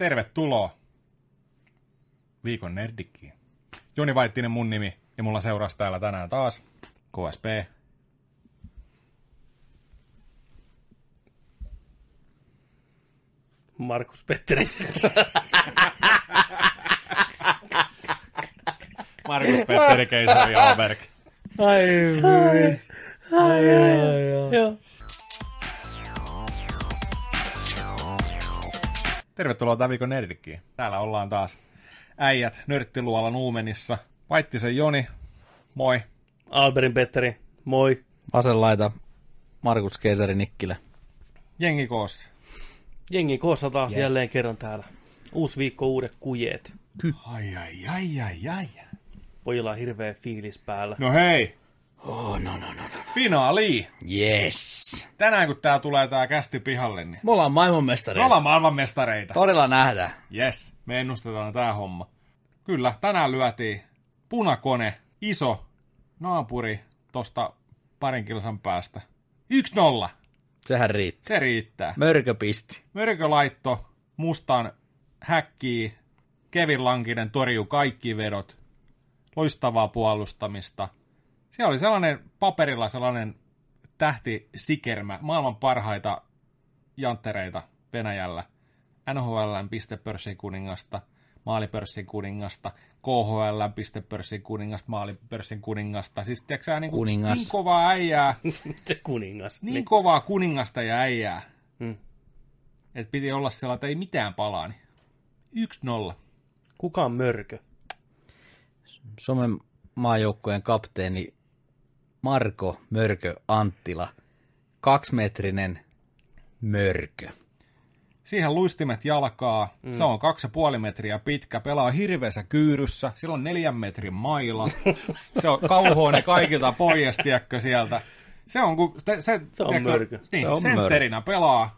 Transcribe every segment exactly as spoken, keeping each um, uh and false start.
Tervetuloa viikon nerdikkiin. Joni Vaittinen mun nimi ja mulla seurasi täällä tänään taas K S P. Markus Petteri. Markus Petteri Keisari Alberg. Ai ai ai ai. Joo. Tervetuloa tämän viikon nerdikkiin. Täällä ollaan taas äijät nörttiluola Nuumenissa. Vaittisen Joni, moi. Alberin Petteri, moi. Vasen laita, Markus Keisari Nikkilä. Jengi koossa. Jengi koossa taas Yes. jälleen kerran täällä. Uusi viikko, uudet kujeet. Ai ai ai ai ai. Pojilla on hirveä fiilis päällä. No hei, Oh, no, no, no, no. finaali. Yes. Tänään kun tää tulee tää kästi pihalle, niin Me ollaan me maailmanmestareita. ollaan maailmanmestareita. Todella nähdään. Yes, me ennustetaan tää homma. Kyllä, tänään lyötiin punakone, iso naapuri tosta parin kilsan päästä. yksi nolla. Sehän riittää. Se riittää. Mörkö pisti. Mörkö laitto, mustan häkkii, Kevin Lankinen torjuu kaikki vedot, loistavaa puolustamista. Se oli sellainen paperilla sellainen tähtisikermä, maailman parhaita janttereita Venäjällä. N H L:n pistepörssin kuningasta, maalipörssin kuningasta, K H L:n pistepörssin kuningasta, maalipörssin kuningasta. Siis tiedätkö sä, niin, kuin, Kuningas. niin kovaa äijää, Se kuningas. niin kovaa kuningasta ja äijää. Hmm. Että piti olla sellainen, että ei mitään palaa, niin yksi nolla. Kuka on mörkö? Suomen maajoukkueen kapteeni Marko Mörkö Anttila. Kaksimetrinen mörkö. Siihen luistimet jalkaa, mm. se on kaksi ja puoli metriä pitkä, pelaa hirveässä kyyryssä, sillä on neljän metrin maila, se on kauhoinen kaikilta pois, tiedätkö, sieltä. Se on, kun, se, se, Se on tiedätkö, mörkö. Niin, Se on sentterinä pelaa.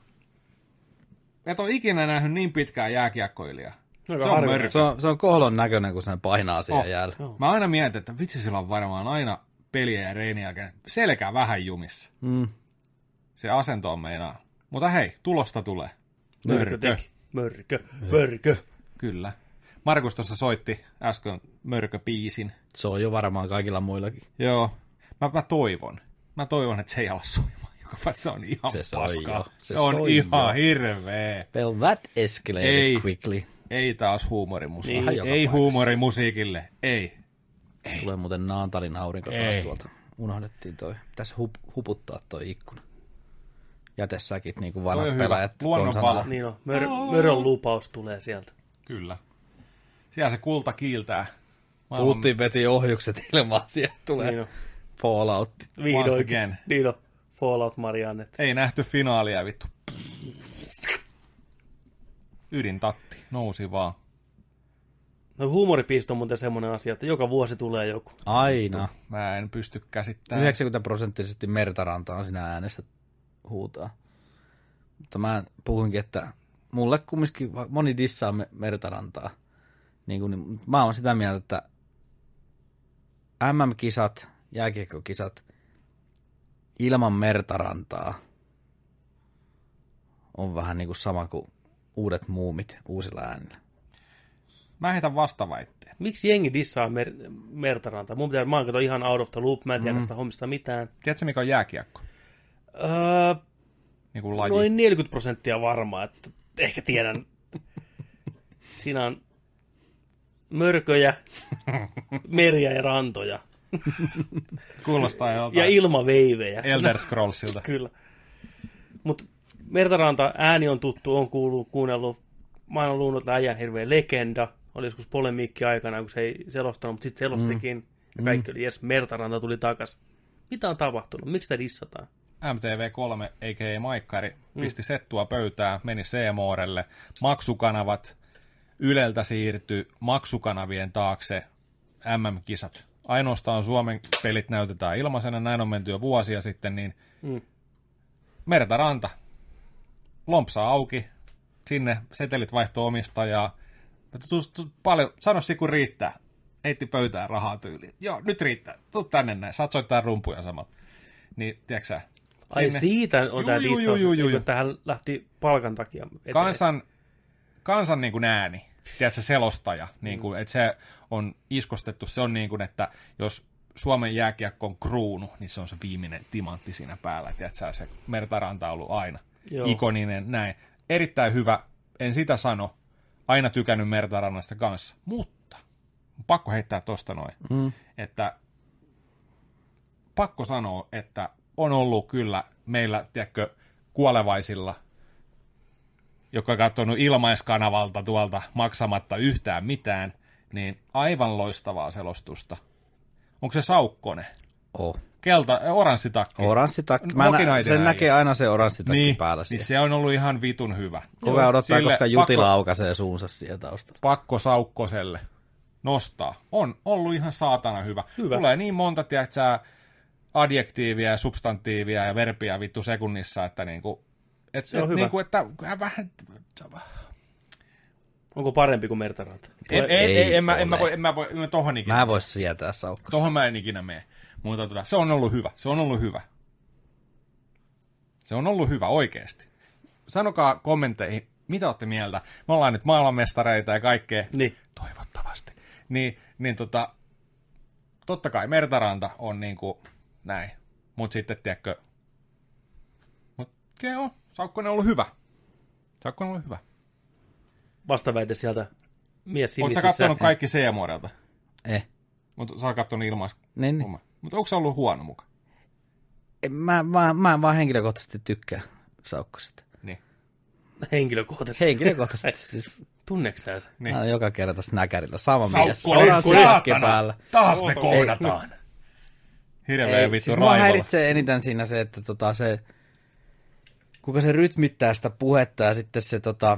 Et ole ikinä nähnyt niin pitkää jääkiekkoilijaa. No, Se on harvinaista. mörkö. Se on, se on kohlon näköinen, kun se painaa siellä Oh. jäällä. Joo. Mä aina mietin, että vitsi, sillä on varmaan aina peliä ja reinin jälkeen selkä vähän jumissa. Mm. Se asento on meinaa. Mutta hei, tulosta tulee. Mörkö teki. Mörkö. Mörkö. Kyllä. Markus tuossa soitti äsken mörköpiisin. Se on jo varmaan kaikilla muillakin. Joo. Mä, mä toivon. Mä toivon, että se ei ala soimaan. Joka se on ihan Se soi paskaa. jo. Se, Se on soi ihan jo. hirveä. Well, that escalated Ei. quickly. Ei taas huumorimusiikille. Niin. Joka Ei paikassa. huumorimusiikille. Ei. Tulee muuten Naantalin aurinko taas Ei. tuolta. Unohdettiin toi. Pitäisi hup, huputtaa toi ikkuna. Jätesäkit niin kuin vanhat Toi on hyvä. pelaajat. Luonnon konsana. valo. Niin on. Mör, mörön lupaus tulee sieltä. Kyllä. Siellä se kulta kiiltää. Puhuttiin veti ohjukset ilmaan. Sieltä tulee Niin on. Fallout. Once Vihdoinkin. again. Niin on. Fallout Mariannet. Ei nähty finaalia, vittu. Ydintatti. Nousi vaan. No huumoripiisto on muuten semmoinen asia, että joka vuosi tulee joku. Aina. Mä en pysty käsittämään. yhdeksänkymmentä prosenttisesti Mertarantaan sinä äänessä huutaa. Mutta mä puhuinkin, että mulle kumminkin moni dissaa me- Mertarantaa. Niin kuin, niin, mä oon sitä mieltä, että M M-kisat, jääkiekkokisat ilman Mertarantaa on vähän niin kuin sama kuin uudet muumit uusilla äänillä. Mä heitän vastaväitteen. Miksi jengi dissaa mer- Mertaranta? Mun pitää, mä oon kato ihan out of the loop, mä en tiedä mm. sitä hommista mitään. Tiedätkö, mikä on jääkiekko? Öö, Niin kuin laji. noin neljäkymmentä prosenttia varmaa, että ehkä tiedän. Siinä on mörköjä, meriä ja rantoja. Kuulostaa joltain Ja ilmaveivejä. Elder Scrollsilta. Kyllä. Mutta Mertaranta ääni on tuttu, on kuullut, kuunnellut. Mä oon luullut, että äijä on hirveä legenda. Oli joskus polemiikki aikana, kun se ei selostanut, mutta sitten selostikin. Mm. Ja kaikki oli, jes, Mertaranta tuli takas. Mitä on tapahtunut? Miksi sitä dissataan? M T V kolme, a k a. Maikkari, pisti settua pöytään, meni C-moorelle. Maksukanavat Yleltä siirtyi maksukanavien taakse M M-kisat. Ainoastaan Suomen pelit näytetään ilmaisena, näin on menty jo vuosia sitten, niin Mm. Mertaranta, lompsa auki, sinne setelit vaihtoi omistajaa. Tus, tus, paljon, sano si kun riittää. Heitti pöytään rahaa tyyliin. Joo, nyt riittää. Tuu tänne näin. Saat soittaa rumpuja samalla. Niin, tiedätkö sä? Ai Sinne. siitä on Juu, tämä juu, dissaus, juu, juu, juu. että tähän lähti palkan takia eteen. Kansan kansan niin kuin ääni, tiedätkö, selostaja, niin kuin, että se on iskostettu, se on niin kuin, että jos Suomen jääkiekko on kruunu, niin se on se viimeinen timantti siinä päällä, tiedätkö, se Mertaranta on ollut aina Joo. ikoninen, näin. Erittäin hyvä, en sitä sano, aina tykännyt Mertarannasta kanssa, mutta pakko heittää tosta noin, mm. että pakko sanoa, että on ollut kyllä meillä, tiedätkö, kuolevaisilla, joka on katsonut ilmaiskanavalta tuolta maksamatta yhtään mitään, niin aivan loistavaa selostusta. Onko se Saukkonen? Oh. Kelta, oranssitakki. Oranssitakki. Mä nä- sen näkee aina se oranssitakki niin, päällä. Niin se on ollut ihan vitun hyvä. Koko ajan odottaa, sille koska Jutila pakko, aukaisee suunsa siellä taustalla. Pakko Saukkoselle nostaa. On ollut ihan saatana hyvä. hyvä. Tulee niin monta, tiedätkö, adjektiivia ja substantiivia ja verbiä vittu sekunnissa, että niinku, et, se on et, hyvä. Niinku, että vähän... Onko parempi kuin Mertaranta? Ei, ei, ei, ei en, mä, en mä voi, en mä voi, en tohon ikinä. Mä en voi sietää Saukkosta. Tohon mä en ikinä mene. Mutta tota, se on ollut hyvä, se on ollut hyvä. Se on ollut hyvä, oikeesti. Sanokaa kommentteihin, mitä olette mieltä. Me ollaan nyt maailmanmestareita ja kaikkea. Niin. Toivottavasti. Niin, niin tota, totta kai Mertaranta on niinku näin. Mut sitten, tiedätkö, mut joo, Saukkonen on ollut hyvä. Saukkonen on ollut hyvä. Vastaväite sieltä mies sinisissä. Oletko sä kattonut kaikki C-muodelta? Eh. Mutta sä oot kattonut ilmais. Niin, niin. Mutta onko se ollut huono muka? Mä, mä, mä en vaan henkilökohtaisesti tykkää Saukkosesta. Niin. Henkilökohtaisesti? Henkilökohtaisesti siis. Tunneeko sä se? Niin. Mä olen joka kerta snäkärillä. Sama mies. Saukkonen, saatana! Taas me kohdataan. Hirveä vittu siis raivolla. Mua häiritsee eniten siinä se, että tota se, kuka se rytmittää sitä puhetta ja sitten se tota,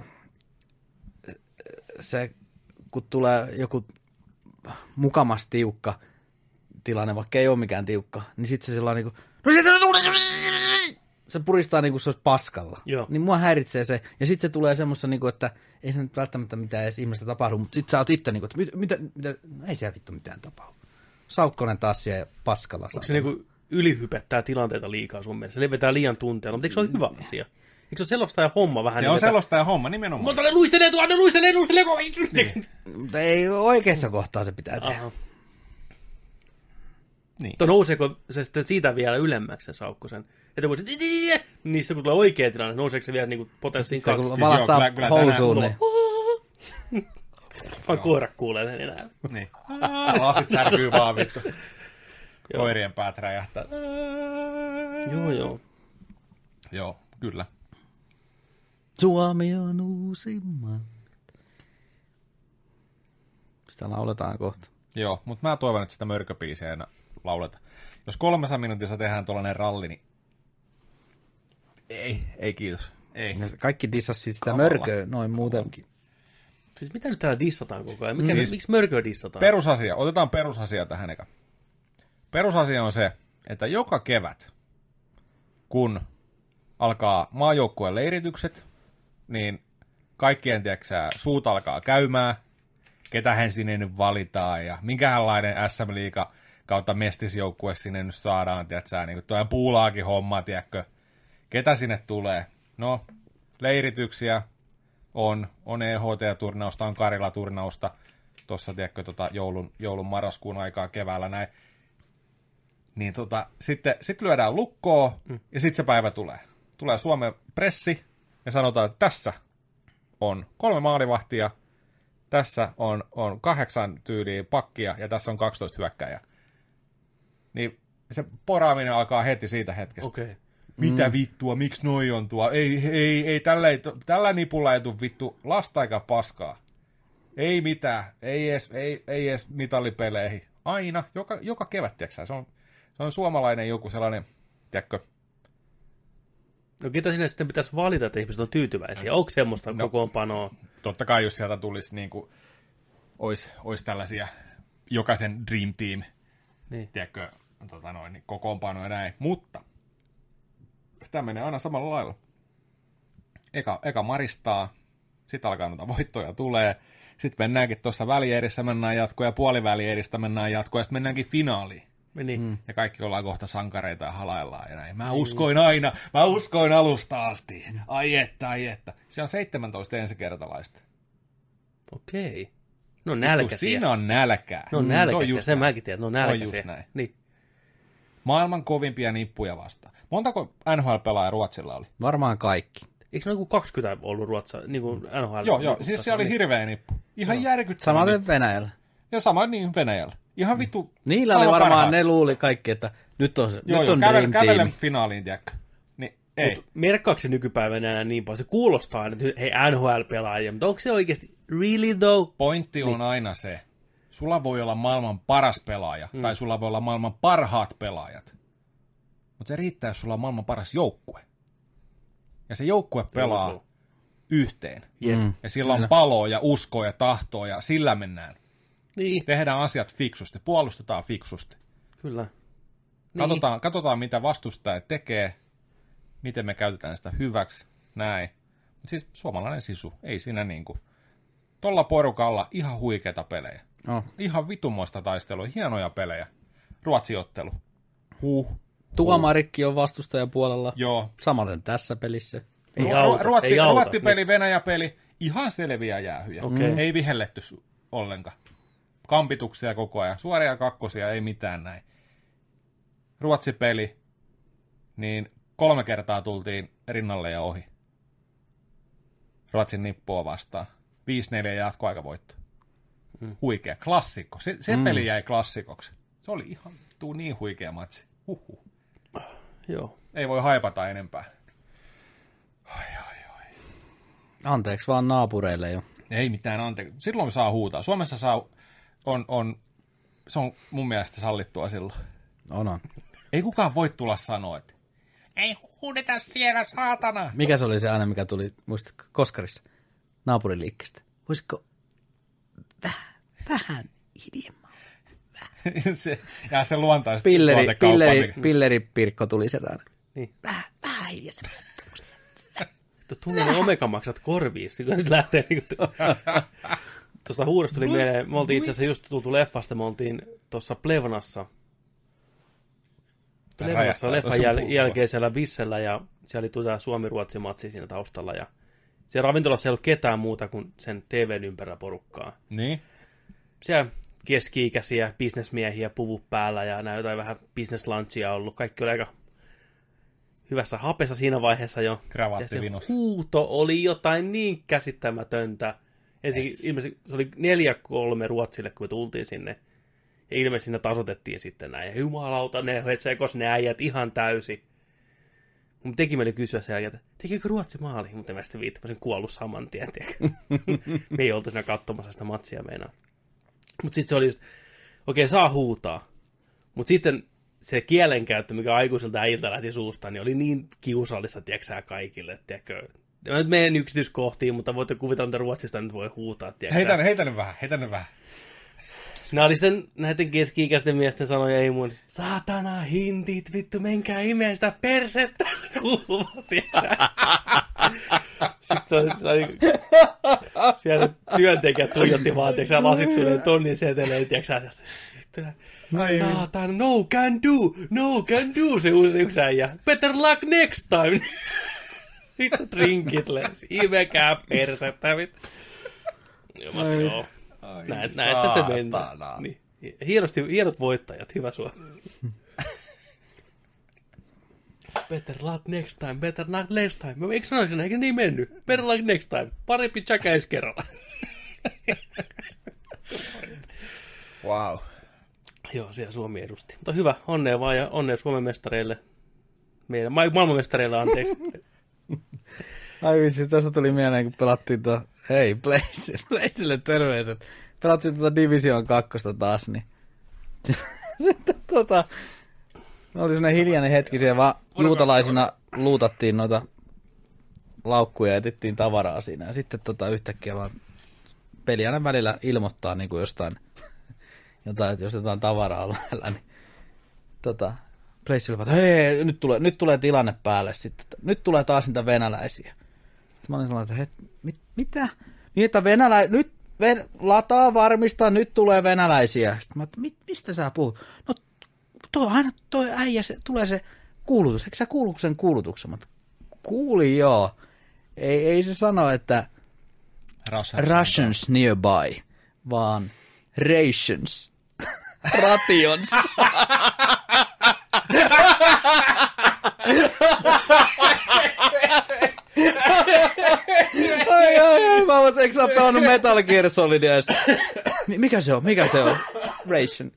se, kun tulee joku mukamas tiukka tilanne, vaikka ei ole mikään tiukka, niin sitten se sellainen niin kuin, no se puristaa niin kuin se olisi paskalla. Joo. Niin mua häiritsee se. Ja sitten se tulee semmoista, niin kuin, että ei se nyt välttämättä mitään edes ihmistä tapahdu, mutta sitten sä oot itse, niin kuin, että mitä, mitä, ei siellä vittu mitään tapahdu. Saukkonen taas siellä paskalla. Onko se niin kuin ylihypettää tilanteita liikaa sun mielestä? Se levetää liian tunteella, mutta eikö se ole hyvä asia? Eikö se ole selostaja homma vähän? Se niin on että... selostaja homma, nimenomaan. Mutta ne luistelee tuonne, ne luistelee, luistelee. Niin. Mutta ei oikeassa kohtaa se pitää tehdä. Aha. Niin. Mutta nouseeko se sitten siitä vielä ylemmäksi sen Saukkosen? Että kun se, niin sitten kun tulee oikea tilanne, nouseeko se vielä niin potenssiin kaksi? Kun valahtaa housuun, niin... Vaan koira kuulee sen enää. Niin. Lasit särkyy vaan vittu. Koirien päät räjähtää. Joo, joo. Joo, kyllä. Suomi on uusimman. Sitä lauletaan kohta. Joo, mutta mä toivon, että sitä mörköbiisiä ei lauleta. Jos kolmessa minuutissa tehdään tuollainen ralli, niin ei, ei kiitos. Ei. Kaikki dissasi sitä Kamala. mörköä noin muutenkin. Siis mitä nyt täällä dissataan koko ajan? Mikä, Siis miksi mörköä dissataan? Perusasia, otetaan perusasia tähän eka. Perusasia on se, että joka kevät, kun alkaa maajoukkueen leiritykset, niin kaikkien, tiedätkö, suut alkaa käymään, ketähän sinne nyt valitaan ja minkälainen S M-liiga kautta mestisjoukkue sinne nyt saadaan, tiedätkö, niin kuin tuo puulaakin homma, tiedätkö, ketä sinne tulee. No, leirityksiä on, on E H T-turnausta, on Karila-turnausta, tuossa, tiedätkö, tota joulun, joulun marraskuun aikaa keväällä näin. Niin tota, sitten sit lyödään lukkoon mm. ja sitten se päivä tulee. Tulee Suomen pressi ja sanotaan, että tässä on kolme maalivahtia, tässä on, on kahdeksan tyyliä pakkia ja tässä on kaksitoista hyökkäjää. Niin se poraaminen alkaa heti siitä hetkestä. Okay. Mitä mm. vittua, miksi noi on tuo? Ei, ei, ei tällä, ei, tällä nipulla ei tule vittu lasta eikä paskaa. Ei mitään, ei edes, ei, ei edes mitallipeleihin. Aina, joka, joka kevät, tiiäksä, se on, se on suomalainen joku sellainen, tiedätkö? No ketä sinne sitten pitäisi valita, että ihmiset on tyytyväisiä? Onko semmoista no, kokoonpanoa? Totta kai, jos sieltä tulisi niin kuin, olisi, olisi tällaisia jokaisen dream team, niin. tiedätkö, tota noin, niin kokoonpano ja näin. Mutta tämä menee aina samalla lailla. Eka, eka maristaa, sitten alkaa noita voittoja tulee, sitten mennäänkin tuossa välierissä mennään jatkoon ja puolivälieristä mennään jatkoon ja sitten mennäänkin finaaliin. Niin. Mm. Ja kaikki ollaan kohta sankareita ja halaillaan ja näin. Mä uskoin aina, mä uskoin alusta asti. Ai että, ai että. Se on seitsemäntoista ensikertalaista. Okei. No nälkäisiä. Siinä on nälkää. No nälkäisiä, sen mäkin tiedän, no nälkäisiä. Se on just näin. Niin. Maailman kovimpia nippuja vastaan. Montako N H L-pelaajaa Ruotsilla oli? Varmaan kaikki. Eikö se ole joku kaksikymmentä ollut Ruotsa, niin kuin N H L? Joo, joo. Siis se oli niin. Hirveä nippu. Ihan no. järkyttävä. Samaten nippu. Venäjällä. Ja sama niin Venäjällä. Ihan vittu. Niillä oli varmaan, parhaat. Ne luuli kaikki, että nyt on se, joo, nyt joo, on kävel, Dream kävelen Team. finaaliin, tiedätkö? Niin, ei. Mut merkkaako se nykypäivänä enää niin paljon? Se kuulostaa aina, että hei N H L-pelaajia, mutta onko se oikeasti really though? Pointti on niin. aina se, sulla voi olla maailman paras pelaaja, mm. tai sulla voi olla maailman parhaat pelaajat. Mutta se riittää, jos sulla on maailman paras joukkue. Ja se joukkue pelaa mm. yhteen. Mm. Ja sillä on paloa ja uskoa ja tahtoa ja sillä mennään. Niin. Tehdään asiat fiksusti, puolustetaan fiksusti. Kyllä. Katsotaan, niin. katsotaan mitä vastustaja tekee, miten me käytetään sitä hyväksi, näin. Mutta siis suomalainen sisu, ei siinä niinku. Tolla porukalla ihan huikeita pelejä. No. Ihan vitumoista taistelua, hienoja pelejä. Ruotsi-ottelu. Huh. Tuomarikki on vastustajapuolella. Joo. Samaten tässä pelissä. Ei Ru- auta, Ruotti, ei auta. Ruotti-peli, Venäjä-peli, ihan selviä jäähyjä. Okay. Ei vihelletty ollenkaan. Kampituksia koko ajan. Suoria kakkosia, ei mitään näin. Ruotsi-peli, niin kolme kertaa tultiin rinnalle ja ohi. Ruotsin nippua vastaan. viisi neljä jatkoaikavoitto. Mm. Huikea. Klassikko. Se, se mm. peli jäi klassikoksi. Se oli ihan tuu niin huikea matsi. Huhhuh. Joo. Ei voi haipata enempää. Ai, ai, ai. Anteeksi vaan naapureille jo. Ei mitään anteeksi. Silloin saa huutaa. Suomessa saa, on, on, se on mun mielestä sallittua silloin. On, on. Ei kukaan voi tulla sanoa, että ei huudeta siellä, saatana. Mikä se oli se aina, mikä tuli, muistatko, Koskarissa, naapuriliikkeestä? Voisiko vähän, vähän hiljemmaa? se, ja se luontaisesti pilleri, pilleri, pilleri Pirkko tuli sieltä aina. Niin. Vähän, vähän hiljemmaa. Tunnin omega-maksat korviin, kun nyt lähtee niin kuin... Tuosta huudosta tuli mieleen, me oltiin itse asiassa just tultu leffasta, me oltiin tuossa Plevnassa. Plevnassa leffan jäl- jälkeisellä Bissellä ja siellä oli tuota Suomi-Ruotsi-matsi siinä taustalla ja siellä ravintolassa ei ollut ketään muuta kuin sen T V:n ympärillä porukkaa. Niin? Siellä keski-ikäisiä bisnesmiehiä puvut päällä ja näin jotain vähän business-lunchia ollut. Kaikki oli aika hyvässä hapessa siinä vaiheessa jo. Ja se huuto oli jotain niin käsittämätöntä. Ensin yes. ilmeisesti se oli neljä kolme Ruotsille, kun me tultiin sinne. Ja ilmeisesti siinä tasoitettiin sitten näin. Ja jumalauta, ne sekos ne äijät ihan täysin. Mutta teki meille kysyä sen jälkeen, että tekikö Ruotsi maali? Mutta mä sitten viittä, mä olisin kuollut saman tien. Me ei oltu siinä katsomassa sitä matsia meinaa. Mutta sitten se oli just, okei, okay, saa huutaa. Mutta sitten se kielenkäyttö, mikä aikuiselta äijiltä lähti suusta, niin oli niin kiusallista, tiedätkö kaikille, tiedätkö. Mä nyt menen yksityiskohtiin, mutta voitte kuvitella, että Ruotsista nyt voi huutaa, tiedätkö. Heitä, heitä nyt vähän, heitä nyt vähän. Nämä oli sitten näiden keski-ikäisten miesten sanoja, ei mun, saatana hintit, vittu, menkää imeen sitä persettä, kuuluu, tiedätkö. Sitten se oli, se oli siellä työntekijät tuijotti vaan, tiedätkö, lasittuneen tonnin seteleen, tiedätkö, saatana, no can do, no can do, se uusi yksi äijä. Better luck next time. Vittu trinkit lensi, imekää persettä, vittu. Joo, joo. Näin, näistä se mennään. Niin. Hienosti, hienot voittajat, hyvä Suomi. Better luck next time, better luck next time. Eikö sanoisin, eikö niin mennyt? Better luck next time. Parempi tsäkä ensi kerralla. Wow. Joo, siellä Suomi edusti. Mutta hyvä, onnea vaan ja onnea Suomen mestareille. Meidän maailmanmestareille, anteeksi. Ai vitsi, tuosta tuli mieleen, kun pelattiin tuo, hei, Blazeille terveiset. Pelattiin tuota Division kakkosta taas, niin sitten tota, oli sellainen hiljainen hetki siellä, vaan juutalaisina luutattiin noita laukkuja ja etittiin tavaraa siinä. Ja sitten tota yhtäkkiä vaan peli aina välillä ilmoittaa niin kuin jostain, jotain, että jos jotain tavaraa on lähellä, niin tota, Blazeille vaan, hei, nyt tulee, nyt tulee tilanne päälle sitten. Nyt tulee taas niitä venäläisiä. Sitten mä olin sellainen, että hei, mit, mitä? Niin, että venälä, nyt ven, lataa varmistaa, nyt tulee venäläisiä. Sitten mä olin, mit, mistä sä puhut? No, toi, aina toi äijä, se, tulee se kuulutus. Eikö sä kuulu sen kuulutuksen? Mä kuulin, joo. Ei, ei se sano, että Russians, Russians nearby, vaan rations. Rations. ai, ai, ai, mä oon, eikö sä oo pelannut Metal Gear Solidia? Mikä se on? Mikä se on? Ration.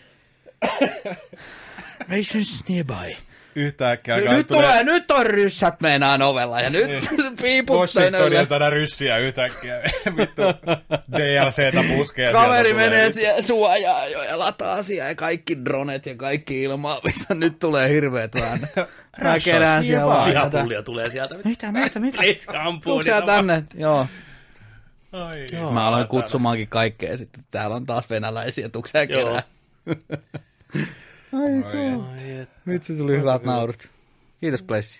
Rations nearby. Yhtäkkiä Nyt tulee, nyt on ryssät meinaan ovella ja nyt piiputtaa. Washingtonilta nää ryssiä yhtäkkiä. Vittu D L C:tä puskee. Kaveri menee siellä suojaa jo ja lataa siellä ja kaikki dronet ja kaikki ilmaa. Nyt tulee hirveet vähän. Mä kerään siellä vaan. Lihapullia tulee sieltä. Mitä, mitä, mitä? Leiska ampuu. Tuutko sä tänne? Joo. Ai. Sitten mä aloin kutsumaankin kaikkea. Sitten täällä on taas venäläisiä. Tuutko sä kerää? Ai, nyt se tuli hyvät naurut. Kiitos, Blessi.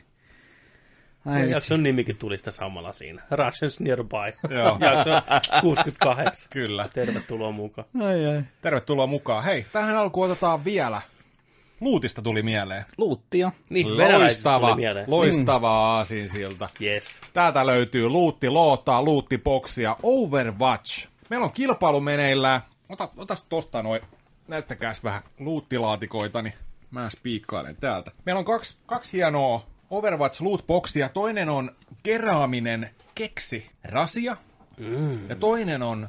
Jakson nimikin tuli sitä samalla siinä. Russians Nearby. Joo. Jakso kuusikymmentäkahdeksan. Kyllä. Tervetuloa mukaan. Ai, ai. Tervetuloa mukaan. Hei, tähän alkuun otetaan vielä. Luutista tuli mieleen. Luuttia. Niin, venäläisistä tuli Loistava, mieleen. loistava aasinsilta. Yes. Täältä löytyy luutti lootaa, luutti boksia, Overwatch. Meillä on kilpailu meneillään. Ota, otas tosta noin. Näyttäkääs vähän luuttilaatikoita, niin mä spiikkailen täältä. Meillä on kaksi, kaksi hienoa Overwatch lootboxia. Toinen on keraaminen keksi rasia. Mm. Ja toinen on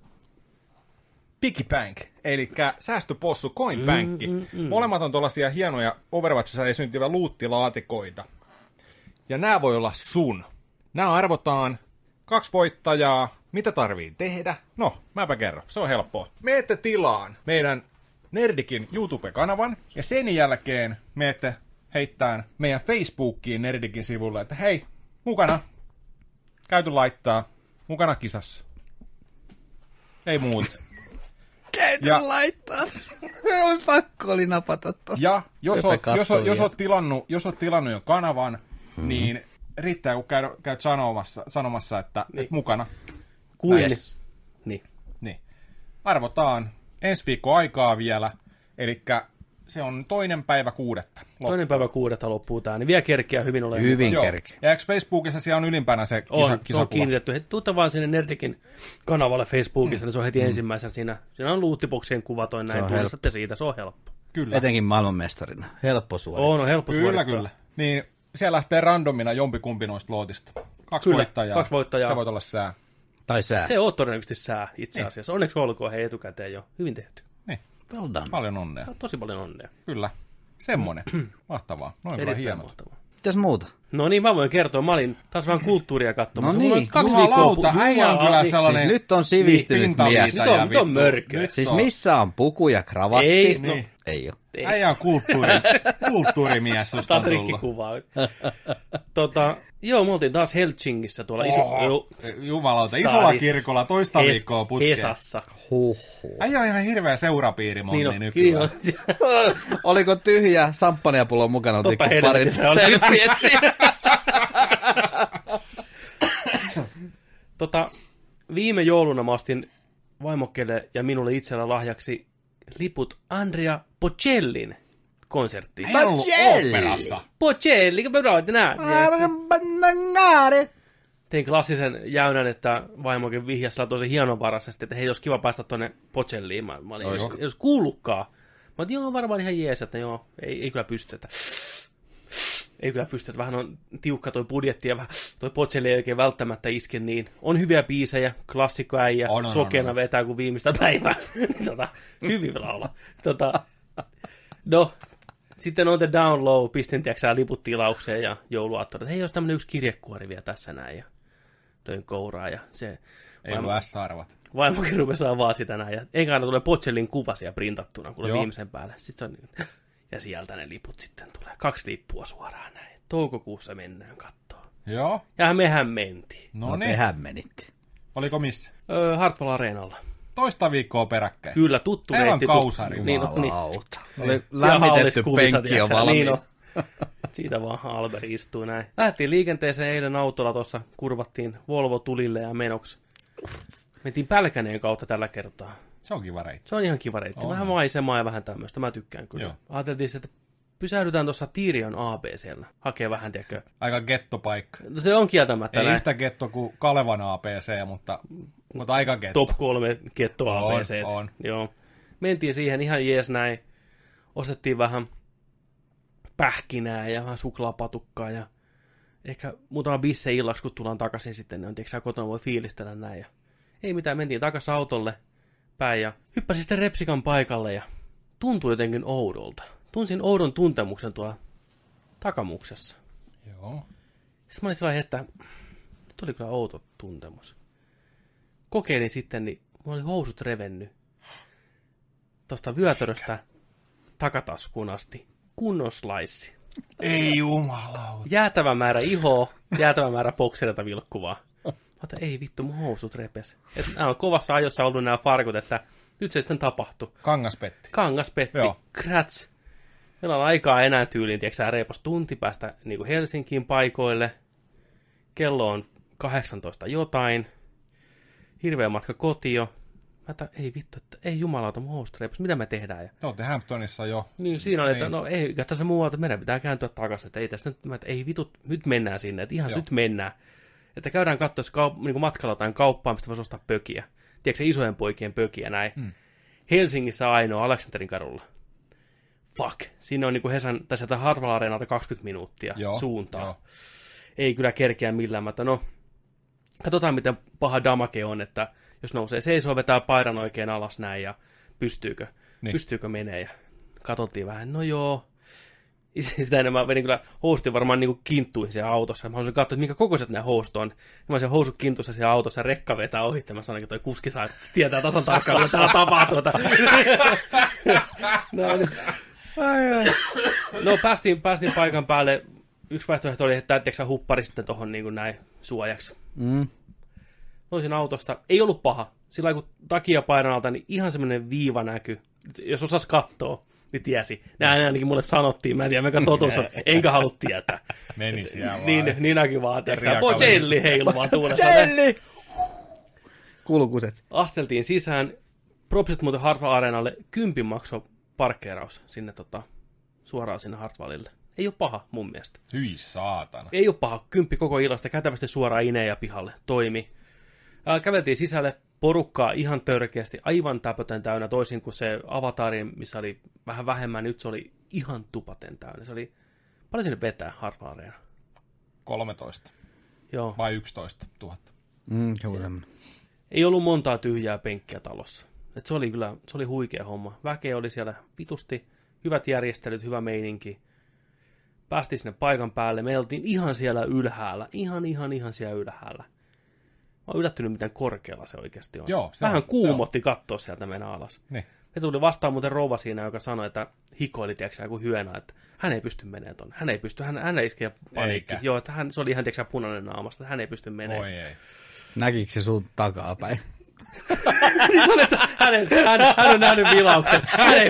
Piggy Bank, eli säästöpossu Coin Bank. Mm, mm, mm. Molemmat on tuollaisia hienoja Overwatchissa esiintyviä luuttilaatikoita. Ja nämä voi olla sun. Nämä arvotaan kaksi voittajaa. Mitä tarvii tehdä? No, mäpä kerron. Se on helppoa. Meette tilaan meidän Nerdikin YouTube-kanavan, ja sen jälkeen meette heittään meidän Facebookiin Nerdikin sivulle, että hei, mukana, käyty laittaa, mukana kisassa. Ei muut. Käyty ja, laittaa. Oli pakko oli napata tosta. Ja jos oot, jos, oot, jos, oot tilannut, jos oot tilannut jo kanavan, mm-hmm. niin riittää, kun käyt, käyt sanomassa, sanomassa, että niin. et mukana. Kuin. Niin. Niin. Arvotaan ensi viikko aikaa vielä, eli se on toinen päivä kuudetta. Loppuun. Toinen päivä kuudetta loppuu tää, niin vielä kerkeä hyvin ole. Hyvin kerkeä. Ja eikö Facebookissa siellä on ylimpänä se kisa, on, kisakuva? se on kiinnitetty. He, tuutte vaan sinne Nerdikin kanavalle Facebookissa, mm. niin se on heti mm. ensimmäisenä siinä. Siinä on luuttiboksien kuva toi näin, tunnistatte siitä, se on helppo. Kyllä. Etenkin maailmanmestarina. Helppo suorittaa. On, on helppo kyllä, suorittaa. Kyllä, kyllä. Niin siellä lähtee randomina jompikumpi noista lootista. Kaksi kyllä, voittajaa. kaksi voittajaa. Se voit olla sää. Tai sää. Se on todennäköisesti sää itse asiassa. Niin. Onneksi olkoon hei etukäteen jo. Hyvin tehty. Niin. Well done. Paljon onnea. Tosi paljon onnea. Kyllä. Semmonen. Mahtavaa. Noin kyllä hienot. Mahtavaa. Mitäs muuta? No niin, mä voin kertoa. Mä olin taas vähän kulttuuria katsomassa. No niin. Kaksi Jumalauta, viikkoa. äijä on kyllä niin, sellainen... Siis nyt on sivistynyt niin, mies. Nyt on, nyt on mörkö. Siis missä on puku ja kravatti? Ei, no. Niin. Ei oo. Ei. Äijä on kulttuuri, kulttuurimies, susta on tullut. Trikkikuvaa. tota, joo, me oltiin taas Helsingissä tuolla iso... Oho, jumalauta, isolla kirkolla toista Hes, viikkoa putkeen. Hesassa. Huhhuh. Äijä on ihan hirveä seurapiirimonni Niin on, nykyään. niin on. Oliko tyhjä samppaniapullo mukana? Totta Oliko parit helvetissä, oli. selfiet siinä? tota, viime jouluna mä ostin vaimokkelle ja minulle itsellä lahjaksi liput Andrea Bocellin konserttiin. Ei ollut oopperassa. Bocelli, che però nää. Tein klassisen jäynän, että vaimokin vihjasi tosi hienon varassa, että hei, jos kiva päästä tuonne Bocelliin. Mä, mä olin, jos, jos kuullutkaan. Mä olin, joo, varmaan ihan jees, että joo, ei, ei kyllä pystytä. Ei kyllä pystytä. Vähän on tiukka toi budjetti ja toi Bocelli ei oikein välttämättä iske niin. On hyviä biisejä, klassikkoäijä, on, on, sokeena on, vetää kuin viimeistä päivää. tota, hyvin laula. Tota, no, sitten on The Down Low, pistin tiiäksää liput tilaukseen ja jouluaattona, että hei, jos tämmönen yksi kirjekuori vielä tässä näin ja löin kouraa ja se... Ei ollut S-arvat. Vaimokin rupesi vaan sitä näin ja eikä aina tule Bocellin kuvasia printattuna, kun on viimeisen päälle. Sitten se on, ja sieltä ne liput sitten tulee. Kaksi lippua suoraan näin. Toukokuussa mennään kattoo. Joo. Ja mehän mentiin. No, No niin. tehän menitte. Oliko missä? Öö, Hartwall Areenalla. Toista viikkoa peräkkäin. Kyllä, tuttu Meillä on reitti. kausari. Niin, no, niin. Jumalauta. Niin. Oli lämmitetty penkki jo valmiin. Niin, no. Siitä vaan Albert istuu näin. Lähdettiin liikenteeseen eilen autolla tuossa, kurvattiin Volvo tulille ja menoksi. Mentiin Pälkäneen kautta tällä kertaa. Se on kiva reitti. Se on ihan kiva reitti. On. Vähän maisemaa ja vähän tämmöistä. Mä tykkään kyllä. Joo. Ajateltiin, että pysähdytään tuossa Tiirion A B C:llä. Hakee vähän, tiedätkö. Aika gettopaikka. No se on kieltämättä Ei näin. yhtä getto kuin Kalevan A B C, mutta, mutta aika getto. Top kolme getto A B C. On, on. Joo. Mentiin siihen ihan jees näin. Ostettiin vähän pähkinää ja vähän suklaapatukkaa ja ehkä muutama bisse illaksi, kun tullaan takaisin sitten, niin on tiedätkö, kotona voi fiilistellä näin. Ja ei mitään, mentiin takaisin autolle päin ja hyppäsin sitten Repsikan paikalle ja tuntui jotenkin oudolta. Tunsin oudon tuntemuksen tuolla takamuksessa. Joo. Sitten mä olin sellainen, että nyt oli kyllä outo tuntemus. Kokeilin sitten, niin mulla oli housut revennyt tuosta vyötäröstä takataskuun asti. Kunnon slice. Ei jumalauta. Jäätävä määrä ihoa, jäätävä määrä boksereita vilkkuvaa. Mä otan, ei vittu, mun housut repes. Et nämä on kovassa ajossa ollut nämä farkut, että nyt se sitten tapahtui. Kangaspetti. Kangaspetti, Joo. krats. Meillä on aikaa enää tyyliin, tiedätkö sä, reipas tunti päästä niin kuin Helsinkiin paikoille. Kello on kahdeksantoista jotain. Hirveä matka kotiin. Mä että ei vittu, että ei jumalauta, mun housut reipas, mitä me tehdään? Ja Te olette Hamptonissa jo. niin siinä oli, että Niin. no ei tässä muualta, meidän pitää kääntyä takaisin, että ei tästä nyt, mä, että ei vitut, nyt mennään sinne, että ihan Joo. nyt mennään. Että käydään katsoa, jos kaup- niin matkalla jotain kauppaa, mistä voisi ostaa pökiä. Tiedätkö se isojen poikien pökiä näin? Hmm. Helsingissä ainoa, Aleksanterin kadulla. Fuck, siinä on niin kuin Hesan, tai sieltä Hartwall-areenalta kaksikymmentä minuuttia Joo, suuntaan. joo. Ei kyllä kerkeä millään, mutta no, katsotaan miten paha damake on, että jos nousee seisoo, vetää paidan oikein alas näin ja pystyykö, Niin. pystyykö menee ja katsottiin vähän, no joo. Sitä enemmän mä vedin kyllä housut varmaan niin kuin kinttuihin siellä autossa. Mä haluaisin katsoa, että minkä kokoiset nämä housut on. Mä olisin housut kinttuissa siellä autossa ja rekka vetää ohi. Mä sanoin, että toi kuski saa tietää tasan tarkkaan, mitä täällä tapahtuu. no, niin. no päästiin, päästiin paikan päälle. Yksi vaihtoehto oli, että täytyykö sä huppari sitten tuohon niin näin suojaksi. Mm. Noisin autosta. Ei ollut paha. Sillä kun takia painan alta, niin ihan semmoinen viiva näky. Jos osas katsoa, niin tiesi. Näin ainakin mulle sanottiin. Mä en tiedä, mikä totuus on. Enkä halua tietää. Meni siellä vaan. Niin, niin näkin vaan. Riakalla. Voi jelli heilumaan tuulessa. Jelli! Kulkuset. Asteltiin sisään. Propsit muuten Hartwall-areenalle. Kympin maksoi parkkeeraus sinne tota, suoraan sinne Hartwallille. Ei ole paha mun mielestä. Hyi saatana. Ei ole paha. Kymppi koko illasta. Kätevästi suoraan Ineen pihalle. Toimi. Ää, käveltiin sisälle. Porukkaa ihan törkeästi. Aivan täpöten täynnä. Toisin kuin se Avatari, missä oli vähän vähemmän. Nyt se oli ihan tupaten täynnä. Se oli... Paljon sinne vetää Hartwall-areena? kolmetoista Joo. vai yksitoista tuhatta. Mm, joku semmoinen. Ei ollut montaa tyhjää penkkiä talossa. Et se oli kyllä, se oli huikea homma. Väkeä oli siellä vitusti, hyvät järjestelyt, hyvä meininki. Päästiin sinne paikan päälle, me oltiin ihan siellä ylhäällä, ihan ihan ihan siellä ylhäällä. Mä oon yllättynyt, miten korkealla se oikeasti on. Joo, se Vähän on, kuumotti katsoa sieltä mennä alas. Niin. Me tuli vastaan muuten rouva siinä, joka sanoi, että hikoili, tiedätkö joku hyönä, että hän ei pysty menemään tonne. Hän ei pysty, hän, hän ei iske paniikki. Eikä. Joo, että hän, se oli ihan, tiedätkö punainen naamasta, että hän ei pysty menemään. Oi ei. Näkikö se sun takapäin? Niin se oli, että hän, hän, hän on nähnyt vilauksen. Hän ei...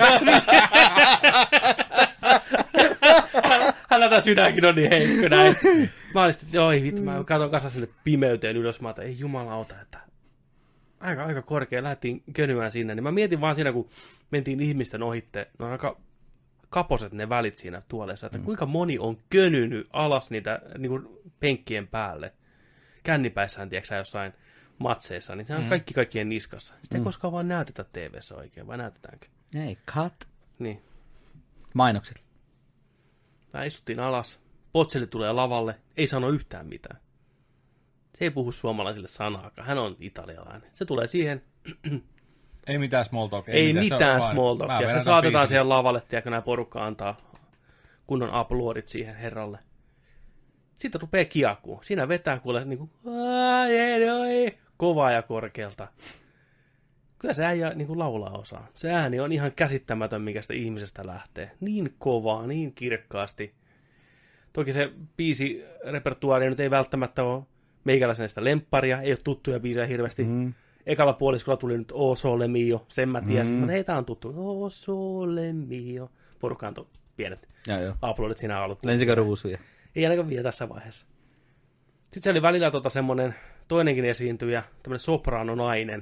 Hänellä tämä sydänkin on niin heikko näin. Mä olin sitten, joo ei vittu, mä katson kanssa sinne pimeyteen ylös. Mä ajattelin, ei jumalauta, että aika, aika korkea. Lähdettiin könymään sinne. Niin mä mietin vaan siinä, kun mentiin ihmisten ohitte, no aika kaposet ne välit siinä tuoleissa, että kuinka moni on könynyt alas niitä niin kuin penkkien päälle. Kännipäissään, tiedätkö sä, jossain matseissa, niin se on Mm. kaikki kaikkien niskassa. Sitä ei Mm. koskaan vaan näytetä T V:ssä oikein, vai näytetäänkö? Ei, cut. Niin. Mainokset. Mä istuttiin alas. Potseli tulee lavalle. Ei sano yhtään mitään. Se ei puhu suomalaisille sanaakaan. Hän on italialainen. Se tulee siihen. Ei mitään small talk. Ei, ei se on mitään vaan- small mä talkia. Se vedän saatetaan biisin. siihen lavalle, tiedätkö nämä porukka antaa kunnon applaudit siihen herralle. Sitten rupeaa kiakkuun. Siinä vetää kuule niin kuin, kovaa ja korkealta. Kyllä se äijä niin kuin laulaa osaa. Se ääni on ihan käsittämätön, mikä sitä ihmisestä lähtee. Niin kovaa, niin kirkkaasti. Toki se biisirepertuaari nyt ei välttämättä ole meikäläisen sitä lempparia. Ei ole tuttuja biisejä hirveästi. Mm. Ekalla puoliskolla tuli nyt O Sole Mio. Sen mä tiesin. Mm. Mutta hei, tää on tuttu. O Sole Mio. Porukka antoi pienet Joo, joo. aplodit siinä alkuun. Lensikö ruusuja? Ei ainakaan vielä tässä vaiheessa. Sitten se oli välillä tota semmonen toinenkin esiintyjä, tämmönen soprano-nainen.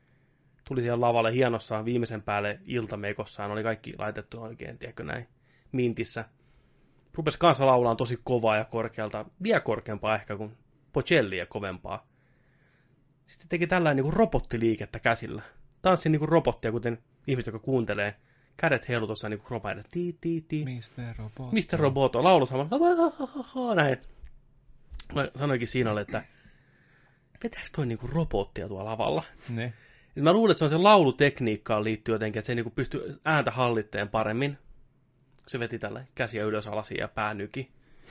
Tuli siihen lavalle hienossaan viimeisen päälle iltameikossaan, oli kaikki laitettu oikein, tiedätkö näin, Mintissä. Rupesi kanssa laulaan tosi kovaa ja korkealta, vielä korkeampaa ehkä kuin Bocellia kovempaa. Sitten teki tällainen niin kuin robottiliikettä käsillä. Tanssi niin kuin robottia, kuten ihmiset, jotka kuuntelee. Kädet heilu tuossa niin kuin robotin. Tii, tii, tii. mister Roboto. mister Roboto. Laulu samalla. Näin. Mä sanoinkin Siinalle, että vetääkö toi niin kuin robottia tuolla lavalla? Ne. Mä luulen, että se on se laulutekniikkaan liittyy jotenkin, että se ei niin kuin pysty ääntä hallitteen paremmin. Se veti tällä käsiä ylös alasia ja pää nyki.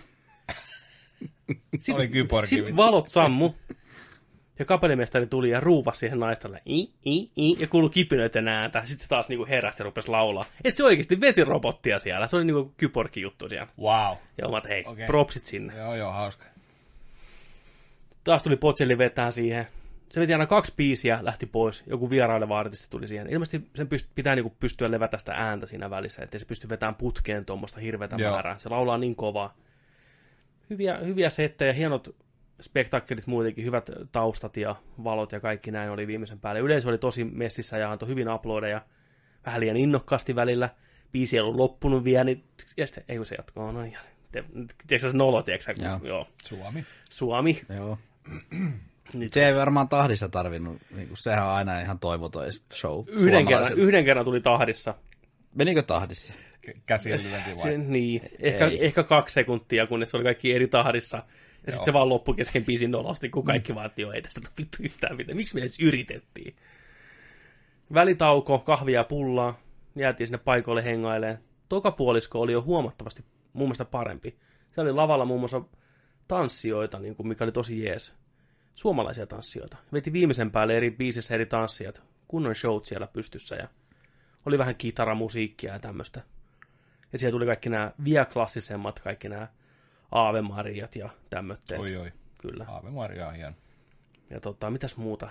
Sitten, Oli kyborgi. Sitten valot sammu. Ja kapellimestari tuli ja ruuvasi siihen naistalle. I, i, i, ja kuului kipinöiden ääntä. Sitten se taas niinku heräsi ja rupesi laulaa. Että se oikeasti veti robottia siellä. Se oli niinku kyborgi juttu siellä. Wow. Ja omat hei, Okay. propsit sinne. Joo, joo, hauska. Taas tuli Bocelli vetää siihen. Se veti aina kaksi biisiä, lähti pois. Joku vieraileva artisti tuli siihen. Ilmeisesti sen pyst- pitää niinku pystyä levätä sitä ääntä siinä välissä, ettei se pysty vetämään putkeen tuommoista hirveätä Joo. määrää. Se laulaa niin kovaa. Hyviä, hyviä settejä, hienot spektakkelit muutenkin, hyvät taustat ja valot ja kaikki näin oli viimeisen päälle. Yleisö oli tosi messissä ja antoi hyvin uploadeja. Vähän liian innokkaasti välillä. Biisi ei ollut loppunut vielä, niin ja sitten, ei kun se jatkuu. No niin, tiedätkö se nolo, tiedätkö Joo. Joo. Suomi. Suomi. Joo. Nyt Se ei varmaan tahdissa tarvinnut, niin kuin sehän on aina ihan toivoton show. yhden, kerran, yhden kerran tuli tahdissa. Menikö tahdissa? Käsien lyönti vai? Se, niin, ehkä, Ei. ehkä kaksi sekuntia, kunnes oli kaikki eri tahdissa. Ja Joo. sitten se vaan loppui kesken biisin nolosti, kun kaikki vaan, että joo, ei tästä tule vittu yhtään mitään. Miksi me edes yritettiin? Välitauko, kahvia ja pullaa. Jäätiin sinne paikoille hengailemaan. Toka puolisko oli jo huomattavasti mun mielestä parempi. Siellä oli lavalla muun muassa tanssijoita, niin kuin mikä oli tosi jees. Suomalaisia tanssijoita. Veti viimeisen päälle eri biisissä eri tanssijat. Kunnon showt siellä pystyssä ja oli vähän kitaramusiikkia ja tämmöistä. Ja siellä tuli kaikki nämä vielä klassisemmat, kaikki nämä Ave Mariat ja tämmötteet. Oi, oi. Kyllä. Aave Maria on hieno. Ja tota, mitäs muuta?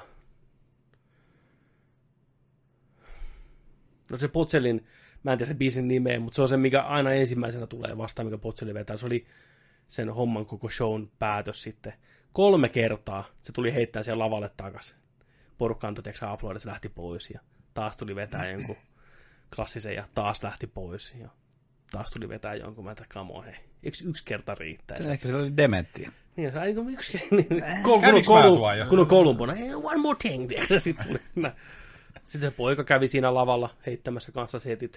No se Bocellin, mä en tiedä se biisin nimeä, mutta se on se, mikä aina ensimmäisenä tulee vastaan, mikä Bocelli vetää. Se oli sen homman koko shown päätös sitten. Kolme kertaa se tuli heittämään siellä lavalle takaisin. Porukka antoi, tiedätkö, uploadit, se lähti pois ja taas tuli vetää jonkun klassisen ja taas lähti pois ja taas tuli vetää jonkun, mä että come on, hei, yksi, yksi kerta riittää. Se ehkä se oli dementti. Niin, se aika yksi, niin, kun, Käviks kun, mä kun, tuon jo? kun on Kolumbona, hey, one more thing, tiedätkö, sitten tuli nä. Sitten se poika kävi siinä lavalla heittämässä kanssa setit.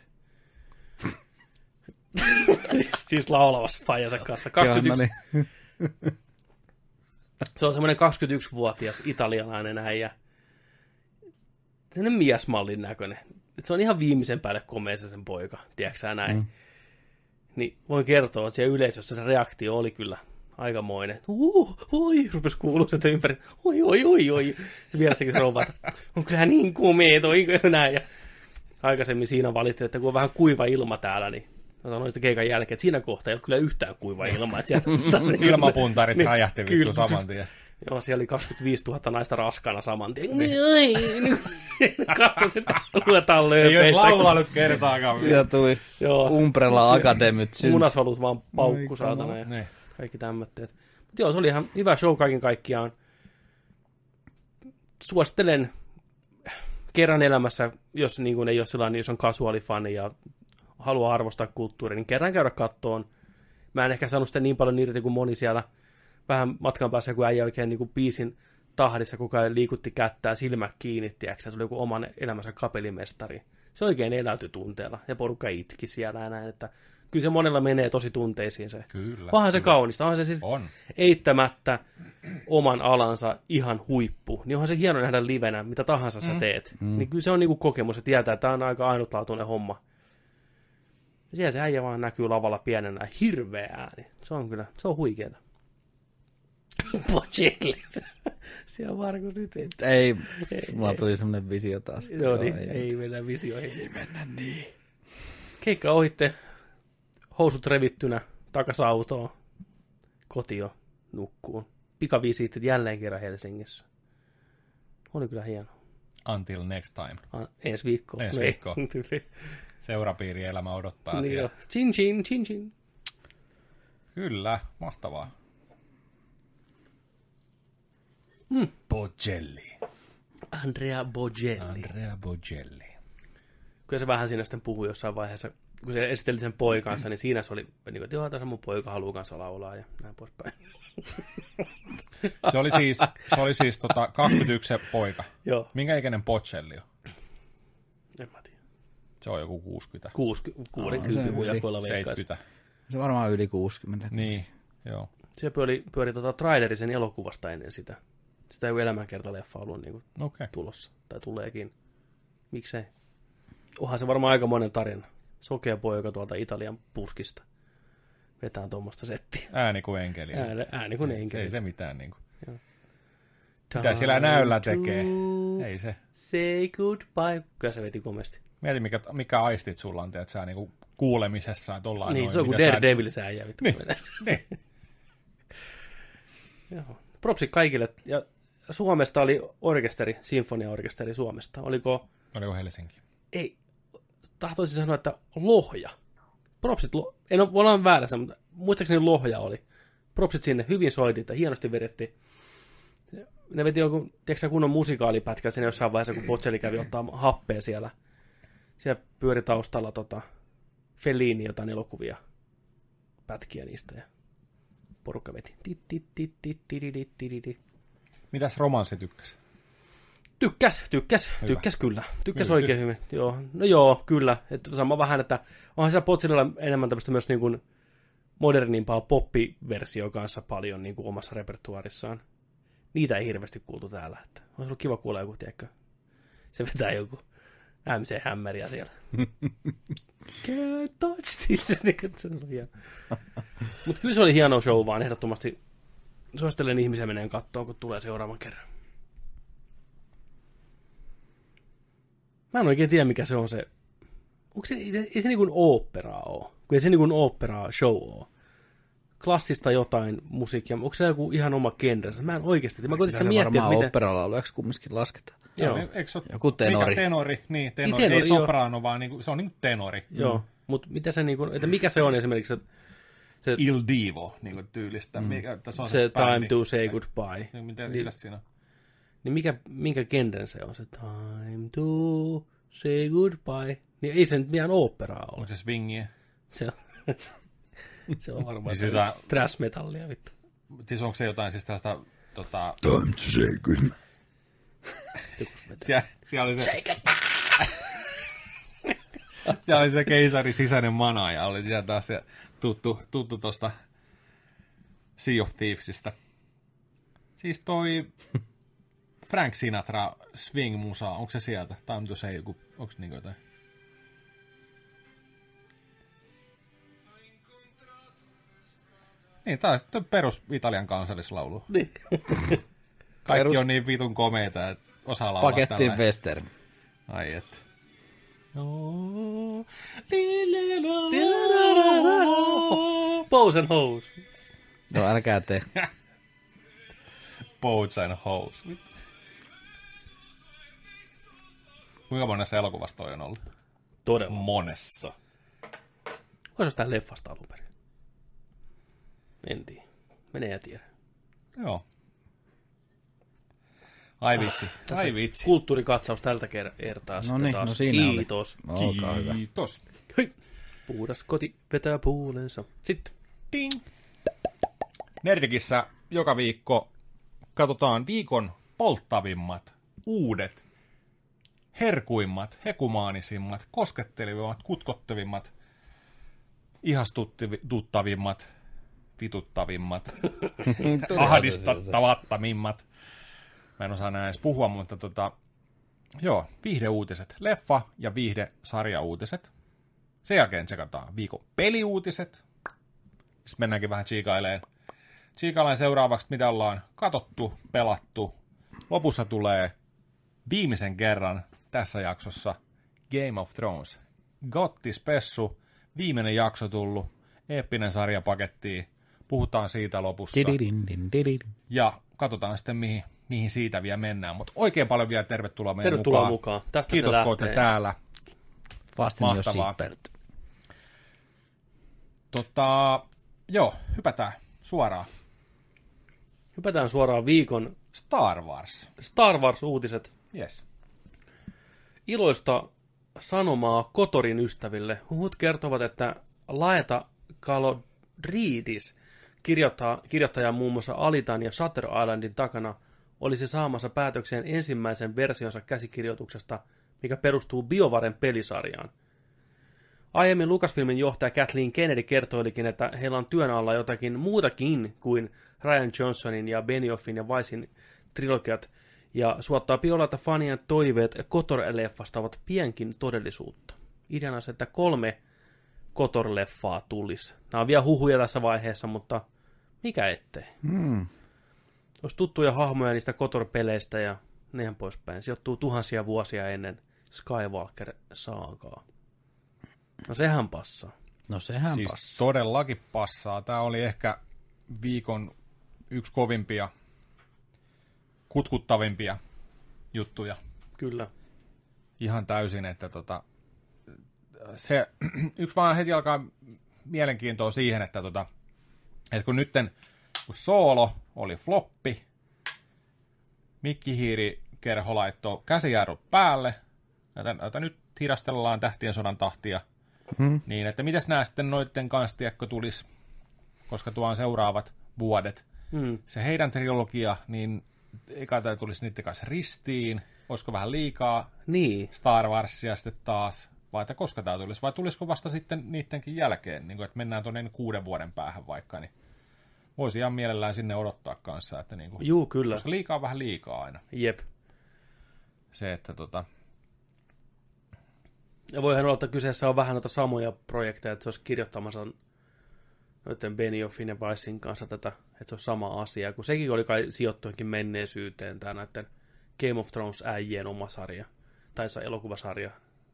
siis, siis laulavassa faijansa kanssa. kaksikymmentäyksi, Joo, no niin. se on semmoinen kaksikymmentäyksivuotias italialainen äijä. Sellainen miesmallin näköinen. Se on ihan viimeisen päälle komeessa sen poika, tiedätkö sä näin. Mm. Niin voin kertoa, että siellä yleisössä se reaktio oli kyllä aikamoinen. Uh, oi, rupesi kuulua sieltä ympäri. Oi, oi, oi, oi. Ja vielä sekin rouva, on kyllä niin komea toi näin. Ja aikaisemmin siinä valittiin, että kun on vähän kuiva ilma täällä, niin mä sanoin sitä keikan jälkeen, että siinä kohtaa ei ole kyllä yhtään kuiva ilma. Että sieltä, Ilmapuntarit niin, räjähti vittu kyllä. saman tien. Joo, siellä oli kaksikymmentäviisituhatta naista raskaana saman tien. Niin. Katso sitä, luetaan lööpeistä. Ei olisi laulanut kertaakaan. Siellä tuli Joo. Umbrella Academyt synt. Munasolut vaan paukku saatana ja Niin. kaikki tämmötteet. Mutta joo, se oli ihan hyvä show kaiken kaikkiaan. Suosittelen kerran elämässä, jos niin kuin ei ole sellainen, jos on casual-fani ja haluaa arvostaa kulttuuria, niin kerran käydä kattoon. Mä en ehkä saanut sitä niin paljon irti kuin moni siellä vähän matkan päässä, kun äijä oikein niin kuin biisin tahdissa, kuka liikutti kättää silmät kiinni, tiiäksä, se oli joku oman elämänsä kapellimestari. Se oikein eläytyi tunteella, ja porukka itki siellä ja näin, että kyllä se monella menee tosi tunteisiin se. Kyllä. Onhan se kaunista, onhan se siis On. eittämättä oman alansa ihan huippu. Niin onhan se hieno nähdä livenä, mitä tahansa sä teet. Mm. Niin kyllä se on niinku kokemus, että tietää, että tämä on aika ainutlaatuinen homma. Ja siellä se äijä vaan näkyy lavalla pienenä, hirveä ääni. Se on kyllä, se on huikeeta. Bocelli. Siellä on Markus nyt. Ei, Ei, ei mulla ei. tuli semmoinen visio taas. Joo, niin, ei, ei mennä visioihin. ei mennä niin. Keikka ohitte, housut revittynä, takas autoon, kotio, nukkuun. Pikavisiitit jälleen kerran Helsingissä. Oli kyllä hieno. Until next time. Ah, ensi viikkoa. Ensi No ei, viikkoa. tyyli. Seurapiirielämä odottaa Niin siellä. joo. Chin chin, chin chin. Kyllä, mahtavaa. Mm. Bocelli. Andrea Bocelli. Andrea Bocelli. Kyllä se vähän siinä sitten puhui jossain vaiheessa kun se esitteli sen poikansa, niin siinä se oli, niin kuin, että joo, tässä mun poika haluaa kanssa laulaa ja näin poispäin. Se oli siis, se oli siis tota, kaksikymmentäyksi se poika. Joo. Minkä ikäinen Bocelli on? En mä tiedä. Se on joku kuusikymmentä. kuusikymmentä hujakoilla veikkaisi. seitsemänkymmentä. Se on varmaan yli kuusikymmentä. Niin, joo. Se pyöri, pyöri tota trailerisen elokuvasta ennen sitä. Sitä ei ole elämänkertaleffa ollut niin Okay. tulossa. Tai tuleekin. Miksei? Onhan se varmaan aika monen tarina. Sokea poika tuolta Italian puskista. Vetään tuommoista settiä. Ääni kuin enkeli. Ääni, ääni kuin enkeli. Ei se mitään niinku. Joo. Mitä sillä näyllä tekee? Ei se. Say goodbye. Kyllä se veti komeasti. Mieti, mikä, mikä aistit sulla on, että sä niinku kuulemisessa, että ollaan Niin, noin. se on kuin Daredevil sä äijä. Niin, niin. Joo. Propsi kaikille. Ja Suomesta oli orkesteri, sinfoniaorkesteri Suomesta. Oliko... Oliko Helsinki? Ei. Tahtoisin sanoa, että Lohja. Propsit, lo... en ole, olla väärässä, mutta muistaakseni Lohja oli. Propsit sinne, hyvin soitit ja hienosti vedettiin. Ne veti joku, tiedätkö kunnon musikaalipätkä sinne jossain vaiheessa, kun Bocelli kävi ottaa happea siellä. Siellä pyöri taustalla tota, Fellini jotain elokuvia, pätkiä niistä ja porukka veti. Mitäs romanssi tykkäsi? Tykkäs, tykkäs, Hyvä. tykkäs kyllä. Tykkäs Hyvä. oikein hyvin. Joo. No joo, kyllä. Että sama vähän, että onhan siellä Bocelilla enemmän tämmöistä myös niin kuin modernimpaa poppiversio kanssa paljon niin kuin omassa repertuarissaan. Niitä ei hirveästi kuultu täällä. Että olisi ollut kiva kuulla joku, tiedätkö? Se vetää joku M C-hämmeriä siellä. Can't touch this. Mutta kyllä se oli hieno show vaan ehdottomasti. Suosittelen ihmisiä meneen katsomaan, kun tulee seuraavan kerran. Mä en oikein tiedä, mikä se on se. Onko se, ei se niin kuin oopperaa ole? Kun ei se niin kuin oopperaa show ole. Klassista jotain musiikkia. Onko se joku ihan oma genrensä? Mä en oikeasti. Mä koitin sitä miettiä, varmaan miten... oopperalaulujaksi kumminkin lasketaan. Joo. Eikö se ole, Joku tenori. Mikä tenori? Niin, tenori. Niin, tenori, ei joo. soprano, vaan niinku, se on niinku tenori. Joo, mutta mitä se niin kuin, että mikä se on esimerkiksi, että se, Il Divo niinku tyylistä. Mm. Mikä, että se on se, se bändi. Time to Say Goodbye. Niin, miten, Niin- mitäs siinä on? Niin mikä, minkä genren se on? Se Time to Say Goodbye. Niin ei se nyt mitään oopperaa ole. Onko se swingiä? Se on, se on varmaan Niin sitä- trash metallia vittu. Siis onko se jotain siis tällaista tota... Time to say good. Siellä, siellä oli se... siellä oli se keisari sisäinen mana ja oli siellä taas se tuttu, tuttu tosta Sea of Thievesistä. Siis toi Frank Sinatra swing-musa, onko se sieltä? Time to Say joku, onko se niinku jotain? Niin, tää on sitten perus Italian kansallislaulu. Niin. Kaikki Perus- on niin vitun komeita, että osaa laulaa Spagettin tällä. western. Ai et. Pose and Hose. No älkää te. Boats and Hose. Kuinka monessa elokuvassa toi on ollut? Todella. Monessa. Onko se jostain leffasta alun perin? En tiedä. Menee ja tiedä. Joo. Ai vitsi. Ai vitsi. Kulttuurikatsaus tältä kertaa. No sitten niin, taas. no siinä oli. Kiitos. Olkaa hyvä. Kiitos. Hei. Puhdas koti vetää puolensa. Sitten. Ding. Nerdikissä joka viikko katsotaan viikon polttavimmat, uudet, herkuimmat, hekumaanisimmat, koskettelivimmat, kutkottavimmat, ihastuttavimmat, vituttavimmat, ahdistattavattomimmat. Mä en osaa näin edes puhua, mutta tota, joo, viihdeuutiset, leffa- ja viihdesarjauutiset. Sen jälkeen tsekataan viikon peliuutiset. Sitten mennäänkin vähän tsiikaileen. Tsiikaileen seuraavaksi, mitä ollaan katottu, pelattu. Lopussa tulee viimeisen kerran tässä jaksossa Game of Thrones. Gotti Spessu, viimeinen jakso tullut, eeppinen sarjapaketti. Puhutaan siitä lopussa. Ja katsotaan sitten, mihin, mihin siitä vielä mennään. Mutta oikein paljon vielä tervetuloa meidän Tervetuloa mukaan. mukaan. Tästä Kiitos, se kun olette lähtee. täällä. Fasten your Mahtavaa. seatbelt. Tota, joo, hypätään suoraan. Hypätään suoraan viikon Star Wars. Star Wars-uutiset. Yes. Iloista sanomaa Kotorin ystäville. Huhut kertovat, että Laeta Kalodridis, kirjoittaja, kirjoittaja muun muassa Alitan ja Shutter Islandin takana, olisi saamassa päätökseen ensimmäisen versionsa käsikirjoituksesta, mikä perustuu BioVaren pelisarjaan. Aiemmin Lucasfilmin johtaja Kathleen Kennedy kertoilikin, että heillä on työn alla jotakin muutakin kuin Ryan Johnsonin ja Benioffin ja Weissin trilogiat, ja suottaa piilolla, että fanien toiveet Kotor-leffasta ovat pienkin todellisuutta. Ideana on se, että kolme Kotor-leffaa tulisi. Nämä on vielä huhuja tässä vaiheessa, mutta mikä ettei. Hmm. Olisi tuttuja hahmoja niistä Kotor-peleistä ja nehän poispäin. Sijoittuu tuhansia vuosia ennen Skywalker-saagaa. No sehän passaa. No sehän siis passaa. todellakin passaa. Tämä oli ehkä viikon yksi kovimpia, kutkuttavimpia juttuja. Kyllä. Ihan täysin, että tota, se yksi vaan heti alkaa mielenkiintoa siihen, että, tota, että kun nytten, kun Solo oli floppi, Mikki Hiiri-kerho laittoi käsijarrut päälle, jota, jota nyt hidastellaan Tähtien sodan tahtia, hmm. niin että mitäs nämä sitten noitten kanssa, tiedätkö, tulisi, koska tuo on seuraavat vuodet. Hmm. Se heidän trilogia, niin eikä tämä tulisi niiden kanssa ristiin, olisiko vähän liikaa niin. Star Warsia sitten taas, vai että koska tämä tulisi, vai tulisiko vasta sitten niidenkin jälkeen, niin kuin, että mennään tuonne kuuden vuoden päähän vaikka, niin voisi ihan mielellään sinne odottaa kanssa, että niin kuin, juu, kyllä. Koska liikaa on vähän liikaa aina. Jep. Se, että tota... Ja voihan olla, että kyseessä on vähän noita samoja projekteja, että se olisi kirjoittamassa noiden Benioffin ja Weissin kanssa tätä, että se on sama asia, kun sekin oli kai sijoittuinkin menneisyyteen, tämä näiden Game of Thrones-äijien oma sarja, tai se elokuvasarja.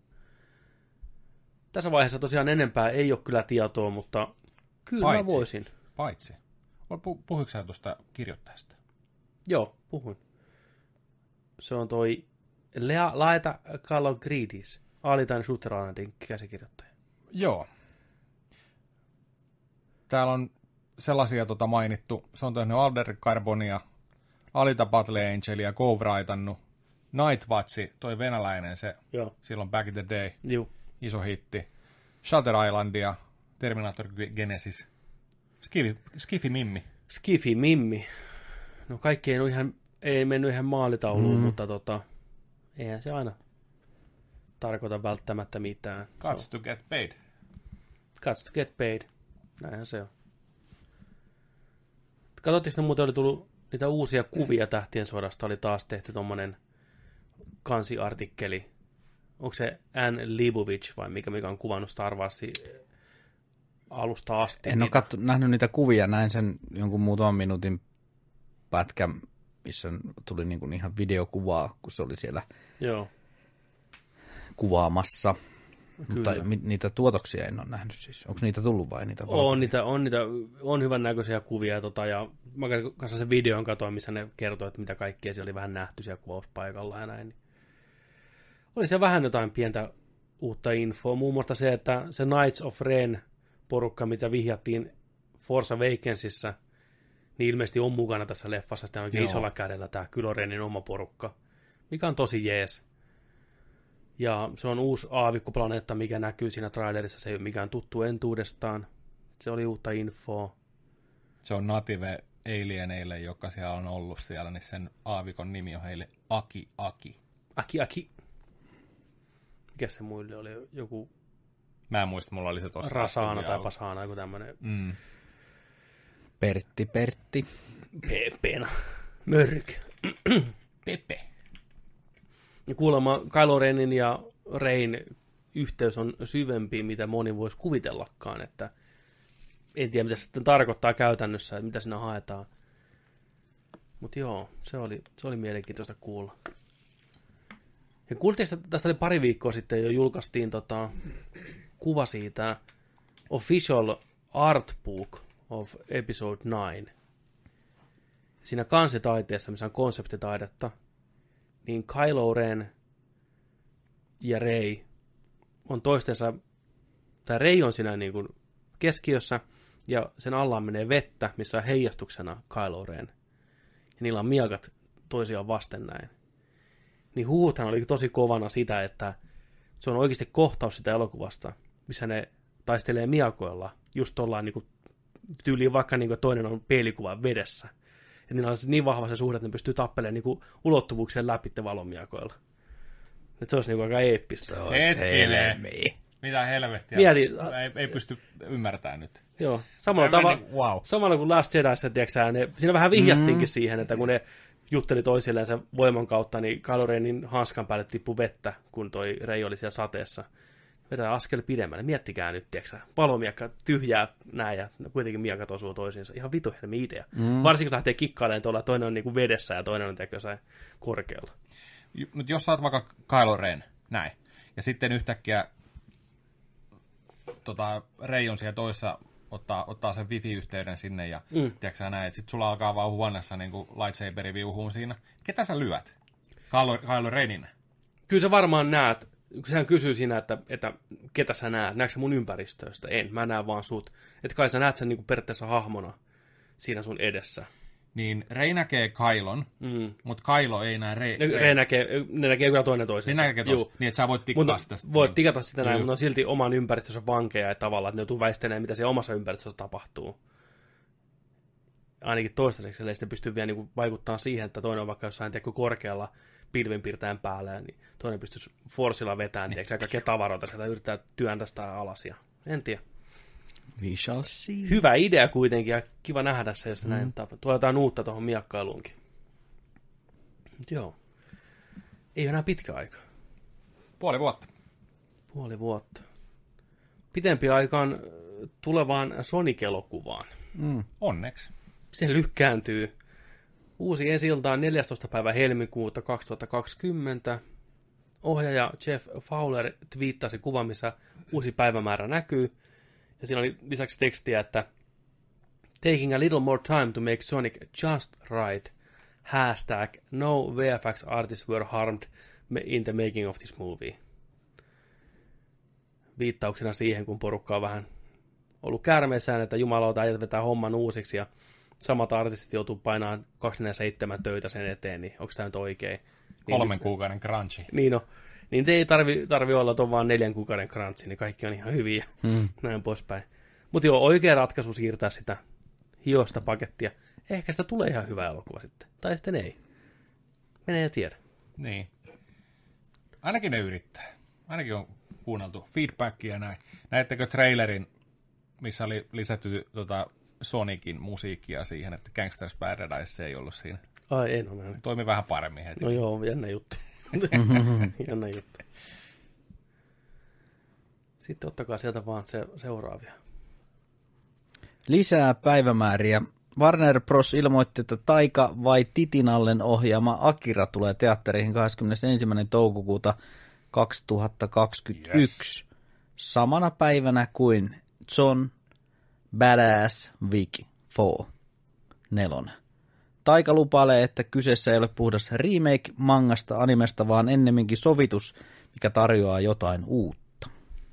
Tässä vaiheessa tosiaan enempää ei ole kyllä tietoa, mutta kyllä paitsi, mä voisin. Paitsi. Puhuitko sä tuosta kirjoittajasta? Joo, puhuin. Se on toi Lea, Laeta Kalogridis, Alitan Shutter Islandin käsikirjoittaja. Joo. Täällä on sellaisia tota mainittu. Se on tehnyt Alder Carbonia, Alita Battle Angelia, Ghostwritannut, Night Watch, toi venäläinen, se Joo. silloin Back in the Day, Joo. iso hitti. Shutter Islandia, Terminator Genesis, Skifi, Skifi Mimmi. Skifi Mimmi. No kaikki ei, ihan, ei mennyt ihan maalitauluun, mm. mutta tota, eihän se aina tarkoita välttämättä mitään. Cuts to get paid. Cuts to get paid. Näinhän se on. Katsottiin, että muuten oli tullut niitä uusia kuvia Tähtien sodasta. Oli taas tehty tommonen kansiartikkeli. Onko se Ann Leibovitz vai mikä, mikä on kuvannut Star Warsin alusta asti? En ole katso, nähnyt niitä kuvia, näin sen jonkun muutaman minuutin pätkän, missä tuli niin kuin ihan videokuvaa, kun se oli siellä Joo. kuvaamassa. Kyllä. Mutta niitä tuotoksia en ole nähnyt siis. Onko niitä tullut vai niitä? On niitä, on niitä, on hyvän näköisiä kuvia, tota, ja mä kanssa sen videon katoin, missä ne kertoi, että mitä kaikkea siellä oli vähän nähty siellä kuvauspaikalla ja näin. Oli se vähän jotain pientä uutta infoa, muun muassa se, että se Knights of Ren porukka, mitä vihjattiin Force Awakensissa, niin ilmeisesti on mukana tässä leffassa, sitä on oikein isolla kädellä tämä Kylo Renin oma porukka, mikä on tosi jees. Ja se on uusi aavikkoplaneetta, mikä näkyy siinä trailerissa. Se ei ole mikään tuttu entuudestaan. Se oli uutta infoa. Se on native alieneille, joka siellä on ollut siellä, niin sen aavikon nimi on heille Aki Aki. Aki Aki. Mikä se muille oli? Joku... Mä en muista, mulla oli se tossa. Rasaana tai Pasaana, joku tämmönen. Mm. Pertti, Pertti. Pepena. Mörk. Pepe. Ja kuulemma Kylo Renin ja Rein yhteys on syvempi, mitä moni voisi kuvitellakaan, että en tiedä, mitä se sitten tarkoittaa käytännössä, että mitä siinä haetaan. Mutta joo, se oli, se oli mielenkiintoista kuulla. Ja kuultiin, että tästä oli pari viikkoa sitten jo julkaistiin tota, kuva siitä Official Art Book of Episode nine. Siinä kansitaiteessa, missä on konseptitaidetta, niin Kylo Ren ja Rey on toistensa, tai Rey on siinä niin kuin keskiössä, ja sen alla menee vettä, missä on heijastuksena Kylo Ren. Ja niillä on miakat toisiaan vasten näin. Niin huuthan oli tosi kovana sitä, että se on oikeasti kohtaus sitä elokuvasta, missä ne taistelee miakoilla just ollaan niin tyyliin vaikka niin kuin toinen on peilikuva vedessä. Että niillä on niin vahva se suhde, että ne pystyy tappelemaan niin ulottuvuuksien läpi valomiakoilla. Että se olisi niin aika eeppistä. Se olisi helmi. Mitä helvettiä. Mieti, ei, ei pysty ymmärtämään nyt. Joo, samalla tavalla niin, wow. samalla kuin Last Jedissä, tiedätkö, ne, siinä vähän vihjattiinkin mm. siihen, että kun ne jutteli toisilleen sen voiman kautta, niin Kylo Renin hanskan päälle tippui vettä, kun toi Rey oli siellä sateessa. Vedään askel pidemmälle. Miettikää nyt, tiedätkö, palomiakka tyhjää näin ja kuitenkin miakat osuu toisiinsa. Ihan vitu helmi idea. Mm. Varsinkin kun lähtee kikkailemaan tuolla, toinen on niinku vedessä ja toinen on tiedätkö, korkealla. Mutta jos sä oot vaikka Kylo Ren, näin, ja sitten yhtäkkiä tota, Rey on siellä toissa, ottaa, ottaa sen wifi-yhteyden sinne ja mm. tiedätkö näin, että sit sulla alkaa vaan huoneessa niinku lightsaberi viuhuun siinä. Ketä sä lyöt? Kylo, Kylo Renin? Kyllä sä varmaan näet, kun sehän kysyy siinä, että, että ketä sä näet, näetkö sä mun ympäristöstä? En, mä näen vaan sut. Että kai sä näet sen niinku periaatteessa hahmona siinä sun edessä. Niin Rey näkee Kylon, mm. mutta Kylo ei näe Rey. Ne, Rey näkee, ne näkee kyllä toinen toisensa. Ne näkee toisensa, niin että sä voit tikkaa sitä. Voit tikata sitä näin, mutta ne on silti oman ympäristössä vankeja ja tavallaan, että ne joutuu väistelemään, mitä siellä omassa ympäristössä tapahtuu. Ainakin toistaiseksi, eli sitten pystyy vielä niinku vaikuttamaan siihen, että toinen on vaikka jossain tiedätkö, korkealla pilvenpiirtäjän päällä, niin toinen pystyisi forsilla vetämään, niin. tiedätkö, kaikkea tavaroita sieltä yrittää työntää sitä alas. Ja en tiedä. We shall see. Hyvä idea kuitenkin, ja kiva nähdä se, jos mm. näin tapahtuu. Tuo jotain uutta tuohon miakkailuunkin. Mut joo. Ei enää pitkä aika. Puoli vuotta. Puoli vuotta. Pitempi aikaan tulevaan Sonic-elokuvaan. Mm. Onneksi. Se lykkääntyy. Uusi ensi-ilta on neljästoista päivä helmikuuta kaksituhattakaksikymmentä. Ohjaaja Jeff Fowler twiittasi kuvan, missä uusi päivämäärä näkyy. Ja siinä oli lisäksi tekstiä, että taking a little more time to make Sonic just right. Hashtag no V F X artists were harmed in the making of this movie. Viittauksena siihen, kun porukka on vähän ollut käärmeessään, että jumalauta äijät vetää homman uusiksi ja samat artistit joutuu painamaan kaksikymmentäseitsemän töitä sen eteen, niin onko tämä nyt oikein? Kolmen niin, kuukauden crunchi. Niin no. Niin ei tarvi, tarvi olla, että on vaan neljän kuukauden crunchi, niin kaikki on ihan hyviä. Hmm. Näin poispäin. Mutta joo, oikea ratkaisu siirtää sitä hiosta pakettia. Ehkä sitä tulee ihan hyvä elokuva sitten. Tai sitten ei. Menee ja tiedä. Niin. Ainakin ne yrittää. Ainakin on kuunneltu feedbackia näin. Näettekö trailerin, missä oli lisätty tota, Sonicin musiikkia siihen, että Gangsters Paradise ei ollut siinä? Ai, en ole. Toimi vähän paremmin heti. No joo, jännä juttu. jännä juttu. Sitten ottakaa sieltä vaan se, seuraavia. Lisää päivämääriä. Warner Bros. Ilmoitti, että Taika Waitinallen ohjaama Akira tulee teatteriin kahdeskymmenesensimmäinen toukokuuta kaksituhattakaksikymmentäyksi. Yes. Samana päivänä kuin John Badass Wick neljä. Taika lupailee, että kyseessä ei ole puhdas remake mangasta animesta, vaan ennemminkin sovitus, mikä tarjoaa jotain uutta.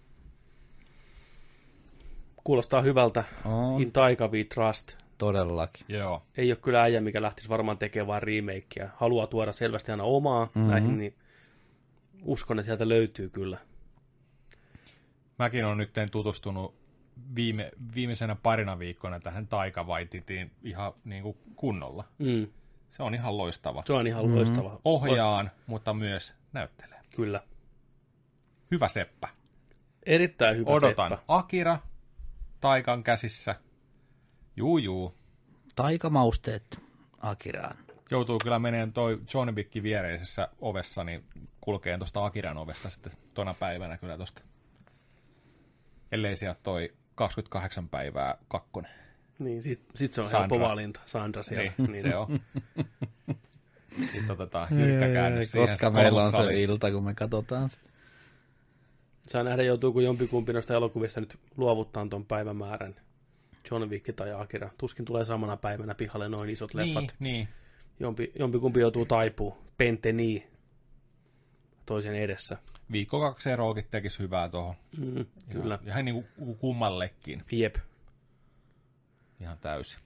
Kuulostaa hyvältä. On. In Taika we trust. Todellakin. Joo. Ei ole kyllä äijä, mikä lähtisi varmaan tekemään vaan remakeä. Haluaa tuoda selvästi aina omaa mm-hmm. näihin, niin uskon, että sieltä löytyy kyllä. Mäkin olen nyt tutustunut viime, viimeisenä parina viikkoina tähän Taika Waititiin ihan niin kuin kunnolla. Mm. Se on ihan loistava. Se on ihan mm-hmm. loistava. Ohjaan, Loist... mutta myös näyttelee. Kyllä. Hyvä seppä. Erittäin hyvä Odotan seppä. Akira Taikan käsissä. Juu, juu. Taikamausteet Akiraan. Joutuu kyllä menemään toi John Wickin viereisessä ovessa, niin kulkee tuosta Akiran ovesta sitten tona päivänä kyllä tosta. Ellei sieltä toi kaksikymmentäkahdeksan päivää kakkonen. Niin, sit, sit se on Sandra. Helppo valinta. Sandra siellä. Niin, niin. Se on. Sitten otetaan hirkkäkäännös siihen. Koska meillä on se ilta, kun me katsotaan se. Saa nähdä, joutuuko jompikumpi noista elokuvista nyt luovuttaa ton päivämäärän. John Wick tai Akira. Tuskin tulee samana päivänä pihalle noin isot niin, leffat. Niin. Jompi, jompikumpi joutuu taipuu. Penteni toisen edessä. Viikko kaksi eroakin tekisi hyvää tuohon. Mm, kyllä. Ihan niin kuin kummallekin. Jep. Ihan täysin.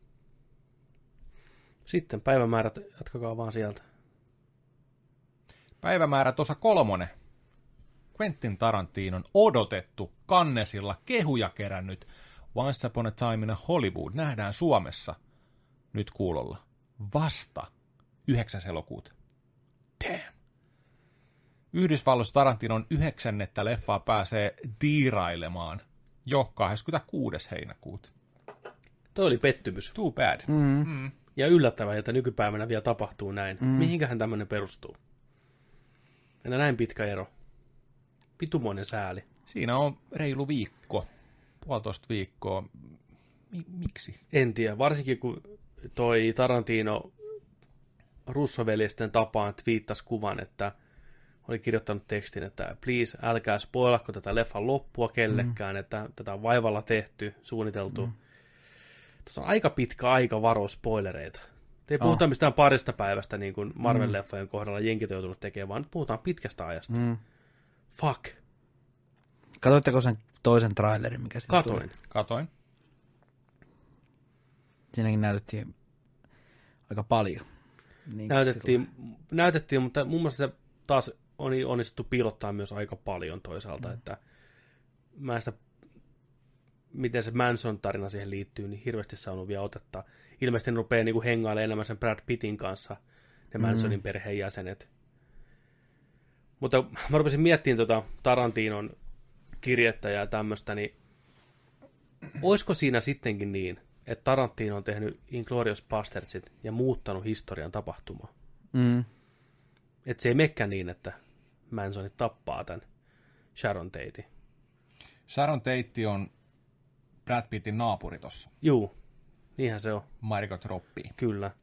Sitten päivämäärät, jatkakaa vaan sieltä. Päivämäärät osa kolmonen. Quentin Tarantinon odotettu, kannesilla kehuja kerännyt Once Upon a Time in Hollywood nähdään Suomessa nyt kuulolla vasta yhdeksäs elokuuta. Damn. Yhdysvalloissa Tarantinon yhdeksännettä leffaa pääsee diirailemaan jo kahdeskymmeneskuudes heinäkuuta. Toi oli pettymys. Too bad. Mm. Mm. Ja yllättävää, että nykypäivänä vielä tapahtuu näin. Mm. Mihinkähän tämmöinen perustuu? Entä näin pitkä ero? Pitumoinen sääli. Siinä on reilu viikko, puolitoista viikkoa. Mi- miksi? En tiedä, varsinkin kun toi Tarantino Russo-veljesten tapaan twiittasi kuvan, että oli kirjoittanut tekstin, että please, älkää spoilako tätä leffan loppua kellekään, mm. että tätä on vaivalla tehty, suunniteltu. Mm. Tässä on aika pitkä aika varoa spoilereita. Ei puhuta oh. mistään parista päivästä, niin kuin Marvel-leffojen kohdalla jenkit on joutunut tekemään, vaan nyt puhutaan pitkästä ajasta. Mm. Fuck. Katoitteko sen toisen trailerin, mikä siitä Katoin. tuli? Katoin. Siinäkin näytettiin aika paljon. Niin näytettiin, näytettiin, mutta mun mielestä se taas on onnistuttu piilottaa myös aika paljon toisaalta, mm. että mä en sitä, miten se Manson-tarina siihen liittyy, niin hirveästi saanut vielä otetta. Ilmeisesti ne rupeaa niin kuin hengailemaan enemmän sen Brad Pittin kanssa, ne Mansonin mm. perheenjäsenet. Mutta mä rupesin miettimään tuota Tarantinon kirjettä ja tämmöistä, niin olisiko siinä sittenkin niin, että Tarantino on tehnyt Inglourious Bastardsit ja muuttanut historian tapahtumaa? Mm. Että se ei mekään niin, että Mansonit tappaa tämän Sharon Tatein. Sharon Tate on Brad Pittin naapuri tossa. Juu, niinhän se on. Margot Robbie. Kyllä.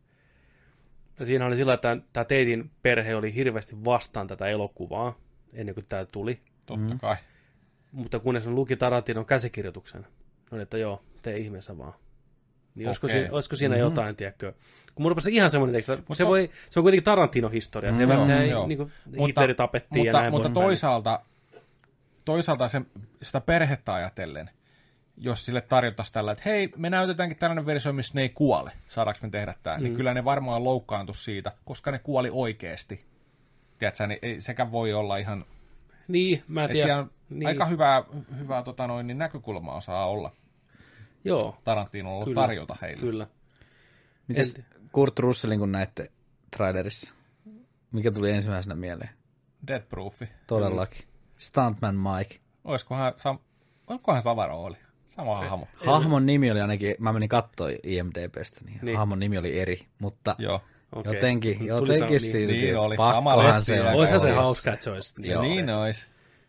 Ja siinä oli sillä, että tämä Tatein perhe oli hirveästi vastaan tätä elokuvaa, ennen kuin tämä tuli. Totta mm. kai. Mutta kunnes on luki Tarantinon käsikirjoituksen, oli, että joo, tee ihmeessä vaan. Niin olisiko, siinä, olisiko siinä mm-hmm. jotain, tiedätkö? Kun mun rupesi ihan semmoinen, että se, voi, se on kuitenkin Tarantino-historia. Se, mm, se joo, niin kuin Hitleri tapettiin mutta, ja näin Mutta toisaalta, toisaalta se, sitä perhettä ajatellen, jos sille tarjottaisiin tällä, että hei, me näytetäänkin tällainen versio, missä ne ei kuole, saadaanko me tehdä tämä, mm. niin kyllä ne varmaan loukkaantu siitä, koska ne kuoli oikeasti. Tiedätkö, niin ei sekään voi olla ihan... Niin, mä en tiedä. Niin. Aika hyvää, hyvää tota noin, niin näkökulmaa saa olla. Joo. Tarantinolla kyllä, tarjota heille. Kyllä. Mites Kurt Russellin, kun näette trailerissa? Mikä tuli ensimmäisenä mieleen? Death Proofi. Todellakin. Mm. Stuntman Mike. Olisikohan, sam- olisikohan sama rooli? Sama hahmo. Hahmon nimi oli ainakin, mä menin katsoa I M D B:stä, niin, niin hahmon nimi oli eri, mutta joo. Okay. jotenkin, jotenkin sa- silti, niin, oli. pakkohan se on. Oisa se hauska, että se olisi. Niin, niin olisi.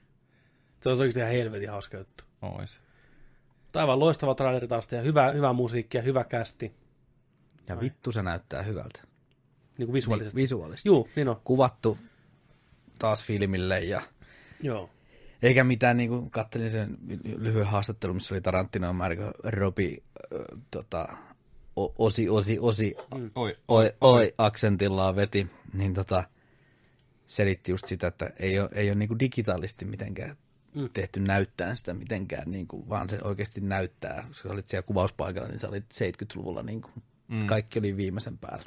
Se olisi oikeasti ihan helvetin hauska juttu. Ois. Aivan loistava traileri taas, ja hyvä, hyvä musiikki ja hyvä kästi. Ja Ai. vittu se näyttää hyvältä. Niin kuin visuaalisesti. Niin, visuaalisesti. Juu, niin on. Kuvattu taas filmille ja... Joo. Eikä mitään, niin kuin katselin sen lyhyen haastattelun, missä oli Tarantino ja Margot Robbie äh, tota, osi, osi, osi, mm. oi, oi, oi, oi, aksentillaan veti, niin tota, selitti just sitä, että ei ole, ei ole niin kuin digitaalisti mitenkään mm. tehty näyttää sitä mitenkään, niin kuin, vaan se oikeasti näyttää. Kun sä olit siellä kuvauspaikalla, niin sä olit seitsemänkymmentäluvulla, niin kuin, mm. kaikki oli viimeisen päälle.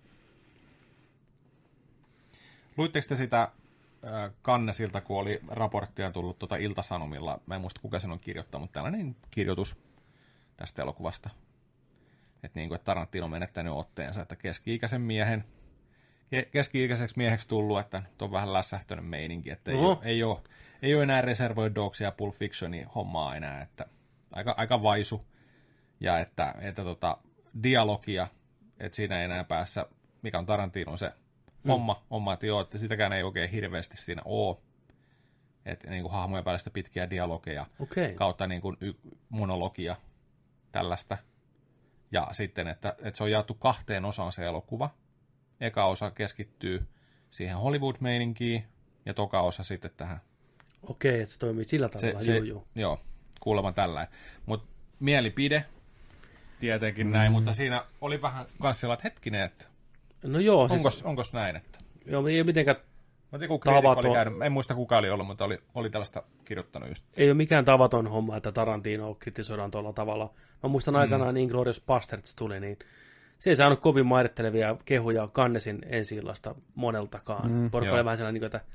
Luitteko te sitä äh, Cannesilta, kun oli raporttia tullut tuota Ilta-Sanomilla, mä en muista kuka sen on kirjoittanut, mutta tällainen kirjoitus tästä elokuvasta, että niin kuin, että Tarantino on menettänyt otteensa, että keski-ikäisen miehen, keski-ikäiseksi mieheksi tullut, että nyt on vähän lässähtöinen meininki, että ei, Oho. ole, ei, ole, ei ole enää Reservoir Dogsia ja Pulp Fictionia hommaa enää, että aika, aika vaisu, ja että, että tota, dialogia, että siinä ei enää päässä, mikä on Tarantinon se homma, mm. homma, että joo, että sitäkään ei oikein hirveästi siinä ole, että niin kuin hahmojen välistä pitkiä dialogeja, okay. kautta niin kuin y- monologia, tällaista. Ja sitten, että, että se on jaettu kahteen osaan se elokuva. Eka osa keskittyy siihen Hollywood-meininkiin, ja toka osa sitten tähän. Okei, että se toimii sillä tavalla, se, juu, juu. Joo, kuulemma tällainen. Mutta mielipide, tietenkin mm. näin, mutta siinä oli vähän kans sellainen, että hetkinen, että no joo, onkos, siis... onkos näin, että... Joo, ei ole mitenkään tavaton. Oli käynyt, en muista kuka oli ollut, mutta oli, oli tällaista kirjoittanut just. Ei ole mikään tavaton homma, että Tarantino kritisoidaan tuolla tavalla. Mä muistan mm. aikanaan Inglourious Basterds tuli, niin se ei saanut kovin mairittelevia kehuja Cannesin ensi-illasta moneltakaan. Mm, Porukka oli vähän sellainen, että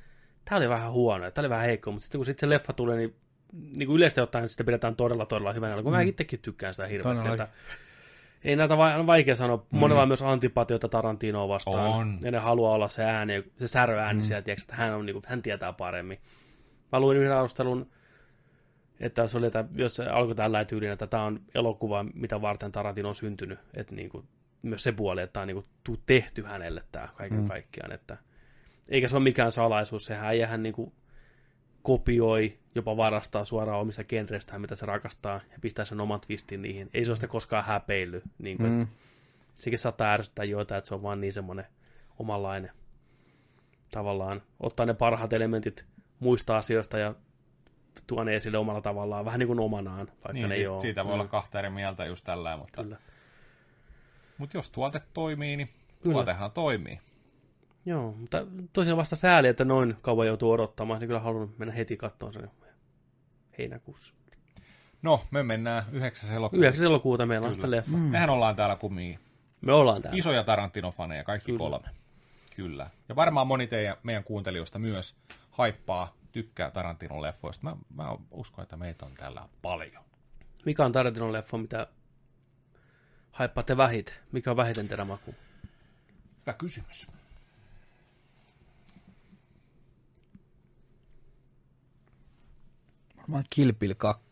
tää oli vähän huono, tää oli vähän heikko, mutta sitten kun sit se leffa tulee, niin, niin kuin yleisesti ottaen sitä pidetään todella, todella hyvänä, kun mm. mä itsekin tykkään sitä hirveästi. Että ei näitä va- on vaikea sanoa. Mm. Monella on myös antipatioita Tarantinoa vastaan. On. Ja ne haluaa olla se ääni, se säröääni mm. siellä, tiiäks, että hän, on, niin kuin, hän tietää paremmin. Mä luin yhden arvostelun, että se oli, että jos se alkoi tällä tyyliin, että tämä on elokuva, mitä varten Tarantino on syntynyt. Että niin kuin, myös se puoli, että tämä on niin kuin, tehty hänelle tämä kaiken mm. kaikkiaan. Että, eikä se ole mikään salaisuus. Sehän äijähän niin kuin, kopioi, jopa varastaa suoraan omista genreistään, mitä se rakastaa, ja pistää sen oman twistin niihin. Ei se ole sitä koskaan häpeillyt. Niin kuin, mm. sekin saattaa ärsyttää joita, että se on vaan niin semmoinen omanlainen. Tavallaan ottaa ne parhaat elementit muista asioista ja tuo ne esille omalla tavallaan, vähän niin kuin omanaan. Vaikka niin, ne siitä, ole. siitä voi mm. olla kahta eri mieltä just tällä, mutta, mutta jos tuote toimii, niin Kyllä. tuotehan toimii. Joo, mutta tosiaan vasta sääli, että noin kauan joutuu odottamaan, niin kyllä haluan mennä heti katsomaan sen heinäkuussa. No, me mennään yhdeksäs elokuuta. yhdeksäs elokuuta meillä on sitä leffa. Mm. Mehän ollaan täällä kumminkin. Me ollaan täällä. Isoja Tarantino-faneja, kaikki kyllä. kolme. Kyllä. Ja varmaan moni teidän, meidän kuuntelijoista myös haippaa, tykkää Tarantinon leffoista. Mä, mä uskon, että meitä on täällä paljon. Mikä on Tarantinon leffa, mitä haippaatte vähiten? Mikä on vähiten teidän maku? Hyvä kysymys. Varmaan Kill Bill kaksi.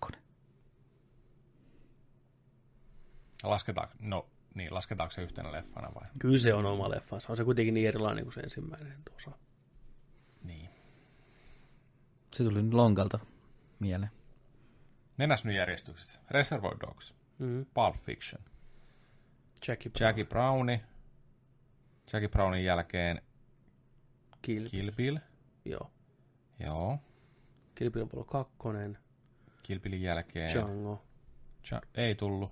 Lasketaanko, no, niin, lasketaanko se yhtenä leffana vai? Kyllä se on oma leffansa. On se kuitenkin niin erilainen kuin se ensimmäinen osa. Niin. Se tuli nyt lonkalta mieleen. Mennäs nyt järjestyksessä. Reservoir Dogs, mm-hmm. Pulp Fiction, Jackie Brown. Jackie Browni, Jackie Brownin jälkeen Kill, Kill Bill. Joo. Joo. Kill Bill Vol kakkonen. Kill Billin jälkeen Django. Ja, ei tullut.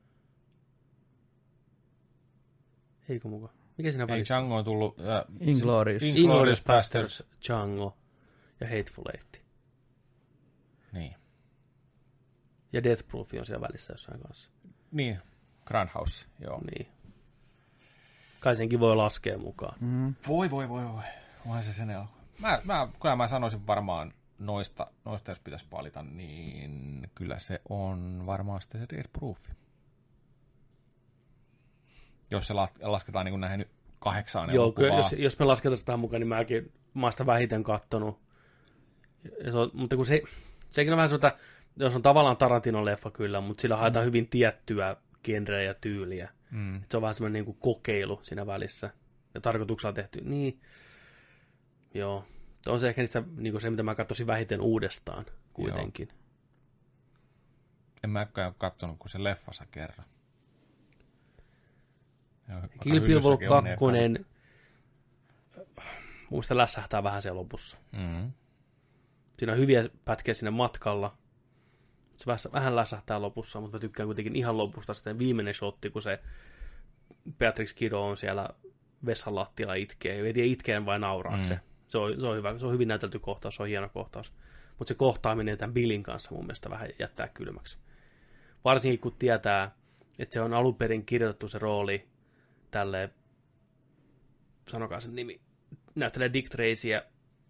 Eikö mukaan? Mikä siinä ei, välissä? Django on tullut. Äh, Inglourious. Inglourious Basterds, Django ja Hateful Eight. Niin. Ja Death Proof on siellä välissä jossain kanssa. Niin, Grindhouse, joo. Niin. Kai senkin voi laskea mukaan. Mm. Voi, voi, voi, voi. Onhan se sen elokuva. Mä, mä, kyllä mä sanoisin varmaan noista, noista, jos pitäisi valita, niin kyllä se on varmaan sitten se Death Proof. Jos se lasketaan niin kuin näihin kahdeksaan Joo, elokuvaa. Jos, jos me lasketaan sitä mukaan, niin mäkin mä oon sitä vähiten kattonut. Ja se on, mutta kun se, sekin on vähän semmoinen, että jos on tavallaan Tarantinon leffa kyllä, mutta sillä haetaan mm. hyvin tiettyä genreä ja tyyliä. Mm. Se on vähän semmoinen niin kuin kokeilu siinä välissä. Ja tarkoituksella tehty. Niin, joo. On se ehkä niistä, niin kuin se, mitä mä katsoisin vähiten uudestaan kuitenkin. Joo. En mäkään ole katsonut kuin se leffassa kerran. Kill Bill Vol kakkonen, muista lässähtää vähän siellä lopussa. Mm-hmm. Siinä on hyviä pätkiä sinne matkalla. Se vähän lässähtää lopussa, mutta mä tykkään kuitenkin ihan lopusta sitten viimeinen shotti, kun se Beatrix Kiddo on siellä vessan lattialla itkee. Ei tiedä itkeen vai nauraako se. Mm. Se on, se on hyvä. Se on hyvin näytelty kohtaus, se on hieno kohtaus. Mutta se kohtaaminen tämän Billin kanssa mun mielestä vähän jättää kylmäksi. Varsinkin kun tietää, että se on alun perin kirjoitettu se rooli tälle, sanokaa sen nimi, näyttelee Dick Tracyä.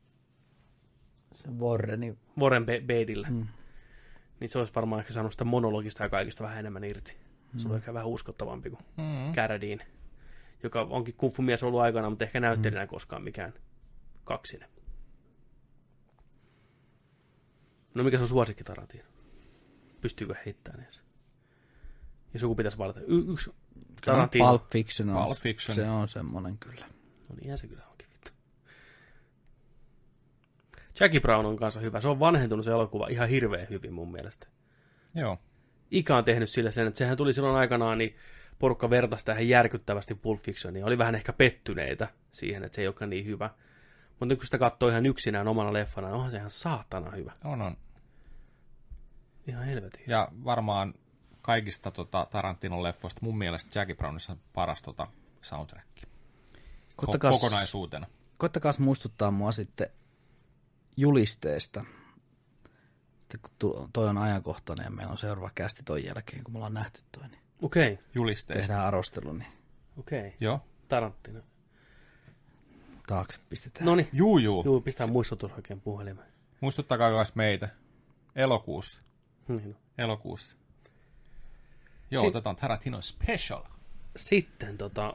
Se Warreni. Warren Beattyllä. Mm. Niin se olisi varmaan ehkä saanut sitä monologista ja kaikista vähän enemmän irti. Mm. Se on ehkä vähän uskottavampi kuin mm. Carradine, joka onkin kuffumies ollut aikana, mutta ehkä näyttelijänä mm. koskaan mikään kaksinen. No mikä se on suosikki Tarantino? Pystyykö heittämään edes? Jos joku pitäisi valita. Y- yksi Tarantino. Pulp Fiction on, Pulp Fiction. Se on semmoinen kyllä. No niinhän se kyllä onkin vittu. Jackie Brown on kanssa hyvä. Se on vanhentunut se elokuva ihan hirveän hyvin mun mielestä. Joo. Ika on tehnyt sille sen, että sehän tuli silloin aikanaan, niin porukka vertaisi tähän järkyttävästi Pulp Fictioniin. Oli vähän ehkä pettyneitä siihen, että se ei olekaan niin hyvä. Mutta nyt kun sitä katsoo ihan yksinään omana leffana, niin onhan se ihan saatana hyvä. On, on. Ihan helvetin hyvä. Ja varmaan kaikista tota, Tarantinon leffoista mun mielestä Jackie Brownissa on paras tota, soundtrack. Koittakas, kokonaisuutena. Koittakaa muistuttaa mua sitten julisteesta. Sitten kun toi on ajankohtainen ja meillä on seuraava kästi toi jälkeen, kun me ollaan nähty toi. Niin okei. Okay. Julisteesta. Tehdään arvostelu. Niin. Okei. Okay. Joo. Tarantino. taakse pistetään. Noniin. Juu, juu. Juu, pistää muistutus oikein puhelimeen. Muistuttakaa myös meitä. Elokuussa. Niin. Elokuussa. Joo, Si- otetaan Tarantino Special. Sitten tota...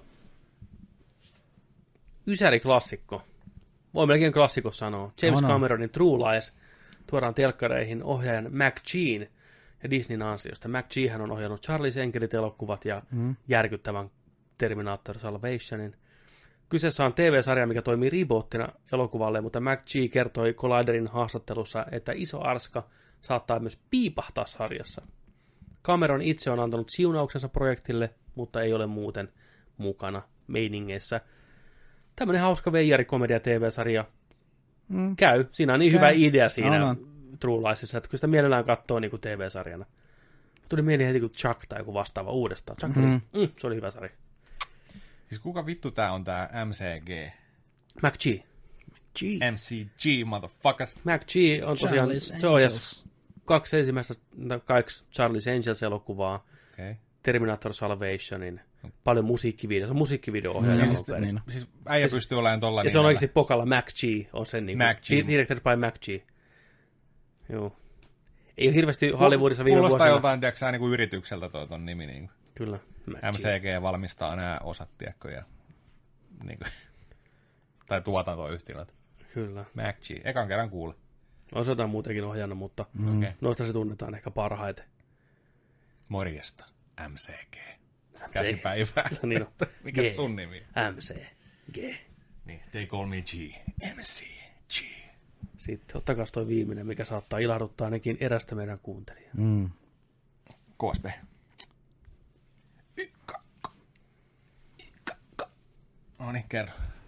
Ysäri-klassikko. Voi melkein klassikko sanoa. James No, no. Cameronin True Lies tuodaan telkkareihin ohjaajan McGee'n ja Disneyn ansiosta. McGeehän on ohjannut Charlie's Enkelit-elokuvat ja mm. järkyttävän Terminator Salvationin. Kyseessä on T V-sarja, mikä toimii reboottina elokuvalle, mutta McGee kertoi Colliderin haastattelussa, että iso arska saattaa myös piipahtaa sarjassa. Cameron itse on antanut siunauksensa projektille, mutta ei ole muuten mukana meiningeissä. Tämmöinen hauska veijärikomedia T V-sarja mm. käy. Siinä on niin käy. Hyvä idea siinä on. True Liesissa, että kyllä sitä mielellään katsoo niin kuin T V-sarjana. Tuli mieleen heti kuin Chuck tai joku vastaava uudestaan. Chuck mm. oli, mm, se oli hyvä sarja. Siis kuka vittu tää on tää M C G? McGee. McGee. M C G, motherfuckers. McGee on tosiaan, se on kaksi ensimmäistä, kaksi Charlie's Angels-elokuvaa, Okay. Terminator Salvationin, paljon musiikkivideo, se on musiikkivideo-ohjaaja. Mm, siis, niin. Siis äijä pystyy olemaan tolla ja nimellä. se on oikeasti pokalla McGee, on sen niin McGee. Directed by McGee. Joo. Ei ole hirveästi Hollywoodissa viime vuosina. Kuulostaa joltain, tiedätkö niin kuin yritykseltä toi ton nimi. Niin kuin. Kyllä. McGee. M C G valmistaa nämä osat, tiedätkö, ja niin kuin, tai tuotantoyhtiöt. Kyllä. McGee. Ekan kerran kuule. On se jotain muutenkin ohjannut, mutta mm. okay. noista se tunnetaan ehkä parhaiten. Morjesta, M C G. Käsipäivää. Niin on. Mikä G. sun nimi? M C G. Niin, they call me G. M C G. Sitten ottakaa toi viimeinen, mikä saattaa ilahduttaa ainakin erästä meidän kuuntelijaa. Mm. K S B. Ykakka. Ykakka. No niin, kerro.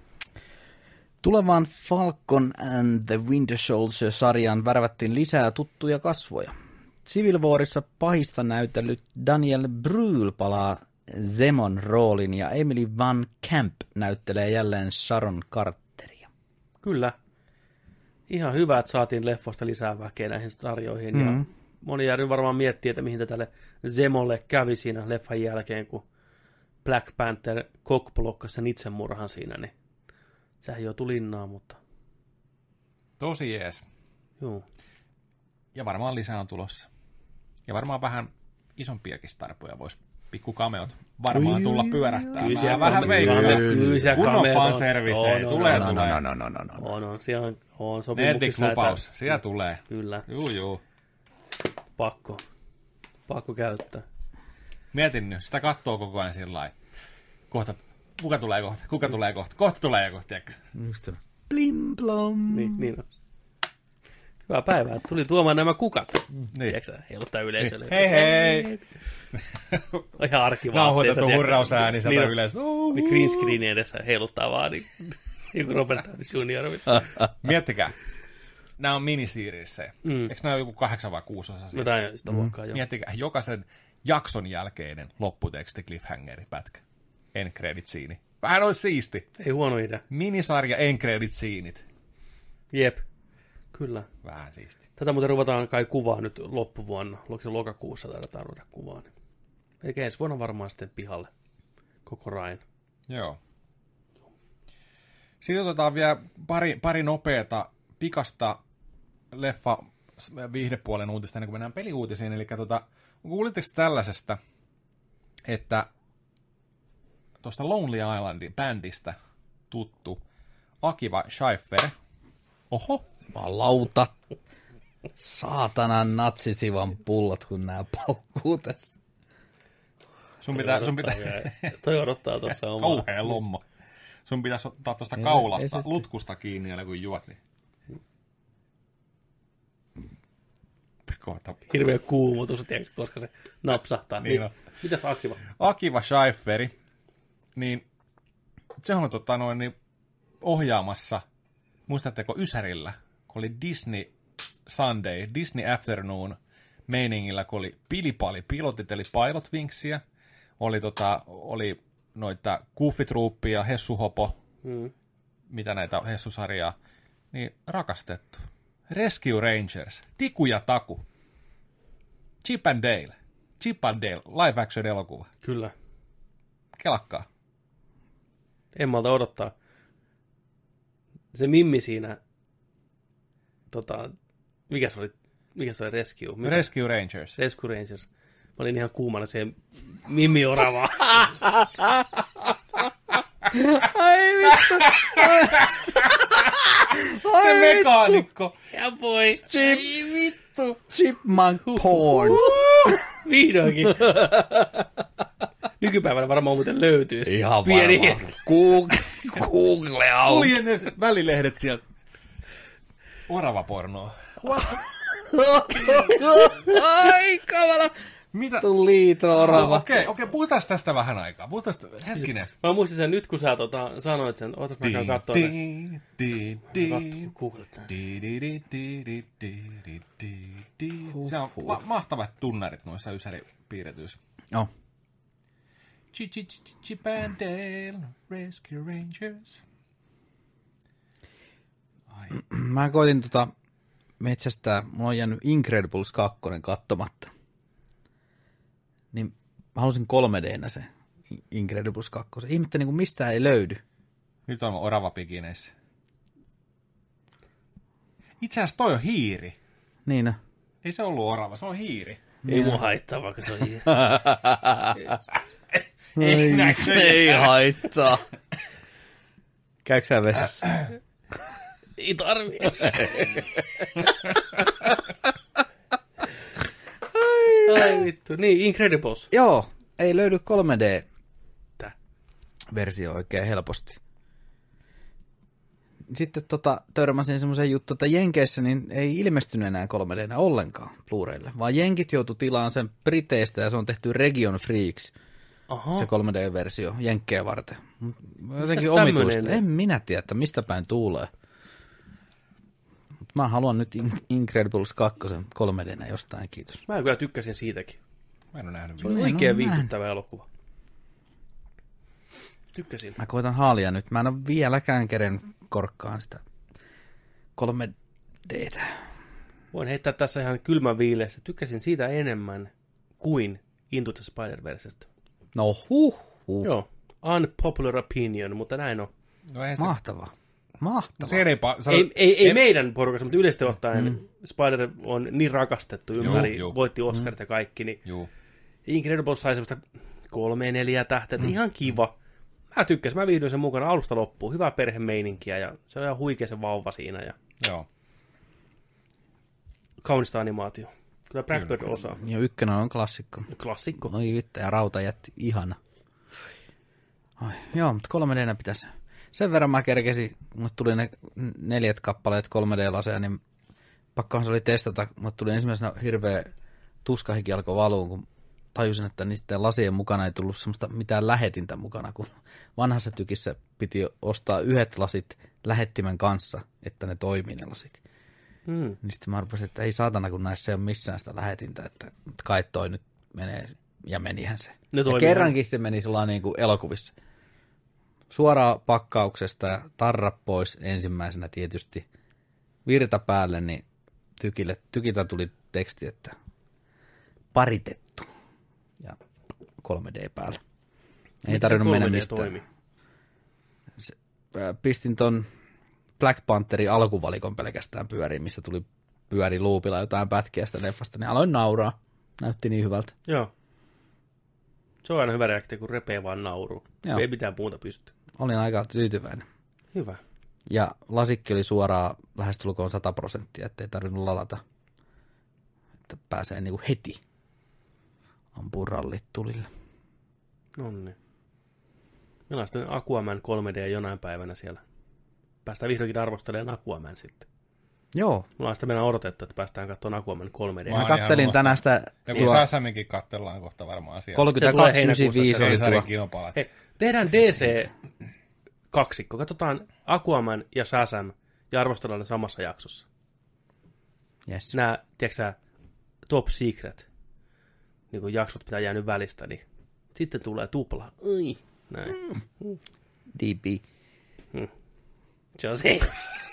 Tulevaan Falcon and the Winter Soldier-sarjaan värvättiin lisää tuttuja kasvoja. Civil Warissa pahista näytellyt Daniel Brühl palaa Zemon roolin ja Emily Van Camp näyttelee jälleen Sharon Carteria. Kyllä. Ihan hyvä, että saatiin leffosta lisää väkeä näihin sarjoihin. Mm-hmm. Ja moni jäänyt varmaan miettiä, että mihin tälle Zemolle kävi siinä leffan jälkeen, kun Black Panther cockblokkasi sen itsemurhan siinä, niin sehän joutui linnaan, mutta... Tosi jees. Joo. Ja varmaan lisää on tulossa. Ja varmaan vähän isompiakin starpoja voisi pikku kameot varmaan tulla pyörähtää. Kyllä vähän veikkaa. Kunnon fanservice. Tulee, no, tulee. No, no, no, no, no. On, on. Siellä on, on sopimuksissa. Nerdik-lupaus. Siellä tulee. Kyllä. Juu, juu. Pakko. Pakko käyttää. Mietin nyt. Sitä katsoo koko ajan sillä lailla. Kohta. Kuka tulee kohta? Kuka tulee kohta? Kohta tulee kohta, tiedätkö? Just blim blom. Niin, niin on. Hyvää päivää. Tuli tuomaan nämä kukat. Niin. Tiedätkö heiluttaa yleisölle. Hei hei! On ihan arkivaatteessa. Nauhoitettu hurrausääni sieltä niin, yleensä. Niin green screenin edessä heiluttaa vaan. Niin, joku Robert Downey junior Miettikää. Nämä on minisiirissä. Mm. Eikö nämä ole joku kahdeksan vai kuusi osa? Jotain sitä luokkaa, mm. joo. Miettikää, jokaisen jakson jälkeinen lopputeksti cliffhangeri pätkä. End credit siini. Vähän olisi siisti. Ei huono idea. Minisarja end credit siinit. Jep. Kyllä. Vähän siisti. Tätä muuten ruvetaan kai kuvaa nyt loppuvuonna. Lokakuussa taidetaan ruveta kuvaa. Eli ensi vuonna varmaan sitten pihalle koko rain. Joo. Sitten otetaan vielä pari, pari nopeata pikasta leffa viihdepuolen uutista ennen kuin mennään peliuutisiin. Eli tota, kuulitteko tällaisesta, että tuosta Lonely Islandin bändistä tuttu Akiva Schiffer. Oho. Lauta. Saatanan natsisivan pullot, kun nää paukkuu tässä. Sun pitää... Sun pitää... Toi odottaa tuossa omaa. Kauhea lommo. Sun pitäisi ottaa tuosta kaulasta, lutkusta kiinni, ja kun juot, niin... Kohta. Hirveä kuumutus, tiedätkö, koska se napsahtaa. Niin on. Mitäs Akiva? Akiva Schifferi, niin se on tota noin niin ohjaamassa, muistatteko Ysärillä, kun oli Disney Sunday, Disney Afternoon meiningillä, kun oli pilipali pilotit, eli Pilot Wingsia, oli, tota, oli noita Goofy Troopia, Hessu Hopo, mm. mitä näitä on, Hessu-sarjaa, niin rakastettu. Rescue Rangers, Tiku ja Taku, Chip and Dale, Chip and Dale, live action elokuva. Kyllä. Kelakkaa. En malta odottaa. se Mimmi siinä, tota, mikä se oli, mikä se oli Rescue? Mikä? Rescue Rangers. Rescue Rangers. Mä olin ihan kuumana siihen Mimmi oravaa. Ai vittu. Se mekaanikko. Ja pois. Chip, vittu. Chipmunk porn. Vihdoinkin. Nykypäivänä varmaan muuten löytyy. Ihan pieni varmaan. Google, Google auki. Tuli ennen välilehdet sieltä. Oravapornoa. Ai kamala. Mitä? Tuli liito orava. Okei, okei, okay, puhutaan tästä vähän aikaa. Puhutaan tästä, hetkinen. Mä muistin sen nyt, kun sä tota, sanoit sen. Ootas mä käyn kattoo ne. Googlettaa. Se on ma- mahtavat tunnarit noissa ysäripiirretyissä. Joo. Chippendale Rescue Rangers. Ai. Mä koitin tota metsästää, mulla on jäänyt Incredibles kaksi katsomatta. Niin mä halusin kolme D-nä se Incredibles kaksi. Ihmettä niin kuin mistään ei löydy. Nyt on oravapikineissä. Itse asiassa toi on hiiri. Niin on. Ei se ollut orava, se on hiiri. Ei mua haittaa, vaikka se on hiiri. Ei, Ai, se ei haittaa. Käykö sä vessassa? Ei tarvii. Ai vittu. Niin, Incredibles. Joo, ei löydy kolme Tää. D-versio oikein helposti. Sitten tota, törmäsin semmoisen juttu, että Jenkeissä niin ei ilmestynyt enää kolme D ollenkaan Blu-raylle, vaan Jenkit joutui tilaan sen Briteistä ja se on tehty Region Freaks, Aha. se kolme D-versio Jenkkejä varten. Jotenkin Mistäs omituista. tämmönen? En minä tiedä, että mistä päin tuulee. Mut mä haluan nyt Incredibles kaksi kolme D jostain, kiitos. Mä kyllä tykkäsin siitäkin. Mä en ole nähnyt. Se oli Niin, oikein no, mä en- viihdyttävä elokuva. Tykkäsin. Mä koitan haalia nyt. Mä en ole vieläkään keren korkkaan sitä kolme D:tä. Voin heittää tässä ihan kylmän viileästi. Tykkäsin siitä enemmän kuin Into the Spider-Versestä. No huh, huh. Joo. Unpopular opinion, mutta näin on. No ei se. Mahtavaa. Mahtavaa. Se ei, pa- se Ei, ei, ei en- meidän porukassa, mutta yleisesti ottaen mm. Spider on niin rakastettu ympäri, juu. voitti Oscarit ja kaikki, niin Juu. Incredibles sai semmoista kolme, neljä tähteä, mm. ihan kiva. Mä tykkäsin, mä viihdyin sen mukana alusta loppuun. Hyvää perhemeininkiä ja se on ihan huikea se vauva siinä ja Joo. kaunista animaatio. Kyllä Blackbird osaa. Ja ykkönen on klassikko. Klassikko. Oi vittu, ja rauta jätti ihana. Ai, joo, mutta kolme D:nä pitäisi. Sen verran mä kerkesin, mulle tuli ne neljät kappaleet kolme D-laseja, niin pakkohan se oli testata. Mulle tuli ensimmäisenä hirveä tuskahiki alkoi valuun, kun tajusin, että niiden lasien mukana ei tullut semmoista mitään lähetintä mukana, kun vanhassa tykissä piti ostaa yhdet lasit lähettimen kanssa, että ne toimii ne lasit. Mm. Niin sitten mä rupesin, että ei saatana, kun näissä ei ole missään sitä lähetintä, että kai toi nyt menee, ja menihän se. Ne Ja toimii. kerrankin se meni sellainen niin kuin elokuvissa. Suoraan pakkauksesta ja tarra pois ensimmäisenä tietysti. Virta päälle, niin tykille, tykiltä tuli teksti, että paritettu. Ja kolme D päällä. Ei Miten tarvinnut se mennä kolme D mistään. toimi? Pistin ton Black Pantherin alkuvalikon pelkästään pyöriin, missä tuli pyöri loopilla jotain pätkiä sitä leffasta, niin aloin nauraa. Näytti niin hyvältä. Joo. Se on aina hyvä reaktio, kun repee vaan nauruu. Joo. Ei mitään muuta pysty. Olin aika tyytyväinen. Hyvä. Ja lasikki oli suoraan lähestulkoon sata prosenttia, ettei tarvinnut lalata. Että pääsee niinku heti ampuu rallit tulille. Nonni. Meillä on sitten Aquaman kolme D jonain päivänä siellä. Päästään vihdoinkin arvostelemaan Aquaman sitten. Joo. Mulla on sitä meidän odotettu, että päästään katsomaan Aquaman kolme D. Mä Mä oon ihan kattelin luottava. tänään sitä Ja kun tuo Sasaminkin katsellaan kohta varmaan asiaa. kolmekymmentäkaksi heinäkuussa yhdeksänkymmentäviisi se oli Keisarin tuo. kinopalat. Hei, tehdään D C kaksikko. Katsotaan Aquaman ja Shazam ja arvostellaan ne samassa jaksossa. Yes. Nämä, tiedätkö sä, top secret, niin kun jaksot pitää jäänyt välistä, niin sitten tulee tupla. Ai, näin. D B. Se on se.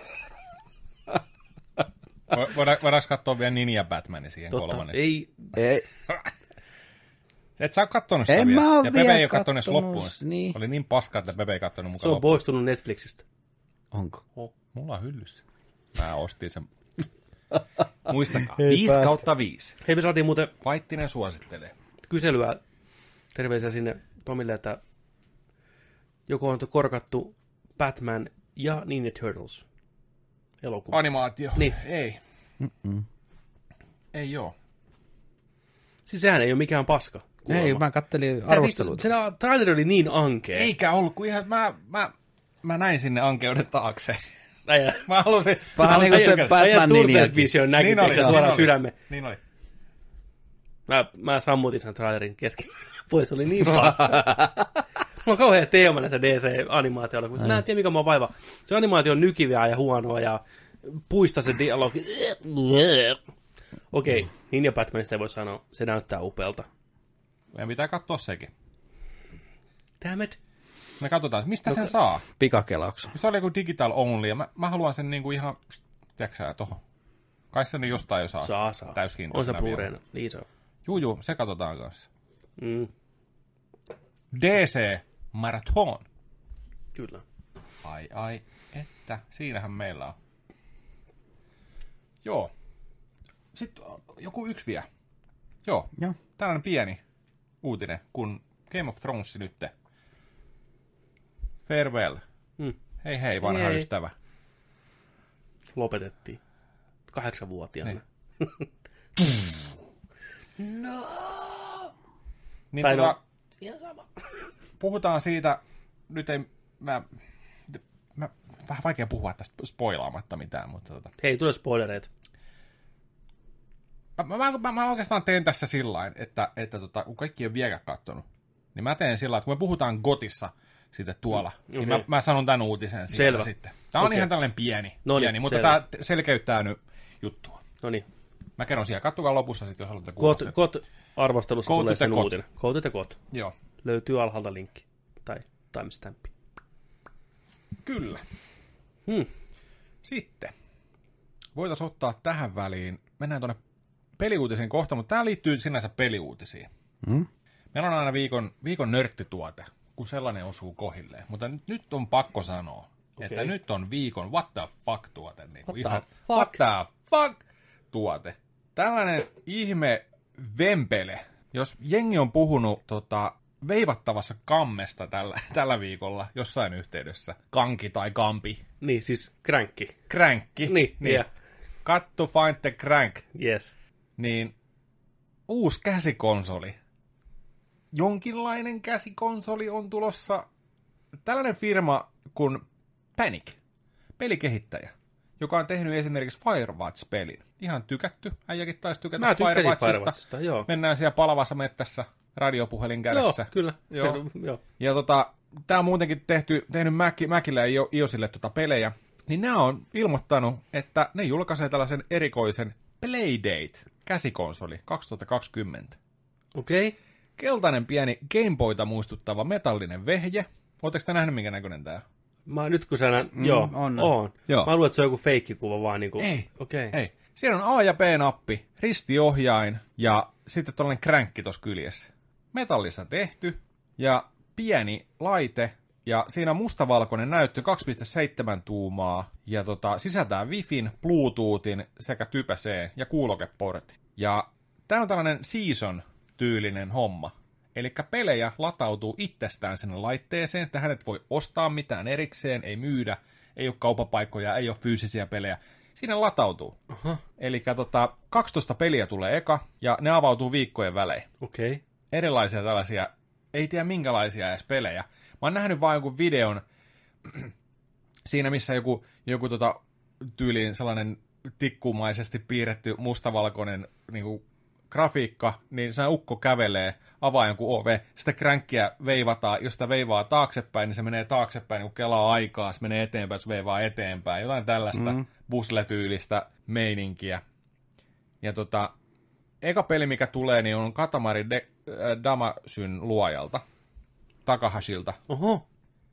Voidaan, voidaanko katsoa vielä Ninja Batmanin siihen Totta, kolmannen? ei. Ei. Et sä oo kattonut sitä En vielä. mä oo ja Pepe vielä ei oo kattonut edes kattonut, loppuun. niin. Oli niin paska, että Pepe ei kattonut Se mukaan on loppuun. poistunut Netflixistä. Onko? Oh. Mulla on hyllyssä. Mä ostin sen. Muistakaa, Ei viisi päästä. kautta viisi. Hei, me saatiin muuten Vaittinen suosittelee. kyselyä, terveisiä sinne Tomille, että joko on korkattu Batman ja Ninja Turtles elokuva. Animaatio. Niin. Ei. Mm-mm. Ei oo. Siis sehän ei ole mikään paska. kuulemma. Ei, mä kattelin Tää arvosteluita. vittu- Se traileri oli niin ankea. Eikä ollut, kun ihan mä, mä, mä näin sinne ankeuden taakse. Äijä, Mä halusin... Vähän mä niin kuin halusin se ykkösen. äijä Batman Turtles ninjakin. Vision näki, Niin niin oli, se niin tuolla oli. sydämme. Niin oli. Mä, mä sammutin sen trailerin kesken. Voi, se oli niin paska. Mulla on kauhean teema näissä D C-animaatioilla, mutta mä en tiedä mikä mua vaiva. Se animaatio on nykiveä ja huonoa ja puista se dialogi. Okei, okay, Ninja Batmanista ei voi sanoa. Se näyttää upealta. Meidän pitää katsoa sekin. Damn it. Me katsotaan, mistä sen saa. Pikakelauksen. Se oli joku digital only, ja mä, mä haluan sen niinku ihan, tiedätkö sä, tohon. Kai sen nyt jostain jo saa. Saa, saa. On se Täyshintaisena Blu-rayna. Niin se on. Juu, juu, se katsotaan kanssa. Mm, D C Marathon. kyllä. Ai, ai, että. Siinähän meillä on. Joo. Sitten joku yksi vielä. Joo. Joo. Tällainen pieni uutinen, kun Game of Thrones nytte. Farewell. Mm. Hei hei, vanha Hei. ystävä. Lopetettiin. Kahdeksanvuotiaana. Niin. Niin Tai tota, no- Ihan sama. puhutaan siitä, nyt ei, mä, mä, vähän vaikea puhua tästä spoilaamatta mitään, mutta tota. Hei, tule spoilereita. Mä, mä, mä, mä oikeastaan teen tässä sillain, että, että tota, kun kaikki on vieläkään kattonut, niin mä teen sillä, että kun me puhutaan Gotissa sitten tuolla, mm, niin okei. mä, mä sanon tämän uutisen siitä Selvä. sitten. Tämä on Okei. ihan tällainen pieni, Noniin, pieni mutta selvä. tämä selkeyttää nyt juttua. No niin. Mä kerron siellä, kattokaa lopussa sitten, jos haluatte kuulla Kot, sen. kot arvostelussa Quote tulee the sen kot. uutinen. Quote the kot. Joo, Löytyy alhaalta linkki. Tai timestampi. kyllä. Hmm. Sitten voitaisiin ottaa tähän väliin, mennään tuonne peliuutisiin kohta, mutta tämä liittyy sinänsä peliuutisiin. Mm? Meillä on aina viikon, viikon nörttituote, kun sellainen osuu kohilleen. Mutta nyt, nyt on pakko sanoa, okay. että nyt on viikon what the fuck tuote. Niin What the ihan, fuck? What the fuck tuote. Tällainen ihme vempele. Jos jengi on puhunut tota, veivattavassa kammesta tällä, tällä viikolla jossain yhteydessä, kanki tai kampi, Niin, siis crankki. kränkki, Niin, yeah. cut to find the crank, Yes. niin uusi käsikonsoli. Jonkinlainen käsikonsoli on tulossa. Tällainen firma kuin Panic, pelikehittäjä, joka on tehnyt esimerkiksi Firewatch-pelin. Ihan tykätty. Äijäkin taisi tykätä Mä tykkäsin Firewatchista. Firewatchista, joo. Mennään siellä palavassa mettässä radiopuhelin kädessä. Joo, kyllä. Joo. joo. Ja tota, tää on muutenkin tehty, tehnyt Mac, Macille ja iOSille tota pelejä. Niin nämä on ilmoittanut, että ne julkaisee tällaisen erikoisen Playdate-käsikonsoli kaksituhattakaksikymmentä. Okei. Okay. Keltainen pieni Gameboyta muistuttava metallinen vehje. Oletteko te nähnyt minkä näköinen tää? Mä nyt kun sä nä... mm, joo, on. on. Joo. Mä luulen, että se on joku feikkikuva vaan niinku... Ei. Okei. Okay. Ei. Siinä on A ja B-nappi, ristiohjain ja sitten tällainen kränkki tuossa kyljessä. Metallista tehty ja pieni laite ja siinä on mustavalkoinen näyttö kaksi pilkku seitsemän tuumaa ja tota, sisältää Wifin, Bluetoothin sekä Type C ja kuulokeportti. Ja tää on tällainen season-tyylinen homma. Eli pelejä latautuu itsestään sinne laitteeseen. Tähän et voi ostaa mitään erikseen, ei myydä, ei ole kaupapaikkoja, ei ole fyysisiä pelejä. Siinä latautuu. Aha. Eli tota, kaksitoista peliä tulee eka, ja ne avautuu viikkojen välein. Okei. Okay. Erilaisia tällaisia, ei tiedä minkälaisia edes pelejä. Mä oon nähnyt vaan jonkun videon, siinä missä joku, joku tota, tyyliin sellainen tikkumaisesti piirretty mustavalkoinen niinku, grafiikka, niin se ukko kävelee, avaa jonkun ove, sitä kränkkiä veivataan, jos sitä veivaa taaksepäin, niin se menee taaksepäin, niin kun kelaa aikaa, se menee eteenpäin, se veivaa eteenpäin, jotain tällaista mm. busle-tyylistä meininkiä. Ja tota, eka peli, mikä tulee, niin on Katamari De- äh, Damasyn luojalta, Takahashilta. Oho.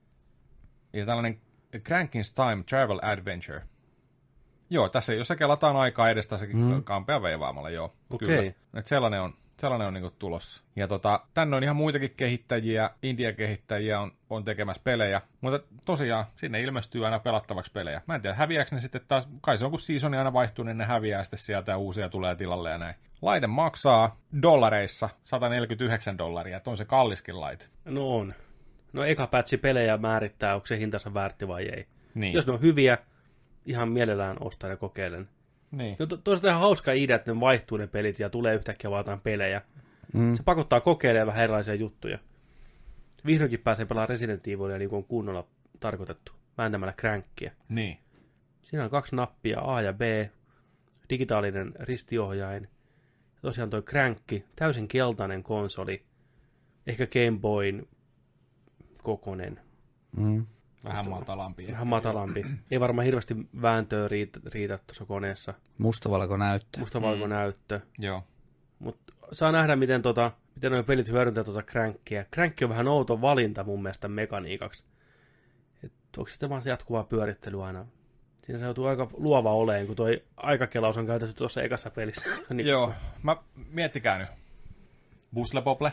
Ja tällainen Crankins Time Travel Adventure. Joo, tässä jos se kelataan aikaa edestä, sekin mm. kampea veivaamalla, joo. Okei. Kyllä. Et sellainen on Sellainen on niinku tulossa. Ja tota, tänne on ihan muitakin kehittäjiä, India-kehittäjiä on, on tekemässä pelejä, mutta tosiaan sinne ilmestyy aina pelattavaksi pelejä. Mä en tiedä, häviääkö ne sitten taas, kai se on kun seasoni aina vaihtuu, niin ne häviää sitten sieltä ja uusia tulee tilalle ja näin. Laite maksaa dollareissa sata neljäkymmentäyhdeksän dollaria, että on se kalliskin laite. No on. No eka patchi pelejä määrittää, onko se hintansa väärti vai ei. Niin. Jos ne on hyviä, ihan mielellään ostaa ja kokeilen. Niin. No to, toisaalta ihan hauska idea, että ne vaihtuu ne pelit ja tulee yhtäkkiä vaan jotain pelejä. Mm. Se pakottaa kokeilemaan vähän erilaisia juttuja. Vihdoinkin pääsee pelaamaan Resident Evilia niin kuin on kunnolla tarkoitettu, vääntämällä crankkia. Niin. Siinä on kaksi nappia, A ja B, digitaalinen ristiohjain. Ja tosiaan toi crankki, täysin keltainen konsoli, ehkä Game Boyn kokonen. Mm. Vähän matalampi. Vähän matalampi. Ei varmaan hirveästi vääntöä riitä, riitä tuossa koneessa. Mustavalko näyttö. Mustavalko mm. näyttö. Joo. Mutta saa nähdä, miten, tota, miten nuo pelit hyödyntää tuota crankkia. Crankki on vähän outo valinta mun mielestä mekaniikaksi. Et onko sitten vaan se jatkuvaa pyörittely aina? Siinä se joutuu aika luova oleen, kun toi aikakelaus on käytetty tuossa ekassa pelissä. niin, Joo, mä miettikää nyt. Buslepople.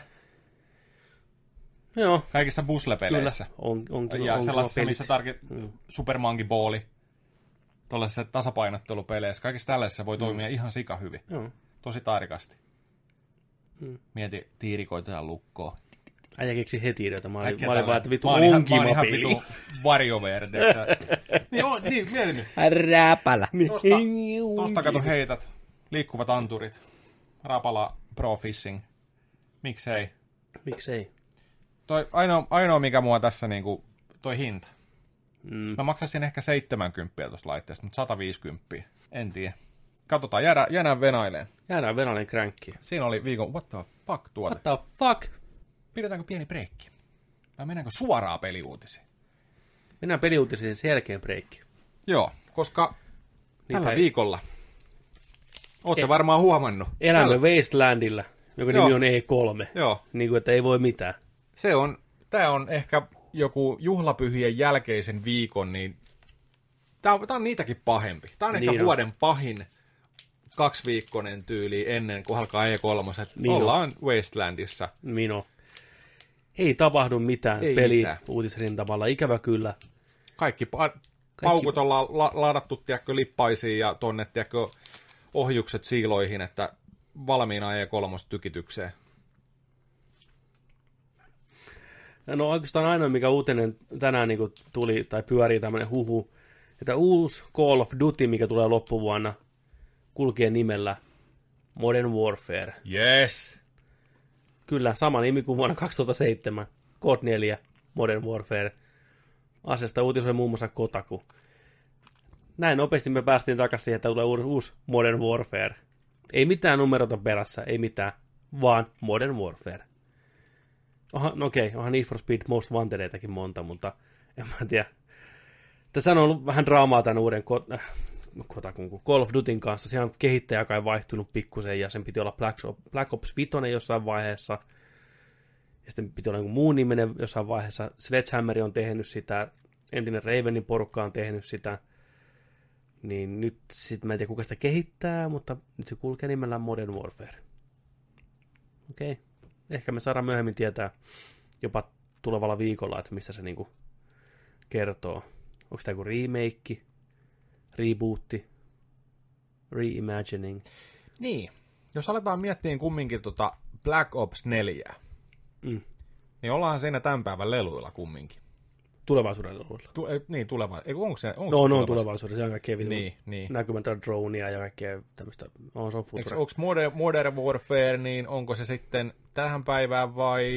Joo. Kaikissa buslepeleissä. Kyllä, on, on, ja on, sellaisessa, on missä tarki... Mm. Super Monkey Balli. Tuollaisessa tasapainottelupeleissä. Kaikissa tällaisissa voi toimia mm. ihan sika hyvin. Joo. Tosi tarkasti. Mm. Mieti tiirikoita ja lukkoa. Äijä keksi heti ideoita. Mä olin, mä olin vaan, että vittu onkin mobiili. Mä oon ihan vittu varjover. Joo, niin, mieti nyt. Rääpälä. Tosta, tosta kato heität. Liikkuvat anturit. Rapala Pro Fishing. Miksei? Miksei? Toi ainoa, ainoa mikä mua tässä niinku, toi hinta. Mm. Mä maksasin ehkä seitsemänkymmentä tuosta laitteesta, mutta sata viisikymmentä. En tiedä. Katsotaan, jäädään, jäädään venaileen. Jäädään venaileen crankkiin. Siinä oli viikon, what the fuck tuote. What the fuck? Pidetäänkö pieni breikki? Vai mennäänkö suoraan peliuutisiin? Mennään peliuutisiin sen jälkeen breikki. Joo, koska niin tällä päin. viikolla ootte E- varmaan huomannut. Elämme Tällä... Wastelandilla, joka Joo. nimi on E kolme. Joo. Niin kuin, että ei voi mitään. Se on, tää on ehkä joku juhlapyhien jälkeisen viikon, niin tää on, tää on niitäkin pahempi. Tää on ehkä Niin on. vuoden pahin kaksiviikkoinen tyyli ennen kuin alkaa E kolme. Niin Ollaan Wastelandissa. Mino. Ei tapahdu mitään Ei peli mitään. uutisrintamalla, ikävä kyllä. Kaikki, pa- paukut on la- la- ladattu, tiedätkö, lippaisiin ja tonne, tiedätkö, ohjukset siiloihin, että valmiina E kolme tykitykseen. No oikeastaan ainoa, mikä uutinen tänään niin kuin tuli, tai pyörii tämmöinen huhu, että uusi Call of Duty, mikä tulee loppuvuonna, kulkee nimellä Modern Warfare. Yes! Kyllä, sama nimi kuin vuonna kaksituhattaseitsemän. Code neljä, Modern Warfare. Asiasta uutisoi muun muassa Kotaku. Näin nopeasti me päästiin takaisin siihen, että tulee uusi Modern Warfare. Ei mitään numerota perässä, ei mitään, vaan Modern Warfare. Oha, no okei, onhan Need for Speed Most Wantedeitäkin monta, mutta en mä tiedä. Tässä on ollut vähän draamaa tämän uuden Ko- äh, Kotakun Call of Dutyn kanssa. Siellä on kehittäjä, joka ei vaihtunut pikkusen, ja sen piti olla Black, Black Ops viisi jossain vaiheessa. Ja sitten piti olla joku muun nimenen jossain vaiheessa. Sledgehammer on tehnyt sitä, entinen Ravenin porukka on tehnyt sitä. Niin nyt sitten mä en tiedä kuka sitä kehittää, mutta nyt se kulkee nimellä Modern Warfare. Okei. Okay. Ehkä me saadaan myöhemmin tietää jopa tulevalla viikolla, että mistä se niinku kertoo. Onko tämä joku remake, rebootti, reimagining? Niin. Jos aletaan miettiä kumminkin tota Black Ops neljä, Mm. niin ollaan siinä tämän päivän leluilla kumminkin. Tulevaisuuden luvulla. Tu- ei, niin, tuleva. Ei, onko se, onko No, se no, on tulevaisuus? tulevaisuudessa. Siellä on kaikkea vitun Niin, niin. näkymättä dronea ja kaikkea tämmöistä. On, se on future. Onko Modern, Modern Warfare, niin onko se sitten tähän päivään vai...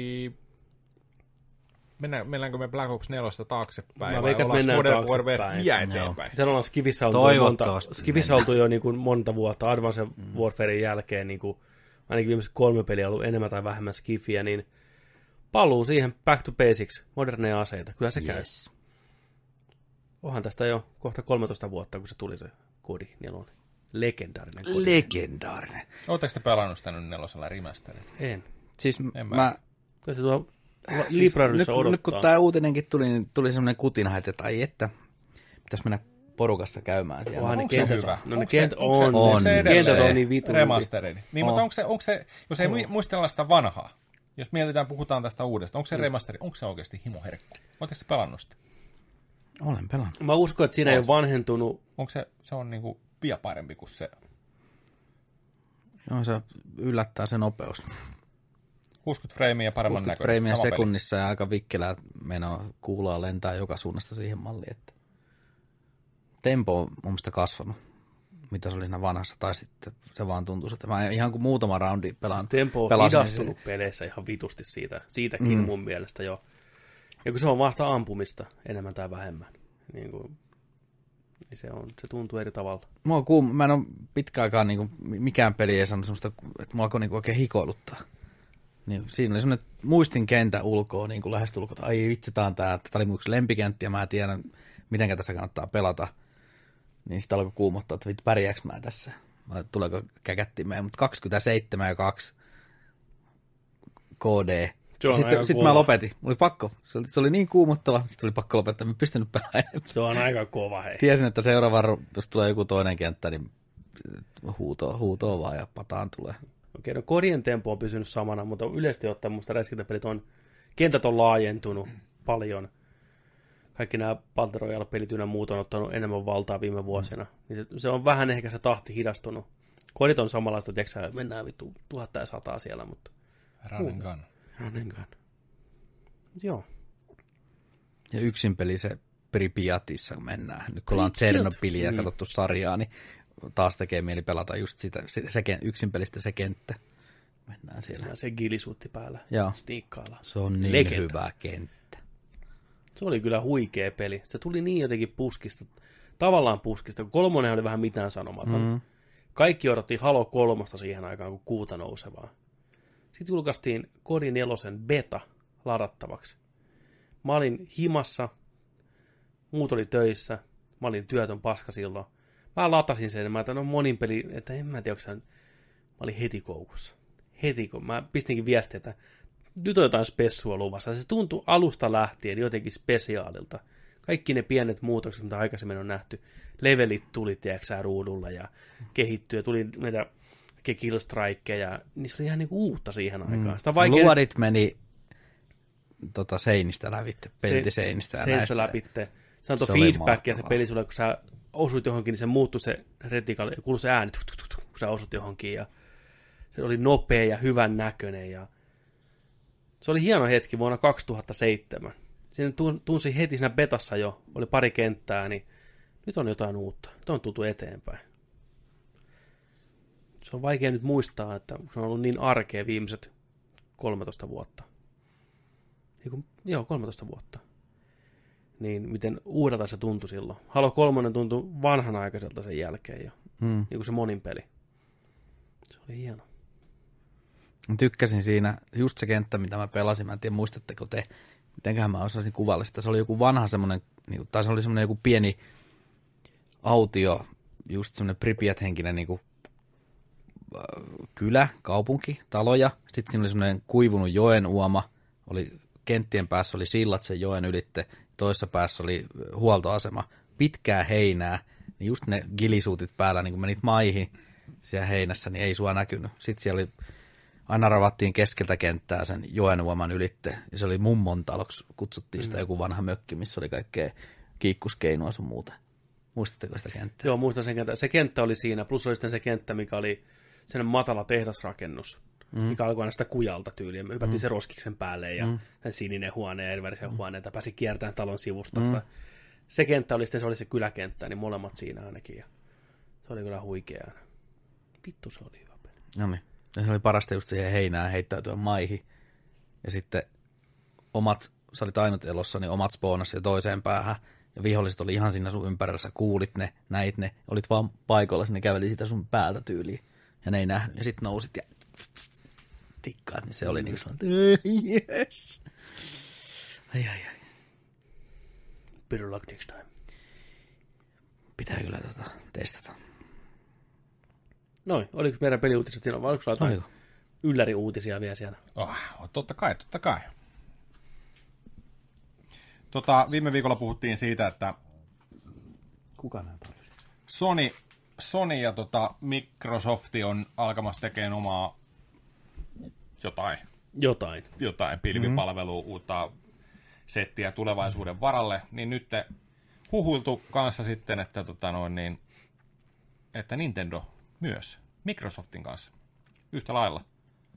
Mennään, mennäänkö me Black Ops neljä taaksepäin? Mä vai veikkaan, että ollaanko mennään Modern Warfare taaksepäin. vie eteenpäin? Siellä ollaan Skivissä oltu, jo monta, Toivottavasti Skivissä oltu jo niin kuin monta vuotta. Advanced mm. Warfarein jälkeen niin kuin, ainakin viimeiset kolme peliä on ollut enemmän tai vähemmän Skifiä, niin paluu siihen back to basics, moderneja aseita. Kyllä se Yes. käy. Onhan tästä jo kohta kolmetoista vuotta, kun se tuli se kodi nelonen. Legendaarinen kodi. Legendaarinen. Oletteko te pelannut sitä nyt nelosella remasterin? En. Siis En mä. mä... Kyllä se tuo Siis nyt, librarissa odottaa. nyt kun tämä uutinenkin tuli, niin tuli semmoinen kutina, että ai että, pitäisi mennä porukassa käymään siellä. Onhan ne Onko se kentät- hyvä? No ne Onko se- kent- onko se- on. onko se edelleen Kentät on niin vitun remasterin? Niin, On. mutta onko se, onko se, jos ei mu- muistella sitä vanhaa, jos mietitään, puhutaan tästä uudesta, onko se remasteri, onko se oikeasti himoherkku? Oletteko se pelannut sitä? Olen pelannut. Mä uskon, että siinä ei ole vanhentunut. Onko se, se on niinku vielä parempi kuin se Joo, se yllättää se nopeus. kuusikymmentä freimiä paremman kuusikymmentä näköinen? freimiä sama peli. sekunnissa ja aika vikkelää menoa kuulaa lentää joka suunnasta siihen malliin. Että tempo on mun mielestä kasvanut, mitä se oli siinä vanhassa, tai sitten se vaan tuntuu, että mä ihan kuin muutama roundi pelaan. Siis tempo on pelasin hidastunut sen. peleissä ihan vitusti siitä. Siitäkin mm. mun mielestä jo. Ja kun se on vasta ampumista enemmän tai vähemmän. Niin, kuin, niin se, on, se tuntuu eri tavalla. Mua on kuum... Mä en ole pitkään aikaan, niin kuin, mikään peli ei sanonut semmoista, että mua alkoi niin kuin oikein hikoiluttaa. Niin, siinä oli semmoinen muistin kentä ulkoa, niin kuin lähestulkoon, että ai vitsi, tää on tää, että tää oli mun yksi lempikenttä ja mä tiedän, miten tässä kannattaa pelata. Niin sitten alkoi kuumottaa, että vittu pärjääkö mä tässä, vai tuleeko käkättimeen, mutta kaksikymmentäseitsemän ja kaksi K D. Sitten sit mä lopetin, mulla oli pakko, se oli, se oli niin kuumottava, sitten oli pakko lopettaa, mä en pystynyt pelaamaan. Se on aika kova, hei. Tiesin, että seuraava, jos tulee joku toinen kenttä, niin huutoa, huutoa vaan ja pataan tulee. Okei, no kodien tempo on pysynyt samana, mutta yleisesti ottaen musta räiskintäpelit on, kentät on laajentunut paljon. Kaikki nämä Battle Royale-pelit ynnä muut on ottanut enemmän valtaa viime vuosina. Niin se, se on vähän ehkä se tahti hidastunut. Kodit on samanlaista, tiedätkö mennään vittu tuhatta ja sataa siellä, mutta... Run and gun. Run and gun. Joo. Ja yksin peli se Pripyatissa, kun mennään. Nyt kun ollaan Pripyat. Tsernobylia ja Mm. katsottu sarjaa, niin taas tekee mieli pelata just sitä, se, se, yksin pelistä se kenttä. Mennään siellä. Ja se gilisuutti päällä. Joo. Sniikkailla. Se on niin Legenda. hyvä kenttä. Se oli kyllä huikea peli. Se tuli niin jotenkin puskista. Tavallaan puskista. Kolmonen oli vähän mitään sanomaton. Mm. Kaikki odotti Halo kolmosta siihen aikaan, kun kuuta nousevaa. Sitten julkaistiin Kodi nelosen beta ladattavaksi. Mä olin himassa, muut oli töissä, mä olin työtön paska silloin. Mä latasin sen, mä ajattelin, no monin peli, että en mä tiedä, onko mä olin heti koukussa. Heti kun mä pistinkin viestiä, että nyt on jotain spessua luvassa. Se tuntui alusta lähtien jotenkin spesiaalilta. Kaikki ne pienet muutokset, mitä aikaisemmin on nähty. Levelit tuli, tiedätkö ruudulla ja kehittyy. Tuli näitä killstrikeja, niin se oli ihan niinku uutta siihen aikaan. Sitä on vaikea Luodit nyt... meni tota, seinistä lävitte, peltiseinistä ja seinistä näistä. läpitte. Se antoi Se oli feedbackia ja se mahtavaa. peli sulle, kun sä osuit johonkin, niin se muuttui se retikali, kuului se ääni, tuk, tuk, tuk, tuk, kun sä osut johonkin. Ja se oli nopea ja hyvän näköinen. Ja se oli hieno hetki vuonna kaksituhattaseitsemän. Siinä tun- tunsi heti siinä betassa jo, oli pari kenttää, niin nyt on jotain uutta. Nyt on tultu eteenpäin. Se on vaikea nyt muistaa, että se on ollut niin arkea viimeiset kolmetoista vuotta. Eiku, joo, kolmetoista vuotta. Niin miten uudelta se tuntui silloin. Halo kolme tuntui vanhanaikaiselta sen jälkeen jo. Mm. Niin kuin se monin peli. Se oli hieno. Tykkäsin siinä, just se kenttä, mitä mä pelasin, mä en tiedä muistatteko te, mitenköhän mä osaisin kuvailla sitä. Se oli joku vanha semmoinen, tai se oli semmoinen joku pieni autio, just semmoinen Pripyat-henkinen niin kuin, äh, kylä, kaupunki, taloja. Sitten siinä oli semmoinen kuivunut joen uoma, oli, kenttien päässä oli sillat sen joen ylitte, toisessa päässä oli huoltoasema, pitkää heinää, niin just ne gilisuutit päällä, niin kun menit maihin siellä heinässä, niin ei sua näkynyt. Sitten siellä oli, aina ravattiin keskeltä kenttää sen joen uoman ylitte, ja se oli mummon taloksi, kutsuttiin sitä, mm. joku vanha mökki, missä oli kaikkea kiikkuskeinua sun muuta. Muistatteko sitä kenttää? Joo, muistan sen kenttä. Se kenttä oli siinä, plus oli sitten se kenttä, mikä oli sellainen matala tehdasrakennus, mm. mikä alkoi aina sitä kujalta tyyliä. Me hypättiin mm. se roskiksen päälle ja mm. sininen huone ja erivärisiä mm. huoneita, pääsi kiertämään talon sivusta. Mm. Se kenttä oli sitten, se oli se kyläkenttä, niin molemmat siinä ainakin. Ja se oli kyllä huikeaa. Vittu, se oli hyvä peli. No niin. Ja se oli parasta just siihen heinään heittäytyä maihin. Ja sitten omat, sä olit ainut elossa, niin omat spoonasi jo toiseen päähän. Ja viholliset oli ihan siinä sun ympärillä, sä kuulit ne, näit ne, olit vaan paikoilla, ne käveli sitä sun päältä tyyliin. Ja ne ei nähnyt. Ja sitten nousit ja tikkaat, niin se oli niin kuin yes. Ai ai ai. Better luck next time. Pitää kyllä tota testata. Noin, oliko meidän peliuutiset siinä, vai oliko sulla jotain Oliko? ylläriuutisia vielä siellä? Oh, totta kai, totta kai. Tota, viime viikolla puhuttiin siitä, että Kuka näin tarjosi? Sony, Sony ja tota, Microsoft on alkamassa tekemään omaa jotain, Jotain. jotain pilvipalvelua, mm-hmm. uutta settiä tulevaisuuden varalle, niin nyt te huhuiltu kanssa sitten, että, tota noin, niin, että Nintendo myös Microsoftin kanssa yhtä lailla.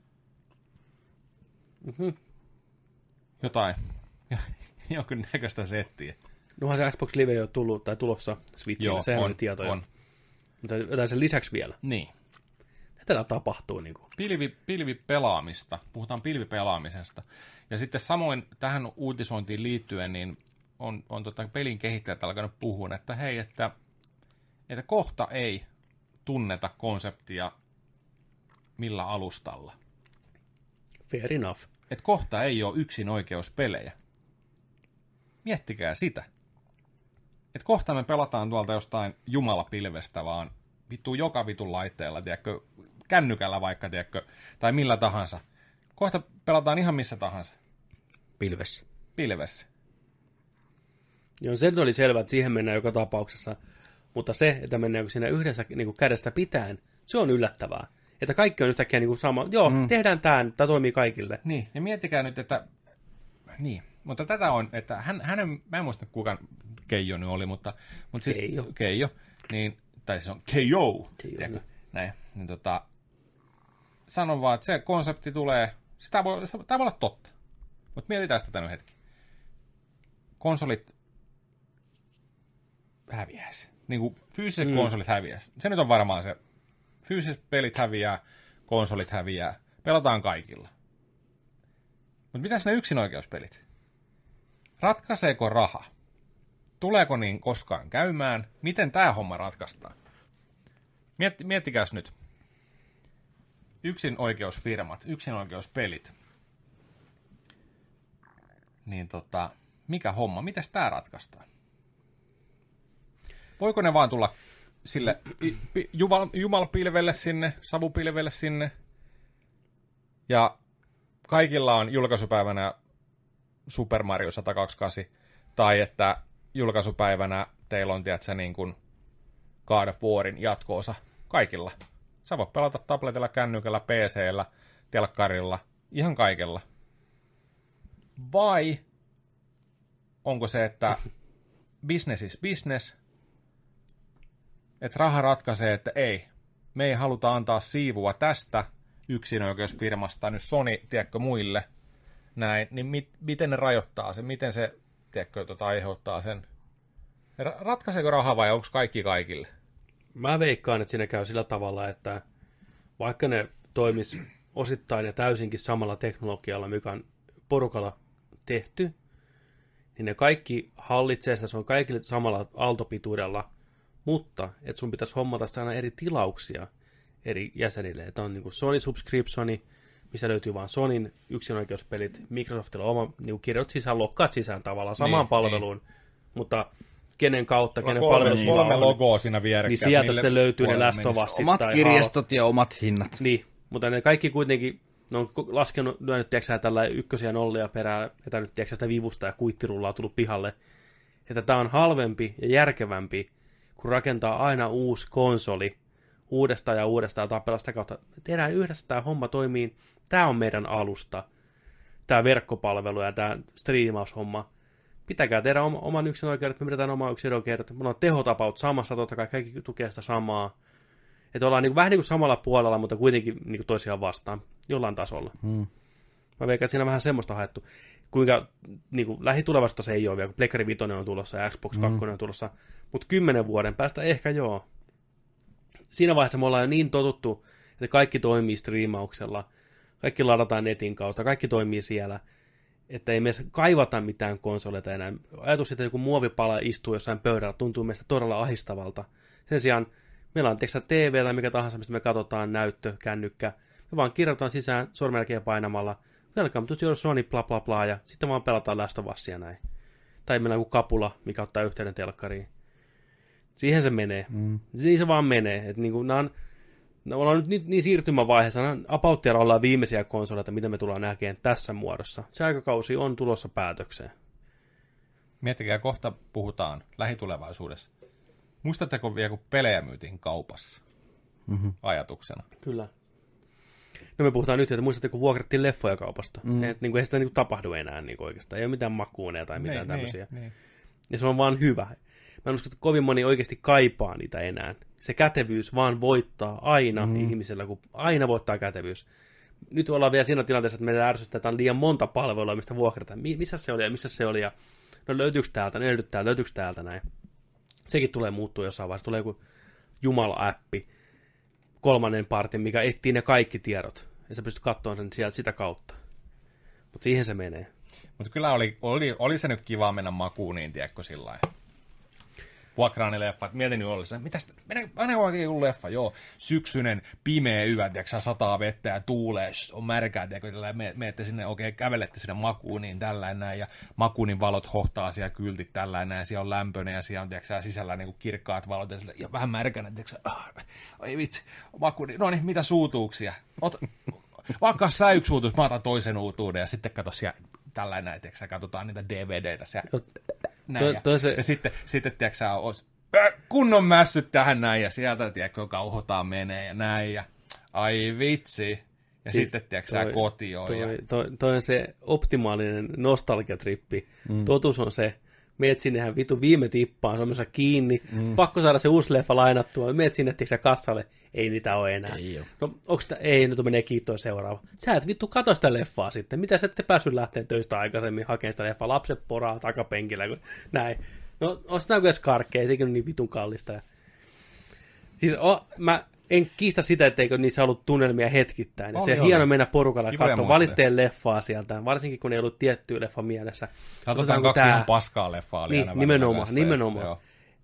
Mm-hmm. Jotain, jonkin näköistä settiä. Nohan se Xbox Live ei ole tullut tai tulossa Switchille, sehän on, oli tietoja. on. Mutta jotain sen lisäksi vielä. Niin. Tätä tapahtuu. Niin kuin. Pilvi, pilvipelaamista, puhutaan pilvipelaamisesta. Ja sitten samoin tähän uutisointiin liittyen, niin on, on tota pelin kehittäjät alkanut puhua, että hei, että, että kohta ei tunneta konseptia millä alustalla. Fair enough. Että kohta ei ole yksin oikeuspelejä. Miettikää sitä. Että kohta me pelataan tuolta jostain jumalapilvestä, vaan vittu joka vitun laitteella, tiedätkö, kännykällä vaikka, tiedätkö, tai millä tahansa. Kohta pelataan ihan missä tahansa. Pilvessä. Pilvessä. Joo, se oli selvä, että siihen mennään joka tapauksessa. Mutta se, että mennäänkö siinä yhdessä niin kuin kädestä pitäen, se on yllättävää. Että kaikki on yhtäkkiä niin kuin sama. Joo, mm. tehdään tämä, tämä toimii kaikille. Niin, ja miettikää nyt, että... Niin, mutta tätä on, että hän, hänen... Mä en muista, kuka Keijo nyt oli, mutta... mutta siis, Keijo. Keijo. Niin, tai se on Keijo. Keijo. Näin. Niin tota... Sanon vaan, että se konsepti tulee... Siis tämä voi, tämä voi olla totta. Mutta mietitään tätä nyt hetki. Konsolit häviäisi. Niin kuin fyysiset mm. konsolit häviäisi. Se nyt on varmaan se. Fyysiset pelit häviää, konsolit häviää. Pelataan kaikilla. Mutta mitäs ne yksinoikeuspelit? Ratkaiseeko raha? Tuleeko niin koskaan käymään? Miten tämä homma ratkaistaan? Mietti, miettikääs nyt. Yksinoikeusfirmat, yksinoikeuspelit. Niin tota, mikä homma? Mitäs tää ratkaistaan? Voiko ne vaan tulla sille jumalapilvelle sinne, savupilvelle sinne, ja kaikilla on julkaisupäivänä Super Mario sata kaksikymmentäkahdeksan, tai että julkaisupäivänä teillä on, tiedätkö, niin kuin God of Warin jatko-osa kaikilla. Sä voit pelata tabletilla, kännykällä, P C:llä, telkkarilla, ihan kaikella. Vai onko se, että business is business, että raha ratkaisee, että ei, me ei haluta antaa siivua tästä yksinoikeusfirmasta nyt Sony, tiedätkö, muille, näin, niin mit, miten ne rajoittaa sen, miten se, tiedätkö, tota, aiheuttaa sen, ratkaiseeko raha vai onko kaikki kaikille? Mä veikkaan, että siinä käy sillä tavalla, että vaikka ne toimis osittain ja täysinkin samalla teknologialla, mikä on porukalla tehty, niin ne kaikki hallitsee sitä, se on kaikille samalla aaltopituudella, mutta että sun pitäisi hommata sitä aina eri tilauksia eri jäsenille. Että on niin kuin Sony Subscriptioni, missä löytyy vain Sonyn yksinoikeuspelit, Microsoftilla on oma niin kirjoit sisään, lokkaat sisään tavallaan samaan niin, palveluun, niin. Mutta kenen kautta, kenen palvelussa kolme logoa siinä vierekkäin. Niin sieltä sitten löytyy ne Last of Usit. Omat kirjastot ja omat hinnat. Niin, mutta ne kaikki kuitenkin, ne on laskenut, lyönyt tiiäksä, tällä ykkösiä nollia perään, vetänyt tiiäksä, sitä vivusta ja kuittirullaa tullut pihalle. Että tämä on halvempi ja järkevämpi, kun rakentaa aina uusi konsoli uudestaan ja uudestaan ja tapella sitä kautta. Tehdään yhdessä tämä homma toimii. Tämä on meidän alusta. Tämä verkkopalvelu ja tämä striimaushomma. Pitäkää tehdä oman yksinoikeudet, me pidetään oman yksinoikeudet. Me ollaan tehotapaut samassa, totta kai kaikki tukee sitä samaa. Että ollaan niin kuin, vähän niin kuin samalla puolella, mutta kuitenkin niin kuin toisiaan vastaan jollain tasolla. Hmm. Mä veikkaan, että siinä on vähän semmoista haettu. Kuinka niin kuin, lähitulevaisuutta se ei ole vielä, kun Pleikkari Vitoinen on tulossa ja Xbox kaksi hmm. on tulossa. Mutta kymmenen vuoden päästä ehkä joo. Siinä vaiheessa me ollaan jo niin totuttu, että kaikki toimii striimauksella. Kaikki ladataan netin kautta, kaikki toimii siellä. Että ei me kaivata mitään konsoleita enää. Ajatus, että joku muovipala istuu jossain pöydällä, tuntuu meistä todella ahistavalta. Sen sijaan meillä on T V tai mikä tahansa, mistä me katsotaan näyttö, kännykkä. Me vaan kirjoitetaan sisään sormenjälkeen painamalla. Welcome to your Sony, bla bla bla, ja sitten vaan pelataan Last of Usia näin. Tai meillä on joku kapula, mikä ottaa yhteyden telkkariin. Siihen se menee. Mm. Niin se vaan menee. Että niin kuin, nämä on, me ollaan nyt niin, niin siirtymävaiheessa, apauttialla ollaan viimeisiä konsoleita, mitä me tullaan näkemään tässä muodossa. Se aikakausi on tulossa päätökseen. Miettikää, kohta puhutaan lähitulevaisuudessa Muistatteko vielä, kun pelejä myytiin kaupassa? Mm-hmm. Ajatuksena. Kyllä. No me puhutaan nyt, että muistatteko, kun vuokrattiin leffoja kaupasta. Mm. Et, niin kuin, ei sitä niin kuin, tapahdu enää niin kuin, oikeastaan. Ei ole mitään makuuneja tai mitään niin, tämmöisiä. Niin, niin. Ja se on vaan hyvä. Mä en usko, että kovin moni oikeasti kaipaa niitä enää. Se kätevyys vaan voittaa aina mm. ihmisellä, kun aina voittaa kätevyys. Nyt ollaan vielä siinä tilanteessa, että meillä ärsyttää, että on liian monta palvelua, mistä vuokrataan. Missä se oli ja missä se oli? Ja no löytyykö täältä, löytyykö täältä, löytyykö täältä näin. Sekin tulee muuttua jossain vaiheessa. Tulee joku Jumala-appi, kolmannen partin, mikä etsii ne kaikki tiedot. Ja sä pystyt katsomaan sen sieltä sitä kautta. Mutta siihen se menee. Mutta kyllä oli, oli, oli se nyt kiva mennä makuun, niin tiedätkö sillä lailla. Vuokraan ne leffat. Mietin nyt olisi, mitäs, mennä oikein joku leffa, joo. Syksyinen, pimeä yö, tiedätkö, sataa vettä ja tuulee, on märkää, tiedätkö, me, meette sinne, oikein kävelette sinne makuuniin, tällainen näin, ja makuunin valot hohtaa siellä kyltit, tällainen näin, siellä on lämpöinen, ja siellä on, tiedätkö, sisällä niin kuin kirkkaat valot, ja, ja vähän märkänä, tiedätkö, ah, ai vitsi, makuuni, no niin, mitä suutuuksia? Ot, vaikka sä yksi uutuus, mä otan toisen uutuuden, ja sitten kato siellä, tällainen näin, tiedätkö, katsotaan niitä D V D:tä siellä. Näin, to, to se... ja sitten, sitten tiedätkö sä, kunnon mässyt tähän näin, ja sieltä, tiedätkö, kauhotaan menee, ja näin, ja ai vitsi, ja siis sitten, tiedätkö sä, kotioon. Toi, ja... toi, toi on se optimaalinen nostalgiatrippi. Mm. Totuus on se, meet sinnehän vitu viime tippaan, semmoisessa kiinni, mm. pakko saada se uusi leffa lainattua, meet sinne, tiedätkö sä, kassalle, ei niitä ole enää. Ei ole. No, onko sitä, ei, nyt menee kiittoon seuraava. Sä et vittu katso sitä leffaa sitten, mitä sä ette päässyt lähteen töistä aikaisemmin hakemaan sitä leffaa, lapset poraa takapenkillä, kun näin. No, on sitä kuin edes karkkeja, sekin on niin vitun kallista. Ja... Siis o, mä en kiistä sitä, etteikö niissä ollut tunnelmia hetkittäin. Oli, se on hieno mennä porukalla katsomaan, valitteen leffaa sieltä, varsinkin kun ei ollut tiettyä leffa mielessä. Katsotaan kaksi tää... ihan paskaa leffaa. Niin, nimenomaan, nimenomaan.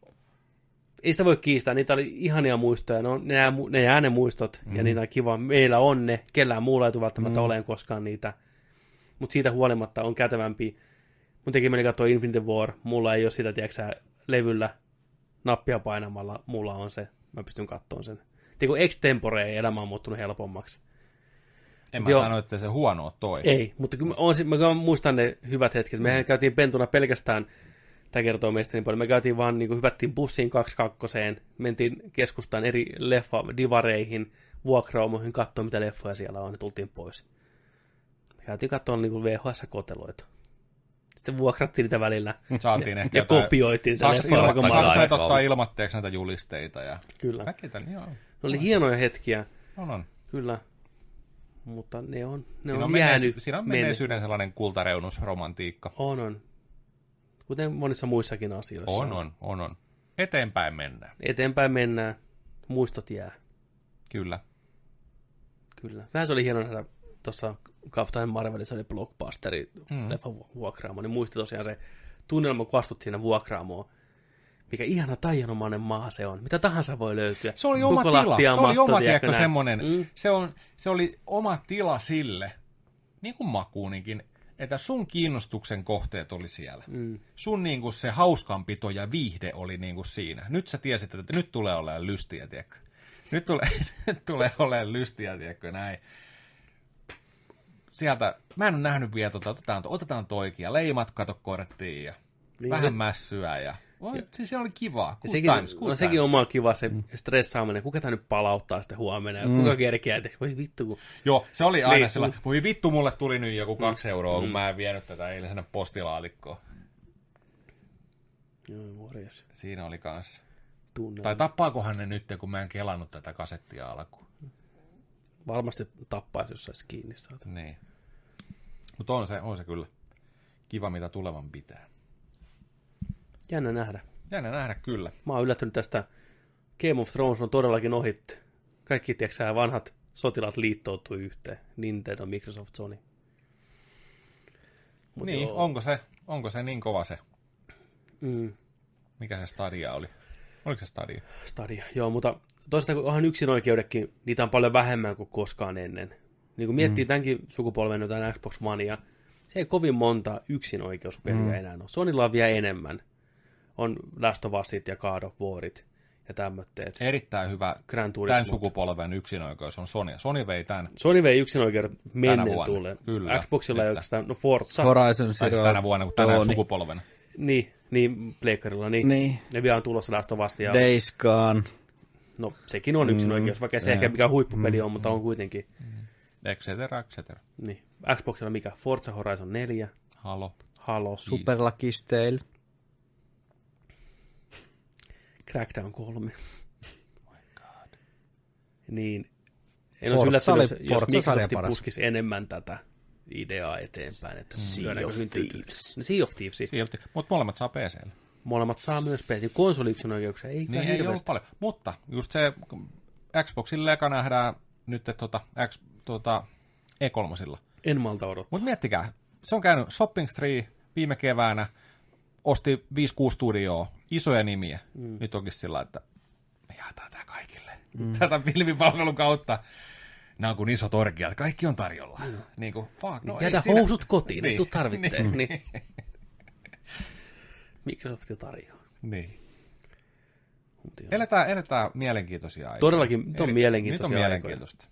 Ei sitä voi kiistää, niitä oli ihania muistoja, ne, on, ne, jää, ne jää ne muistot, mm. ja niitä on kiva. Meillä on ne, kellään muulla ei tule välttämättä mm. oleen koskaan niitä. Mutta siitä huolimatta on kätevämpi. Mun teki meni katsoa Infinity War, mulla ei ole sitä, tiedätkö levyllä nappia painamalla, mulla on se, mä pystyn katsomaan sen. Tiedätkö, extempore elämä on muuttunut helpommaksi. En mä jo, sano, että se huono on toi. Ei, mutta kyllä on, mä muistan ne hyvät hetket. Mehän käytiin pentuna pelkästään, tämä kertoo meistä niin paljon, me käytiin vaan, niin kuin, hypättiin bussiin kaksikymmentäkaksi, mentiin keskustaan eri leffa-divareihin, vuokraumoihin, katsoa mitä leffoja siellä on, ja tultiin pois. Me käytiin katsoa niin V H S-koteloita. Sitten vuokrattiin niitä välillä Saatiin ja, ehkä ja jotain, kopioitiin sitä leffaa. Saako näitä ottaa ilmatteeksi näitä julisteita? Ja... Kyllä. Väkitä, joo. Ne oli hienoja hetkiä. On, on. Kyllä. Mutta ne on, ne siinä on, on jäänyt. Menneisy, siinä on menneisyyden sellainen kultareunusromantiikka. On, on. Kuten monissa muissakin asioissa. On, on, on, on. Eteenpäin mennään. Eteenpäin mennään. Muistot jää. Kyllä. Kyllä. Vähän se oli hieno nähdä tuossa Captain Marvelissa oli blockbusteri mm. leffa vuokraamo, niin muisti tosiaan se tunnelma, kun astut siinä vuokraamoon. Mikä ihana taianomainen maa se on. Mitä tahansa voi löytyä. Se oli oma tila. Se oli oma, tiedätkö, semmoinen. Mm. Se, on, se oli oma tila sille, niin kuin makuunikin, että sun kiinnostuksen kohteet oli siellä. Mm. Sun niin kuin se hauskanpito ja viihde oli niin kuin siinä. Nyt sä tiesit, että nyt tulee olemaan lystiä, tiedätkö. Nyt tulee, nyt tulee olemaan lystiä, tiedätkö, näin. Sieltä, mä en ole nähnyt vielä, tota, otetaan, otetaan toikin ja leimat, kato, korttiin ja niin, vähän se... mässyä ja... Oh, siis se oli kiva. Good sekin, times, good no, sekin on oma kiva se mm. stressaaminen. Kuka tämä nyt palauttaa sitten huomenna? Mm. Kuka kerkeää? Voi vittu. Kun... Joo, se oli aina sellainen. Voi vittu, mulle tuli nyt joku kaksi mm. euroa, kun mm. mä en vienyt tätä eilen sinne postilaatikkoon. Joo, morjes. Siinä oli kanssa. Tunnelma. Tai tappaakohan ne nyt, kun mä en kelannut tätä kasettia alkuun? Varmasti tappaisi, jos saisi kiinni saada. Niin. Mutta on se, on se kyllä kiva, mitä tulevan pitää. Jännä nähdä. Jännä nähdä, kyllä. Mä oon yllättynyt tästä. Game of Thrones on todellakin ohitte. Kaikki, tiedätkö, vanhat sotilaat liittoutuu yhteen. Nintendo, Microsoft, Sony. Mut niin, joo. onko se, onko se niin kova se? Mm. Mikä se Stadia oli? Oliko se Stadia? Stadia, joo, mutta toisaalta kun onhan yksinoikeudekin, niitä on paljon vähemmän kuin koskaan ennen. Niin kun miettii mm. tämänkin sukupolven jotain Xbox Onea, se ei kovin monta yksinoikeuspeliä mm. enää ole. Sonylla on vielä enemmän. On Last of Usit ja God of Warit ja tämmöitteet. Erittäin hyvä tämän sukupolven yksinoikeus on Sony. Sony vei tämän. Sony vei yksinoikeudet mennen tulee. Kyllä. Xboxilla ei oikeastaan, no Forza. Horizon Zero tänä vuonna kuin tänä sukupolven. Niin, Niin, pleikkarilla, niin. Niin. Ne vielä on tulossa Last of Us. Ja... Days Gone. No, sekin on yksin Mm, oikeus, vaikka se, se- ehkä mikä huippupeli mm, on, mutta on kuitenkin. Et cetera, et cetera. Niin. Xboxilla mikä? Forza Horizon neljä, Halo. Halo, Super Lucky Tale. Crackdown kolme. Oh my god. Niin. En Forza olisi yllättynyt, oli- jos Forza-sarja Microsoft paras. puskisi enemmän tätä ideaa eteenpäin. Että Sea of Thieves. No, Sea of Thieves. Mutta molemmat saa P C:lle. Molemmat saa myös P C. Konsoliksi oikeuksia. Ei Niin kyllä ei ollut hirveästi. paljon. Mutta just se Xboxilla eka nähdään nyt tuota, X, tuota, E kolme. En malta odottaa. Mutta miettikää, se on käynyt Shopping Spree viime keväänä, osti viisi kuusi studioa, isoja nimiä. Mm. Nyt onkin sillä, että me jaetaan tää kaikille. Mm. Tätä filmipalvelun kautta. Nämä on kuin isot orgiat, kaikki on tarjolla. Mm. Niin kuin, fuck, no Jätä ei siinä- housut kotiin, Niin. ei tuu tarvitteen. Niin. Niin. Microsoft tarjoaa. Niin. Mut joo. Eletään, eletään mielenkiintoisia aikoja. Todellakin, nyt on Eli- mielenkiintoisia Nyt on aikoja. mielenkiintoista.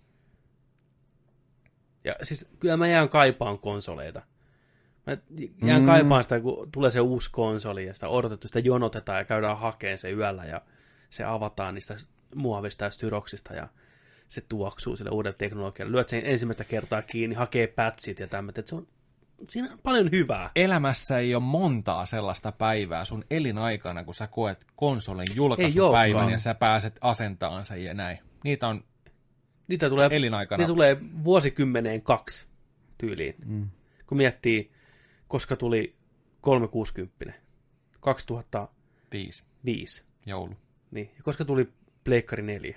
Ja siis kyllä mä jään kaipaan konsoleita. Mä jään Mm. mm. kaipaan sitä, kun tulee se uusi konsoli ja sitä odotettu, sitä jonotetaan ja käydään hakemaan se yöllä ja se avataan niistä muovista ja styroksista ja se tuoksuu sille uuden teknologialle. Lyöt sen ensimmäistä kertaa kiinni, hakee pätsit ja tämmöitä. Että se on, siinä on paljon hyvää. Elämässä ei ole montaa sellaista päivää sun elinaikana, kun sä koet konsolin Ei julkaisupäivän olekaan. ja sä pääset asentamaan sen ja näin. Niitä on Niitä tulee, elinaikana. niitä tulee vuosikymmeneen kaksi tyyliin. Mm. Kun miettii, koska tuli kolmesataakuusikymmentä, kaksituhattaviisi, Viisi. Joulu. niin, ja koska tuli Pleikkari neljä,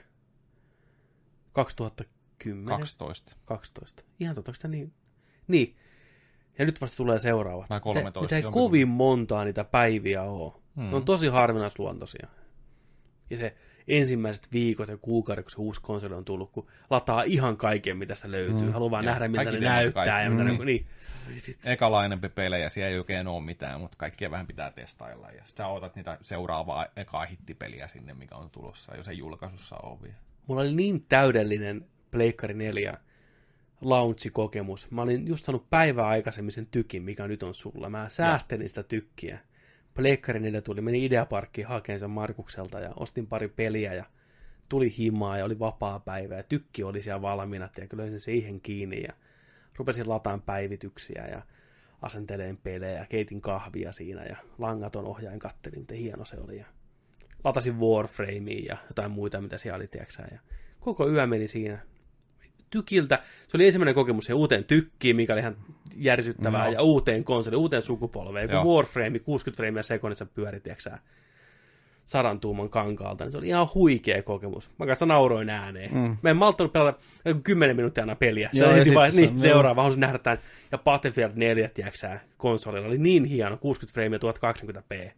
kaksituhattakymmenen, kaksitoista. kaksitoista. Ihan totta, onko sitä niin? Niin. Ja nyt vasta tulee seuraavat. Tai kolmetoista, Mitä ei jompikumpi. kovin montaa niitä päiviä ole. Hmm. Ne on tosi harvinaisluontoisia. Ja se ensimmäiset viikot ja kuukaudet, kun se uusi konsoli on tullut, kun lataa ihan kaiken, mitä sitä löytyy. Mm. Haluaa vaan Joo, nähdä, miltä kaikki ne tiedät näyttää. kaikki. Ja mitä Mm. ne, niin. Ekalainempi pelejä, siellä ei oikein ole mitään, mutta kaikkia vähän pitää testailla. Ja sit sä odotat niitä seuraavaa ekaa hittipeliä sinne, mikä on tulossa, jos ei julkaisussa ole vielä. Mulla oli niin täydellinen Pleikkari neljä launch-kokemus. Mä olin just saanut päivää aikaisemmin sen tykin, mikä nyt on sulla. Mä säästelin sitä tykkiä. Pleikkari neljä tuli, meni Ideaparkkiin hakemaan sen Markukselta ja ostin pari peliä ja tuli himaa ja oli vapaa päivä ja tykki oli siellä valmiina ja kyllä löysin siihen kiinni ja rupesin lataan päivityksiä ja asenteleen pelejä, keitin kahvia siinä ja langaton ohjain kattelin, miten hieno se oli ja latasin Warframea ja jotain muita, mitä siellä oli, tiiäksä, ja koko yö meni siinä tykiltä. Se oli ensimmäinen kokemus siihen uuteen tykkiin, mikä oli ihan järsyttävää, No. ja uuteen konsoliin, uuteen sukupolveen. Kun Joo. Warframe, kuusikymmentä freimiä sekunnissa pyöri, tiiäksä, sadan tuuman kankaalta, niin se oli ihan huikea kokemus. Mä kanssa nauroin ääneen. Mm. Mä en malttanut pelata kymmenen minuuttia aina peliä. Sitä Joo, ja heti sit vaan, se- niin, joo. seuraava, haluaisin nähdä tämän. Ja Battlefield neljä, tiiäksä, konsolilla oli niin hieno, kuusikymmentä freimiä tuhatkahdeksankymmentä p.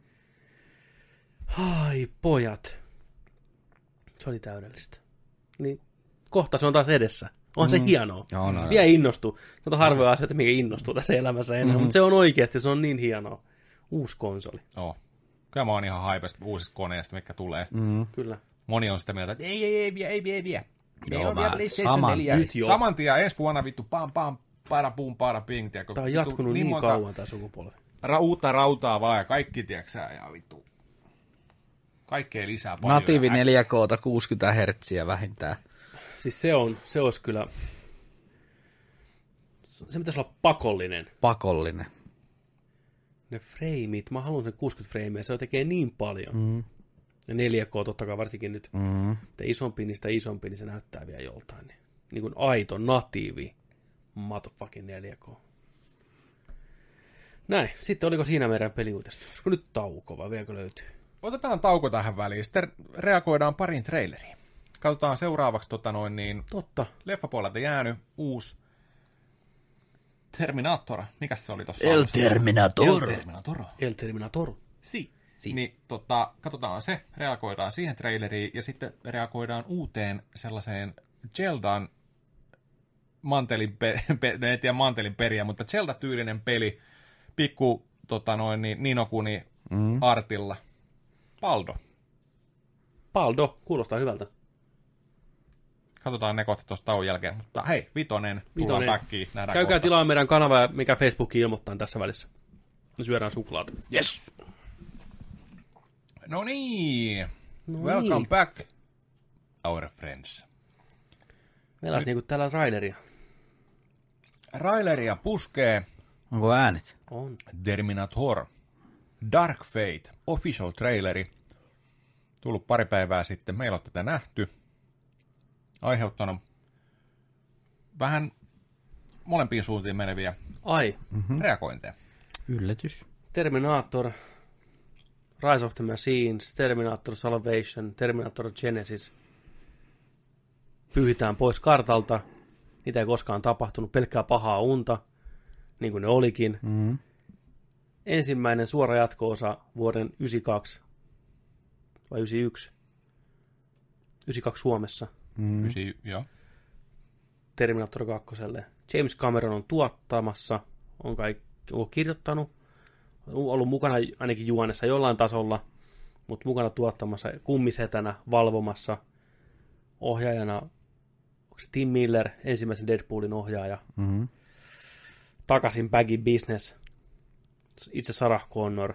Ai pojat. Se oli täydellistä. Niin kohta se on taas edessä. On se hienoa. Joo, no, Vielä innostuu. Se on harvoja asioita, mikä innostuu tässä elämässä enää. Mm-hmm. Mutta se on oikeasti, se on niin hienoa. Uusi konsoli. Joo. Kyllä mä oon ihan haipesta uusista koneista, mitkä tulee. Mm. Kyllä. Moni on sitä mieltä, että ei, ei, ei, vie, ei, vie, ei, vie. Joo, Ei ole mä vielä PlayStation saman- neljä. nyt jo. Saman tien ensi vuonna vittu, pam, pam, para, pum, para, ping. Tiedätkö, Tämä on vittu, jatkunut niin, niin monta kauan tämä sukupolvi. Ra- uutta rautaa vaan ja kaikki, tiedätkö ja vittu. Kaikkea lisää paljon. Natiivi ja neljä K kuusikymmentä hertsiä vähintään. Siis se on, se olisi kyllä, se pitäisi olla pakollinen. Pakollinen. Ne freimit, mä haluan sen kuusikymmentä freimiä, se tekee niin paljon. Mm. Ja neljä K totta kai varsinkin nyt. Mm. Mitä isompi, niin sitä isompi, niin se näyttää vielä joltain. Niin, niin kuin aito, natiivi, motherfucking neljä K. Näin, sitten oliko siinä meidän peliuutista? Olisiko nyt tauko vai vieläkö löytyy? Otetaan tauko tähän väliin, sitten reagoidaan pariin traileriin. Katsotaan seuraavaksi tota noin niin, Totta. leffapuolelta jäänyt uusi Terminator. Mikäs se oli tossa? El alussa? Terminator. El Terminator. El Terminator. Si. Si. Niin tota, katsotaan se, reagoidaan siihen traileriin ja sitten reagoidaan uuteen sellaiseen Zeldan mantelin, pe- pe- en tiedä mantelin periä, mutta Zelda-tyylinen peli, pikku tota noin, niin Ninokuni mm. Artilla. Paldo. Paldo, kuulostaa hyvältä. Katsotaan ne kohta tuosta tauon jälkeen, mutta hei, vitonen, tullaan Vitonen. backiin, nähdään Käykää kohta. tilaa meidän kanava, mikä Facebook ilmoittaa tässä välissä. Me syödään suklaata. Yes. No niin. No Welcome niin. back, our friends. Meillä olisi niinku täällä traileria. Traileria puskee Onko äänet? On. Terminator Dark Fate official traileri. Tullut pari päivää sitten. Meillä on tätä nähty. Aiheuttanut vähän molempiin suuntiin meneviä Ai, mm-hmm. reagointeja. Yllätys. Terminator, Rise of the Machines, Terminator Salvation, Terminator Genesis. Pyyhitään pois kartalta. Niitä ei koskaan tapahtunut. Pelkkää pahaa unta, niin kuin ne olikin. Mm-hmm. Ensimmäinen suora jatko-osa vuoden yhdeksänkymmentäkaksi vai yhdeksänkymmentäyksi. yhdeksänkymmentäkaksi Suomessa. Mm-hmm. Ysi, joo. Terminator kaksi. James Cameron on tuottamassa, on kaikki on kirjoittanut, on ollut mukana ainakin juonessa jollain tasolla, mutta mukana tuottamassa, kummisetänä, valvomassa, ohjaajana, onko se Tim Miller, ensimmäisen Deadpoolin ohjaaja, Mm-hmm. takaisin Baggy Business, itse Sarah Connor,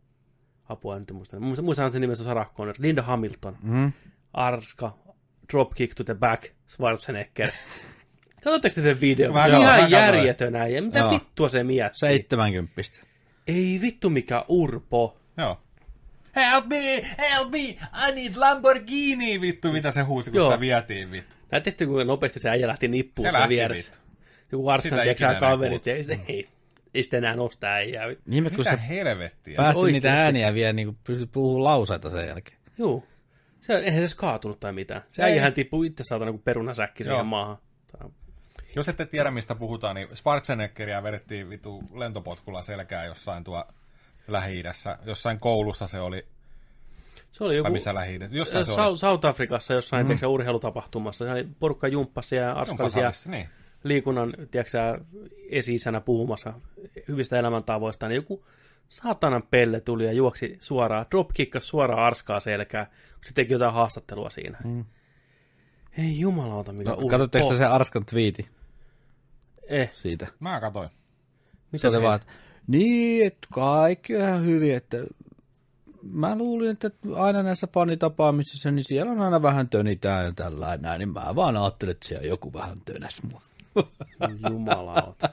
apua en nyt muista, muistan sen nimessä Sarah Connor, Linda Hamilton, Mm-hmm. Arska, Dropkick to the Back, Schwarzenegger. Katsotteko te sen videon? Mä Ihan katsoin. järjetön äijä. Mitä Joo. vittua se miettii? seitsemänkymmentä. Ei vittu mikä urpo. Joo. Help me, help me, I need Lamborghini, vittu, mitä se huusi, kun Joo. sitä vietiin, vittu. Näettekö kuinka nopeasti se äijä lähti nippuun Se siinä lähti, vieressä? vittu. Joku Arskan, Sitä tiedätkö ikinä sä enää kaverit, kuultu. ja ei, ei, ei sitten enää nosta äijää. Ihme, kun Mitä se helvettiä? päästi oikeasti. niitä ääniä vielä niin pystyi puhumaan lauseita sen jälkeen. Joo. Se, eihän se edes kaatunut tai mitään. Se Ei. äijähän tippui itse saatana kuin perunasäkki Joo. siihen maahan. Jos ette tiedä, mistä puhutaan, niin Schwarzeneggeria vedettiin vitu lentopotkulla selkää jossain tuo Lähi-idässä. Jossain koulussa se oli, Se oli joku... vai missä Lähi-idässä? Jossain se oli. South South Afrikassa jossain mm. tiedätkö, urheilutapahtumassa. Se oli porukka jumppasi ja arskali siellä Jumpasalissa, niin. liikunnan tiedätkö, esi-isänä puhumassa hyvistä elämäntavoista. Niin joku saatanan pelle tuli ja juoksi suoraan, dropkickas suoraan arskaa selkää, kun se teki jotain haastattelua siinä. Mm. Ei jumalauta, mikä No, urpo. katsotteko te sen Arskan twiiti Eh, siitä? Mä katoin. mitä Se oli se vaan, että niin, että kaikki on ihan hyvin, että mä luulin, että aina näissä fanitapaamisissa, niin siellä on aina vähän tönitään ja tällainen näin, niin mä vaan ajattelin, että siellä joku vähän tönäs mua. jumalauta.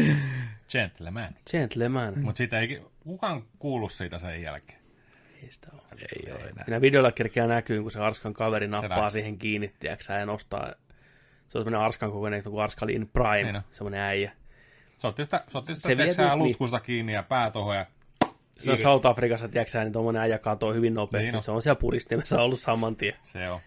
Gentleman. Gentleman. Mutta siitä ei kukaan kuulu siitä sen jälkeen. Ei sitä ole. Ei ole enää. Siinä videolla kerkeää näkyy, kun se Arskan kaveri nappaa lähti. siihen kiinni, tiiäksä, ja nostaa. Se on semmoinen Arskan kokoinen, kuin Arska in Prime, Niin on. semmoinen äijä. Se otti sitä, se otti sitä Se tiedätkö, vietiin- lutkusta kiinni ja pää tohon ja Se on South Afrikassa, tiiäksä, niin tommonen äijä katoo hyvin nopeasti. Niin on. Se on siellä puristimessa ollut saman tien. se on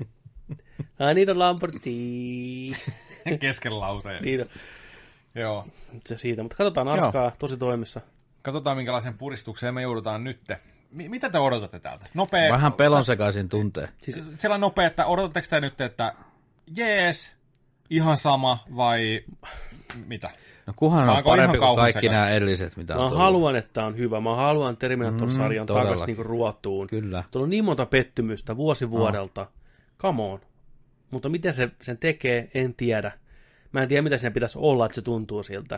I need a Lamborghini. kesken lauseen. Niin on. Joo. Se siitä, mutta katsotaan Arskaa tosi toimissa. Katsotaan, minkälaisen puristukseen me joudutaan nytte. M- mitä te odotatte täältä? Nopea. Vähän pelon sekaisin tuntee. Siis siellä nopea, että odotatteko te nyt, että jees, ihan sama vai mitä? No kunhan Mä on oonko ihan parempi kuin kauhun kaikki sekaisin? nämä edelliset, mitä Mä on tullut. haluan, että on hyvä. Mä haluan Terminator-sarjan Mm, takaisin todellakin. niinku ruotuun. Kyllä. Tuolla on niin monta pettymystä vuosi vuodelta. Come on. Mutta miten se sen tekee, en tiedä. Mä en tiedä, mitä siinä pitäisi olla, että se tuntuu siltä.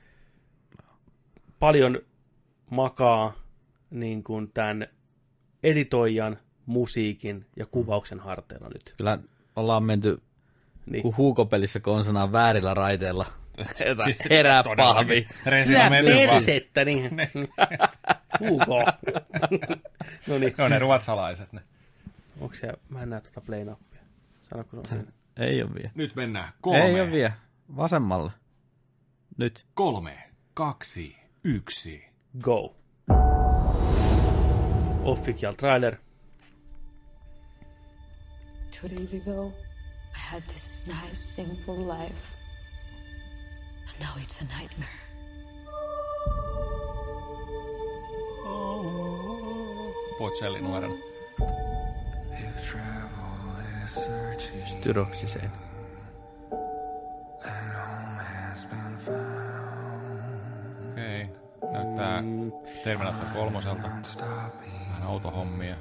Paljon makaa niin kuin tämän editoijan, musiikin ja kuvauksen harteilla nyt. Kyllä ollaan menty Niin. kuin huukopelissä konsanaan väärillä raiteilla. Herää pahvi. Resina Hyvä mennyt vaan. persettä, niin. Huuko. No niin. Ne on ne ruotsalaiset ne. Onko se, mä en näe tuota play-nappia. Sano, kun on niin. Ei ole vielä. Nyt mennään. Kolme, Ei ole vielä. Vasemmalle. Nyt. kolme, kaksi, yksi. Go. Official trailer. Two days ago, I had this nice, simple life. And now it's a nightmare. Bocelli nuorena. Styroksiseen. Okei. Näyttää Terminator kolmoselta. Vähän autohommia.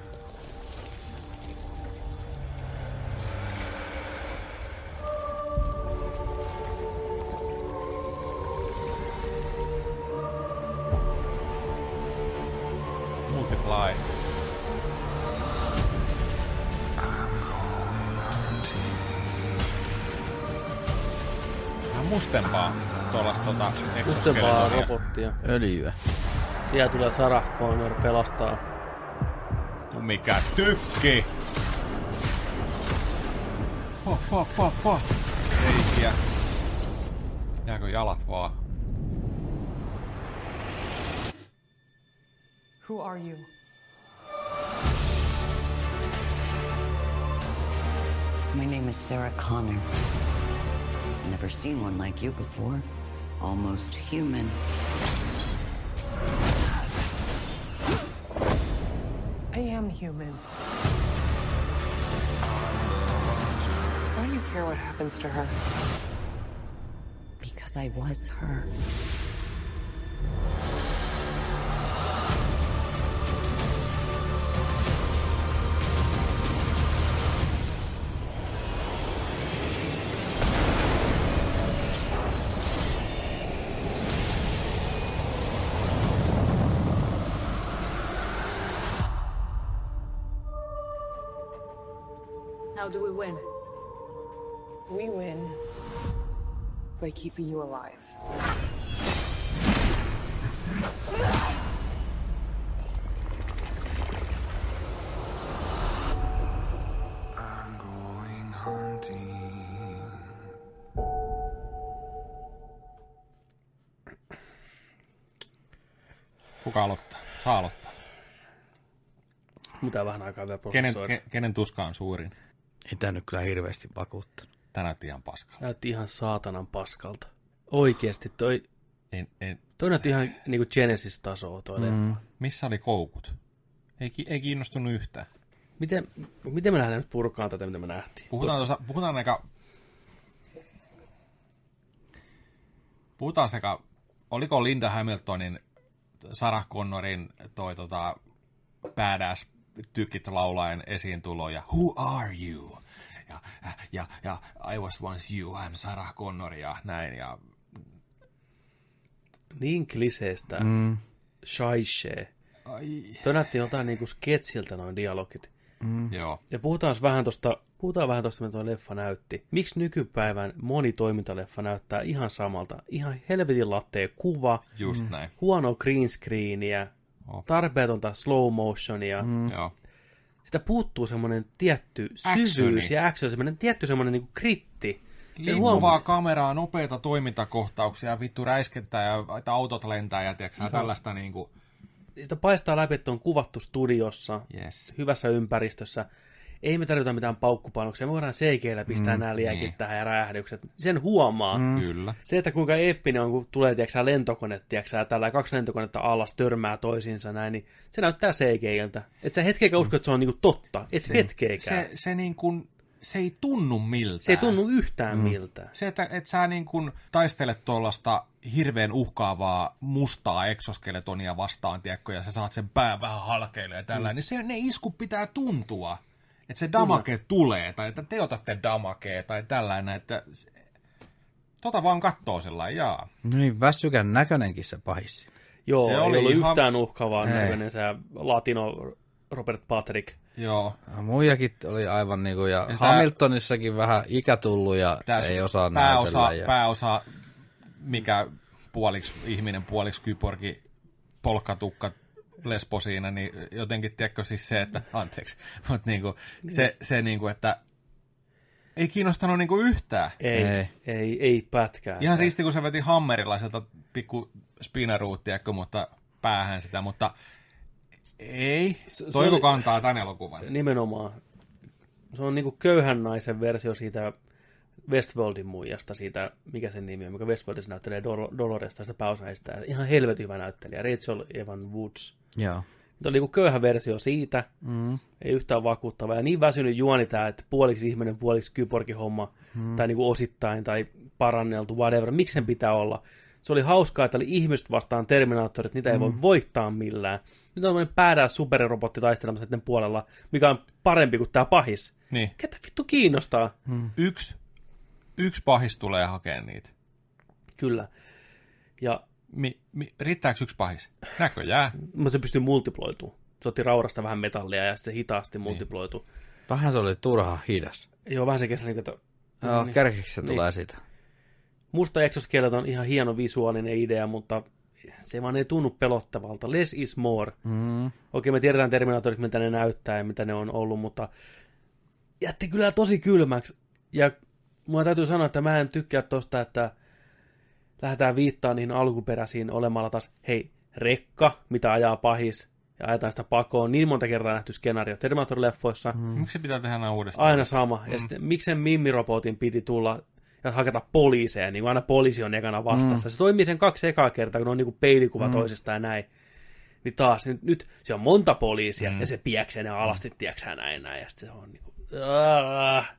Multiply. mustempaa tuollaista tota, Mustempaa exoskeletonia. robottia. Öljyä. Siellä tulee Sarah Connor pelastaa. Mikä tykki! Pah, pah, pah, pah. Reikiä. Jääkö jalat vaan? Who are you? My name is Sarah Connor. Never seen one like you before. Almost human. I am human. Why do you care what happens to her? Because I was her. How do we win? We win by keeping you alive. I'm going hunting. Kuka aloittaa? Saa aloittaa. Mitä vähän aikaa vielä Kenen, prosessoida. ke, kenen tuska on suurin? Ei tää nyt kyllä hirveästi vakuuttanut. Tää näytti ihan paskalta. Näytti ihan saatanan paskalta. Oikeesti, toi, En, en, toi näytti ihan niinku Genesis-tasoa toi mm. leffa. missä oli koukut? Ei, ki- ei kiinnostunut yhtään. Miten, miten me lähdetään nyt purkaan tätä, mitä me nähtiin? Puhutaan, tuossa, puhutaan aika... Puhutaan sekä... Oliko Linda Hamiltonin, Sarah Connorin toi tota... badass tykit laulaen esiintulo ja Who are you? Ja, ja, ja I was once you, I'm Sarah Connor ja näin. Ja... Niin kliseestä. Mm. Shaishee. Ai. Toi näytti jotain niinku sketsiltä noin dialogit. Mm. Joo. Ja puhutaan vähän tosta, puhutaan vähän tosta, mitä tuo leffa näytti. Miksi nykypäivän moni toimintaleffa näyttää ihan samalta? Ihan helvetin lattea kuva, Just näin. huono green screeniä, Oh. tarpeetonta slow motionia. Mm. Joo. Sitä puuttuu semmoinen tietty Actioni. syvyys ja action, semmoinen tietty semmoinen niinku kritti. Sen Liikkuvaa huomaa. kameraa, nopeita toimintakohtauksia, vittu räiskettää ja että autot lentää ja tiiäksä, tällaista niinku... Sitä paistaa läpi, että on kuvattu studiossa, Yes. hyvässä ympäristössä. Ei me tarvita mitään paukkupanoksia, me voidaan C G:llä pistää mm, nämä liekit niin. tähän ja räjähdykset. Sen huomaa. Mm. Kyllä. Se, että kuinka eeppinen on, kun tulee tiiäksä, lentokone, tiiäksä, tällä kaksi lentokonetta alas törmää toisiinsa näin, niin se näyttää C G:ltä. Et sä hetkeäkään usko, että se on niinku totta. Et se, hetkeäkään. Se, se, niin kuin, se ei tunnu miltään. Se ei tunnu yhtään mm. miltään. Se, että et sä niin kuin taistelet tuollaista hirveän uhkaavaa mustaa eksoskeletonia vastaan, tiedätkö, ja sä saat sen pää vähän halkeille ja tällä, mm. niin se, ne iskut pitää tuntua. Että se damake Kyllä. tulee, tai että te otatte damakea, tai tällainen, että se, tota vaan kattoo sellainen, jaa. No niin, väsykän näköinenkin se pahis. Joo, se ei oli ollut ihan... yhtään uhkavaa näköinen se latino Robert Patrick. Joo. Muijakin oli aivan niinku, ja, ja Hamiltonissakin vähän ikä tullut, ja ei osaa pääosa, näytellä. Ja... Pääosa, mikä puoliksi ihminen, puoliksi kyborgi, polkkatukka, lesbo siinä, niin jotenkin, tiedätkö siis se, että, anteeksi, mutta niinku, se, se niinku, että ei kiinnostanut niinku yhtään. Ei, ei, ei, ei pätkään. Ihan siisti, kun se veti hammerilaiselta pikku spinaruuttia, mutta päähän sitä, mutta ei. Toiko oli... kantaa tämän elokuvan? Nimenomaan. Se on niinku köyhän naisen versio siitä Westworldin muijasta, siitä, mikä sen nimi on, mikä Westworldissa näyttelee Dol- Doloresta, sitä pääosaista. Ihan helvetin hyvä näyttelijä, Rachel Evan Woods. Joo. Tämä oli niinku köyhä versio siitä, mm. ei yhtään vakuuttava. Ja niin väsynyt juoni tämä, että puoliksi ihminen, puoliksi kyborgihomma, mm. tai niinku osittain, tai paranneltu, whatever. Miksi sen pitää olla? Se oli hauskaa, että oli ihmiset vastaan Terminaattorit, niitä ei mm. voi voittaa millään. Nyt on tämmöinen badass superrobotti taistelemassa näiden puolella, mikä on parempi kuin tämä pahis. Niin. Ketä vittu kiinnostaa? Mm. Yksi, yksi pahis tulee hakemaan niitä. Kyllä. Ja Mi, mi, riittääkö yksi pahis? Näköjään. Mutta se pystyy multiploitumaan. Se otti raurasta vähän metallia ja sitten hitaasti niin. multiploitu. Vähän se oli turha hidas. Joo, vähän se kesä, niin että... Joo, niin, kärkiksi se niin. tulee siitä. Musta exoskeleton on ihan hieno visuaalinen idea, mutta se vaan ei tunnu pelottavalta. Less is more. Mm. Okei, me tiedetään Terminaatorit, mitä ne näyttää ja mitä ne on ollut, mutta jätti kyllä tosi kylmäksi. Ja mun täytyy sanoa, että mä en tykkää tosta, että lähdetään viittaan niihin alkuperäisiin olemalla taas, hei, rekka, mitä ajaa pahis, ja ajetaan sitä pakoon. Niin monta kertaa nähty skenaario Terminator-leffoissa. Mm. Miksi se pitää tehdä nämä uudestaan? Aina sama. Mm. Ja sitten, miksen Mimmi-robotin piti tulla ja hakata poliiseja, niin kuin aina poliisi on ekana vastassa. Mm. Se toimii sen kaksi ekaa kertaa, kun on niin kuin peilikuva mm. toisesta ja näin. Niin taas, nyt, nyt se on monta poliisia, mm. ja se pieksee ne alasti, mm. tiedätkö näin, näin, ja sitten se on niin kuin, aah,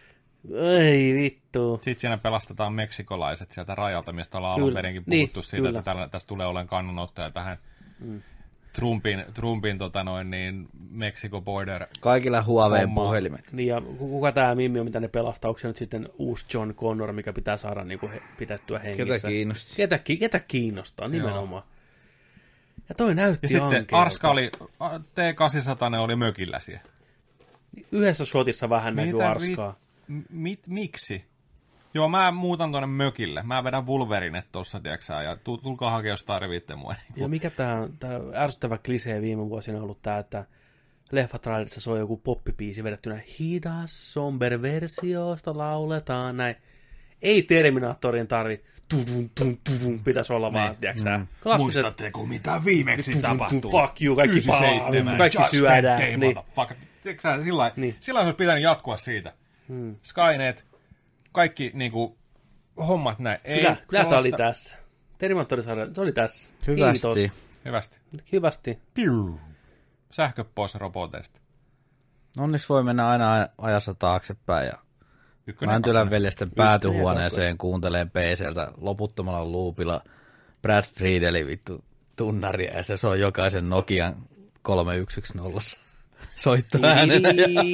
ei vittu. Sitten siinä pelastetaan meksikolaiset sieltä rajalta, mistä ollaan alun perinkin puhuttu niin, siitä, kyllä. että tällä, tässä tulee olemaan kannanottoja tähän mm. Trumpin, Trumpin tota noin, niin Mexico Border. Kaikilla Huaweiin puhelimet. Niin, ja kuka tämä Mimmi on, mitä ne pelastaa? Onko se nyt sitten uusi John Connor, mikä pitää saada niin kuin he, pidettyä hengissä? Ketä kiinnostaa? Ketä, ketä kiinnostaa, nimenomaan. Joo. Ja toi näytti ja ankeelta. sitten Arska oli, T kahdeksansataa oli mökillä siellä. Yhdessä shotissa vähän näkyy Arskaa. Mi, mit, miksi? Joo, mä muutan tuonne mökille. Mä vedän Wolverine tossa, tiiäksä, ja tulkaa hakea, jos tarvitte mua. Ja mikä tää, tää ärsyttävä klisee viime vuosina on ollut tää, että leffatrailerissa soi joku poppipiisi vedettynä hidas somber versiosta lauletaan näin. Ei Terminaattorin tarvi tudun, tudun, tudun, pitäisi olla vaan, tiiäksä. Mm. Muistatteko, mitä viimeksi tudun, tapahtui? Fuck you, kaikki pahaa, kaikki syödään. Niin. Tiiäksä, sillä niin. lailla olisi pitänyt jatkua siitä. Hmm. Skynet, kaikki niinku hommat näin. Ei, kyllä, kyllä tämä oli tässä. Terminaattorisarja, se oli tässä. Hyvästi. Kiitos. Hyvästi. Hyvästi. Piu. Sähkö pois roboteista. Onneksi voi mennä aina ajassa taaksepäin. Ja Mäntylän veljesten päätyhuoneeseen kuunteleen P C:ltä loputtomalla luupilla Brad Friedelin vittu tunnaria. Ja se soi jokaisen Nokian kolme yksi yksi nolla soittoäänenä.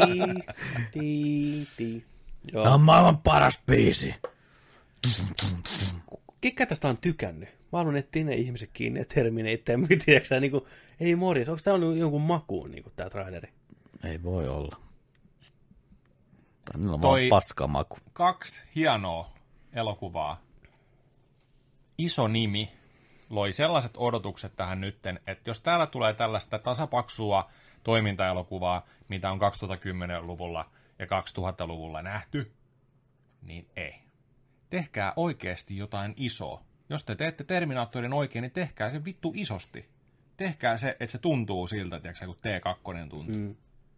Tämä on maailman paras biisi. Kekkä tästä on tykännyt? Mä haluan etsiä ne ihmiset kiinni ja Terminator, tiedätkö niin kuin, ei morjes, onko tää ollut jonkun makuun niin kuin tää traileri? Ei voi olla. Tai niillä on vaan paskamaku. Kaksi hienoa elokuvaa. Iso nimi loi sellaiset odotukset tähän nytten, että jos täällä tulee tällaista tasapaksua toimintaelokuvaa, mitä on kaksituhattakymmenluvulla ja kaksituhattaluvulla nähty, niin ei. Tehkää oikeasti jotain isoa. Jos te teette Terminaattorin oikein, niin tehkää se vittu isosti. Tehkää se, että se tuntuu siltä, tiiäksä, kun T kaksi tuntuu. Mm.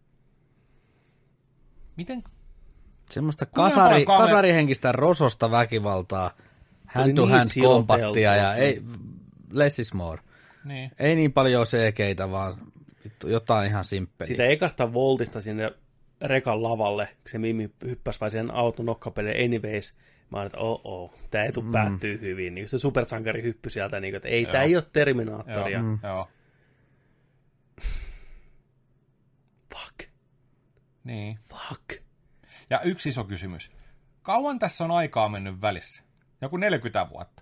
Miten? Semmoista kasari, kasarihenkistä rososta väkivaltaa, hand-to-hand niin kompattia ja ei, less is more. Niin. Ei niin paljon C G:itä, vaan vittu, jotain ihan simppeliä. Sitä ekasta voltista sinne rekan lavalle, kun se Mimmi hyppäsi vai sen auton nokkapeleen anyways, mä olin, että oh oh, tää ei tule mm. päättyy hyvin. Niin se supersankari hyppy sieltä, niin, että ei, joo. Tää ei ole Terminaattoria. Joo. Mm. Joo. Fuck. Niin. Fuck. Ja yksi iso kysymys. Kauan tässä on aikaa mennyt välissä? Joku neljäkymmentä vuotta.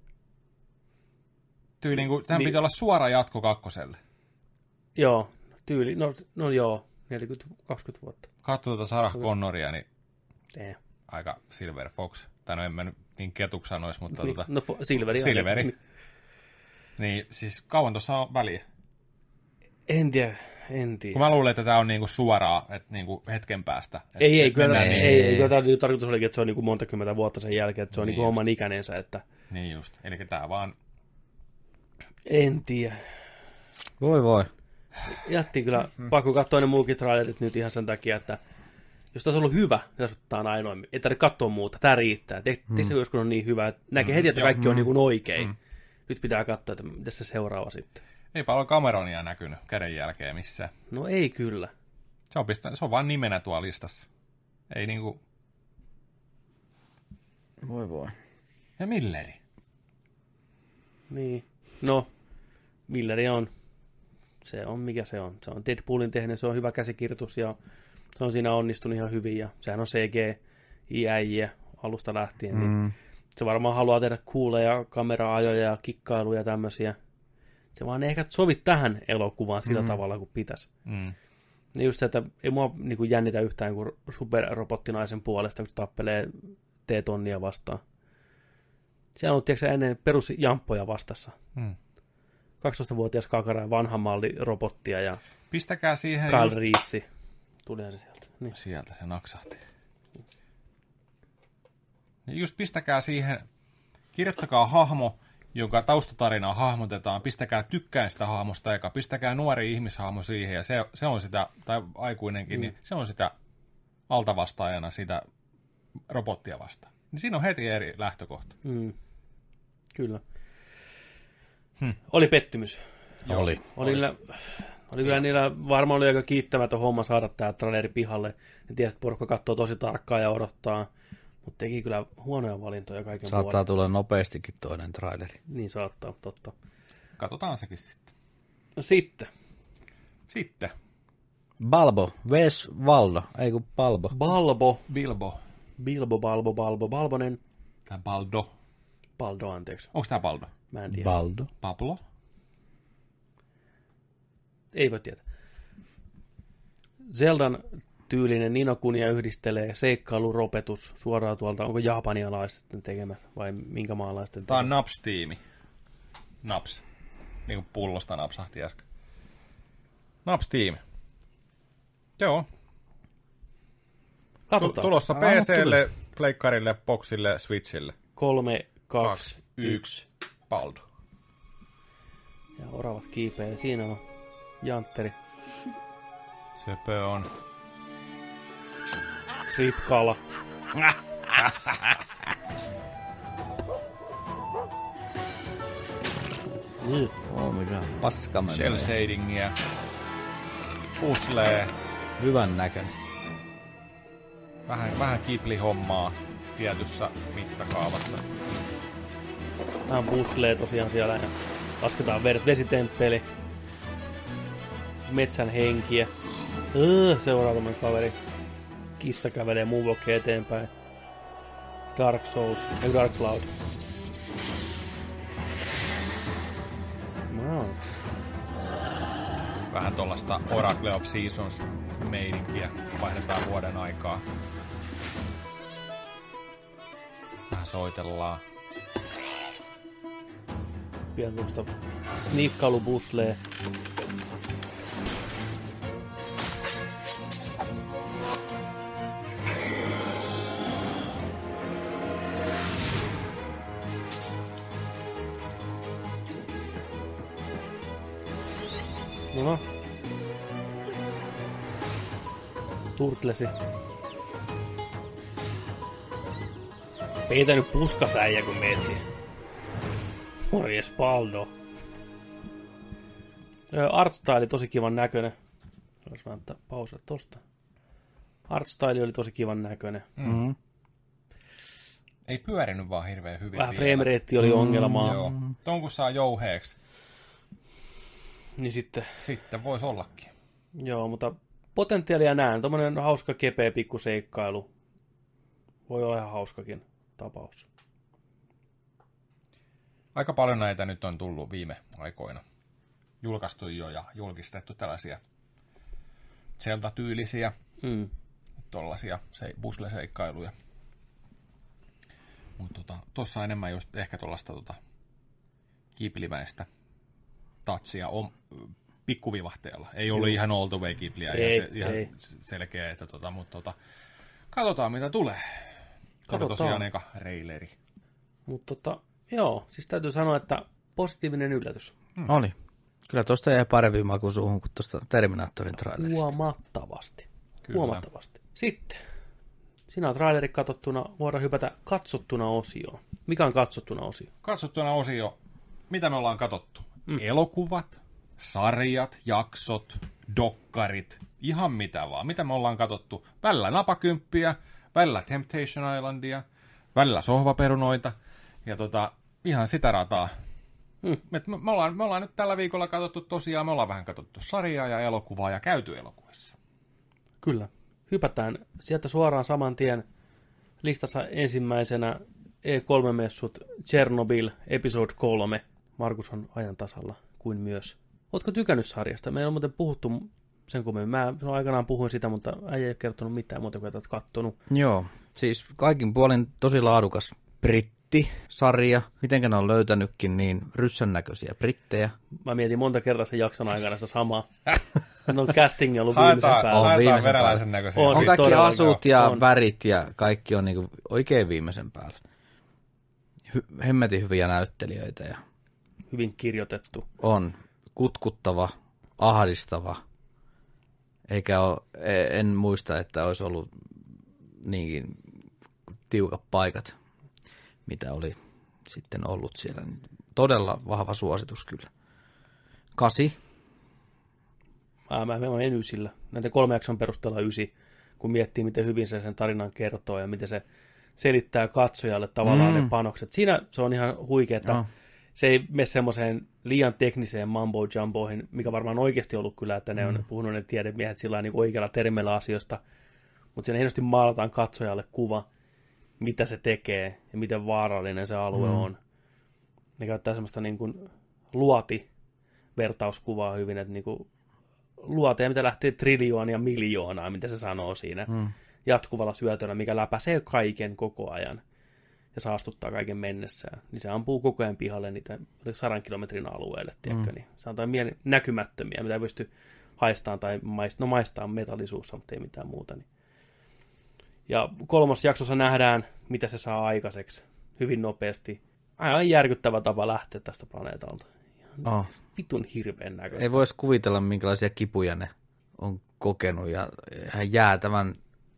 Tyyliin, kun tämän niin. piti olla suora jatko kakkoselle. Joo, tyyli. No, no joo, neljäkymmentä kaksikymmentä vuotta. Katso tuota Sarah Connoria, niin ei. Aika Silver Fox. Tai no en mä nyt niin ketuksi sanoisi, mutta... Niin, tuota, no Silveri. Silveri. Niin. niin, siis kauan tuossa on väliä. En tiedä. En tiedä. Kun mä luulen, että tämä on niinku suoraa, että niinku hetken päästä. Ei, ei, kyllä, ei, ei, ei, kyllä tämä tarkoitus olikin, että se on niinku monta kymmentä vuotta sen jälkeen, että se on niin niinku oman ikäneensä. Että... Niin just, eli tämä vaan... En tiedä. Voi voi. Jättiin kyllä, hmm. pakko katsoa ne muukin trailerit nyt ihan sen takia, että jos tässä on ollut hyvä, niin tämä on ainoa. Ei tarvitse katsoa muuta, tämä riittää. Teistä hmm. joskus on niin hyvä, että näkee hmm. heti, että kaikki on niin kuin oikein. Hmm. Nyt pitää katsoa, että mitä se seuraava sitten. Ei paljon Cameronia näkynyt käden jälkeen missään. No ei kyllä. Se on, pistä, se on vaan nimenä tuolla listassa. Ei niinku... Voi voi. Ja Milleri. Niin. No, Milleri on... Se on mikä se on. Se on Deadpoolin tehnyt, se on hyvä käsikirjoitus ja se on siinä onnistunut ihan hyvin. Ja sehän on C G I-äijiä alusta lähtien. Mm. Niin se varmaan haluaa tehdä cooleja kamera-ajoja ja kikkailuja ja tämmöisiä. Se vaan ei ehkä sovi tähän elokuvaan sillä mm. tavalla kuin pitäisi. Mm. Ja just se, että ei mua niin kuin jännitä yhtään kuin superrobottinaisen puolesta, kun tappelee T-tonnia vastaan. Siellä on tiedätkö, ennen perusjamppoja vastassa. Hmm. kaksitoistavuotias kakara ja vanha malli robottia ja Pistäkää siihen Carl just... Riissi. Tulihan se sieltä. Niin. Sieltä se naksahti. Just pistäkää siihen, kirjoittakaa hahmo, jonka taustatarinaa hahmotetaan, pistäkää tykkään sitä hahmosta eka, pistäkää nuori ihmishahmo siihen, ja se, se on sitä, tai aikuinenkin, mm. niin se on sitä altavastaajana sitä robottia vastaan. Niin siinä on heti eri lähtökohta. Mm. Kyllä. Hmm. Oli pettymys. Oli. Oli, oli. Niillä, oli kyllä niillä varmaan oli aika kiittämätön homma saada tämä traileri pihalle. Ne tiesi, että porukka katsoo tosi tarkkaan ja odottaa, mutta teki kyllä huonoja valintoja kaiken Saattaa vuoden. tulla nopeastikin toinen traileri. Niin saattaa, totta. Katsotaan sekin sitten. No sitten. Sitten. Balbo, Ves Valdo, ei kun Balbo. Balbo. Bilbo. Bilbo, Balbo, Balbo, Balbonen. Tai Baldo. Baldo, anteeksi. Onko tämä Baldo? Mä en tiedä. Baldo. Pablo? Ei voi tietää. Zeldan tyylinen Ni no Kunia yhdistelee seikkailuropetus suoraan tuolta, onko japanialaisten tekemät vai minkä maalaisten Tämä on Naps-tiimi. Naps. Niin kuin pullosta napsahti äsken. Naps-tiimi. Joo. Katsotaan. Tulossa P C:lle, pleikkarille, boxille, switchille. Kolme, kaksi, yksi. Baldo. Ja oravat kiipeää. Siinä on Jantteri. Söpö on. Ripkala. mm. Oh, mikä paska menee. Shell shadingia. Puslee. Hyvän näköinen. Vähän, vähän Ghibli-hommaa tietyssä mittakaavassa. Vähän buslee tosiaan siellä ja lasketaan vedet. Vesitemppeli. Metsän henkiä. Öö, seuraava kaveri. Kissa kävelee Moonwalkia eteenpäin. Dark Souls. Ei Dark Cloud. No. Vähän tollasta Oracle of Seasons meininkiä. Vaihdetaan vuoden aikaa. Vähän soitellaan. Pian tuosta sniikkailubuslee. No. Turtlesi. Peitä nyt puskasäijä kun meet siihen. Morjes Baldo. Artstyle tosi kivan näköinen. Olisi vähän ottaa pausa tosta. Artstyle oli tosi kivan näköinen. Mm-hmm. Ei pyörinyt vaan hirveän hyvin. Vähän framerate oli ongelmaa. Mm, joo. Tuon kun saa jouheeksi, Niin sitten. sitten voisi ollakin. Joo, mutta potentiaalia näen. Tuommoinen hauska kepeä pikkuseikkailu. Voi olla ihan hauskakin tapaus. Aika paljon näitä nyt on tullut viime aikoina. Julkaistu jo ja julkistettu tällaisia Zelda-tyylisiä, Mm. tollaisia se, busle-seikkailuja. Mutta tota, tuossa enemmän just ehkä tuollaista tota, Ghibli-mäistä tatsia on pikkuvivahteella. Ei ollut ihan all the way Ghibliä, Ei, ja se, ihan ei. selkeä, että tota, mutta tota, katsotaan mitä tulee. Katsotaan. Katsotaan. Tosiaan eka reileri. Mutta tota, joo, siis täytyy sanoa, että positiivinen yllätys. Mm. Oli. Kyllä tuosta jäi parempi maku suuhun kuin tuosta Terminaattorin trailerista. Huomattavasti. Kyllä. Huomattavasti. Sitten. Sinä on traileri katsottuna, voidaan hypätä katsottuna osioon. Mikä on katsottuna osio? Katsottuna osio, mitä me ollaan katsottu? Mm. Elokuvat, sarjat, jaksot, dokkarit, ihan mitä vaan. Mitä me ollaan katsottu? Välillä napakymppiä, välillä Temptation Islandia, välillä sohvaperunoita ja tota, ihan sitä rataa. Mm. Me, me, ollaan, me ollaan nyt tällä viikolla katsottu tosiaan, me ollaan vähän katsottu sarjaa ja elokuvaa ja käyty elokuvissa. Kyllä. Hypätään sieltä suoraan saman tien listassa ensimmäisenä E kolme -messut Chernobyl episode kolme. Markus on ajan tasalla kuin myös. Ootko tykännyt sarjasta? Meillä on muuten puhuttu sen kummemmin. Mä aikanaan puhuin sitä, mutta ei ole kertonut mitään muuta kuin, että oot kattonut. Joo, siis kaikin puolin tosi laadukas britti brittisarja. Mitenkä ne on löytänytkin niin ryssän näköisiä brittejä. Mä mietin monta kertaa sen jakson aikana sitä samaa. No casting ollut Haetaan, viimeisen päällä. On haetaan viimeisen venäläisen näköisiä. On, On siis kaikki todella, asut ja on. värit ja kaikki on niinku oikein viimeisen päällä. Hy- hemmetin hyviä näyttelijöitä ja Hyvin kirjoitettu. on kutkuttava, ahdistava. Eikä ole, en muista, että olisi ollut niinkin tiukat paikat, mitä oli sitten ollut siellä. Todella vahva suositus kyllä. Kasi. Mä, mä, mä menen ysillä. Näiden kolme jakson perusteella ysi, kun miettii, miten hyvin se sen tarinan kertoo ja miten se selittää katsojalle tavallaan mm. ne panokset. Siinä se on ihan huikea, että Joo. se ei mene semmoiseen liian tekniseen mambo-jumboihin, mikä varmaan oikeasti ollut kyllä, että ne mm. on puhunut ne tiedemiehet sillä niin oikealla termeillä asioista, mutta siinä hienosti maalataan katsojalle kuva, mitä se tekee ja miten vaarallinen se alue mm. on. Ne käyttää semmoista niin kuin luoti-vertauskuvaa hyvin, että niin kuin luoteja, mitä lähtee triljoonia miljoonaa, mitä se sanoo siinä mm. jatkuvalla syötöllä, mikä läpäisee kaiken koko ajan ja saastuttaa kaiken mennessään. Niin se ampuu koko ajan pihalle niitä sadan kilometrin alueelle, tiedätkö? Mm. Niin se on mieli näkymättömiä, mitä ei pysty haistamaan tai maist- no maistaa metallisuussa, mutta ei mitään muuta. Niin. Ja kolmas jaksossa nähdään, mitä se saa aikaiseksi hyvin nopeasti. Aivan järkyttävä tapa lähteä tästä planeetalta. Oh. Vitun hirveän näköistä. Ei voisi kuvitella, minkälaisia kipuja ne on kokenut ja ihan jäätävän,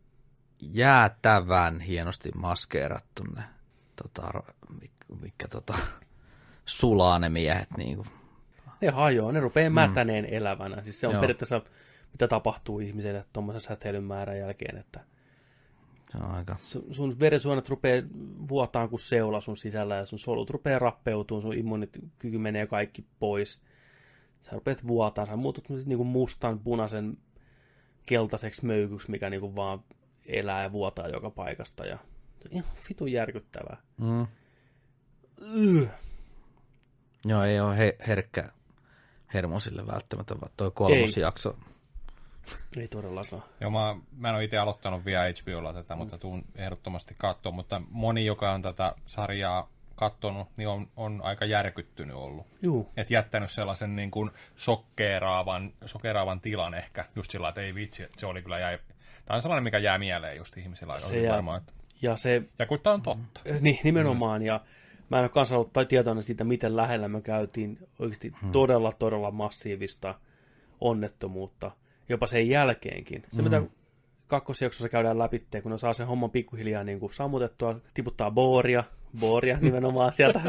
jäätävän hienosti maskeerattu ne, tota, mikä tota, sulaa ne miehet. Niin kuin. Ne hajoaa, ne rupeaa mätäneen mm. elävänä. Siis se on Joo. periaatteessa, mitä tapahtuu ihmiselle tuommoisen säteilyn määrän jälkeen, että se on aika. sun verisuonet rupeaa vuotaan kuin seula sun sisällä ja sun solut rupeaa rappeutumaan, sun immunikyky menee kaikki pois. Sä rupeat vuotaan, sä muutut niin kuin mustan, punaisen, keltaiseksi möykyksi, mikä niin kuin vaan elää ja vuotaa joka paikasta. Ja ihan vitun järkyttävää. Mm. Yh. Joo, ei ole he- herkkä hermosille välttämättä, vaan toi kolmas Ei. jakso. Ei todellakaan. Joo, mä, mä en ole itse aloittanut vielä H B O:lla tätä, mutta tuun ehdottomasti katsoa. Mutta moni, joka on tätä sarjaa katsonut, niin on, on aika järkyttynyt ollut. Juu. Et jättänyt sellaisen niin kuin shokkeeraavan, shokkeeraavan tilan ehkä, just sillä, että ei vitsi, että se oli kyllä jäi. Tämä on sellainen, mikä jää mieleen just ihmisillä. Aika Se jää, varmaan, että... ja, se, ja kun tämä on totta. niin, nimenomaan, mm. ja mä en ole kanssa ollut tai tietoinen siitä, miten lähellä me käytiin oikeasti hmm. todella, todella massiivista onnettomuutta, jopa sen jälkeenkin. Se, hmm. mitä kakkosjaksossa käydään läpi, kun ne saa sen homman pikkuhiljaa niin kuin sammutettua, tiputtaa booria, booria nimenomaan sieltä.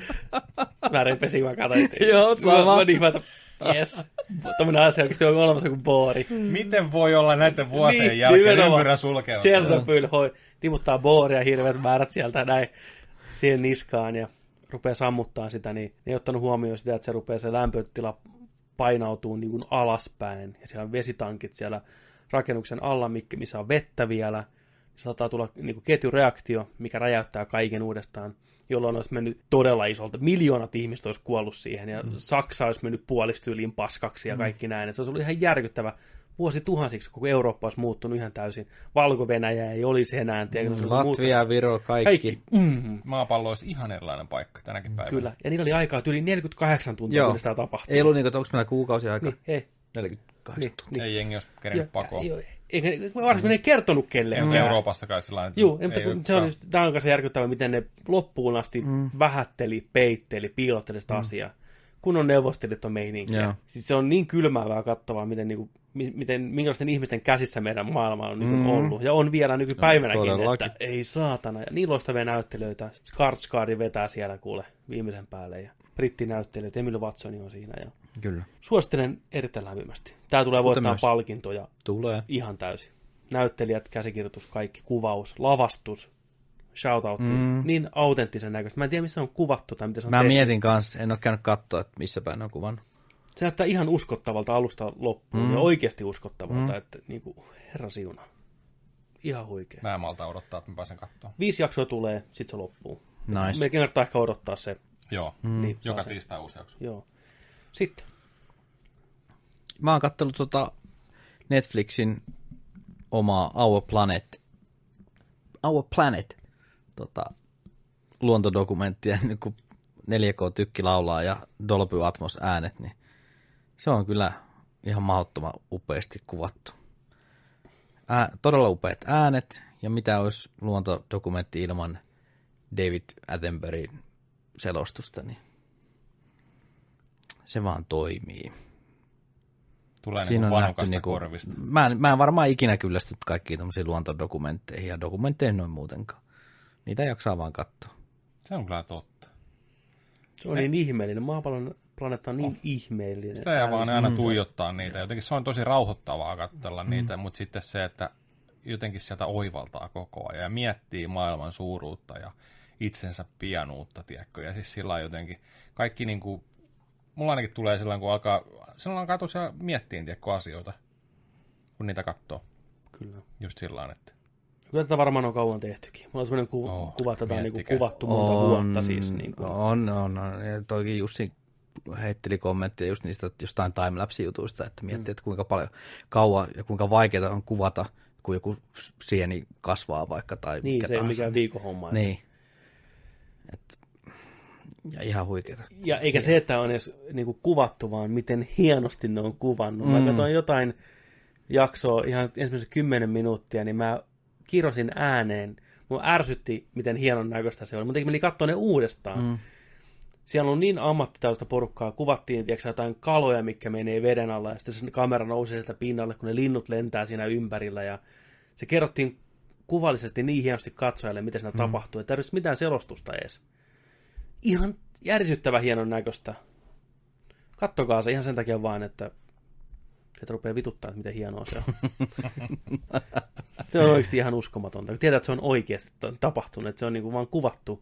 Mä repesin, mä katsoin. Joo, sama. Mä, mä, mä jes, tämmöinen asia oikeasti on olemassa kuin boori. Miten voi olla näiden vuosien niin, jälkeen ympyrä sulkenut? Sieltä pylhoi, tiputtaa booria, hirveät määrät sieltä näin siihen niskaan ja rupeaa sammuttaa sitä, niin ne ei ottanut huomioon sitä, että se rupeaa se lämpötila painautuu niin kuin alaspäin. Ja siellä on vesitankit siellä rakennuksen alla, missä on vettä vielä. Saattaa tulla niin kuin ketjureaktio, mikä räjäyttää kaiken uudestaan, jolloin olisi mennyt todella isolta. Miljoonat ihmiset olisi kuollut siihen, ja mm. Saksa olisi mennyt puoliksi tyyliin paskaksi ja kaikki mm. näin. Et se olisi ollut ihan järkyttävä. Vuosituhansiksi koko Eurooppa olisi muuttunut ihan täysin. Valko-Venäjä ei olisi enää. Tiedä, mm, Latvia, muuta. Viro, kaikki. kaikki. Mm. Maapallo olisi ihan erilainen paikka tänäkin päivänä. Kyllä, ja niillä oli aikaa yli neljäkymmentäkahdeksan tuntia, kun sitä tapahtui. Ei ollut niin, että onko meillä kuukausi aikaa? Niin, ei. neljäkymmentäkahdeksan niin, tuntia. Ei jengi olisi kerennyt pakoon. Eikä, varsinkin kun ne ei kertonut kelleen. Ei Euroopassakaan sellainen. Joo, mutta se on just, tämä on kanssa järkyttävää, miten ne loppuun asti mm. vähätteli, peitteli, piilotteli sitä mm. asiaa. Kun on neuvostelit on meininkiä. Siis se on niin kylmäävää katsomaan, miten, niin kuin, miten, minkälaisten ihmisten käsissä meidän maailma on niin kuin, mm. ollut. Ja on vielä nykypäivänäkin, no, että ei saatana. Ja niin loistavia näyttelijöitä. Skarsgård vetää siellä kuule viimeisen päälle. Ja brittinäyttelijät, Emily Watson on siinä. Ja kyllä. Suosittelen erittäin lämpimästi. Tämä tulee voittaa myös palkintoja. Tulee. Ihan täysin. Näyttelijät, käsikirjoitus, kaikki, kuvaus, lavastus, shoutout. Mm. Niin autenttisen näköistä. Mä en tiedä, missä on kuvattu tai miten se on Mä tehty. mietin kanssa, en ole käynyt katsoa, että missä päin on kuvannut. Se näyttää ihan uskottavalta alusta loppuun. Mm. Ja oikeasti uskottavalta, mm. että niin kuin, herra siuna. Ihan huikea. Mä en malta odottaa, että mä pääsen katsomaan. Viisi jaksoa tulee, sit se loppuu. Nice. Mekin kannattaa ehkä odottaa se. Joo, mm. niin, joka tiistai uusi jakso. Joo. Sitten. Mä oon katsellut tota Netflixin omaa Our Planet, Our Planet tota, luontodokumenttia, niin kun neljä K-tykki laulaa ja Dolby Atmos äänet, niin se on kyllä ihan mahdottoman upeasti kuvattu. Ää, todella upeat äänet, ja mitä olisi luontodokumentti ilman David Attenboryn selostusta, niin se vaan toimii. Tulee niin vanhukasta niinku, korvista. Mä en, mä en varmaan ikinä kyllästyt kaikkiin tämmöisiin luontodokumentteihin ja dokumentteihin noin muutenkaan. Niitä jaksaa vaan katsoa. Se on kyllä totta. Se on ne, niin ihmeellinen. Maapallon planeetta on niin oh. ihmeellinen. Sitä ei vaan aina tuijottaa niitä. Jotenkin se on tosi rauhoittavaa katsella mm. niitä, mutta sitten se, että jotenkin sieltä oivaltaa koko ajan ja miettii maailman suuruutta ja itsensä pienuutta, tiedätkö? Ja siis sillä jotenkin kaikki niin kuin, mulla ainakin tulee silloin, kun alkaa, silloin alkaa tosiaan miettiä, tiedätkö, asioita, kun niitä katsoo. Kyllä. Just sillä tavalla, että kyllä tätä varmaan on kauan tehtykin. Mulla on sellainen ku- oh, kuva, tätä on niin kuin kuvattu monta on, vuotta siis. Niin kuin. On, on, on. Ja toikin Jussi heitteli kommentteja just niistä jostain timelapse-jutuista, että miettii, mm. että kuinka paljon kauan ja kuinka vaikeaa on kuvata, kun joku sieni kasvaa vaikka tai niin, mikä se ei ole mikään viikon homma. Niin. Et, ja ihan huikeeta. Ja eikä se, että on edes niin kuin kuvattu, vaan miten hienosti ne on kuvannut. Mm. Mä katsoin jotain jaksoa ihan ensimmäisen kymmenen minuuttia, niin mä kirosin ääneen. Mua ärsytti, miten hienon näköistä se oli. Mutta meni katsoa ne uudestaan. Mm. Siellä on niin ammattitaustasta porukkaa. Kuvattiin tiiäksä, jotain kaloja, mikä menee veden alla. Ja sitten se kamera nousee sieltä pinnalle, kun ne linnut lentää siinä ympärillä. Ja se kerrottiin kuvallisesti niin hienosti katsojalle, miten siinä mm. tapahtuu. Ei tarvitse mitään selostusta edes. Ihan järisyttävän hienon näköistä. Kattokaa se ihan sen takia vaan, että että rupeaa vituttaa, että miten hienoa se on. Se on oikeasti ihan uskomatonta. Kun tietää, että se on oikeasti tapahtunut, että se on niin kuin vaan kuvattu.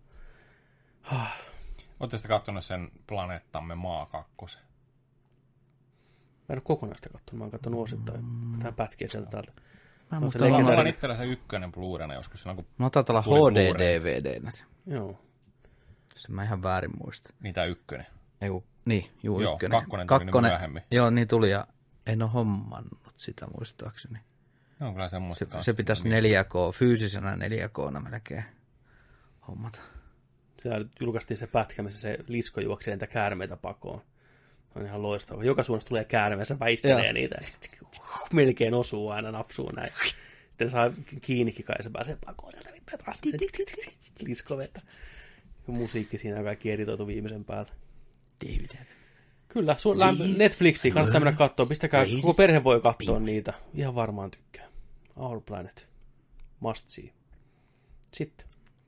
Oletteko sitten katsonut sen Planeettamme Maa kakkosen? Mä en ole kokonaista katsonut. Mä oon katsonut osittain. Tämä pätkiä sieltä täältä. Mä oon itsellä se ykkönen Blu-rayna joskus. Silloin, kun no taitaa olla H D D V D-nä se. Joo. Se mä ihan väärin muistan. Niin tää ykkönen. Eiku, niin, juu, joo, ykkönen. kakkonen tuli kakkonen, niin myöhemmin. Joo, niin tuli ja en ole hommannut sitä muistaakseni. Ne on kyllä semmoista. Se, se pitäisi neljä K, fyysisenä neljä K:na melkein hommata. Siellä julkaistiin se pätkä, missä se lisko juoksee niitä käärmeitä pakoon. On ihan loistava. Joka suunnasta tulee käärme, se väistelee ja niitä. Melkein osuu aina, napsuu näin. Sitten saa kiinnikin kai ja se pääsee pakoon. Lisko vettä. Musiikki siinä on kaikki editoitu viimeisen päälle. David. Kyllä, su- lämp- Netflixiin kannattaa mennä katsoa. Pistäkää, koko perhe voi katsoa niitä. Ihan varmaan tykkää. Our Planet. Must see. Sitten.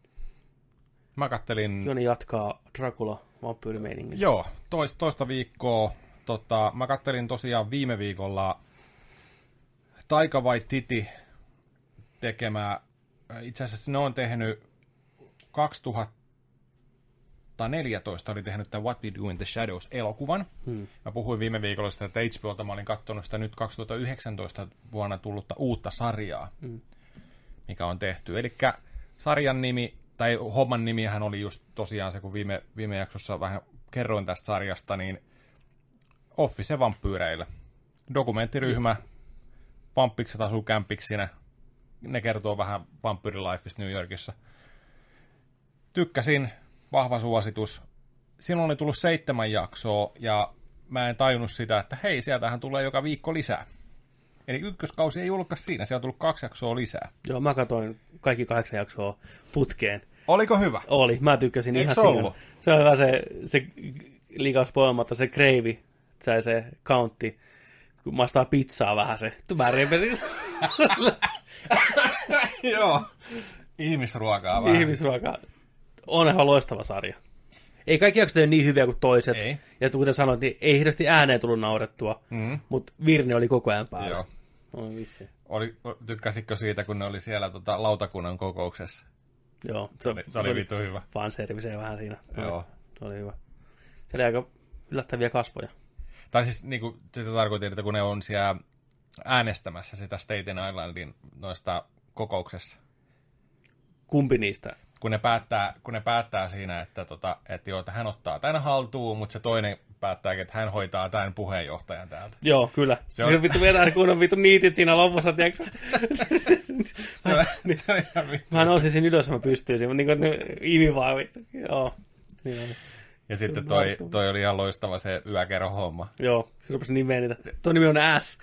Mä kattelin... Joni jatkaa Dracula vampyyrimeiningin. Joo, toista, toista viikkoa. Tota, mä kattelin tosiaan viime viikolla Taika Waititi tekemää. Itse asiassa ne on tehnyt kaksituhattaneljätoista oli tehnyt tämän What We Do in the Shadows-elokuvan. Hmm. Mä puhuin viime viikolla sitä, että H B O:lta mä olin katsonut sitä nyt kaksituhattayhdeksäntoista vuonna tullutta uutta sarjaa, hmm. mikä on tehty. Eli sarjan nimi, tai homman nimihän oli just tosiaan se, kun viime, viime jaksossa vähän kerroin tästä sarjasta, niin Office vampyyreille. Dokumenttiryhmä, vamppikset asuu kämpiksinä. Ne kertoo vähän vampyyrilifeista New Yorkissa. Tykkäsin. Vahva suositus. Silloin oli tullut seitsemän jaksoa, ja mä en tajunnut sitä, että hei, sieltähän tulee joka viikko lisää. Eli ykköskausi ei julkaisi siinä, siellä on tullut kaksi jaksoa lisää. Joo, mä katsoin kaikki kahdeksan jaksoa putkeen. Oliko hyvä? Oli, mä tykkäsin Eikö ihan se siinä. ollut? Se on hyvä se, se liikaus poimatta, se kreivi, tai se countti, kun maistaa pizzaa vähän se. Mä repesin. Joo, ihmisruokaa vähän. Ihmisruokaa. On ihan loistava sarja. Ei kaikki jaksot ole niin hyviä kuin toiset. Ei. Ja kuten sanoit, niin ei hirveästi ääneen tullut naurettua, mm. mutta virne oli koko ajan päällä. Joo. No, miksi? Oli, tykkäsitkö siitä, kun ne oli siellä tota, lautakunnan kokouksessa? Joo. Se, se oli, se oli vittu hyvä. Fanserviceä vähän siinä. Joo. Se oli hyvä. Se oli aika yllättäviä kasvoja. Tai siis niin kuin, sitä tarkoitin, että kun ne on siellä äänestämässä sitä Staten Islandin noista kokouksessa. Kumpi niistä? Kun ne päättää, kun ne päättää siinä, että, tota, että, joo, että hän ottaa tämän haltuun, mutta se toinen päättää, että hän hoitaa tämän puheenjohtajan täältä. Joo, kyllä. Se Se on- on vittu vetää, kun on vittu niitit siinä lopussa, tiedätkö? Se on, se on ihan vittu. Mä nousisin ylös, mä pystyisin, mutta niin kuin, että ne imi vaan vittu. Joo. Niin on. Ja sitten toi, toi oli ihan loistava se yökerho homma. Joo, se rupesi nimeä niitä. Tuo nimi on S.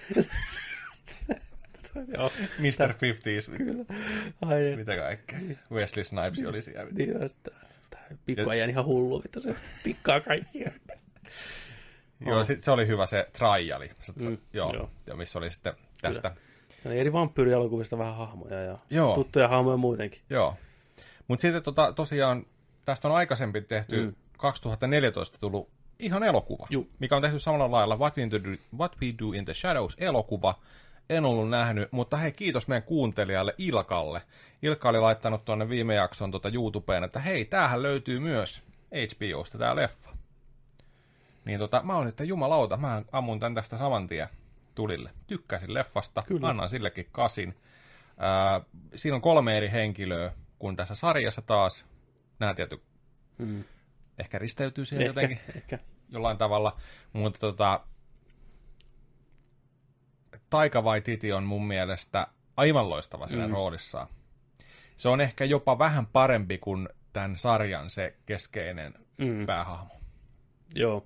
Joo. mister viisikymmentä. Kyllä. Ai, niin. Mitä kaikkea. Wesley Snipes oli siellä. Niin, että pikkuajan ihan hullu, vittu se pikkaa kaikkia. Joo, sit se oli hyvä se triali. Se, Mm, joo, joo. ja missä oli sitten tästä. Kyllä. Ja eri vampyyrielokuvista vähän hahmoja ja Joo. tuttuja hahmoja muutenkin. Joo. Mutta sitten tota, tosiaan tästä on aikaisemmin tehty Mm. kaksituhattaneljätoista tullut ihan elokuva, Juu. mikä on tehty samalla lailla What We, Do, What We Do in the Shadows elokuva. En ollut nähnyt, mutta hei, kiitos meidän kuuntelijalle Ilkalle. Ilka oli laittanut tuonne viime jakson tota YouTubeen, että hei, tämähän löytyy myös H B Osta tää leffa. Niin tota, mä olin, että jumalauta, mä ammun tän tästä saman tien tulille. Tykkäsin leffasta, Kyllä. annan sillekin kasin. Ää, siinä on kolme eri henkilöä, kun tässä sarjassa taas. Nämä tietysti Mm. ehkä risteytyy siihen Ehkä, jotenkin ehkä. jollain tavalla, mutta tota, Taika Waititi on mun mielestä aivan loistava siinä Mm. roolissaan. Se on ehkä jopa vähän parempi kuin tämän sarjan se keskeinen Mm. päähahmo. Joo.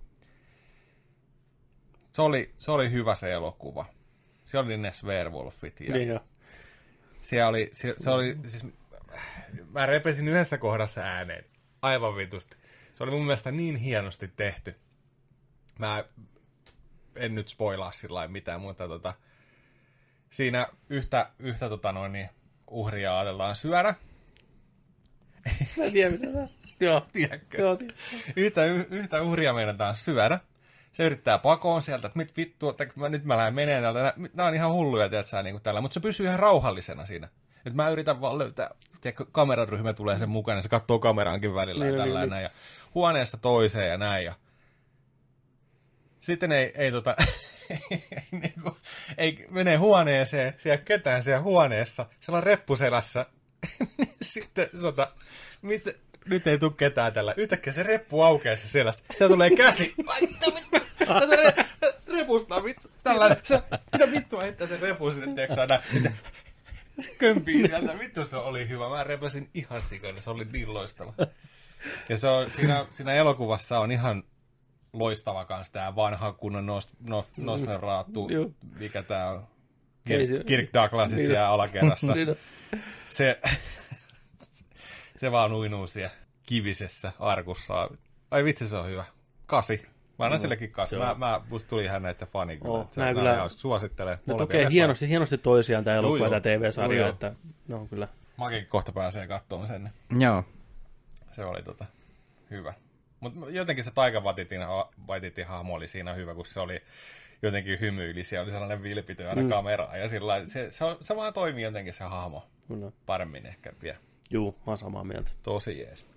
Se oli, se oli hyvä se elokuva. Se oli ne Swearwolfit. Ja Niin jo. siellä oli, se, se oli, siis, mä repesin yhdessä kohdassa ääneen. Aivan vitusti. Se oli mun mielestä niin hienosti tehty. Mä en nyt spoilaa sillä lailla mitään, mutta tota, siinä yhtä, yhtä tota noin, niin uhria ajatellaan syödä. Mä en tiedä, mitä sä... Joo. Tiedätkö? Joo, tiedä. Yhtä, yhtä uhria meinataan syödä. Se yrittää pakoon sieltä, että mit vittu, että mä, nyt mä lähden meneen täältä. Nämä on ihan hulluja, tiedätkö, niin kuin tällä. Mutta se pysyy ihan rauhallisena siinä. Että mä yritän vaan löytää, tiedätkö, kameraryhmä tulee sen mukana, ja se katsoo kameraankin välillä Niin, ja tällä niin, näin. Ja huoneesta toiseen ja näin. Ja sitten ei, ei tota, niin kuin, ei mene huoneeseen, siellä ketään siellä huoneessa, siellä on reppu selässä. Sitten sota, missä, nyt ei tule ketään tällä. Yhtäkkiä se reppu aukeaa se selässä. Siellä tulee käsi. Tätä re, repusta vittu. Tällainen. Se, mitä vittua heittää se repu sinne, tiedätkö näin. Mitä kömpii sieltä. Vittu se oli hyvä. Mä repäsin ihan sikana. Se oli niin loistava. Ja se on, siinä, siinä elokuvassa on ihan loistava kans tää vanha kunnon Nos, Nos, Nosferatu, Joo. mikä tää on. Ei Kirk, se- Kirk Douglasin Niin. siellä alakerrassa. Niin on. Se, se vaan uinuu siellä kivisessä arkussa. Ai vitsi, se on hyvä. Kasi. Mä annan sillekin kasi. Mä, mä, musta tuli ihan näitä fani kyllä. Oo, että se- nää nää kyllä- ihan suosittelen. Ne molempia tukee leffoja. hienosti, hienosti toisiaan tämä elokuva Joo, ja joo. tämä T V-sarja, Joo, joo. että ne on kyllä... Mäkin kohta pääsee katsomaan sen. Joo. Se oli tota, hyvä. Mutta jotenkin se Taika Waititin, Waititin hahmo oli siinä hyvä, kun se oli jotenkin hymyilisiä, oli sellainen vilpitön aina mm. kameraan. Ja sillä se, se, on- se vaan toimii jotenkin se hahmo Kyllä. paremmin ehkä vielä. Juu, mä oon samaa mieltä. Tosi jees.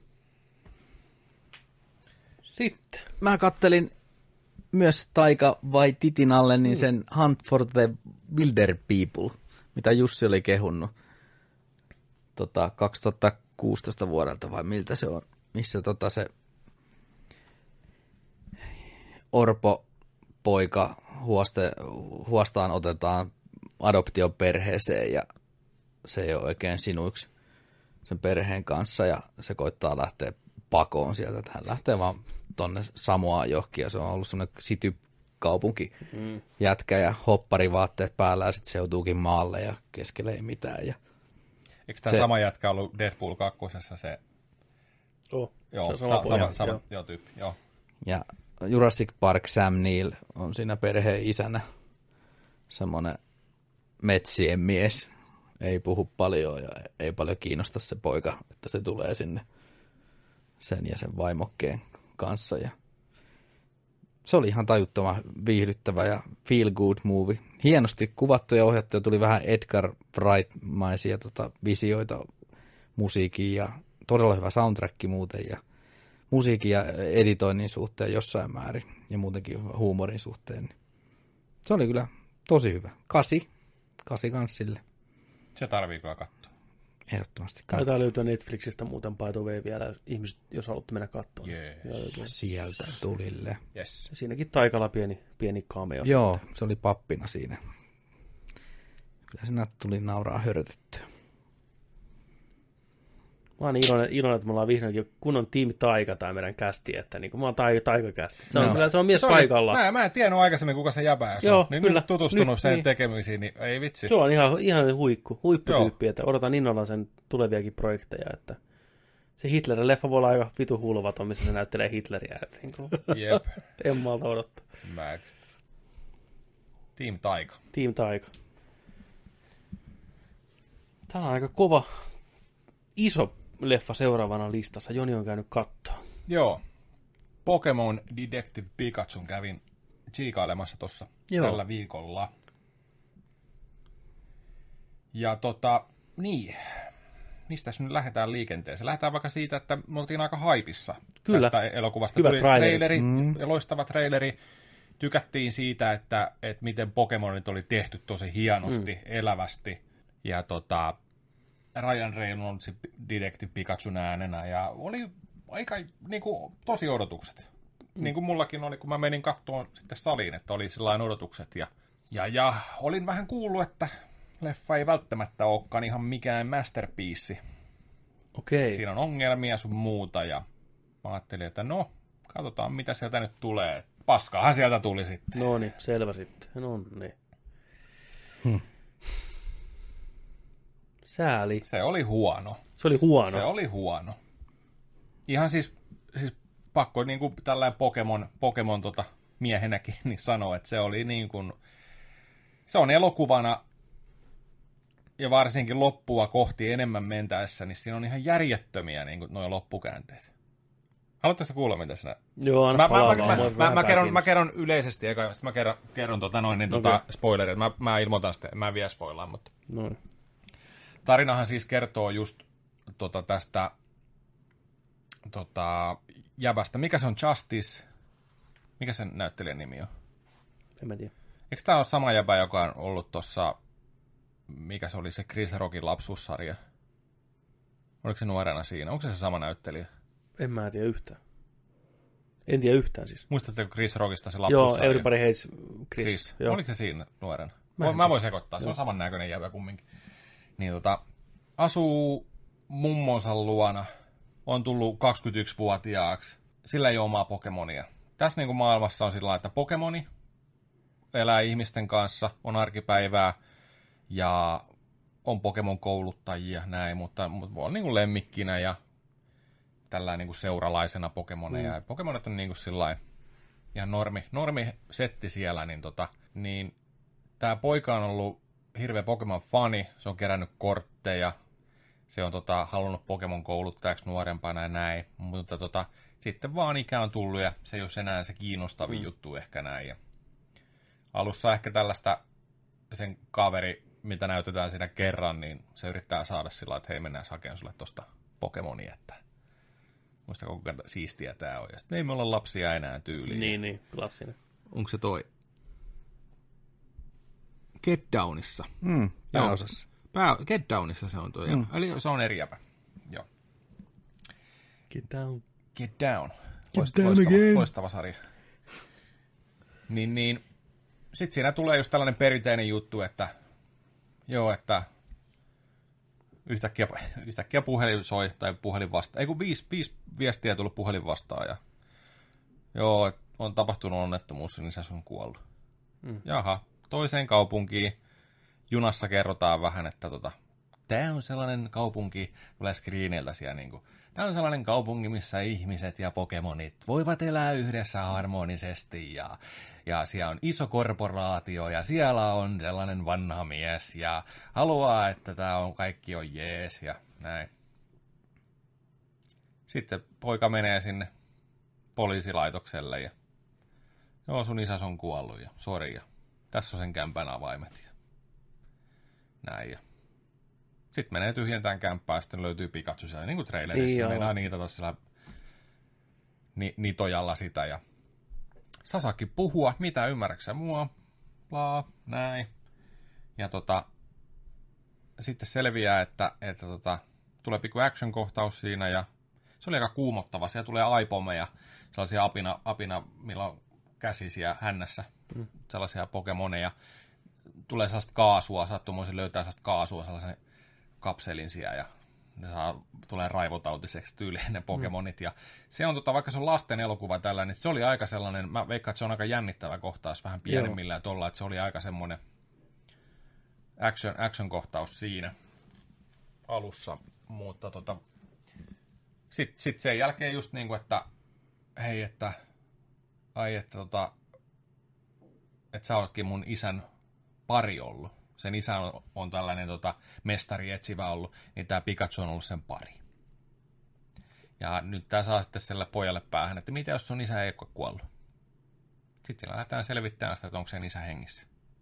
Sitten. Mä kattelin myös Taika Waititin alle niin sen Hunt for the Wilder People, mitä Jussi oli kehunnut tota, kaksituhattakuusitoista vuodelta, vai miltä se on, missä tota se orpo-poika huoste, huostaan otetaan adoptioperheeseen ja se ei ole oikein sinuiksi sen perheen kanssa ja se koittaa lähteä pakoon sieltä, että hän lähtee vaan tonne Samoaan johonkin ja se on ollut semmoinen city-kaupunki mm. jätkä ja hopparivaatteet päällä ja sitten se joutuukin maalle ja keskelle ei mitään. Ja Eikö tämä Se- sama jätkä ollut Deadpool kakkosessa se? Oh, Joo, se on sama, sama sama, poja, sama joo. joo, tyyppi. Joo. Ja Jurassic Park Sam Neill on siinä perheen isänä semmoinen metsien mies. Ei puhu paljon ja ei paljon kiinnosta se poika, että se tulee sinne sen ja sen vaimokkeen kanssa. Ja se oli ihan tajuttoman viihdyttävä ja feel good movie. Hienosti kuvattu ja ohjattu ja tuli vähän Edgar Wright-maisia tota, visioita musiikkiin ja todella hyvä soundtrack muuten ja musiikin ja editoinnin suhteen jossain määrin ja muutenkin huumorin suhteen. Se oli kyllä tosi hyvä. Kasi. Kasi kans sille. Se tarvii kyllä katsoa. Ehdottomasti Taitaa kannattaa. löytyä Netflixistä muuten by the way vielä, jos ihmiset, jos haluatte mennä katsomaan. Yes. Sieltä tulille. Yes. Siinäkin Taikalla pieni, pieni cameo. Joo, se oli pappina siinä. Kyllä siinä tuli nauraa hörötettyä. Mä oon iloinen, iloinen, että me ollaan vihdoinkin kunnon tiimi Taika tai meidän kästi, että niin kuin mä oon taika, taikakästi. Se on, Joo. kyllä, se on mies Se oli- paikalla. Mä, mä en tiennyt aikaisemmin, kuka se jäbää Joo, on. Niin kyllä. nyt tutustunut Nyt, sen niin. tekemisiin, niin ei vitsi. Se on ihan, ihan huikku, huipputyyppi, että odotan innolla sen tuleviakin projekteja, että se Hitlerin leffa voi olla aika vitu hulvaton, missä se näyttelee Hitleriä, että niin kuin, Jep. en malta odottaa. Mä... Team Taika. Team Taika. Täällä on aika kova, iso leffa seuraavana listassa. Joni on käynyt kattoa. Joo. Pokemon Detective Pikachun kävin tsiikailemassa tuossa Joo. tällä viikolla. Ja tota, niin, mistäs nyt lähdetään liikenteeseen? Lähdetään vaikka siitä, että me oltiin aika haipissa Kyllä. tästä elokuvasta. Hyvä Tuli traileri. traileri, Mm. loistava traileri. Tykättiin siitä, että, että miten Pokemonit oli tehty tosi hienosti, mm. elävästi. Ja tota, Ryan Reynolds Detective Pikachun äänenä. Ja oli aika niin kuin, tosi odotukset. Mm. Niin kuin mullakin oli, kun mä menin katsomaan sitten saliin, että oli sellainen odotukset. Ja, ja, ja olin vähän kuullut, että leffa ei välttämättä olekaan ihan mikään masterpiece. Okei. Siinä on ongelmia sun muuta. Ja mä ajattelin, että no, katsotaan mitä sieltä nyt tulee. Paskaahan sieltä tuli sitten. No niin, selvä sitten. No niin. Hmm. Sääli. Se oli huono. Se oli huono. Se oli huono. Ihan siis, siis pakko niin kuin tällainen Pokemon, Pokemon tota, miehenäkin niin sanoa, että se oli niin kuin, se on elokuvana ja varsinkin loppua kohti enemmän mentäessä, niin siinä on ihan järjettömiä niin kuin nuo loppukäänteet. Haluatteko kuulla, mitä sinä... Joo, aina Mä, mä, palaa mä, vaan, mä, mua mä, vähän mä, kerron, pääkin. mä kerron yleisesti, eka, sitten mä kerron, kerron tota noin, niin tota, Okei. spoilerit. Mä, mä ilmoitan sitä, mä en vielä spoilaa, mutta... Noin. Tarinahan siis kertoo just tota, tästä tota, jäbästä. Mikä se on? Justice? Mikä sen näyttelijän nimi on? En mä tiedä. Eikö tämä ole sama jäbä, joka on ollut tuossa, mikä se oli se Chris Rockin lapsuussarja? Oliko se nuorena siinä? Onko se se sama näyttelijä? En mä tiedä yhtään. En tiedä yhtään siis. Muistatteko Chris Rockista se Joo, lapsuussarja? Everybody Hates Chris. Chris. Joo. Oliko se siinä nuorena? Mä Mä, en mä tiedä. voin sekoittaa, se on samannäköinen jäbä kumminkin. Niin tota, asuu mummonsa luona, on tullut kaksikymmentäyksivuotiaaksi, sillä ei ole omaa Pokemonia. Tässä niin kuin maailmassa on sillä lailla, että Pokemoni elää ihmisten kanssa, on arkipäivää ja on Pokemon-kouluttajia näin, mutta, mutta voi olla niin kuin lemmikkinä ja tällainen niin kuin seuralaisena Pokemoneja. Mm. Pokemonit on niin kuin sillain ihan normi, normi setti siellä, niin, tota, niin tämä poika on ollut hirveä Pokemon-fani, se on kerännyt kortteja, se on tota, halunnut Pokemon-kouluttajaksi nuorempana ja näin, mutta tota, sitten vaan ikä on tullut ja se ei ole enää se kiinnostavin mm. juttu ehkä näin. Ja alussa ehkä tällaista sen kaveri, mitä näytetään siinä kerran, niin se yrittää saada sillä että hei, mennään hakemaan sulle tosta Pokemonia, että muistako kuinka siistiä tää on. Ja sitten ei me olla lapsia enää tyyliin. Niin, niin, klassinen. Onko se toi? Get Downissa. Mm, pääosassa. Pää, Get Downissa se on tuo jäbä. Mm. Eli se on eri jäbä. Joo. Get down. Get Down. Get down loistava, again. loistava sarja. Niin, niin. Sitten siinä tulee just tällainen perinteinen juttu, että joo, että yhtäkkiä, yhtäkkiä puhelin soi tai puhelin vastaan. Ei kun viisi, viisi viestiä tullut puhelin vastaan ja joo, on tapahtunut onnettomuus, niin se on kuollut. Mm. Jaha, toiseen kaupunkiin. Junassa kerrotaan vähän, että tota, tämä on sellainen kaupunki, tulee screeniltä siellä niinku, tämä on sellainen kaupunki, missä ihmiset ja Pokemonit voivat elää yhdessä harmonisesti ja, ja siellä on iso korporaatio ja siellä on sellainen vanha mies ja haluaa, että tämä on, kaikki on jees ja näin. Sitten poika menee sinne poliisilaitokselle ja joo, sun isäs on kuollut ja sori ja tässä on sen kämpän avaimet ja näin. Ja sitten menee tyhjentään kämppää ja sitten löytyy Pikachu siellä, niin kuin trailerissa. Niin Meinaa niitä tuossa ni, nitojalla sitä ja Sasaki puhua, mitä ymmärräksä mua, laa, näin. Ja tota, sitten selviää, että, että tota, tulee pikku action-kohtaus siinä ja se oli aika kuumottava. Siellä tulee aipomeja, sellaisia apina, apina millä on käsisiä hännässä, mm. sellaisia pokemoneja. Tulee sellaista kaasua, sattumoisin löytää sellaista kaasua, sellaisen kapselin siellä ja ne saa, tulee raivotautiseksi tyyliin ne pokemonit. Mm. Ja se on, tota, vaikka se on lasten elokuva tällä, niin se oli aika sellainen, mä veikkaan, että se on aika jännittävä kohtaus, vähän pienemmillä ja tolla, että se oli aika semmoinen action, action-kohtaus siinä alussa, mutta tota, sitten sit sen jälkeen just niin kuin, että hei, että ai, että tota, että sä ootkin mun isän pari ollut. Sen isä on, on tällainen tota, mestari etsivä ollut, niin tää Pikachu on ollut sen pari. Ja nyt tää saa sitten sille pojalle päähän, että mitä jos sun isä ei ole kuollut. Sitten lähdetään selvittämään sitä, että onko sen isä hengissä.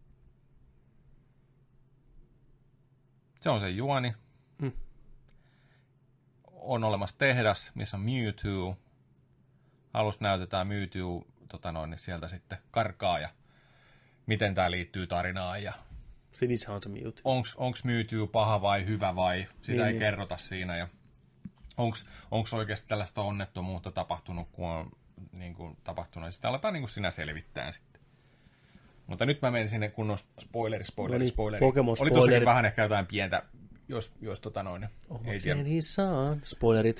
Se on se juoni. Mm. On olemassa tehdas, missä on Mewtwo. Alussa näytetään Mewtwo tota noin, niin sieltä sitten karkaa ja miten tämä liittyy tarinaan ja sen isä on se Mewtwo. Onks, onks Mewtwo paha vai hyvä vai sitä niin, ei niin. kerrota siinä ja onks, onks oikeasti tällaista onnettomuutta tapahtunut, kun on niin kuin, tapahtunut ja sitä aletaan niin kuin sinä selvittää sitten. Mutta nyt mä menin sinne kunnon spoileri, spoileri, no niin, spoileri. Pokemon Oli tosiaan vähän ehkä jotain pientä, jos, jos tota noin. Ei tiedä. Spoilerit.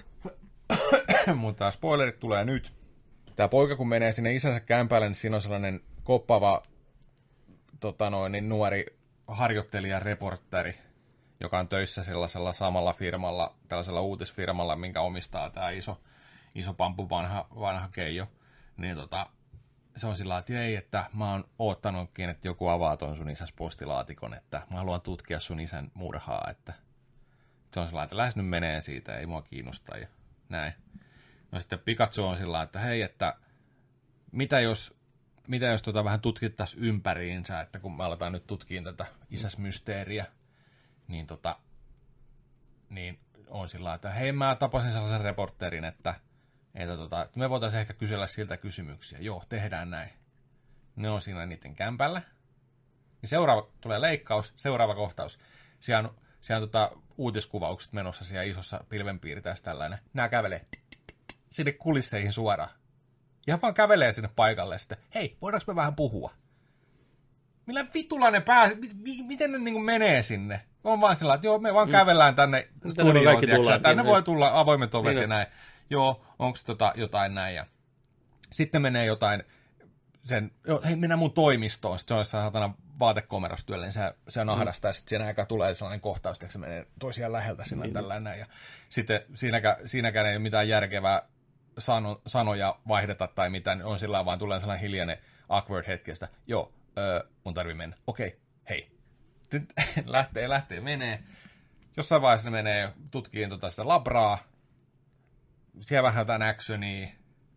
Mutta spoilerit tulee nyt. Tää poika kun menee sinne isänsä kämpäälle, niin siinä on sellainen koppava tota noin, niin nuori harjoittelija, reportteri, joka on töissä sellaisella samalla firmalla, tällaisella uutisfirmalla, minkä omistaa tämä iso, iso pampu vanha, vanha Keijo. Niin tota, se on sillä lailla, että ei, että mä oon oottanutkin, että joku avaa ton sun isäs postilaatikon, että mä haluan tutkia sun isän murhaa, että se on sillä lailla, että lähes nyt menee siitä, ei mua kiinnosta ja näin. No sitten Pikachu on sillä lailla, että hei, että mitä jos Mitä jos tota vähän tutkittaisiin ympäriinsä, että kun me aletaan nyt tutkiin tätä isäsmysteeriä, niin, tota, niin on sillä lailla, että hei, mä tapasin sellaisen reporterin, että, että, tota, että me voitaisiin ehkä kysellä siltä kysymyksiä. Joo, tehdään näin. Ne on siinä niiden kämpällä. Ja seuraava tulee leikkaus, seuraava kohtaus. Siellä on, siellä on tota, uutiskuvaukset menossa siellä isossa pilvenpiirtäessä tällainen. Nämä kävelee sinne kulisseihin suoraan. Ihan vaan kävelee sinne paikalle sitten. Hei, voidaanko me vähän puhua? Millä vitulla ne pääsee? Miten ne niin menee sinne? On vaan sillä, että joo, me vaan mm. kävellään tänne studioon. Tänne voi tulla avoimet ovet niin ja näin. Joo, onko tota jotain näin? Ja sitten menee jotain, sen, joo, hei, mennään mun toimistoon. Sitten se on saatana vaatekomerostyölle, niin se, se on ahdasta. Mm. Ja sitten siinä aikaa tulee sellainen kohtaus, että se menee toisiaan läheltä sinne niin. Tällainen näin. Ja sitten siinäkään, siinäkään ei ole mitään järkevää Sano, sanoja vaihdeta tai mitään, on sillä vaan tulee sellainen hiljainen awkward hetkestä. Joo, öö, mun tarvii mennä. Okei, okay, hei. Nyt lähtee, lähtee, menee. Jossain vaiheessa ne menee tutkiin tota sitä labraa. Siellä vähän jotain actionia.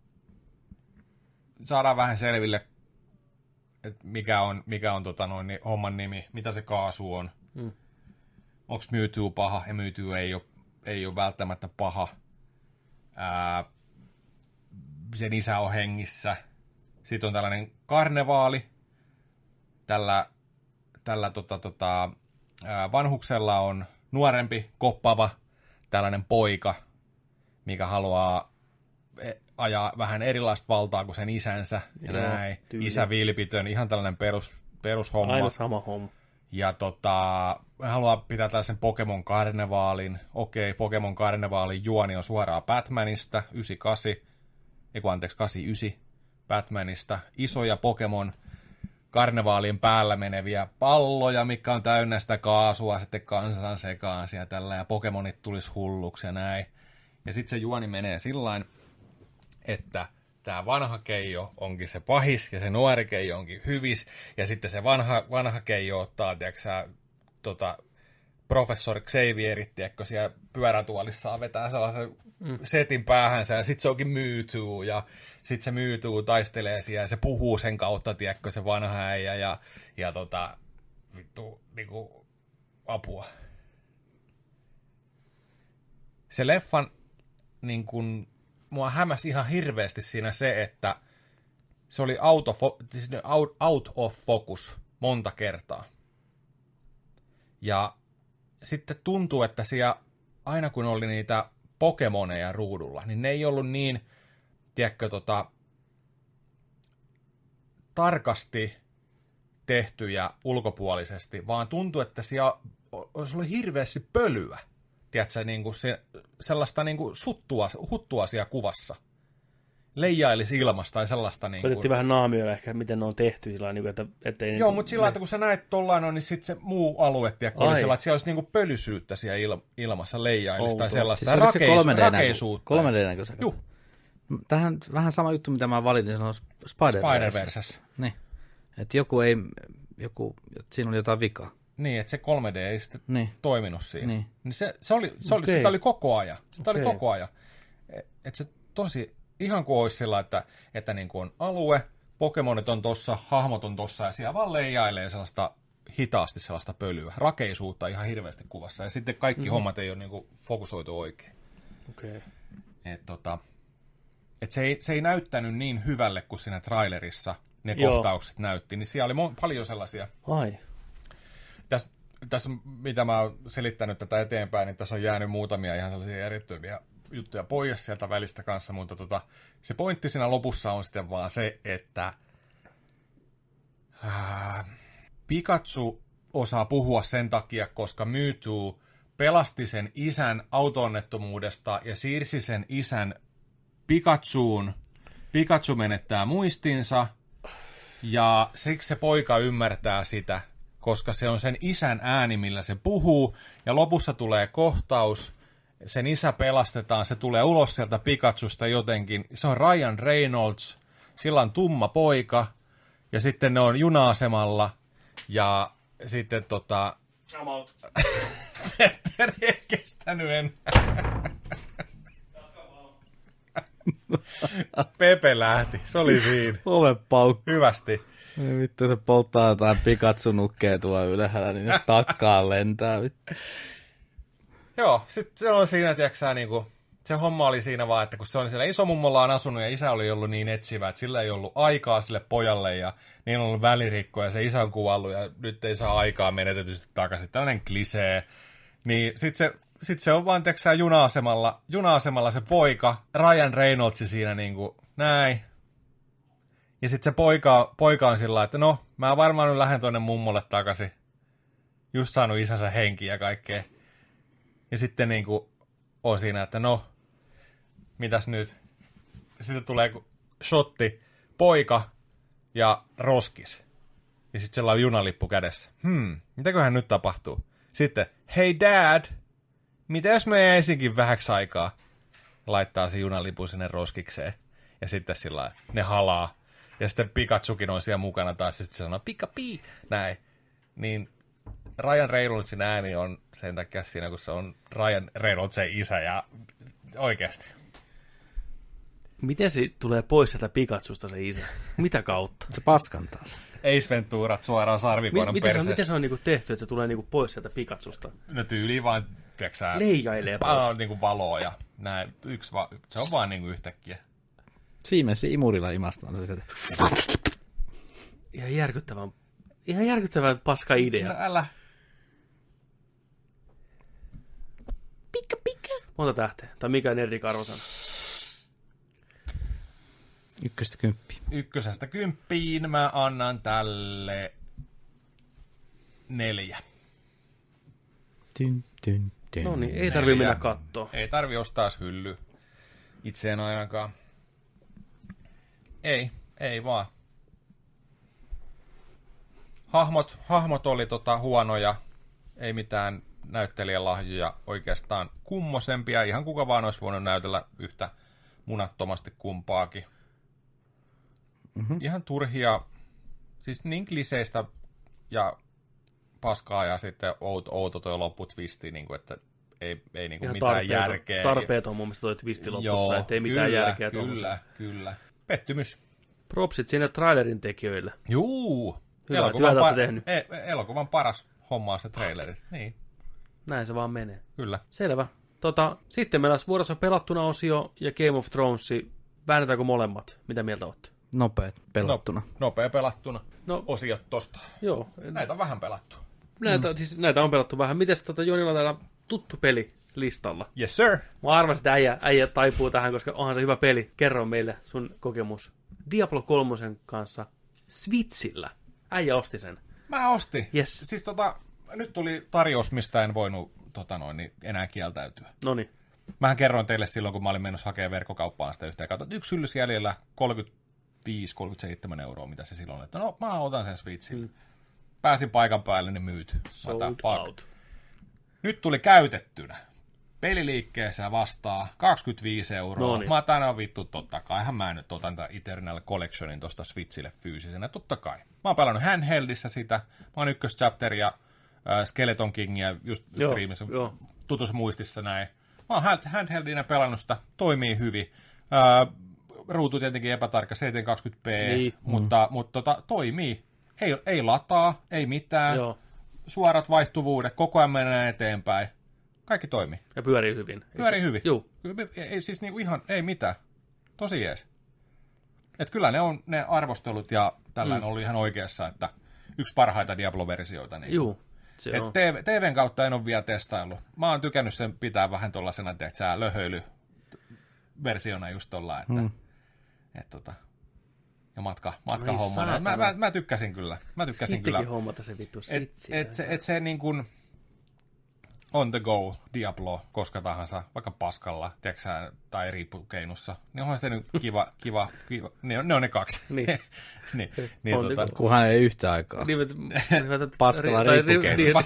Saadaan vähän selville, että mikä on, mikä on tota noin, niin homman nimi, mitä se kaasu on. Mm. Onko Mewtwo paha? Ja Mewtwo ei ole, ei ole välttämättä paha. Ää, sen isä on hengissä. Sitten on tällainen karnevaali. Tällä, tällä tota, tota, ää, vanhuksella on nuorempi, koppava, tällainen poika, mikä haluaa ajaa vähän erilaista valtaa kuin sen isänsä. Ja joo, näin. Isä vilpitön, ihan tällainen perus, perushomma. Aina sama homma. Ja tota, haluaa pitää tällaisen Pokemon karnevaalin. Okei, Pokemon karnevaalin juoni on suoraan Batmanista, yhdeksänkymmentäkahdeksan. Eiku anteeksi, kahdeksankymmentäyhdeksän Batmanista. Isoja Pokemon karnevaalin päällä meneviä palloja, mikä on täynnä sitä kaasua sitten kansan sekaan ja tällä. Ja Pokemonit tulisi hulluksi ja näin. Ja sitten se juoni menee sillain, että tämä vanha Keijo onkin se pahis ja se nuori Keijo onkin hyvis. Ja sitten se vanha, vanha Keijo ottaa, tiedätkö tota, professori Xavierit, tiedätkö, siellä pyörätuolissaan vetää sellaisen mm. setin päähänsä ja sitten se onkin Mewtwo ja sitten se Mewtwo taistelee siellä ja se puhuu sen kautta, tiedätkö, se vanha äijä ja, ja tota, vittu, niinku, apua. Se leffan, niin kun, mua hämäsi ihan hirveästi siinä se, että se oli out of, out, out of focus monta kertaa. Ja sitten tuntuu, että siellä aina kun oli niitä Pokemoneja ruudulla, niin ne ei ollut niin, tiedätkö, tota, tarkasti tehtyjä ulkopuolisesti, vaan tuntui, että siellä olisi ollut hirveästi pölyä, tiedätkö, niin kuin se, sellaista niin kuin suttua, huttua siellä kuvassa. Leijailisi ilmasta tai sellaista. Niin Koitettiin vähän naamioida ehkä, miten ne on tehty sillä niin että ettei joo, niin mutta sillä että kun sä näet tollain, niin sitten se muu alue, tiedätkö, oli sillä, että siellä olisi niin kuin pölysyyttä siellä il, ilmassa leijailisi tai sellaista. Siis Rakeis, kolme rakeisuutta. kolme D-näköistä. Juh. Tähän vähän sama juttu, mitä mä valitin, se on Spider-Verse. Spider-Versessä. Niin. Että joku ei, joku, että siinä oli jotain vikaa. Niin, että se kolme D ei sitten niin. toiminut siinä. Niin. niin se, se oli, se oli, okay. sitä oli koko ajan. Sitä okay. oli koko ajan. Että se tosi, ihan kuin olisi sillä, että, että niin kuin on alue, Pokemonit on tossa, hahmot on tossa, ja siellä vaan leijailee sellaista hitaasti sellaista pölyä. Rakeisuutta ihan hirveästi kuvassa. Ja sitten kaikki mm-hmm. hommat ei ole niin kuin fokusoitu oikein. Okay. Että tota, et se, ei, se ei näyttänyt niin hyvälle kuin siinä trailerissa ne Joo. kohtaukset näytti. Niin siellä oli mo- paljon sellaisia. Ai. Tässä, tässä, mitä mä oon selittänyt tätä eteenpäin, niin tässä on jäänyt muutamia ihan sellaisia järjettömiä juttuja pois sieltä välistä kanssa, mutta tota, se pointti siinä lopussa on sitten vaan se, että ää, Pikachu osaa puhua sen takia, koska Mewtwo pelasti sen isän auto-onnettomuudesta ja siirsi sen isän Pikachuun. Pikachu menettää muistinsa ja siksi se poika ymmärtää sitä, koska se on sen isän ääni, millä se puhuu, ja lopussa tulee kohtaus, sen isä pelastetaan, se tulee ulos sieltä Pikachusta jotenkin, se on Ryan Reynolds, sillä on tumma poika, ja sitten ne on juna-asemalla, ja sitten tota... Petteri ei kestänyt enää. Pepe lähti, se oli siinä. Ove paukku. Hyvästi. Vittu, se polttaa jotain Pikachu-nukkeja tuolla ylhäällä, niin ne takkaan lentää. Vittu. Joo, sitten se on siinä, tiiäksä, niinku, se homma oli siinä vaan, että kun se oli siellä isomummollaan asunut ja isä oli ollut niin etsivä, että sillä ei ollut aikaa sille pojalle ja niin on ollut välirikko ja se isä on kuvallut ja nyt ei saa aikaa menetetysti takaisin. Tällainen klisee. Niin sitten se, sit se on vaan, tiiäksä, juna-asemalla, juna-asemalla se poika, Ryan Reynolds siinä niinku, näin. Ja sitten se poika, poika on sillä lailla, että no, mä varmaan nyt lähden tuonne mummolle takaisin. Just saanut isänsä henkiä ja kaikkea. Ja sitten niinku on siinä, että no, mitäs nyt? Ja sitten tulee shotti, poika ja roskis. Ja sitten siellä on junalippu kädessä. Hmm, mitäköhän nyt tapahtuu? Sitten, hei dad, mitä jos me jäisinkin vähäksi aikaa? Laittaa se junalipun sinne roskikseen. Ja sitten sillä ne halaa. Ja sitten Pikachukin on siellä mukana taas, ja sitten se sanoo, pika pii, näin. Niin Ryan Reynoldsin ääni on sen takia siinä, kun se on Ryan Reynoldsin isä, ja oikeasti. Miten se tulee pois sieltä Pikachusta se isä? Mitä kautta? Se paskantaa se. Ace Venturat suoraan sarvikoinan miten, se on, perseestä. miten se on niinku tehty, että se tulee niinku pois sieltä Pikachusta? No tyyliin vaan, tiiäksä, leijailee pois. on niinku valoa ja näin. Yksi va- se on vaan niinku yhtäkkiä. Siemenssin imurilla imastaan se sieltä. Ihan järkyttävän, ihan järkyttävän paska idea. No älä. Pika pika. Monta tähteä? Tai mikä Nerdik arvosana? Ykköstä kymppiä. Ykkösestä kymppiin mä annan tälle neljä. Tyn, tyn, tyn. No niin, ei tarvii mennä kattoo. Ei tarvi ostaa hylly. Itse en ainakaan. Ei, ei vaan. Hahmot, hahmot oli tota huonoja, ei mitään näyttelijälahjoja, oikeastaan kummosempia. Ihan kuka vaan olisi voinut näytellä yhtä munattomasti kumpaakin. Mm-hmm. Ihan turhia, siis niin kliseistä ja paskaa ja sitten outo, outo toi lopputwisti, niin kuin, että ei, ei niin kuin mitään tarpeeton, järkeä. Tarpeeton mun mielestä toi twisti lopussa, Joo, että ei mitään kyllä, järkeä kyllä, tuollaisen. kyllä. Pettymys. Propsit sinne trailerin tekijöille. Juu. Hyvä, Elokuvan, työtä par- olette tehnyt. e- elokuvan paras homma on se traileri. Niin, Näin se vaan menee. kyllä. Selvä. Tota, sitten meillä olisi vuorossa pelattuna osio ja Game of Thrones. Väännetäänkö molemmat? Mitä mieltä olette? Nopeet pelattuna. No, nopea pelattuna. No, Osiot tosta. joo. Näitä on vähän pelattu. näitä, mm. siis näitä on pelattu vähän. Mites tota, Jonilla täällä tuttu peli listalla? Yes sir. Mä arvasin, että äijä, äijä taipuu tähän, koska onhan se hyvä peli. Kerro meille sun kokemus Diablo kolme kanssa Switchillä. Äijä osti sen. Mä ostin. Yes. Siis tota, nyt tuli tarjous, mistä en voinut tota noin, niin enää kieltäytyä. Noniin. Mähän kerroin teille silloin, kun mä olin menossa hakemaan verkkokauppaan sitä yhteen kautta. Yksi hyllys jäljellä, kolmekymmentäviisi kolmekymmentäseitsemän euroa, mitä se silloin. Että no, mä otan sen Switchin. Mm. Pääsin paikan päälle, niin myyt. Sold out. Nyt tuli käytettynä. Peliliikkeessä vastaa kaksikymmentäviisi euroa. Noniin. Mä otan aina vittu, totta kai. Eihän mä nyt otan tämän Eternal Collectionin tosta Switchille fyysisenä, totta kai. Mä oon pelannut handheldissä sitä. Mä oon ykköschapteria, äh, Skeleton Kingia just striimissä, tutussa muistissa näin. Mä oon handheldinä pelannut sitä, toimii hyvin. Äh, ruutu tietenkin epätarkka, seitsemänsataakaksikymmentä p, niin. mutta, mm. mutta tota, toimii. Ei, ei lataa, ei mitään. Joo. Suorat vaihtuvuudet, koko ajan mennään eteenpäin. Kaikki toimii. Ja pyörii hyvin. Pyörii hyvin. Joo. Ei, siis niinku ihan, ei mitään. Tosi jees. Et kyllä ne on ne arvostelut ja tällainen mm. oli ihan oikeassa, että yksi parhaita Diablo-versioita. Niin. Joo. Se on. T V, T V:n kautta en ole vielä testaillut. Mä oon tykännyt sen pitää vähän tollasena, että sä löhöilyversiona just tolla, että mm. et, tota, ja matka, matka hommana. Mä, mä, mä tykkäsin kyllä. Mä tykkäsin Ittekin kyllä. hommata se vittu et, et, se, et se niin kuin on the go Diablo koska tahansa, vaikka paskalla, tiiäksä, tai riippukeinussa, niin onhan se nyt kiva, kiva, kiva. Ne, on, ne on ne kaksi. Niin. niin, niin tota, kunhan ei yhtä aikaa. Niin, paskalla riippukeinussa.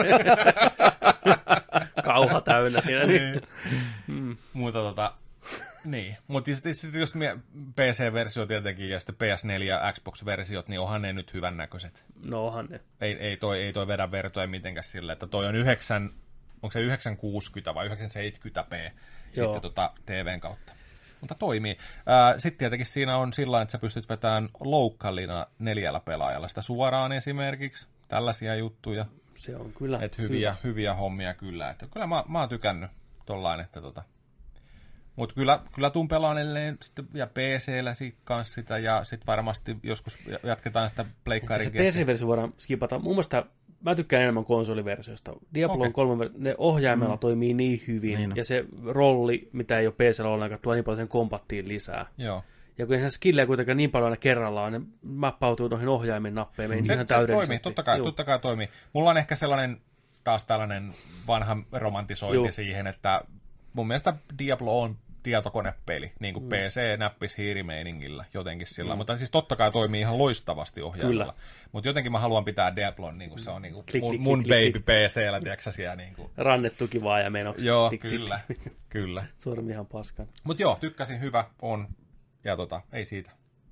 Kauha täynnä siinä. Niin. mm. Mutta tota, niin. Mutta sitten sit, jos P C-versio tietenkin ja sitten P S neljä ja Xbox-versiot, niin onhan ne nyt hyvän näköiset. No onhan ne. Ei, ei, toi, ei toi vedä vertoja mitenkään sille, että toi on yhdeksän, onko se yhdeksänsataakuusikymmentä vai yhdeksänsataaseitsemänkymmentä p sitten tota T V:n kautta. Mutta toimii. Sitten tietenkin siinä on sillä että sä pystyt vetämään loukkalina neljällä pelaajalla sitä suoraan esimerkiksi. Tällaisia juttuja. Se on kyllä Et hyviä, hyvä. hyviä hommia kyllä. Että kyllä mä, mä oon tykännyt tollain, että tota. Mutta kyllä, kyllä tuun pelaan edelleen sitten ja P C:llä sit kanssa sitä ja sitten varmasti joskus jatketaan sitä pleikkarin. Se P C-versio voidaan skipata. Mun mielestä mä tykkään enemmän konsoliversiosta. Diablo okay. kolme, ne ohjaimella mm. toimii niin hyvin niin. Ja se rolli, mitä ei ole P C:llä ollenkaan, tuo niin paljon sen kompattiin lisää. Joo. Ja kun ei sen skillejä kuitenkaan niin paljon aina kerrallaan, ne mappautuu noihin ohjaimen nappeihin se, ihan se täydellisesti. Toimii, totta kai, totta kai toimii. Mulla on ehkä sellainen, taas tällainen vanha romantisointi Juh. siihen, että mun mielestä Diablo on tietokonepeli, niin kuin mm. P C-näppis hiirimeiningillä jotenkin sillä, mm. mutta siis totta kai toimii ihan loistavasti ohjaimella. Mutta jotenkin mä haluan pitää Diablon, niin kuin se on niin kuin klik, mun, klik, mun klik, baby klik. P C-llä, tiedätkö siellä niin kuin. Rannettu kivaa ja menoksi. Joo, tik, kyllä, tik. kyllä. Sormi ihan paskan. Mutta joo, tykkäsin, hyvä on, ja tota, ei siitä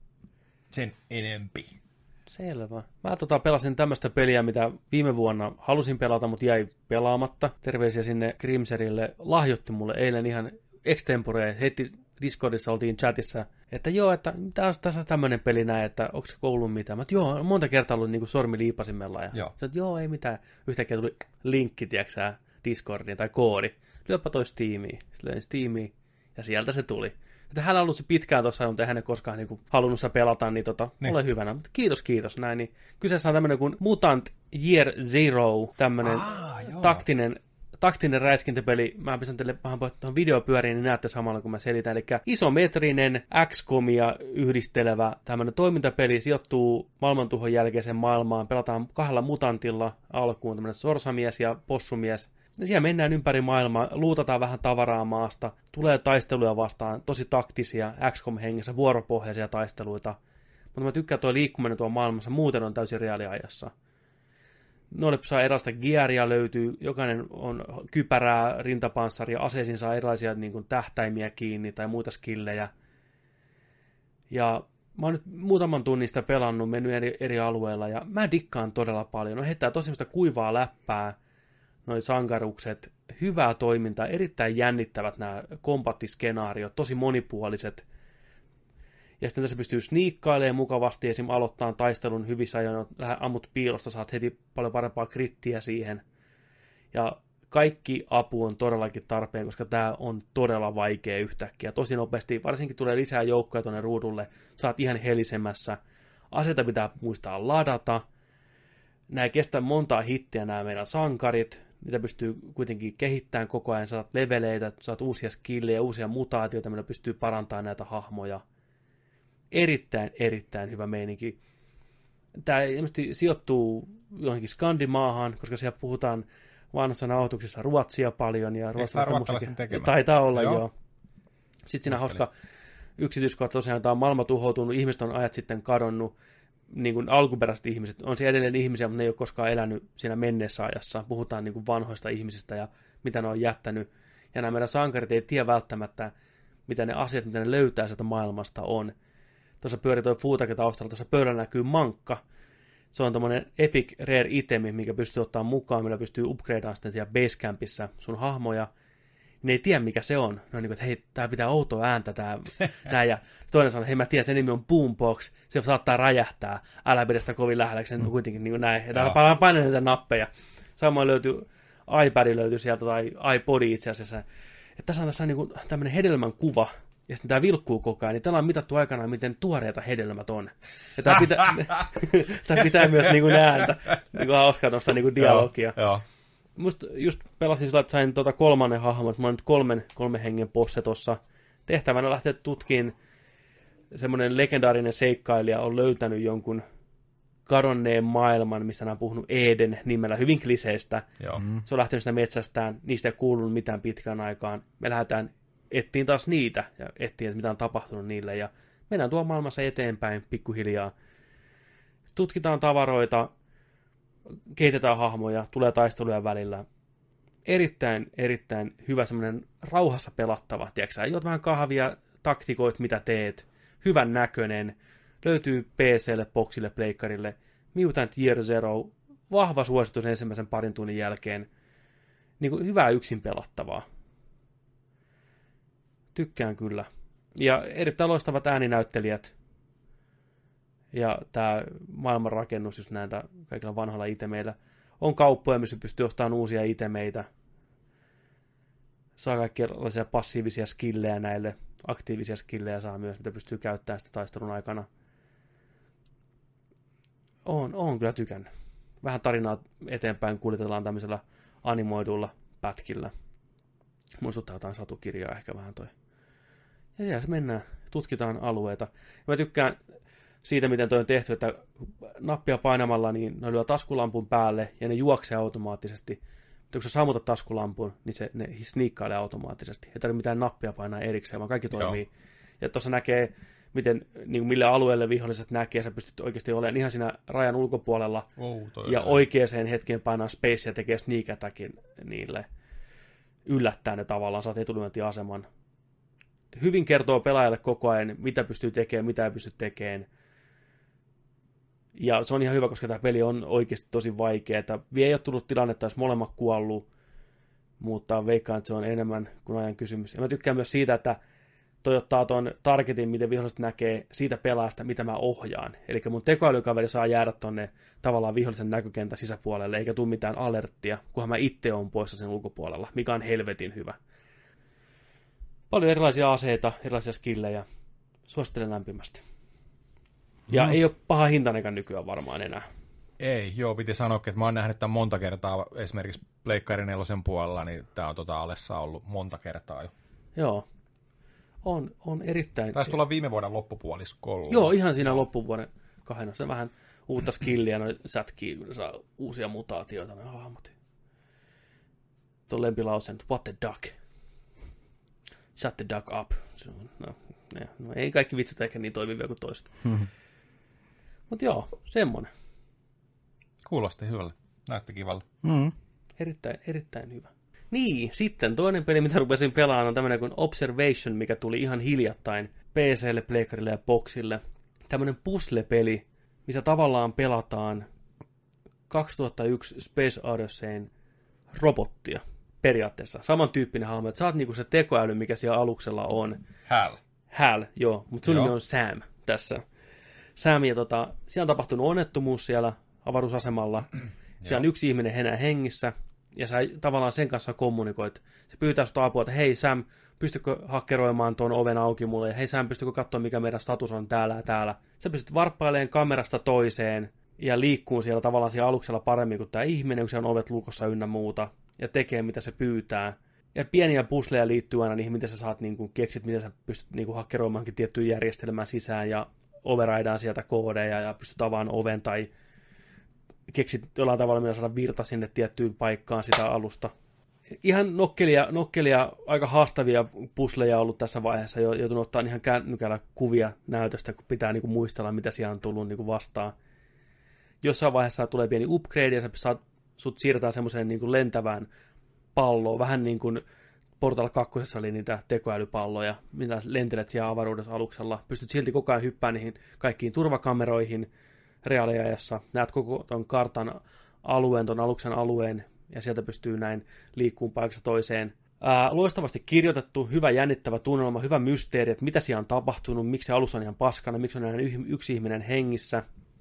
sen enempi. Selvä. Mä tota pelasin tämmöistä peliä, mitä viime vuonna halusin pelata, mutta jäi pelaamatta. Terveisiä sinne Grimserille. Lahjoitti mulle eilen ihan extempore, heti Discordissa oltiin chatissa, että joo, että tässä on tämmöinen peli näin, että onko se koulun mitään. Mä että joo, monta kertaa ollut niin kuin sormi liipasimella. Ja joo. Sä, että joo, ei mitään. Yhtäkkiä tuli linkki, tiedätkö Discordiin tai koodi. Lyöpä toi Steamiin. Löin Steamiin ja sieltä se tuli. Että hän on ollut se pitkään tuossa, mutta ei hän koskaan niin kuin halunnut sitä pelata, niin, tota, niin ole hyvänä. Mutta kiitos, kiitos. Näin, niin kyseessä on tämmöinen kuin Mutant Year Zero, tämmöinen ah, taktinen taktinen räiskintäpeli, mä pistän teille vähän tuohon videopyöriin, niin näette samalla, kun mä selitän. Eli isometrinen X COMia yhdistelevä tämmöinen toimintapeli sijoittuu maailmantuhon jälkeiseen maailmaan. Pelataan kahdella mutantilla alkuun, tämmöinen sorsamies ja possumies. Ja siellä mennään ympäri maailmaa, luutataan vähän tavaraa maasta, tulee taisteluja vastaan, tosi taktisia X COM-hengessä, vuoropohjaisia taisteluita. Mutta mä tykkään tuo liikkuminen tuolla maailmassa, muuten on täysin reaaliajassa. Noille saa erilaista gearia löytyy, jokainen on kypärää, rintapanssaria, aseisiin saa erilaisia niin kuin tähtäimiä kiinni tai muita skillejä. Ja mä oon nyt muutaman tunnin sitä pelannut, mennyt eri, eri alueilla ja mä dikkaan todella paljon. No heittää tosi semmoista kuivaa läppää, noi sankarukset, hyvää toimintaa, erittäin jännittävät nämä kombattiskenaariot, tosi monipuoliset. Ja sitten tässä pystyy sniikkailemaan mukavasti, esim. Aloittaa taistelun hyvissä ajoin, ammut piilosta, saat heti paljon parempaa krittiä siihen. Ja kaikki apu on todellakin tarpeen, koska tämä on todella vaikea yhtäkkiä. Tosi nopeasti, varsinkin tulee lisää joukkoja tuonne ruudulle, saat ihan helisemässä. Aseita pitää muistaa ladata. nämä kestää montaa hittiä nämä meidän sankarit, niitä pystyy kuitenkin kehittämään koko ajan, saat leveleitä, saat uusia skillejä, uusia mutaatioita, millä pystyy parantamaan näitä hahmoja. Erittäin, erittäin hyvä meininki. Tämä ilmeisesti sijoittuu johonkin Skandimaahan, koska siellä puhutaan vanhassa nauhoituksessa ruotsia paljon. Ja ruotsalaisten tekemään? Taitaa olla, joo. joo. Sitten siinä on hauska yksityiskohta, tosiaan tämä on maailma tuhoutunut, ihmiset on ajat sitten kadonnut, niin kuin alkuperäiset ihmiset. On siellä edelleen ihmisiä, mutta ne ei ole koskaan elänyt siinä menneessä ajassa. Puhutaan niin kuin vanhoista ihmisistä ja mitä ne on jättänyt. Ja nämä meidän sankarit ei tiedä välttämättä, mitä ne asiat, mitä ne löytää sieltä maailmasta on. Tuossa pyörii toi Futake taustalla, tuossa pöydällä näkyy mankka. Se on tommonen epic rare itemi, minkä pystyy ottaa mukaan, millä pystyy upgradeamaan sitten siellä basecampissa sun hahmoja. Ne ei tiedä, mikä se on. Ne on niin kuin, että hei, tää pitää outoa ääntä, tää näin. Ja toinen sanoo, että hei, mä tiedän, sen nimi on Boombox. Se saattaa räjähtää. Älä pidä sitä kovin lähellä, se on kuitenkin niin kuin näin. Ja täällä painaa niitä nappeja. Samoin löytyy, iPad löytyy sieltä, tai iPodi itse asiassa. Että tässä on tässä niin kuin tämmöinen hedelmän kuva. Ja sitten tämä vilkkuu koko ajan, niin täällä on mitattu aikanaan, miten tuoreita hedelmät on. Ja tämä pitää, tämä pitää myös niin kuin ääntä, niin kuin hauskaa tuosta niin kuin dialogia. Joo, joo. Musta just pelasin sillä, että sain tuota kolmannen hahmon, että mä oon nyt kolmen, kolmen hengen posse tuossa. Tehtävänä lähteä tutkiin, semmoinen legendaarinen seikkailija on löytänyt jonkun kadonneen maailman, missä hän on puhunut Eden nimellä, hyvin kliseistä. Joo. Se on lähtenyt sitä metsästään, niistä ei kuulunut mitään pitkään aikaan. Me lähdetään etsiin taas niitä ja etsiin, että mitä on tapahtunut niille. Ja mennään tuolla maailmassa eteenpäin pikkuhiljaa. Tutkitaan tavaroita, kehitetään hahmoja, tulee taisteluja välillä. Erittäin, erittäin hyvä semmoinen rauhassa pelattava. Tiedätkö sä, juot vähän kahvia, taktikoit, mitä teet. Hyvän näköinen. Löytyy P C:lle, Boxille, Pleikkarille. Mutant Year Zero. Vahva suositus ensimmäisen parin tunnin jälkeen. Niin kuin hyvää yksin pelattavaa. Tykkään kyllä. Ja erittäin loistavat ääninäyttelijät. Ja tämä maailmanrakennus, just näitä kaikilla vanhoilla itemeillä. On kauppoja, missä pystyy ostamaan uusia itemeitä. Saa kaikenlaisia passiivisia skillejä näille. Aktiivisia skillejä saa myös, mitä pystyy käyttämään sitä taistelun aikana. On, on kyllä tykännyt. Vähän tarinaa eteenpäin kuljetellaan tämmöisellä animoidulla pätkillä. Muistuttaa jotain satukirjaa ehkä vähän toi. Ja siellä se mennään, tutkitaan alueita. Ja mä tykkään siitä, miten toi on tehty, että nappia painamalla niin ne lyö taskulampun päälle ja ne juoksee automaattisesti. Mutta kun sä sammutat taskulampun, niin se, ne sniikkailee automaattisesti. Ei tarvitse mitään nappia painaa erikseen, vaan kaikki toimii. Joo. Ja tuossa näkee, miten, niin kuin mille alueelle viholliset näkee, sä pystyt oikeasti olemaan ihan siinä rajan ulkopuolella. Oh, ja oikeaan hetkeen painaa space ja tekee sneak attackin niille. Yllättää ne tavallaan, saat etulyöntiaseman. Hyvin kertoo pelaajalle koko ajan, mitä pystyy tekemään, mitä ei pysty tekemään. Ja se on ihan hyvä, koska tämä peli on oikeasti tosi vaikea. Että vielä ei ole tullut tilannetta, jos molemmat kuollut, mutta veikkaan, että se on enemmän kuin ajan kysymys. Ja mä tykkään myös siitä, että toi ottaa ton targetin, miten viholliset näkee siitä pelaajasta, mitä mä ohjaan. Eli mun tekoälykaveri saa jäädä tonne tavallaan vihollisen näkökentän sisäpuolelle, eikä tule mitään alerttia, kunhan mä itse on poissa sen ulkopuolella, mikä on helvetin hyvä. Paljon erilaisia aseita, erilaisia skillejä. Suosittelen lämpimästi. Ja no. Ei ole paha hintainenkaan nykyään varmaan enää. Ei, joo, piti sanoa, että mä oon nähnyt tämän monta kertaa, esimerkiksi Pleikkarin nelosen puolella, niin tää on tota alessa ollut monta kertaa jo. Joo, on, on erittäin... Taisi tulla viime vuoden loppupuoliskolla. Joo, ihan siinä loppuvuoden kahden. Se vähän uutta skilliä, noin sätkii, saa uusia mutaatioita, noin hahmot. Tuon lempilausen, what the duck? Shut the duck up. No, no ei kaikki vitsit ehkä niin toimivia kuin toiset. Mm-hmm. Mutta joo, semmonen. Kuulosti hyvälle. Näytti kivalle. Mm-hmm. Erittäin, erittäin hyvä. Niin, sitten toinen peli, mitä rupesin pelaamaan, on tämmöinen kuin Observation, mikä tuli ihan hiljattain P C:lle, Pleikkarille ja Boxille. Tämmöinen puzzle-peli, missä tavallaan pelataan kaksituhattayksi Space Odysseyn robottia. Periaatteessa. Samantyyppinen hahmo, että sä oot niinku se tekoäly, mikä siellä aluksella on. Hal. Hal, joo. Mutta sun nimi on Sam tässä. Sam, ja tota, siellä on tapahtunut onnettomuus siellä avaruusasemalla. Siellä on yksi ihminen enää hengissä, ja sä tavallaan sen kanssa kommunikoit. Se pyytää sut apua, että hei Sam, pystykö hakkeroimaan tuon oven auki mulle, ja hei Sam, pystykö katsoa, mikä meidän status on täällä ja täällä. Sä pystyt varppailemaan kamerasta toiseen, ja liikkuu siellä tavallaan siellä aluksella paremmin kuin tämä ihminen, kun se on ovet lukossa ynnä muuta, ja tekee mitä se pyytää. Ja pieniä pusleja liittyy aina niihin, miten sä saat niin kuin, keksit, miten sä pystyt niin kuin, hakkeroimaankin tiettyyn järjestelmään sisään, ja overaidaan sieltä koodeja, ja pystyt avaamaan oven, tai keksit jollain tavalla, millä saada virta sinne tiettyyn paikkaan sitä alusta. Ihan nokkelia, nokkelia aika haastavia pusleja ollut tässä vaiheessa, jo joutunut ottaa ihan kännykällä kuvia näytöstä, kun pitää niin kuin, muistella, mitä siellä on tullut niin kuin, vastaan. Jossain vaiheessa tulee pieni upgrade, ja sä saat, sut siirretään semmoiseen niin kuin lentävään palloon, vähän niin kuin Portal kaksi oli niitä tekoälypalloja, mitä lentelet siellä avaruudessa aluksella. Pystyt silti koko ajan hyppään niihin kaikkiin turvakameroihin reaaliajassa. Näet koko ton kartan alueen, ton aluksen alueen, ja sieltä pystyy näin liikkuun paikasta toiseen. Ää, loistavasti kirjoitettu, hyvä jännittävä tunnelma, hyvä mysteeri, että mitä siellä on tapahtunut, miksi se alus on ihan paskana, miksi on enää yksi ihminen hengissä.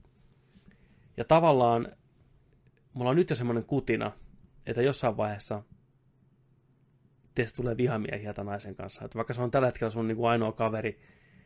Ja tavallaan mulla on nyt jo semmoinen kutina, että jossain vaiheessa teistä tulee vihamiehiä tämän naisen kanssa. Että vaikka se on tällä hetkellä sun niin kuin ainoa kaveri.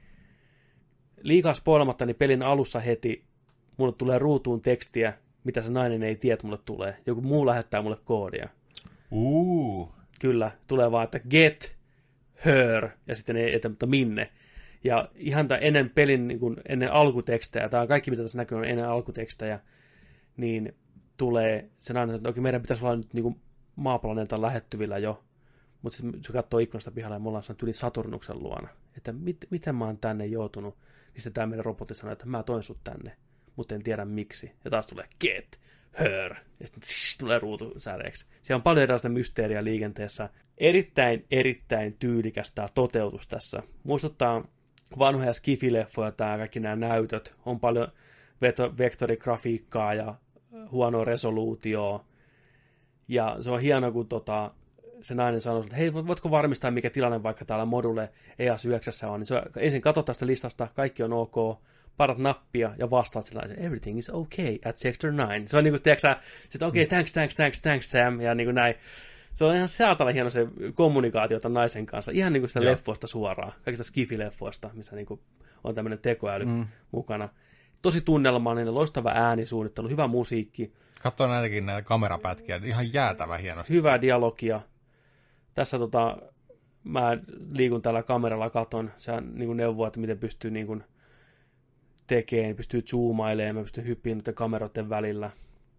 Liikaa spoilamatta, niin pelin alussa heti mulle tulee ruutuun tekstiä, mitä se nainen ei tiedä, että mulle tulee. Joku muu lähettää mulle koodia. Uh. Kyllä, tulee vaan, että get her, ja sitten ei, että mutta minne. Ja ihan tämän ennen pelin, niin kuin ennen alkutekstejä, tämä on kaikki, mitä tässä näkyy, on ennen alkutekstejä, niin tulee se nainen, että okei, meidän pitäisi olla nyt niin kuin maaplaneetan lähettyvillä jo. Mutta sitten se katsoo ikkunasta pihalla ja me ollaan sanonut yli Saturnuksen luona, että mit, miten mä oon tänne joutunut. Niin sitten tämä meidän robotti sanoo, että mä toin sut tänne, mutta en tiedä miksi. Ja taas tulee get her. Ja sitten tss, tulee ruutu säreeksi. Siellä on paljon erilaista mysteeriä liikenteessä. Erittäin, erittäin tyylikäs tämä toteutus tässä. Muistuttaa vanhoja skifileffoja, tämä kaikki nämä näytöt. On paljon veto, vektorigrafiikkaa ja huonoa resoluutioa. Ja se on hienoa, kun tota, se nainen sanoi, että hei, voitko varmistaa, mikä tilanne vaikka täällä module E A S yhdeksän on, niin se ensin katso tästä listasta, kaikki on ok, parat nappia ja vastaat sellaisen, everything is okay at sector nine. Se on niin kuin, tiedätkö sä, että okei, okay, thanks, thanks, thanks, thanks, Sam, ja niin kuin näin. Se on ihan saatava hieno se kommunikaatiota naisen kanssa, ihan niin kuin sitä leffoista suoraan, kaikista skifileffoista, missä niin kuin on tämmöinen tekoäly mm. mukana. Tosi tunnelmallinen, loistava äänisuunnittelu, hyvä musiikki. Katsoin näitäkin näitä kamerapätkiä, ihan jäätävä hienosti. Hyvää dialogia. Tässä tota, mä liikun täällä kameralla, katon, se niin neuvoo, että miten pystyy niin kuin tekemään, pystyy zoomailemaan, mä pystyn hyppiin noiden kameroiden välillä.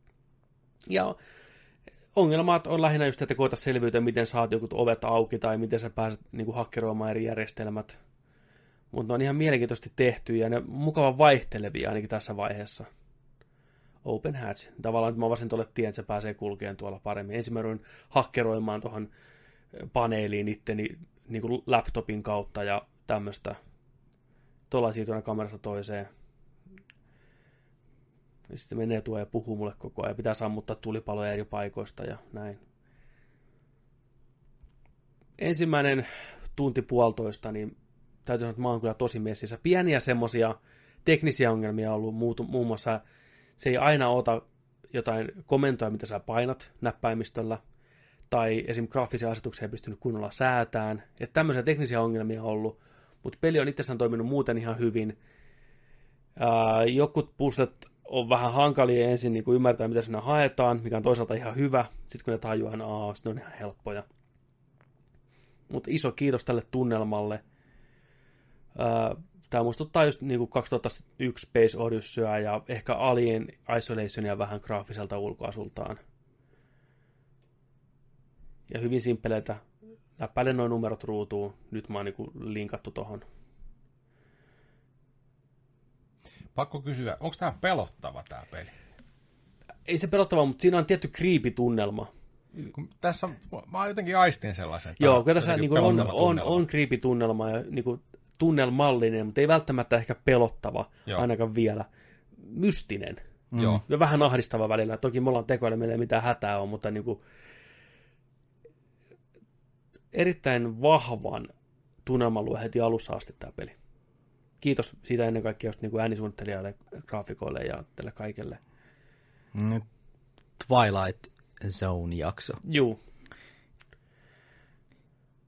Ja ongelmat on lähinnä just, että koeta selviytyä, miten saat joku ovet auki tai miten sä pääset niin kuin hakkeroimaan eri järjestelmät. Mutta ne on ihan mielenkiintoisesti tehty ja ne on mukavan vaihtelevia ainakin tässä vaiheessa. Open hatch. Tavallaan nyt mä avasin tuolle tien, että se pääsee kulkeen tuolla paremmin. Ensin mä ruin hakkeroimaan tuohon paneeliin itteni niin kuin laptopin kautta ja tämmöistä. Tuolla siirtynä kamerasta toiseen. Ja sitten menee tuo ja puhuu mulle koko ajan. Pitää sammuttaa tulipaloja eri paikoista ja näin. Ensimmäinen tunti puolitoista, niin täytyy sanoa, että mä oon kyllä tosi messissä. Pieniä semmosia teknisiä ongelmia on ollut, muun muassa se ei aina ota jotain komentoja, mitä sä painat näppäimistöllä, tai esim. Graafisia asetuksia ei pystynyt kunnolla säätään. Että tämmöisiä teknisiä ongelmia on ollut, mutta peli on itsessään toiminut muuten ihan hyvin. Ää, jokut puzzlet on vähän hankalia ensin niin kuin ymmärtää, mitä siinä haetaan, mikä on toisaalta ihan hyvä. Sitten kun ne tajuaa, niin aa, sitten ne on ihan helppoja. Mutta iso kiitos tälle tunnelmalle. Ää, Tämä muistuttaa just niin kuin kaksituhattayksi Space Odysseyä ja ehkä Alien Isolationia vähän graafiselta ulkoasultaan. Ja hyvin simppeleitä. Näppäilen noin numerot ruutuun. Nyt mä oon niin kuin linkattu tohon. Pakko kysyä, onko tämä pelottava tämä peli? Ei se pelottava, mutta siinä on tietty creepy-tunnelma. Tässä mä jotenkin aistin sellaisen. Joo, kun tässä niin kuin on, on, on creepy-tunnelma ja niin kuin tunnelmallinen, mutta ei välttämättä ehkä pelottava, Joo. ainakaan vielä. Mystinen. Mm. Ja vähän ahdistava välillä. Toki me ollaan tekoäly, meillä ei mitään hätää ole, mutta niin kuin erittäin vahvan tunnelman luo heti alussa asti tämä peli. Kiitos siitä ennen kaikkea just niin kuin äänisuunnittelijalle, graafikoille ja tälle kaikelle. Twilight Zone-jakso. Juu.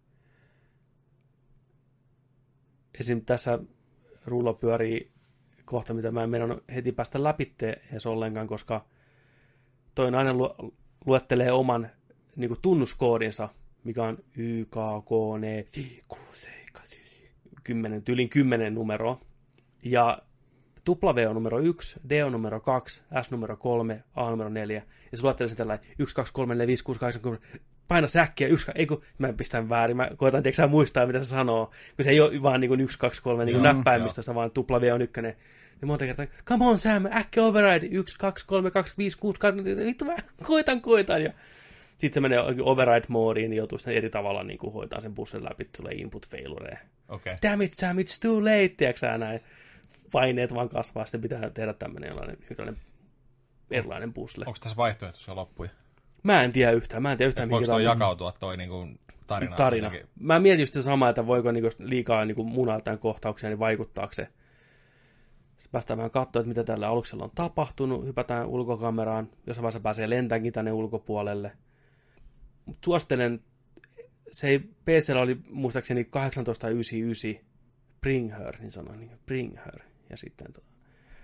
Esim. Tässä rulla pyörii kohta, mitä mä en meinannut heti päästä läpi edes ollenkaan, koska toi nainen lu- luettelee oman niin kuin tunnuskoodinsa, mikä on Y, K, K, N, kymmenen, tyylin kymmenen numeroa. Ja W on numero yksi, D on numero kaksi, S numero kolme, A numero neljä. Ja se luettelee sen tällainen yksi, kaksi, kolme, neljä, viisi, kuusi, kahdeksan, kymmenen. Paina säkkiä, yksi, ei kun, mä pistän väärin, mä koitan tiedätkö muistaa, mitä se sanoo. Kun se ei ole vaan niin yksi, kaksi, kolme niin näppäimistöstä, vaan W on ykkönen. Ja monta kertaa, come on Sam, äkkiä override, yksi, kaksi, kolme, kaksi, viisi, kuusi, kahdeksan, vittu mä koitan, koitan. Ja sitten se menee override-moodiin, niin joutuu sitten eri tavalla niin kuin hoitaa sen bussin läpi, että tulee input failure. Okay. Damn it Sam, it's too late, tiedätkö näin. Paineet vaan kasvaa, sitten pitää tehdä tämmöinen jollainen erilainen puzzle. Onko tässä vaihtoehtoisia loppuja? Mä en tiedä yhtään, mä en tiedä yhtään. Voiko toi jakautua toi niinku tarina? Tarina. Jotenkin? Mä mietin just sitä samaa, että voiko niinku liikaa niinku munaa tämän kohtauksia, niin vaikuttaako se. Sitten päästään vähän katsoa, että mitä tällä aluksella on tapahtunut. Hypätään ulkokameraan, jossain vaiheessa pääsee lentäänkin tänne ulkopuolelle. Mut suosittelen, se ei, P C:llä oli muistaakseni kahdeksantoista yhdeksänkymmentäyhdeksän, Bring Her, niin sanoin, niin Bring Her. Ja sitten tota...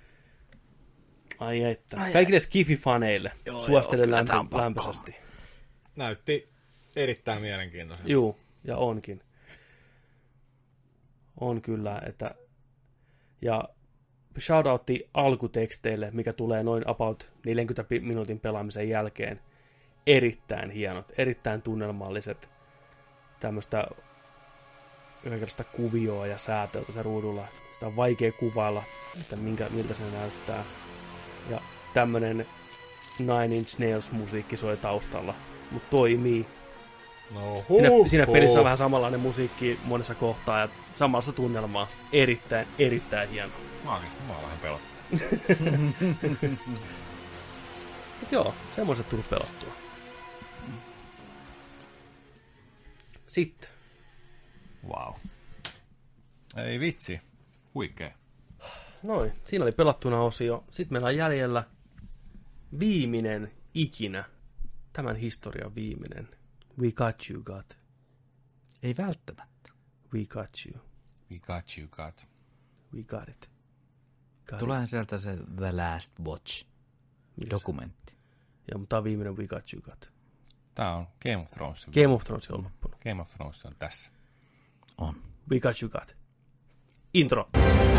Ai että. Ai kaikille skifi-faneille joo, suosittelen joo, lämpö, lämpöisesti. Näytti erittäin mielenkiintoisen. Juu, ja onkin. On kyllä, että... Ja shoutoutti alkuteksteille, mikä tulee noin about neljänkymmenen minuutin pelaamisen jälkeen. Erittäin hienot, erittäin tunnelmalliset. Tämmöistä kaikenlaista kuvioa ja säätöä tässä ruudulla. Sitä on vaikea kuvailla, että minkä, miltä se näyttää. Ja tämmönen Nine Inch Nails-musiikki soi taustalla, mutta toimii. No, huh, siinä, siinä huh. pelissä on vähän samanlainen musiikki monessa kohtaa ja samanlaista tunnelmaa. Erittäin, erittäin hieno. Mä oikeasti mä oon vähän pelottaa. Mut joo, semmoiset tullut pelattua. Sitten. Wow. Ei vitsi. Huikee. Noin, siinä oli pelattuna osio. Sitten meillä on jäljellä viimeinen ikinä. Tämän historian viimeinen. We got you, got. Ei välttämättä. We got you. We got you, got. We got it. Got Tuleehan it. sieltä se The Last Watch dokumentti. Joo, mutta tämä on viimeinen We got you, got. Tää on Game of Thrones. Game of Thrones on loppunut. Game of Thrones on tässä. On. We got you, got. Intro.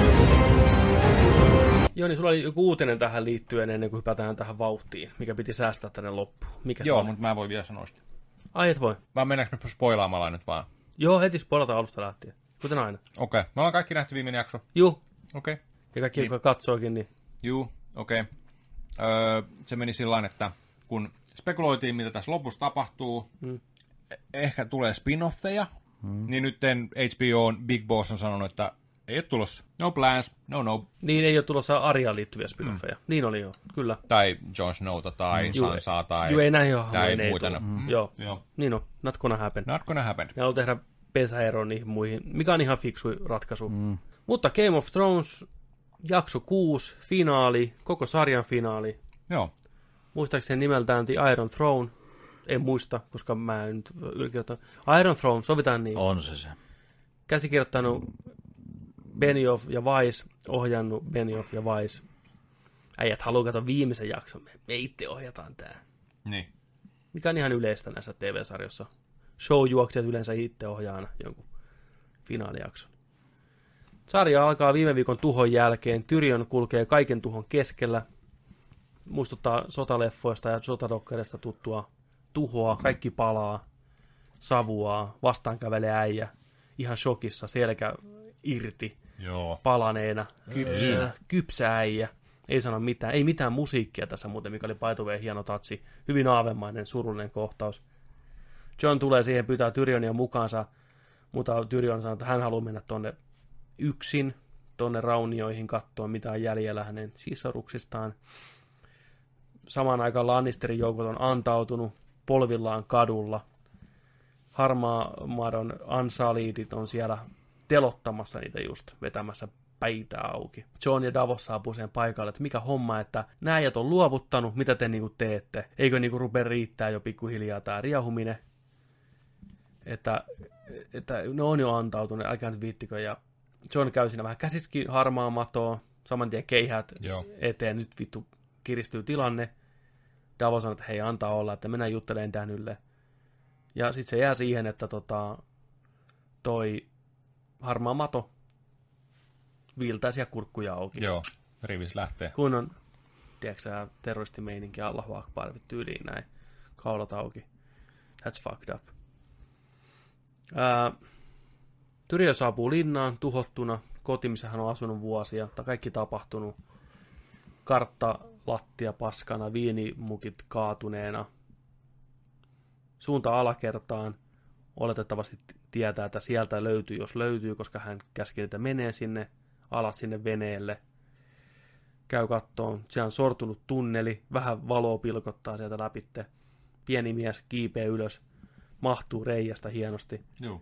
Joo, niin sulla oli joku uutinen tähän liittyen ennen kuin hypätään tähän vauhtiin, mikä piti säästää tänne loppuun. Mikä Joo, mutta mä en voi vielä sanoa sitä. Ai et voi? Vai mennäänkö me spoilaamalla nyt vaan? Joo, heti spoilataan alusta lähtien. Kuten aina. Okei. Okay. Me ollaan kaikki nähty viimeinen jakso. Juu. Okei. Okay. Ja kaikki, niin. jotka katsookin, niin... Juu, okei. Okay. Öö, se meni sillain, että kun spekuloitiin, mitä tässä lopussa tapahtuu, mm. ehkä tulee spin-offeja, mm. niin nyt H B O:n Big Boss on sanonut, että ei ole tulossa. No plans, no no. Niin, ei ole tulossa Ariaan liittyviä spin-offeja. Mm. Niin oli jo, kyllä. Tai Jon Snowta, tai mm. Sansaa, tai... Joo, ei näin ole. Tai ei muita. Mm. Joo. Joo, niin on. Not gonna happen. Not gonna happen. Ja on tehdä pesäero niihin muihin, mikä on ihan fiksu ratkaisu. Mm. Mutta Game of Thrones, jakso kuusi, finaali, koko sarjan finaali. Joo. Muistaakseni nimeltään The Iron Throne. En muista, koska mä en nyt ylkirjoittanut. Iron Throne, sovitaan niin. On se se. Käsikirjoittanut Benioff ja Weiss, ohjannut Benioff ja Weiss. Äijät haluaa katsoa viimeisen jakson. Me, me itse ohjataan tää. Niin. Mikä on ihan yleistä näissä T V-sarjoissa. Show-juoksijat yleensä itse ohjaana jonkun finaalijakson. Sarja alkaa viime viikon tuhon jälkeen. Tyrion kulkee kaiken tuhon keskellä. Muistuttaa sotaleffoista ja sotadokkereista tuttua tuhoa. Kaikki palaa, savuaa, vastaan kävelee äijä. Ihan shokissa, selkä irti, joo. palaneena. Kypsä. Kypsä äijä. Ei sano mitään. Ei mitään musiikkia tässä muuten, mikä oli paituveen hieno tatsi. Hyvin aavemainen, surullinen kohtaus. John tulee siihen, pyytää Tyrionia mukaansa, mutta Tyrion sanoo, että hän haluaa mennä tonne yksin, tonne raunioihin katsoa, mitä on jäljellä hänen sisaruksistaan. Samaan aikaan Lannisterin joukot on antautunut polvillaan kadulla. Harmaa maadon ansaliidit on siellä telottamassa niitä just, vetämässä päitä auki. John ja Davos saapuu siihen paikalle, että mikä homma, että nämä äijät on luovuttanut, mitä te niinku teette? Eikö niinku rupea riittää jo pikkuhiljaa tää riahuminen? Että, että ne on jo antautuneet, älkää nyt viittikö. Ja John käy siinä vähän käsiskin harmaa matoa, saman tien keihät Joo. eteen, nyt vittu kiristyy tilanne. Davos sanoo, että hei, antaa olla, että mennään juttelemaan Danylle. Ja sitten se jää siihen, että tota, toi harmaa mato viiltää siellä kurkkuja auki. Joo, rivis lähtee. Kun on, tiedätkö sä, terroristimeininki, Allahu Akbar, tyyliin näin, kaulat auki. That's fucked up. Ää, Tyrion saapuu linnaan tuhottuna, koti, missä hän on asunut vuosia, tai kaikki tapahtunut. Kartta, lattia paskana, viinimukit kaatuneena. Suunta alakertaan. Oletettavasti tietää, että sieltä löytyy, jos löytyy, koska hän käski, että menee sinne alas sinne veneelle. Käy kattoon. Siellä on sortunut tunneli. Vähän valoa pilkottaa sieltä läpitte. Pieni mies kiipee ylös. Mahtuu reiästä hienosti. Joo.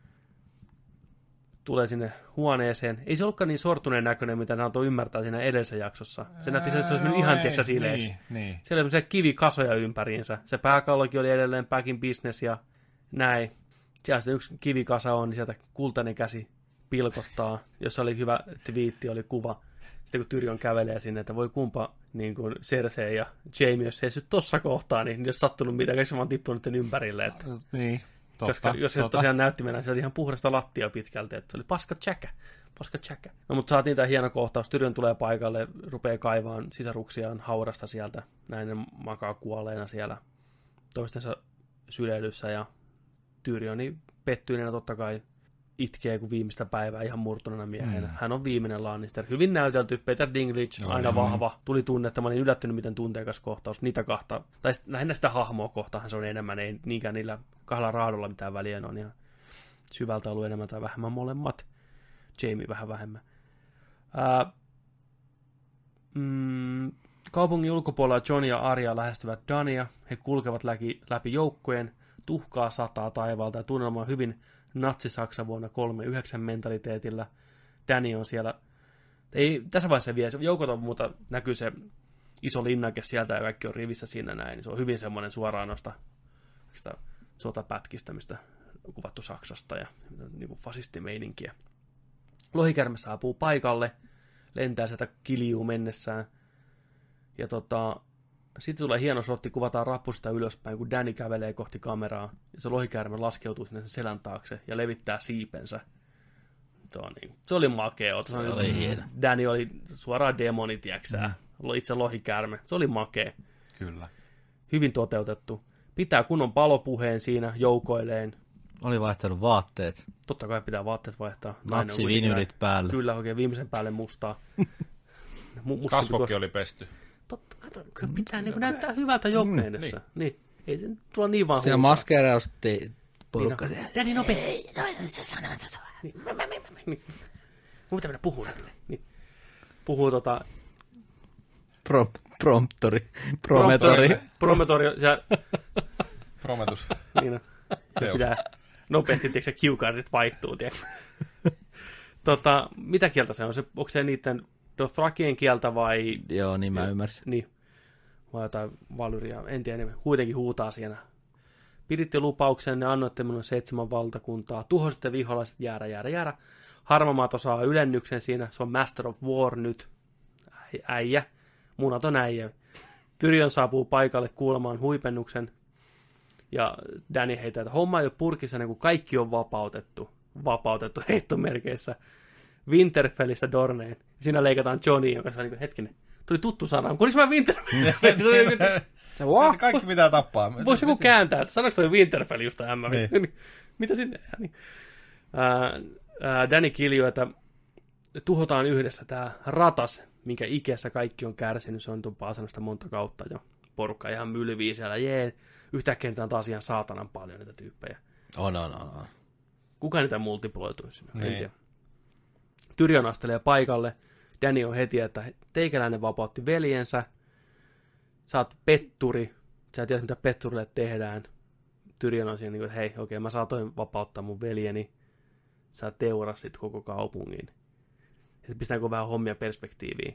Tulee sinne huoneeseen. Ei se ollutkaan niin sortuneen näköinen, mitä ne antoi ymmärtää siinä edellisessä jaksossa. Se näytti sen, että se olisi mennyt ihan tiiäksä sileeksi. Niin, niin. Siellä oli sellaisia kivikasoja ympäriinsä. Se pääkallokin oli edelleen back in business ja näin. Siellä sitten yksi kivikasa on, niin sieltä kultainen käsi pilkottaa. Jossa oli hyvä twiitti, oli kuva. Sitten kun Tyrion kävelee sinne, että voi kumpa niin kuin Cersei ja Jaime, jos se ei syy tossa kohtaa, niin jos sattunut mitään, kaikki vaan tippunut ympärille. Että... Niin. Totta, koska jos se totta. tosiaan näytti mennä, se oli ihan puhdasta lattia pitkälti, että se oli paska tsäkä, paska tsäkä. No mutta saatiin tämä hieno kohtaus, Tyrion tulee paikalle, rupeaa kaivaan sisaruksiaan haudasta sieltä, näin ne makaa kuolleena siellä toistensa syleilyssä, ja Tyrioni pettyineenä totta kai itkee kuin viimeistä päivää ihan murtuneena miehenä. Mm. Hän on viimeinen Lannister. Hyvin näytelty, Peter Dinklage, aina niin, vahva. Niin. Tuli tunne, että mä olin yllättynyt, miten tunteikas kohtaus. Niitä kahta, tai lähinnä sitä hahmoa kohtaan se on enemmän, ei niinkään niillä kahdella raadolla mitään väliä, on ihan syvältä ollut enemmän tai vähemmän molemmat. Jaime vähän vähemmän. Ää, mm, kaupungin ulkopuolella Jon ja Arya lähestyvät Dania. He kulkevat läpi, läpi joukkojen. Tuhkaa sataa taivaalta ja tunnelma on hyvin natsi-Saksa vuonna kolmekymmentäyhdeksän mentaliteetillä. Dany on siellä, ei tässä vaiheessa vielä, joukot on muuta, näkyy se iso linnake sieltä ja kaikki on rivissä siinä näin, niin se on hyvin semmoinen suoraan noista sitä sotapätkistä, mistä on kuvattu Saksasta ja niin kuin fasistimeininkiä. Lohikärme saapuu paikalle, lentää sieltä kiljuu mennessään ja tota, sitten tulee hieno shotti, kuvataan rappusta ylöspäin, kun Dany kävelee kohti kameraa, ja se lohikäärme laskeutuu sinne sen selän taakse ja levittää siipensä. Se, on niin, se oli makea. Se oli, oli hieno. Dany oli suoraan demoni, tiiäksää. Mm. Itse lohikäärme. Se oli makea. Kyllä. Hyvin toteutettu. Pitää kunnon palopuheen siinä joukoilleen. Oli vaihtanut vaatteet. Totta kai pitää vaatteet vaihtaa. Natsivinylit päälle. Kyllä, oikein viimeisen päälle mustaa. Kasvokki oli pesty. Totta, kato, pitää niin näyttää hyvältä joukkojen edessä. Mm, niin. niin. Ei se tulla niin vaan siellä maskeerausti porukka. Dany nopea. Niin. Niin. Mun pitää mennä puhua. Niin. Puhuu tota... Pro, promptori. Prometori. Prometori. Prometus. Niin on. Pitää nopeasti, tiedätkö, cue-cardit vaihtuu, tiedätkö. tota, mitä kieltä se on? Se, onko se niiden Dothrakien kieltä vai... Joo, niin mä ymmärsin. Niin. Vai jotain valyria. En tiedä, ne kuitenkin huutaa siinä. Piditte lupauksen, ne annoitte minulle seitsemän valtakuntaa. Tuhositte viholaiset, jäädä, jäädä, jäädä. Harmamaato saa ylennyksen siinä. Se on Master of War nyt. Äijä. Munaton äijä. Tyrion saapuu paikalle kuulemaan huipennuksen. Ja Dany heitää, että homma ei ole purkissa, niin kun kaikki on vapautettu. Vapautettu heittomerkeissä. Winterfellistä Dorneen. Siinä leikataan Johnny, joka saa niin hetkinen. Tuli tuttu sana. Kuulis mä Winterfell? Se kaikki pitää tappaa. Voisi joku kääntää, että sanoiko toi Winterfell just tämä? Niin. Mitä sinne? Niin. Ää, Dany kiljuu, että tuhotaan yhdessä tämä ratas, minkä ikässä kaikki on kärsinyt. Se on tuppaa sanosta monta kautta jo. Porukka ihan mylvii siellä. Jee. Yhtäkkiä niitä on taas ihan saatanan paljon niitä tyyppejä. On, on, on. on. Kuka niitä multiploituisi? En tiedä. Tyrion astelee paikalle. Dany on heti, että teikäläinen vapautti veljensä. Sä oot petturi. Sä tiedät, mitä petturille tehdään. Tyrion on siinä, että hei, okei, okay, mä saatoin vapauttaa mun veljeni. Sä teurasit koko kaupungin. Ja pistääkö vähän hommia perspektiiviin.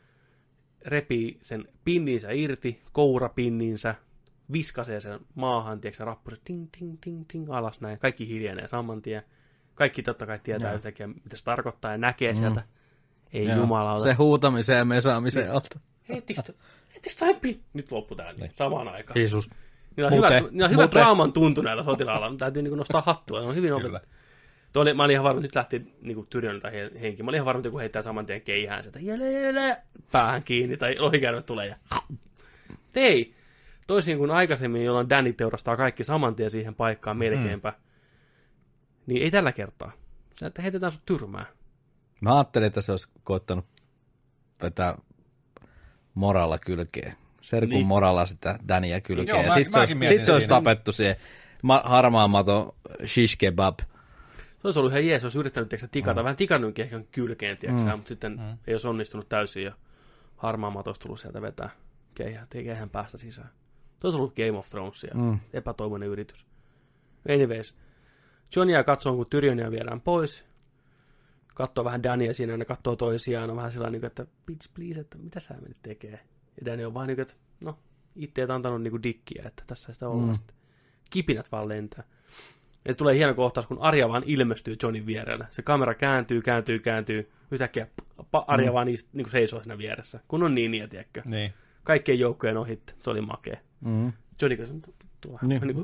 Repii sen pinninsä irti, kourapinninsä, viskasee sen maahan, tiedätkö, rappuset, ting, ting, ting, ting, alas näin. Kaikki hiljenee saman tien. Kaikki totta kai tietää yhtäkkiä, mitä se tarkoittaa ja näkee mm. sieltä. Ei Joo, jumalauta. se huutamiseen ja mesaamiseen alta. Heittikö toi? Nyt loppu tää niin. Samaan aikaan. Jeesus. Niillä on Mute. hyvä, niillä on hyvä Mute. draaman tuntu näillä sotilailla. Täytyy niin nostaa hattua. Ne on hyvin opettu. Toi oli, mä olin ihan varma, nyt lähti niin Tyrionilta henki. Mä olin ihan varma, että joku heittää saman tien keihään sieltä. Jäle, jäle, päähän kiinni tai lohikärmet tulee ja... Ei. Toisin kuin aikaisemmin, jolloin Danny teurastaa kaikki saman tien siihen paikkaan melkeinpä. Mm. Niin ei tällä kertaa. Se, että heitetään sut tyrmää. Mä ajattelin, että se olisi koittanut vetää moralla kylkeen. Serkun Niin. moralla sitä Dania kylkeen. Joo, ja mä- sit se olisi, mäkin mietin sit se olisi siinä. tapettu siihen ma- harmaamaton shish kebab. Se olisi ollut ihan jees, olisi yrittänyt tiiäksä, tikata. Mm. Vähän tikannutkin ehkä kylkeen, tiiäksä, mm. mutta sitten mm. ei olisi onnistunut täysin ja harmaa mato olisi tullut sieltä vetää keihään, keihään päästä sisään. Se olisi ollut Game of Thronesia. Mm. Epätoivoinen yritys. Anyways. John jää katsomaan, kun Tyrionia viedään pois. Katsoo vähän Dania siinä, ja ne katsoo toisiaan. On vähän sellainen, että bitch please, että mitä sä menit tekee? Ja Dani on vaan niin kuin, että no, itse et antanut niin kuin dikkiä, että tässä sitä ollaan mm. sitten. Kipinät vaan lentää. Ja tulee hieno kohtaus, kun Arja vaan ilmestyy Johnin vierellä. Se kamera kääntyy, kääntyy, kääntyy. Yhtäkkiä pa- Arja mm. vaan niistä, niin kuin seisoo siinä vieressä. Kun on niin, niin tiedätkö. Niin. Kaikkien joukkojen ohitte. Se oli makea. Mm. Johnny kanssa tuo. Niin. Niin kuin,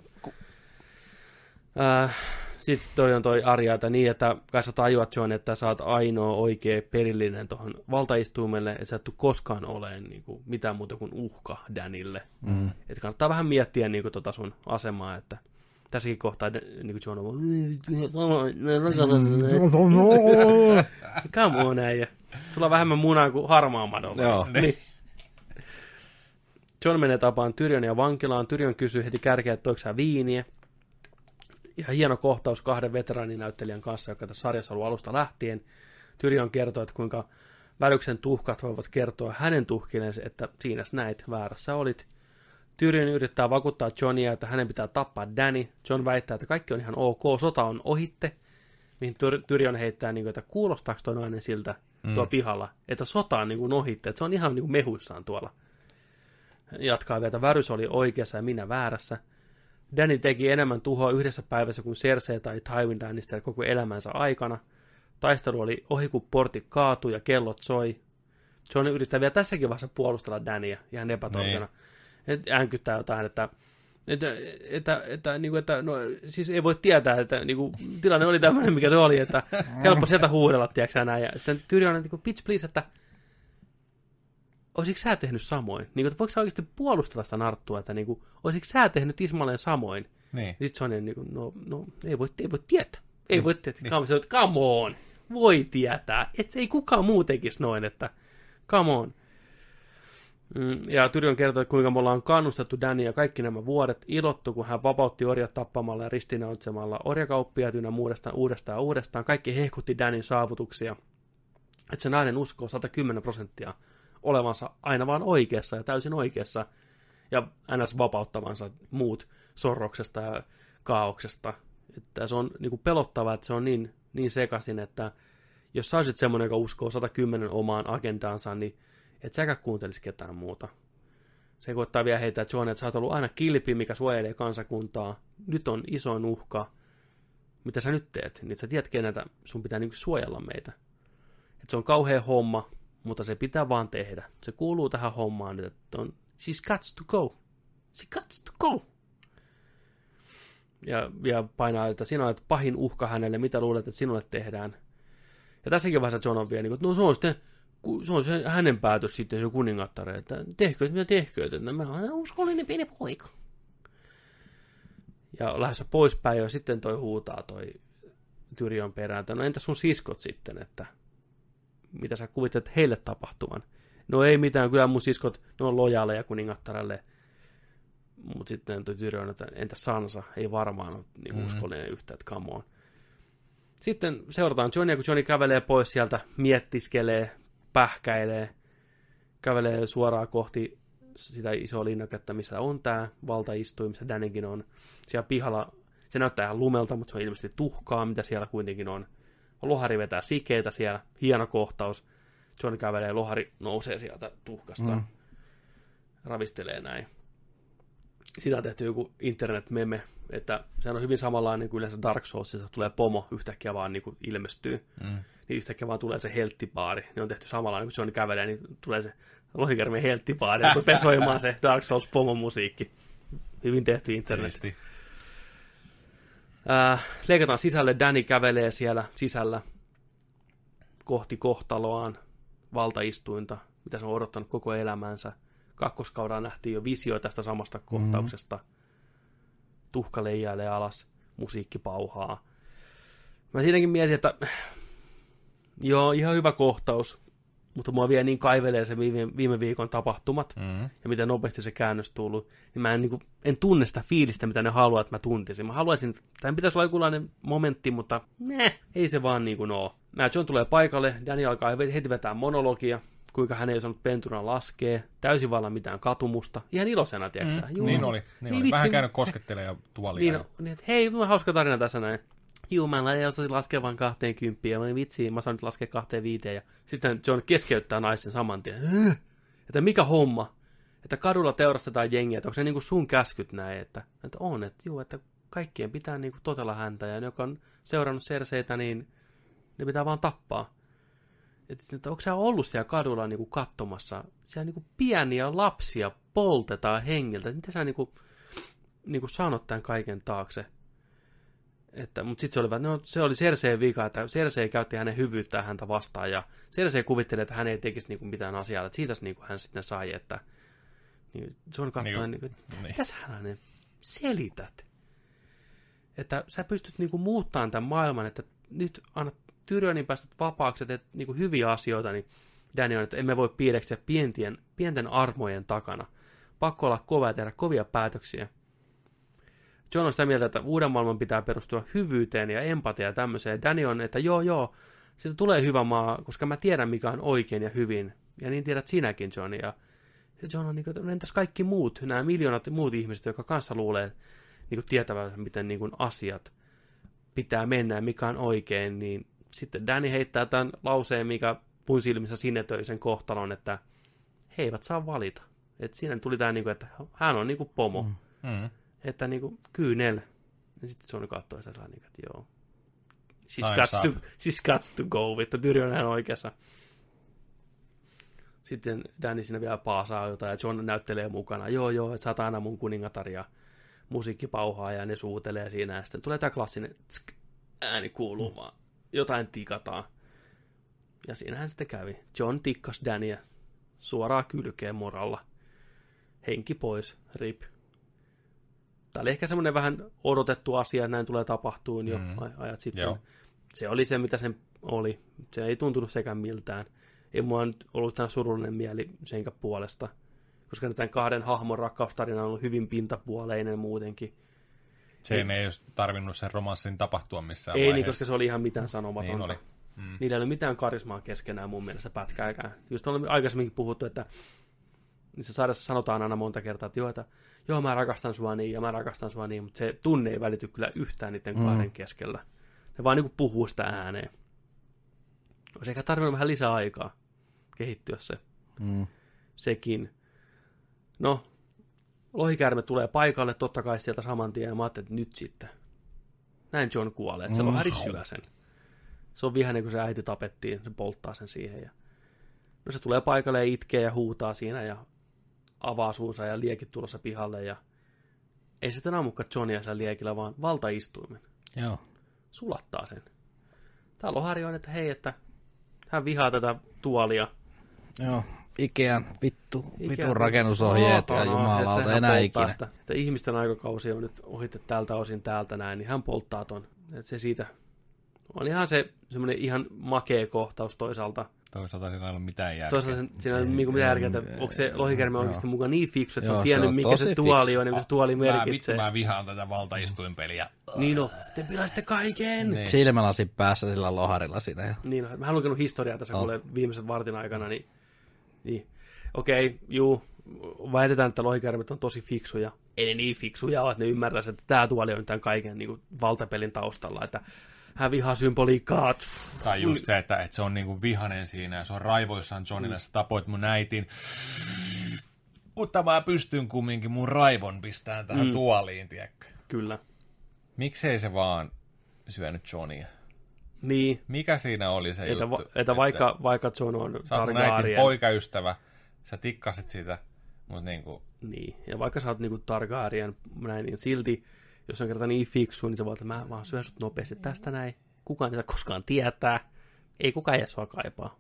äh, sitten toi on toi Arja, että niin, että kai sä tajuat, John, että sä oot ainoa oikea perillinen tuohon valtaistuimelle, että sä et tule koskaan olemaan niin kuin, mitään muuta kuin uhka Danille. Mm. Että kannattaa vähän miettiä niin kuin, tota sun asemaa, että tässäkin kohtaa niin kuin John on vaan come on äijä. Sulla on vähemmän munaa kuin harmaa madolla. Joo. Niin. John menee tapaan Tyrionia vankilaan. Tyrion kysyy heti kärkeä, että toiko sä viiniä. Ihan hieno kohtaus kahden veteraaninäyttelijän kanssa, joka tässä sarjassa on ollut alusta lähtien. Tyrion kertoo, että kuinka Väryksen tuhkat voivat kertoa hänen tuhkineensa, että siinä näit, väärässä olit. Tyrion yrittää vakuuttaa Johnia, että hänen pitää tappaa Dany. John väittää, että kaikki on ihan ok, sota on ohitte. Mihin Tyrion heittää, että kuulostaako tuo nainen siltä mm. tuo pihalla, että sota on niin ohitte, että se on ihan niin mehuissaan tuolla. Jatkaa vielä, että Värys oli oikeassa ja minä väärässä. Dany teki enemmän tuhoa yhdessä päivässä kuin Cersei tai Tywin Lannister koko elämänsä aikana. Taistelu oli ohi, kun portit kaatui ja kellot soi. John yrittää vielä tässäkin vaiheessa puolustella Danyä ihan epätoivona. Äänkyttää jotain, että, että, että, että, niin kuin, että no, siis ei voi tietää, että niin kuin, tilanne oli tämmöinen, mikä se oli, että helppo sieltä huudella, tiedätkö näin. Ja sitten Tyrion on niin kuin, bitch please, että olisitko sä tehnyt samoin? Niin, että voiko sä oikeasti puolustella sitä narttua, että niin kuin, olisitko sä tehnyt tismalleen samoin? Niin. Sitten se on niin kuin, no, no ei, voi, ei voi tietää. Ei niin. voi tietää. Niin. Come, come on. Voi tietää. Et ei kukaan muu tekisi noin, että come on. Ja Tyrion kertoi, kuinka me ollaan kannustettu Danyä kaikki nämä vuodet, ilottu, kun hän vapautti orjat tappamalla ja ristinautsemalla orjakauppiaat ynnä uudestaan, uudestaan, uudestaan. Kaikki hehkutti Danyn saavutuksia. Että se nainen uskoo sata kymmenen prosenttia olevansa aina vaan oikeassa ja täysin oikeassa ja ns. Vapauttavansa muut sorroksesta ja kaauksesta. Että se on niin kuin pelottavaa, että se on niin, niin sekaisin, että jos sä olisit semmoinen, joka uskoo sata kymmenen omaan agendaansa, niin et säkään kuuntelisi ketään muuta. Se koittaa vielä heittää John, että sä oot ollut aina kilpi, mikä suojelee kansakuntaa. Nyt on isoin uhka. Mitä sä nyt teet? Nyt sä tiedät, keneltä sun pitää niin kuin suojella meitä. Et se on kauhea homma, mutta se pitää vaan tehdä. Se kuuluu tähän hommaan, että on, she's got to go. She got to go. Ja, ja painaa, että sinä olet pahin uhka hänelle, mitä luulet, että sinulle tehdään. Ja tässäkin vaiheessa John on vielä, että no se on sitten, se on se hänen päätös sitten, se kuningattare, että tehkööt mitä tehkööt, että mä olen uskollinen pieni poika. Ja lähdössä poispäin, ja sitten toi huutaa toi Tyrion perään, että no entä sun siskot sitten, että mitä sä kuvittelet heille tapahtuvan? No ei mitään, kyllä mun siskot, ne on lojaaleja kuningattarelle. Mutta sitten toi Tyrion, että entä Sansa, ei varmaan ole niin mm-hmm. uskollinen yhtä, että come on. Sitten seurataan Johnia, kun Johnny kävelee pois sieltä, miettiskelee, pähkäilee, kävelee suoraan kohti sitä isoa linnaketta, missä on tämä valtaistuin, missä Danykin on. Siellä pihalla, se näyttää ihan lumelta, mutta se on ilmeisesti tuhkaa, mitä siellä kuitenkin on. Lohari vetää sikeitä siellä, hieno kohtaus. Johnny kävelee, lohari nousee sieltä tuhkasta, mm. ravistelee näin. Siitä on tehty joku internet-meme, että se on hyvin samanlainen kuin yleensä Dark Soulsissa tulee pomo, yhtäkkiä vaan niin kuin ilmestyy. Mm. niin yhtäkkiä vaan tulee se helttipaari. Ne on tehty samalla, niin kun John kävelee, niin tulee se lohikäärmeen helttipaari, ja rupeaa soimaan se Dark Souls pomon musiikki. Hyvin tehty internet. Siisti. Äh, leikataan sisälle, Danny kävelee siellä sisällä kohti kohtaloaan, valtaistuinta, mitä se on odottanut koko elämänsä. Kakkoskaudella nähtiin jo visio tästä samasta kohtauksesta. Mm-hmm. Tuhka leijailee alas, musiikki pauhaa. Mä siinäkin mietin, että joo, ihan hyvä kohtaus, mutta mua vielä niin kaivelee se viime, viime viikon tapahtumat mm-hmm. ja miten nopeasti se käännös tullut. Niin mä en, niin kuin, en tunne sitä fiilistä, mitä ne haluaa, että mä tuntisin. Mä haluaisin, että tämän pitäisi olla jokinlainen momentti, mutta meh, ei se vaan niin kuin ole. Mä John tulee paikalle, Danny alkaa heti vetää monologia, kuinka hän ei osannut pentuna laskea, täysin vallan mitään katumusta. Ihan ilosena, tiedätkö mm, Niin oli, niin oli. Vähän käynyt koskettelemaan tuolia. Niin, niin, että hei, mulla on hauska tarina tässä näin. Juu, mä en osasi laskea vaan kahteen kymppiin, ja mä olin vitsiin, mä saan nyt laskea kahteen viiteen, ja sitten John keskeyttää naisen saman tien. Että mikä homma? Että kadulla teurastetaan jengiä, että onko se niin kuin sun käskyt näin, että, että on, että juu, että kaikkien pitää niin kuin totella häntä, ja ne, jotka on seurannut Cerseitä, niin ne pitää vaan tappaa. Että, että onko sä ollut siellä kadulla niin kuin katsomassa, siellä niin kuin pieniä lapsia poltetaan hengiltä, mitä sä niin kuin, niin kuin sanot tämän kaiken taakse? Että, mutta sitten se oli, no, se oli Cerseen vika, että Cersei käytti hänen hyvyyttään häntä vastaan, ja Cersei kuvitteli, että hän ei tekisi niinku mitään asiaa, että siitä niinku hän sitten sai, että niin, se on katsoen, niin, niinku, niin. Mitä sä hänen selität? Että sä pystyt niinku muuttamaan tämän maailman, että nyt annat Tyrionin päästä vapaaksi, että teet niinku hyviä asioita, niin Danny on, että emme voi piileksiä pientien, pienten armojen takana. Pakko olla kova ja tehdä kovia päätöksiä. John on sitä mieltä, että uuden maailman pitää perustua hyvyyteen ja empatiaan ja tämmöiseen. Danny on, että joo, joo, siitä tulee hyvä maa, koska mä tiedän, mikä on oikein ja hyvin. Ja niin tiedät sinäkin, John. Ja John on niin kuin, entäs kaikki muut, nämä miljoonat muut ihmiset, jotka kanssa luulee niin kuin tietävän, miten niin kuin asiat pitää mennä ja mikä on oikein. Niin sitten Danny heittää tämän lauseen, mikä mun silmissä sinetöi sen kohtalon, että he eivät saa valita. Että siinä tuli tämä, niin kuin, että hän on niin kuin pomo. Mm. Mm. Että niinku kyynel. Ja sitten John katsoi sitä sellainen, että joo. She's got, to, she's got to go, vittu. Tyri on ihan oikeassa. Sitten Danny siinä vielä paasaa jotain, ja John näyttelee mukana. Joo, joo, että sä oot aina mun kuningatar, ja musiikki pauhaa, ja ne suutelee siinä. Ja sitten tulee tää klassinen tsk, ääni kuuluu mm. vaan. Jotain tikataan. Ja siinähän sitten kävi. John tikkas Dannyä suoraan kylkeen moralla. Henki pois, rip. Tämä oli ehkä semmoinen vähän odotettu asia, että näin tulee tapahtumaan jo mm. ajat sitten. Joo. Se oli se, mitä sen oli. Se ei tuntunut sekään miltään. Ei mua nyt ollut tämän surullinen mieli senkä puolesta, koska tämän kahden hahmon rakkaustarina on ollut hyvin pintapuoleinen muutenkin. Se ei, ei olisi tarvinnut sen romanssin tapahtua missään ei vaiheessa. Ei niin, koska se oli ihan mitään sanomatonta. Niin oli. Mm. Niillä ei ole mitään karismaa keskenään mun mielestä pätkääkään. Just olemme aikaisemminkin puhuttu, että niissä sarjassa sanotaan aina monta kertaa, että joo, että joo, mä rakastan sua niin ja mä rakastan sua niin, mutta se tunne ei välity kyllä yhtään niiden mm. kahden keskellä. Ne vaan niin kuin puhuu sitä ääneen. Olisi ehkä tarvinnut vähän lisää aikaa kehittyä se. Mm. Sekin. No, lohikäärme tulee paikalle, totta kai sieltä saman tien, ja mä ajattelin, että nyt sitten. Näin John kuolee, että se on häri syö sen. Se on vihainen, kun se äiti tapettiin, se polttaa sen siihen. Ja... No se tulee paikalle ja itkee ja huutaa siinä ja avaa suunsa ja liekit tulossa pihalle. Ja... Ei sitten ammukka Johnia siellä liekillä, vaan valtaistuimen. Joo. Sulattaa sen. Tää lohari on, että hei, että hän vihaa tätä tuolia. Joo, Ikean vittu, Ikean vitun rakennusohjeet ja jumalauta enää ikinä. Sitä, että ihmisten aikakausi on nyt ohitte tältä osin täältä näin, niin hän polttaa ton. Että se siitä on ihan se semmoinen ihan makea kohtaus toisaalta. Toisaalta siinä ei ole mitään järkeä. Toisaalta siinä ei ole mitään järkeä, että onko se lohikäärme oikeasti mukaan niin fiksu, että se on tiennyt, mikä se tuoli on ja mikä se tuoli merkitsee. Mä vittu, mä vihaan tätä valtaistuinpeliä. Niin no, te pilasitte kaiken. Niin. Silmälasin päässä sillä loharilla siinä. Niin no, mä oon lukenut historiaa tässä oh. kuule viimeisen vartin aikana, niin, niin. okei, okay, juu, väitetään, että lohikäärmet on tosi fiksuja. Ei ne niin fiksuja ole, että ne ymmärtäisi, että tämä tuoli on tämän kaiken niin kuin valtapelin taustalla, että hän vihaa symboliikkaa. Tai just se, että, että se on niinku vihanen siinä ja se on raivoissaan Johnille, sä tapoit mun äitin. Mutta mä pystyn kumminkin mun raivon pistään tähän mm. tuoliin, tiedätkö? Kyllä. Miksei se vaan syönyt Johnia? Niin, Mikä siinä oli se että, juttu? va- että vaikka, vaikka Jon on sä oot mun äitin Targaryen, poikaystävä, sä tikkasit siitä, mutta niinku... niin, ja vaikka sä oot niinku Targaryen, näin, niin silti, jos on kerta niin fiksu, niin sä voit, että mä vaan syön sut nopeasti tästä näin. Kukaan ei saa koskaan tietää. Ei kukaan edes sua kaipaa.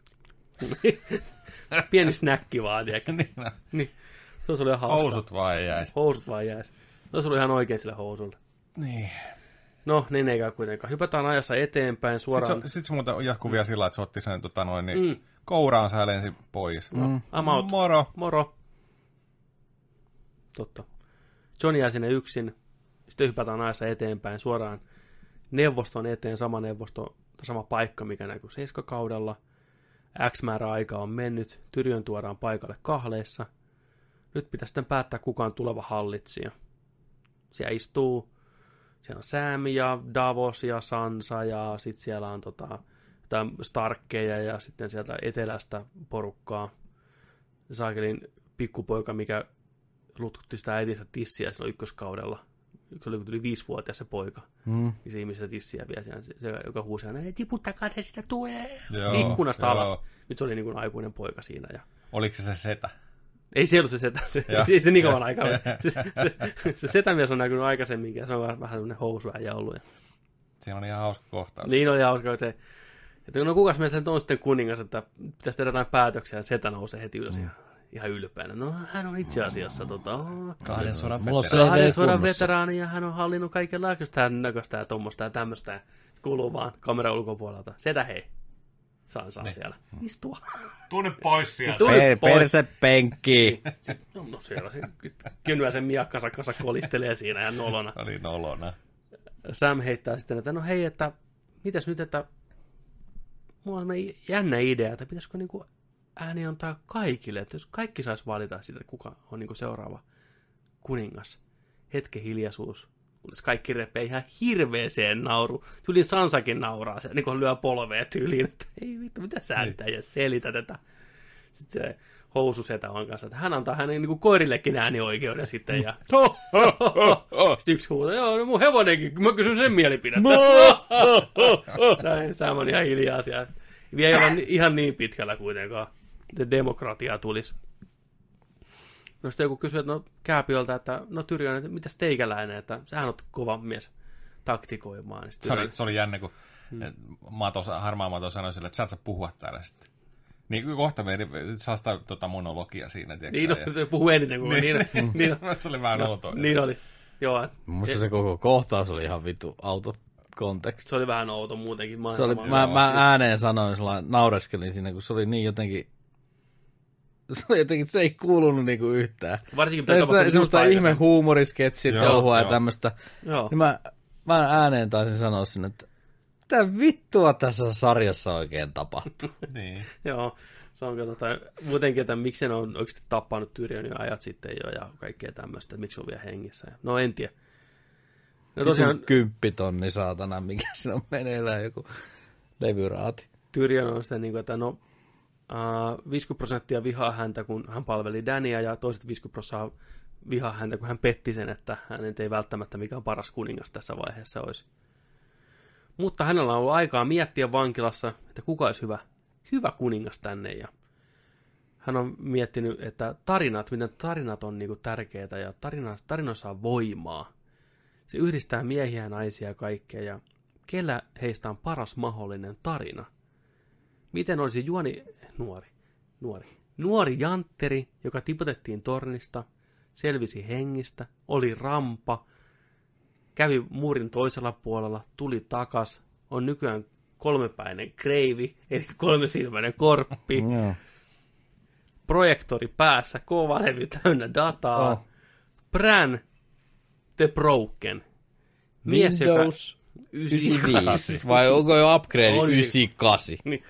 Pieni snäkki vaan, tiedäkö? niin, no. Niin. Se olisi ollut ihan hauskaa. Housut vaan ei jäisi. Housut vaan jäisi. Se olisi ollut ihan oikein sille housulle. Niin. No, niin ei käy kuitenkaan. Hypätään ajassa eteenpäin suoraan. Sitten se, sit se muuten jatkuu vielä sillä, että se otti sen tota noin, niin Mm. kouraan sä lensi pois. Mm. I'm out. Moro. Moro. Totta. Jon jää sinne yksin. Sitten hypätään ajassa eteenpäin suoraan neuvoston eteen. Sama neuvosto, sama paikka, mikä näkyy seiskakaudella. X määrä aikaa on mennyt. Tyrion tuodaan paikalle kahleissa. Nyt pitää sitten päättää, kuka on tuleva hallitsija. Siellä istuu, siellä on Sam ja Davos ja Sansa ja sitten siellä on tota, Starkkeja ja sitten sieltä etelästä porukkaa. Saakelin pikkupoika, mikä lutkutti sitä äitinsä tissiä silloin ykköskaudella. Se oli yli viisivuotias se poika. Mm. Se ihmistä tissiä vielä siellä, se, se, joka huusi aina, tiputtakaa se sitä tulee. Joo, Ikkunasta joo. alas. Nyt se oli niin kuin aikuinen poika siinä. Ja... Oliko se se setä? Ei se ollut se setä, se, ei se niin kauan aikaa. Se, se, se, se setämies on näkynyt aikaisemminkin, ja se on vähän, vähän sellainen housuäijä ollut. Ja... Siinä on ihan hauska kohtaus. Niin oli hauska se, että no kukas meistä nyt on sitten kuningas, että pitäisi tehdä jotain päätöksiä, ja setä nousee heti ylös mm. ihan ylpeänä. No hän on itse asiassa tota, oh, Kahden sodan Mulla on veteraani. kahden se sodan kunnossa. veteraani, ja hän on hallinnut kaikenlaista näköistä ja tuommoista ja tämmöistä. Se kuuluu vaan kameran ulkopuolelta. Setä hei. Sansa on siellä. Istua. Tunne pois sieltä. Tuli Ei, pois. perse penkki. No, no siellä se kynnyä sen miakkansa kanssa kolistelee siinä ja nolona. Oli nolona. Sam heittää sitten, että no hei, että mitäs nyt, että mulla on sellainen jännä idea, että pitäisikö niinku ääni antaa kaikille, että jos kaikki sais valita sitä, että kuka on niinku seuraava kuningas. Hetken hiljaisuus. Kunnes kaikki repee ihan hirveeseen nauru. Tyyliin Sansakin nauraa, se niin lyö polvea tyyliin, että ei vittu, mitä sä nyt ja selitä tätä. Sitten se housusetä on kanssa, että hän antaa hänen niin kuin koirillekin äänioikeuden sitten. Ja... Sitten yksi huutaa, joo, no mun hevonenkin, mä kysyn sen mielipidettä. Näin, Sam on ihan hiljaa siellä. Vielä ei olla ihan niin pitkällä kuitenkaan, että demokratia tulisi. No sitten joku kysyy, että no Kääpiöltä, että no Tyrion, että mitäs teikäläinen, että sähän on kova mies taktikoimaan. Niin se, oli, se oli jännä, kun hmm. Matos, harmaa Mato sanoi sille, että sä et saa puhua täällä sitten. Niin kohta me saa sitä tota, monologia siinä, tiedätkö? Niin, no, se puhuu eniten kuin niin, niin, niin, se oli vähän no, outoa. Niin oli, joo. Musta se koko kohtaus oli ihan vittu auto konteksti. Se oli vähän outo muutenkin. Mä, se oli, mä, mä ääneen sanoin, naureskelin siinä, kun se oli niin jotenkin, se oli jotenkin, se ei kuulunut niinku yhtään. Varsinkin pitää tapahtua semmoista ihme huumorisketsia, touhua ja tämmöistä. Niin mä, mä ääneen taisin sanoa sinne, että mitä vittua tässä sarjassa oikein tapahtuu. Niin. Joo, se on tota, muutenkin, että miksi ne on oikeasti tappanut Tyrionin ajat sitten jo ja kaikkea tämmöistä, että miksi on vielä hengissä. No en tiedä. No tosiaan kymppitonni saatana, mikä siinä on meneillään joku levyraati. Tyrion on sitä niin kuin, että no uh, viisikymmentä prosenttia vihaa häntä, kun hän palveli Dania, ja toiset viisikymmentä prosenttia vihaa häntä, kun hän petti sen, että hän ei välttämättä mikään paras kuningas tässä vaiheessa olisi. Mutta hänellä on ollut aikaa miettiä vankilassa, että kuka olisi hyvä, hyvä kuningas tänne, ja hän on miettinyt, että tarinat, miten tarinat on niin kuin tärkeitä, ja tarina, tarinoissa on voimaa. Se yhdistää miehiä, naisia ja kaikkea, ja kellä heistä on paras mahdollinen tarina? Miten olisi juoni, nuori, nuori, nuori jantteri, joka tiputettiin tornista, selvisi hengistä, oli rampa, kävi muurin toisella puolella, tuli takas, on nykyään kolmepäinen kreivi, eli kolmesilmäinen korppi, mm. projektori päässä, kova levy täynnä dataa, oh. Bran the Broken, mies, Windows joka... yhdeksänkymmentäviisi. Vai onko jo upgrade yhdeksänkymmentäkahdeksan? Niin.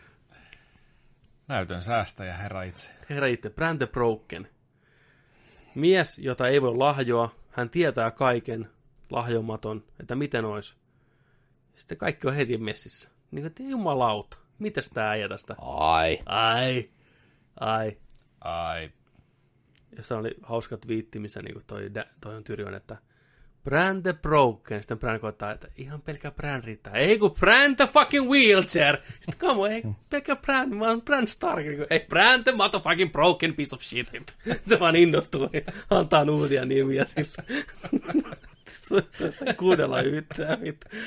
Näytön säästäjä, herra itse. Herra itse, Bran the Broken. Mies, jota ei voi lahjoa, hän tietää kaiken, lahjomaton, että miten olisi. Sitten kaikki on heti messissä. Niin kuin, jumalauta, mitäs tää äijä tästä? Ai. Ai. Ai. Ai. Jossa oli hauska twiitti, missä niin toi, toi on Tyrion, että Bran the Broken. Sitten Bran koittaa, että ihan pelkkä Bran riittää. Ei kun Bran the fucking wheelchair. Sitten come on, ei pelkkä Bran, mä oon Bran Stark. Ei Bran the motherfucking broken piece of shit. Se vaan innostuu ja antaa uusia nimiä sillä. Kuunnellaan yhtään.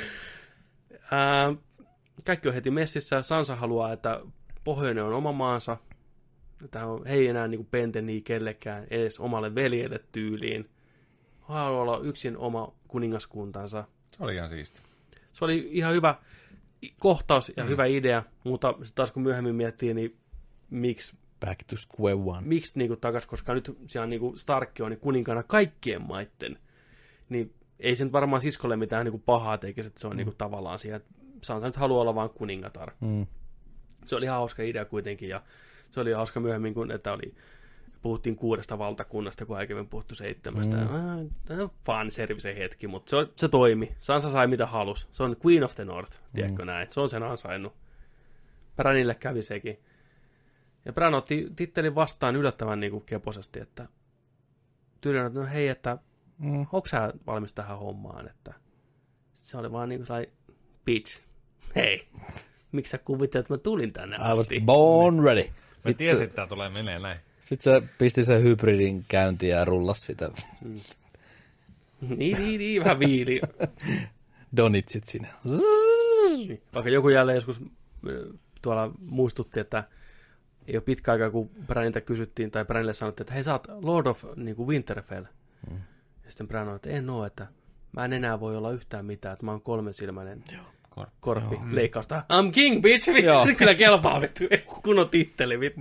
Uh, kaikki on heti messissä. Sansa haluaa, että pohjoinen on oma maansa. Tämä on, he ei enää niin penteni kellekään, edes omalle veljelle tyyliin. Haluaa olla yksin oma kuningaskuntansa. Se oli ihan siisti. Se oli ihan hyvä kohtaus ja mm. hyvä idea, mutta taas kun myöhemmin miettii, niin miksi Back to square one. Miksi niin takaisin, koska nyt siellä niin Starkki on niin kuninkaana kaikkien maitten. Niin ei se nyt varmaan siskolle mitään niin pahaa teke, että se on mm. niin tavallaan siinä, että Sansa nyt haluaa olla vaan kuningatar. Mm. Se oli ihan hauska idea kuitenkin, ja se oli hauska myöhemmin, kun että oli, puhuttiin kuudesta valtakunnasta, kun aikaisemmin puhuttu seitsemästä. Mm. Fanservice hetki, mutta se, se toimi. Sansa sai mitä halusi. Se on Queen of the North, tiedätkö mm. näin. Se on sen ansainnut. Branille kävi sekin. Ja Bran otti tittelin vastaan yllättävän niin kuin keposesti, että tyyliin, että no hei, että mm. onko sä valmis tähän hommaan? Että se oli vaan niin kuin sellainen, bitch, hei, miksi sä kuvittelet, että mä tulin tänne asti? I was born ready. Mä tiesin, että tää tulee menee näin. Sitten se pisti sen hybridin käyntiin ja rullasi sitä. Mm. niin, niin, niin, vähän viili. Donitsit sinne. Vaikka joku jälleen joskus tuolla muistutti, että ei ole pitkä aikaa, kun Branilta kysyttiin, tai Branille sanottiin, että hei, sä oot Lord of niin kuin Winterfell. Mm. Ja sitten Bran on, että en oo, että mä en enää voi olla yhtään mitään, että mä oon kolmensilmäinen Kor- korppi. Joo. Leikkausta. I'm king, bitch! Kyllä kelpaa, vittu. Kun on titteli, vittu.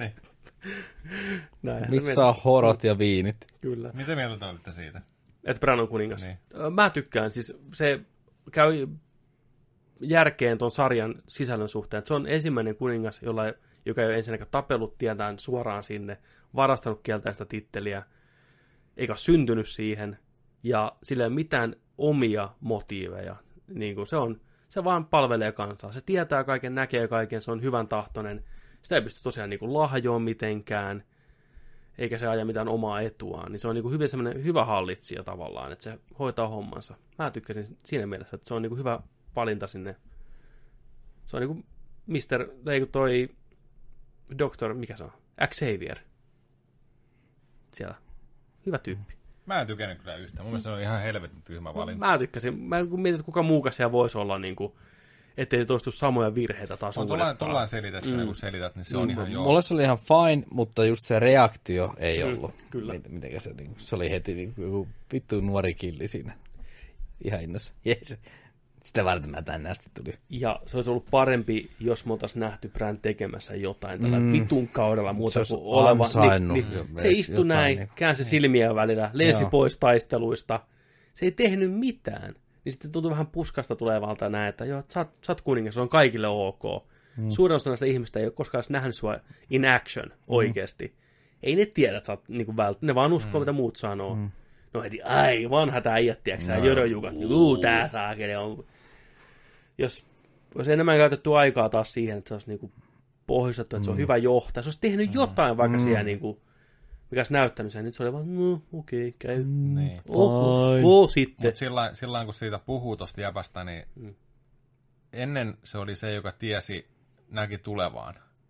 Missä on horot ja viinit? Kyllä. Mitä mieltä te olitte siitä? Että Bran on kuningas. Niin. Mä tykkään. Siis se käy järkeen ton sarjan sisällön suhteen. Että se on ensimmäinen kuningas, jolla, joka ei ole ensinnäkään tapellut tietään suoraan sinne, varastanut kieltäistä titteliä, eikä ole syntynyt siihen, ja sillä ei ole mitään omia motiiveja. Niin kuin se, on, se vaan palvelee kansaa. Se tietää kaiken, näkee kaiken, se on hyvän tahtoinen. Sitä ei pysty tosiaan niin kuin lahjoon mitenkään, eikä se aja mitään omaa etuaan. Niin se on niin kuin hyvin semmoinen hyvä hallitsija tavallaan, että se hoitaa hommansa. Mä tykkäsin siinä mielessä, että se on niin kuin hyvä valinta sinne. Se on niin kuin mister, ei kun toi doktor, mikä se on? Xavier. Siellä. Hyvä tyyppi. Mä en tykännyt kyllä yhtään. Mun mielestä se on ihan helvetin tyhmä valinta. Mä tykkäsin. Mä mietin, että kuka muukas siellä voisi olla, niin kuin, ettei toistu samoja virheitä taas on uudestaan. Tullaan selitettyä, mm. kun selität, niin se on mm. ihan joo. Mulla se oli ihan fine, mutta just se reaktio ei mm, ollut. Kyllä. Mitenkä se, niin, se oli heti niin, joku vittu nuori killi siinä. Ihan innossa. Yes. Sitä varten mä tänne asti tuli. Ja se olisi ollut parempi, jos me oltaisiin nähty Bran tekemässä jotain tällä mm. vitun kaudella muuta kuin oleva. Niin, niin, se istui näin, niin käänsi silmiä välillä, lensi joo. pois taisteluista. Se ei tehnyt mitään. Niin sitten tuntui vähän puskasta tulevalta näin, että joo, sä, sä oot kuningas, se on kaikille ok. Mm. Suurin osa näistä ihmistä ei ole koskaan nähnyt sua in action oikeasti. Mm. Ei ne tiedä, että sä oot niin vält... ne vaan uskoo, mm. mitä muut sanoo. Mm. No heti, ai, vanha tää jättiäksä, no. jöröjukat, uu, tää saakeli on... Jos olisi enemmän käytetty aikaa taas siihen, että se olisi niinku pohjustettu, että mm. se on hyvä johtaja. Se olisi tehnyt jotain vaikka mm. siellä, niinku, mikä olisi näyttänyt sen. Nyt se oli vaan, no okei, okay, käy. Niin. Oh, oh, sitten. Mutta sillä, sillä kun siitä puhuu tuosta jäpästä, niin mm. ennen se oli se, joka tiesi, näki tulevaan.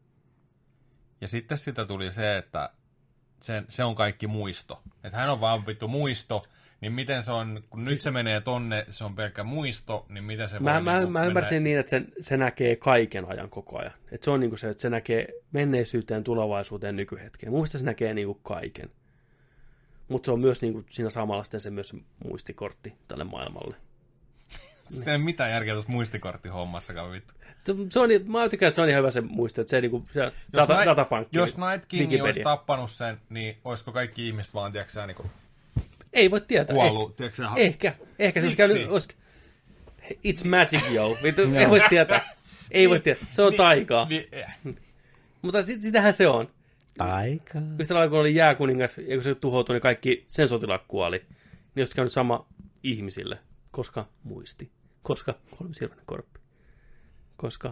Ja sitten sitä tuli se, että se, se on kaikki muisto. Että hän on vaan vittu muisto. Niin miten se on, kun siis, nyt se menee tonne, se on pelkkä muisto, niin miten se mä, voi... Mä, niin mä ymmärsin niin, että se, se näkee kaiken ajan koko ajan. Että se on niin kuin se, että se näkee menneisyyteen, tulevaisuuteen, nykyhetkeen. Mun mielestä se näkee niin kuin kaiken. Mutta se on myös niin kuin siinä samalla sitten se myös muistikortti tälle maailmalle. Se ei mitään järkeä tuossa muistikorttihommassakaan vittu. Se, se on, mä tykkään, että se on ihan hyvä se muisto, että se, niin kuin, se data, Night, datapankki. Jos Night King olisi tappanut sen, niin olisiko kaikki ihmiset vaan, tiedätkö niin kuin... Ei voi tietää. Kuollut, eh, ehkä. Ehkä se olisi käynyt... Olisi... It's magic, yo. Ei voi tietää. Ei voi tietää. Se on taikaa. Mutta sitähän se on. Taikaa. Yhtä lailla kun oli jääkuningas, ja kun se tuhoutui, niin kaikki sen sotilaat kuoli. Niin olisi käynyt sama ihmisille. Koska muisti. Koska kolmisilmäinen korppi. Koska...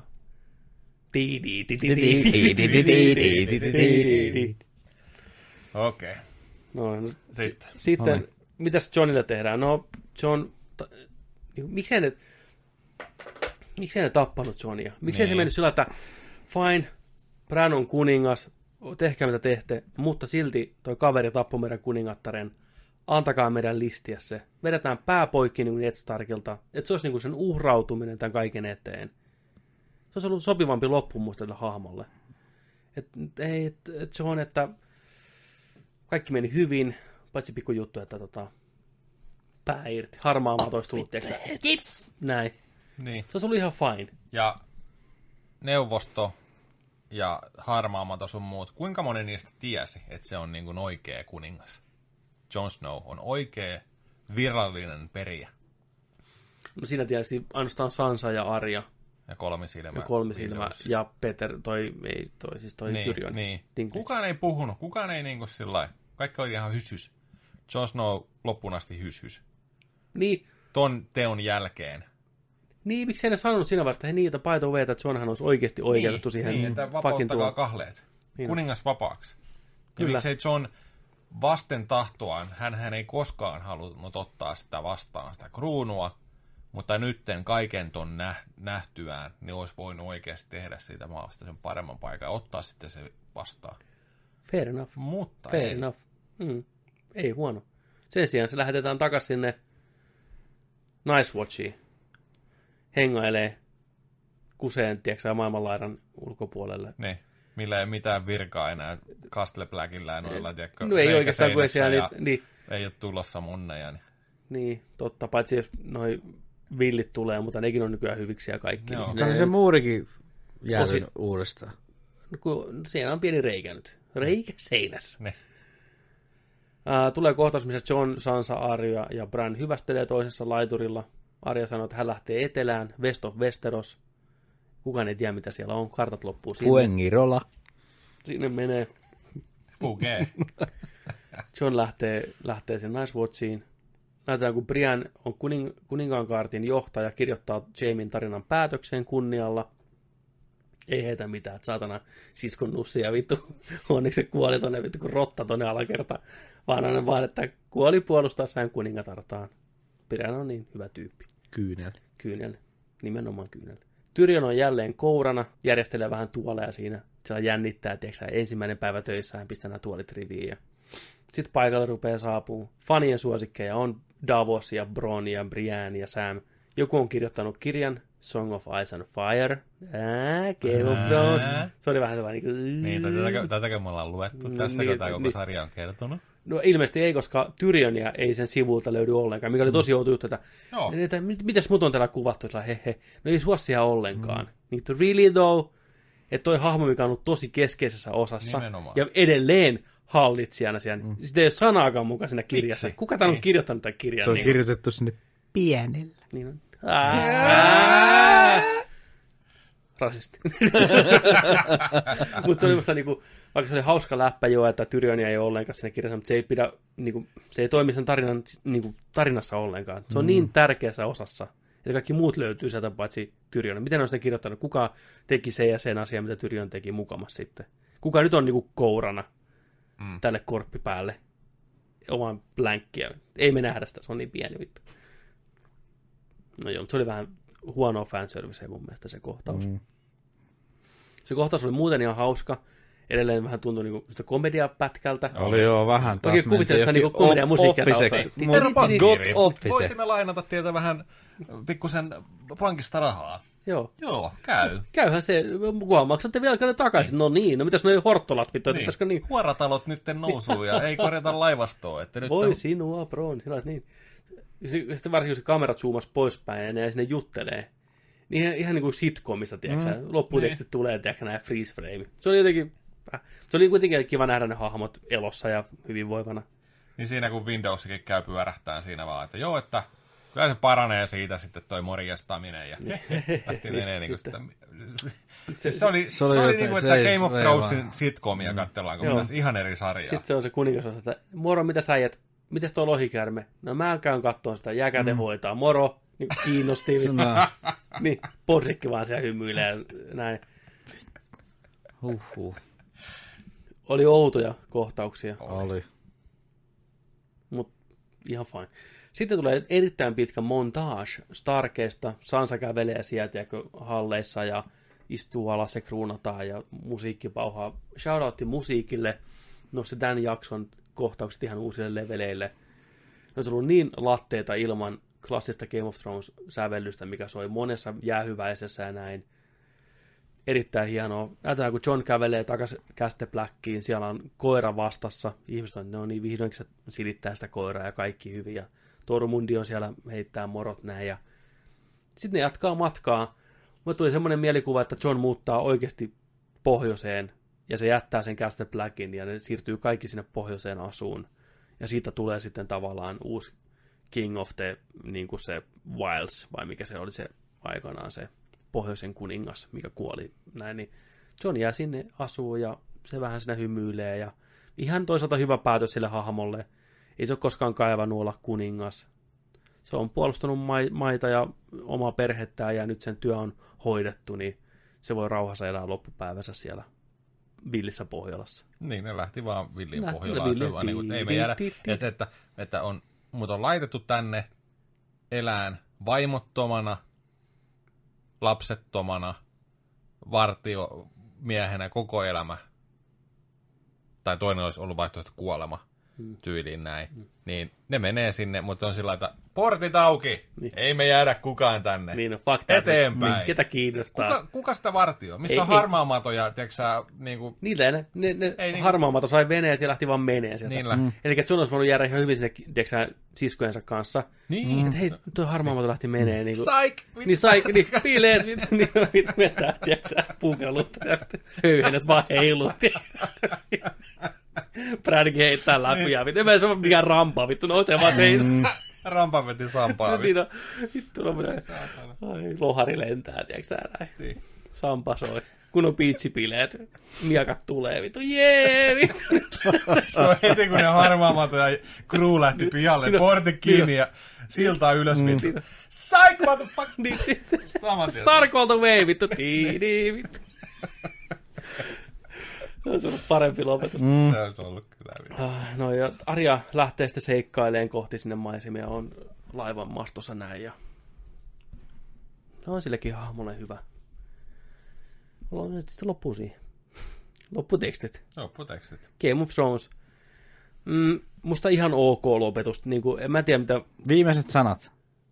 Okei. No, sitten, sitten mitäs Johnille tehdään? No, John, ta, niin, miksei ne, miksei ne tappanut Johnia? Miksei niin. se mennyt sillä, että fine, Bran on kuningas, tehkää mitä tehtte, mutta silti toi kaveri tappoi meidän kuningattaren, antakaa meidän listiä se. Vedetään pää poikki niin kuin Ned Starkilta, että se olisi niin kuin sen uhrautuminen tämän kaiken eteen. Se olisi ollut sopivampi loppu muista tälle hahmolle. Että ei, et, et se on, että kaikki meni hyvin, paitsi pikku juttu, että tota, pää irti, harmaa toista tullut, näin. Niin. Se olisi ollut ihan fine. Ja neuvosto ja harmaamato sun muut, kuinka moni niistä tiesi, että se on niin kuin oikea kuningas? Jon Snow on oikea virallinen perijä. No siinä tiesi ainoastaan Sansa ja Arya. Ja kolmisilmä. Ja kolmisilmä. Ja Peter, toi, ei, toi, siis toi niin, Tyrion. Niin. Kukaan ei puhunut, kukaan ei niinku sillai. Kaikki oli ihan hyshys. Jon Snow loppuun asti hyshys. Niin. Ton teon jälkeen. Niin, miksi ne sanonut siinä vasta, että hei niitä by the way, että Jonhan olisi oikeasti oikeutettu niin, siihen niin, että vapauttakaa kahleet. Niin. Kuningas vapaaksi. Kyllä. Ja miksei Jon vasten tahtoaan, hän ei koskaan halunnut ottaa sitä vastaan, sitä kruunua, mutta nytten kaiken ton nä- nähtyään, niin olisi voinut oikeasti tehdä siitä maasta sen paremman paikan ja ottaa sitten se vastaan. Fair enough. Mutta Fair ei. enough. Mm. Ei huono. Sen sijaan se lähetetään takaisin sinne Nice Watchiin. Hengailee kuseen, tiedätkö maailmanlaidan ulkopuolelle. Niin. Millä ei mitään virkaa enää Castle Blackillä noilla, tiedätkö, no ei oikeastaan kuin siellä niitä, niin. Ei ole tulossa munneja. Niin. niin, totta, paitsi jos noi villit tulee, mutta nekin on nykyään hyviksi ja kaikki. Joo. Niin, se muurikin jäänyt Osin... uudestaan. No, kun siellä on pieni reikä nyt. Reikä seinässä. Ne. Uh, tulee kohtaus, missä Jon, Sansa, Arya ja Bran hyvästelee toisessa laiturilla. Arya sanoo, että hän lähtee etelään, West of Westeros. Kukaan ei tiedä, mitä siellä on. Kartat loppuu sinne. Fuengirola. Sinne menee. Fuge. Jon lähtee, lähtee sen Nice Watchiin. Näytetään, kun Brian on kuning, kuninkaankaartin johtaja, kirjoittaa Jaimen tarinan päätökseen kunnialla. Ei heitä mitään, että saatana siskon nussia vittu. Onneksi se kuoli tonne vittu kuin rotta tonne alakerta. Vaan aina vaan, että kuoli puolustaessaan kuningatartaan. Brian on niin hyvä tyyppi. Kyynel. Kyynel. Nimenomaan kyynel. Tyrion on jälleen kourana, järjestelee vähän tuoleja siinä. Siellä jännittää, tiedätkö, ensimmäinen päivä töissä, hän pistää nämä tuolit riviin. Sitten paikalle rupeaa saapuu. Fanien suosikkeja on Davos ja Bronn ja Brienne ja Sam. Joku on kirjoittanut kirjan Song of Ice and Fire. Ää, Game of Thrones. Se oli vähän sellainen niin kuin... Niin, tätäkö, tätäkö me ollaan luettu? Tästäkö niin, tämä koko niin, sarja on kertonut? No ilmeisesti ei, koska Tyrionia ei sen sivulta löydy ollenkaan, mikä oli tosi outo juttu, että, että mitäs mut on täällä kuvattu, että he, he, no ei sua siellä ollenkaan. Mm. Niin really though, että toi hahmo, mikä on ollut tosi keskeisessä osassa, nimenomaan. Ja edelleen hallitsijana siellä, mm. sitä ei ole sanaakaan mukaan siinä kirjassa. Miksi? Kuka täällä on niin. kirjoittanut tämän kirjan? Se on niin kirjoitettu sinne pienellä. Niin on. Rasisti. Mutta se oli musta niinku, vaikka se oli hauska läppä jo, että Tyrionia ei ole ollenkaan siinä kirjassa, mutta se ei, pidä, niinku, se ei toimi sen tarinan, niinku, tarinassa ollenkaan. Se on mm. niin tärkeässä osassa, että kaikki muut löytyy sieltä paitsi Tyrion. Miten on sitä kirjoittanut? Kuka teki sen ja sen asian, mitä Tyrion teki mukamassa sitten? Kuka nyt on niinku kourana mm. tälle korppipäälle? Oman blänkkiä. Ei me nähdä sitä, se on niin pieni vittu. No joo, se oli vähän huonoa fanserviceä mun mielestä se kohtaus. Mm. Se kohtaus oli muuten ihan hauska. Edelleen vähän tuntui niinku sitä komediapätkältä. Oli joo, vähän taas. Toki kuvittelin sitä niinku komediamusiikkia. God Office. Voisimme lainata teiltä vähän pikkusen plankista rahaa. Joo. Joo, käy. Käyhän se, kunhan maksatte velkanne takaisin. No niin, no mitäs noi horttolat vittu? Niin. niin? Huoratalot nyt nousuun ja ei korjata laivastoa. Että nyt Voi on... sinua, bro. Sinä olet niin. Sitten varsinkin, kun se kamerat zoomas poispäin ja sinne juttelee. Niin ihan, ihan niin kuin sitcomista, tiedätkö mm. Lopputekstit tulee, tiedätkö, nämä freeze frame. Se oli jotenkin, se oli kuitenkin kiva nähdä ne hahmot elossa ja hyvinvoivana. Niin siinä kun Windowsikin käy pyörähtään siinä vaan, että joo, että kyllä se paranee siitä sitten toi morjestaminen ja lähti menee niin kuin sitä. Siis se oli, se oli, se oli niin kuin, että Game of Thronesin sitcomia mm. katsellaan, kun mitäs ihan eri sarjaa. Sitten se on se kuningas, että moro, mitä sä äijät? Mites tuo lohikäärme? No mä käyn katsomaan sitä, jääkää te mm. hoitaa. Moro, niin kiinnosti. Niin, Podrikki vaan siellä hymyilee ja näin. Huhhuh. Oli outoja kohtauksia. Oli. Mut ihan fine. Sitten tulee erittäin pitkä montage Starkeesta. Sansa kävelee sieltä halleissa ja istuu alas ja kruunataan ja musiikki pauhaa. Shoutoutti musiikille. Nosti tämän jakson kohtaukset ihan uusille leveleille. Ne on ollut niin latteita ilman klassista Game of Thrones-sävellystä, mikä soi monessa jäähyväisessä ja näin. Erittäin hienoa. Näytetään, kun John kävelee takaisin Castle Blackiin, siellä on koira vastassa. Ihmiset on, ne on niin vihdoinkin se silittää sitä koiraa ja kaikki hyvin. Ja Tormundi on siellä, heittää morot näin. Ja sitten ne jatkaa matkaa. Mulle tuli semmoinen mielikuva, että John muuttaa oikeasti pohjoiseen. Ja se jättää sen Castle Blackin ja ne siirtyy kaikki sinne pohjoiseen asuun. Ja siitä tulee sitten tavallaan uusi King of the, niin kuin se Wilds, vai mikä se oli se aikanaan se pohjoisen kuningas, mikä kuoli näin, niin John jää sinne asuu ja se vähän siinä hymyilee ja ihan toisaalta hyvä päätös sille hahmolle. Ei se ole koskaan kaivannut olla kuningas. Se on puolustanut maita ja omaa perhettään ja nyt sen työ on hoidettu, niin se voi rauhassa elää loppupäivänsä siellä villissä Pohjolassa. Niin, ne lähti vaan villiin Lähti Pohjolaan. villiin. Se vaan niin kuin, ei me jäädä, että, että, että on, mut on laitettu tänne elään vaimottomana, lapsettomana, vartiomiehenä koko elämä. Tai toinen olisi ollut vaihtoehto kuolema hmm. tyyliin näin. Hmm. Niin ne menee sinne, mutta on sillä lailla, että portit auki, niin. Ei me jäädä kukaan tänne. Niin, no, fakta, eteenpäin. Niin, ketä kiinnostaa? Kuka, kuka sitä vartioi? Missä ei, on harmaamatoja, tiedätkö sä, niin kuin... Niillä ne, ne, ne ei, harmaamato sai veneet ja lähti vaan meneen sieltä. Niin mm. Eli John olisi voinut jäädä ihan hyvin sinne, tiedätkö siskojensa kanssa. Niin. Että hei, tuo harmaamato lähti meneen. Niin kuin, Saik! Niin saik, niin bileet, niin vittu vetää, tiedätkö sä, pukelut. Höyhenet vaan heilut. Bradkin heittää läpiä. Niin. Ei se ole mikään rampa, vittu, no se vaan seis. Rampa veti sampaa, vittu. No, vittu, no menee. Ai, lohari lentää, tiedätkö sä näin. Niin. Sampa soi. Kun on piitsipileet, miakat tulee, vittu, jee, vittu. Se on heti, kun ne harmaamato ja crew lähti pihalle, no, portit kiinni no. Ja siltaa ylös, mm. vittu. Psych, motherfucker! Saman sieltä. Stark all the way, vittu. Tiidi, vittu. Se on ollut parempi lopetus. Mm. Se on ollut kyllä. Ah, no ja Arja lähtee sitten seikkailemaan kohti sinne maisemia, on laivan mastossa näin ja no on sillekin hahmolle hyvä. Ollaan nyt sitten loppuun siihen. Lopputekstit. Lopputekstit. Game of Thrones. Mm, musta ihan ok lopetus. Niin kuin, en mä tiedä mitä... Viimeiset sanat.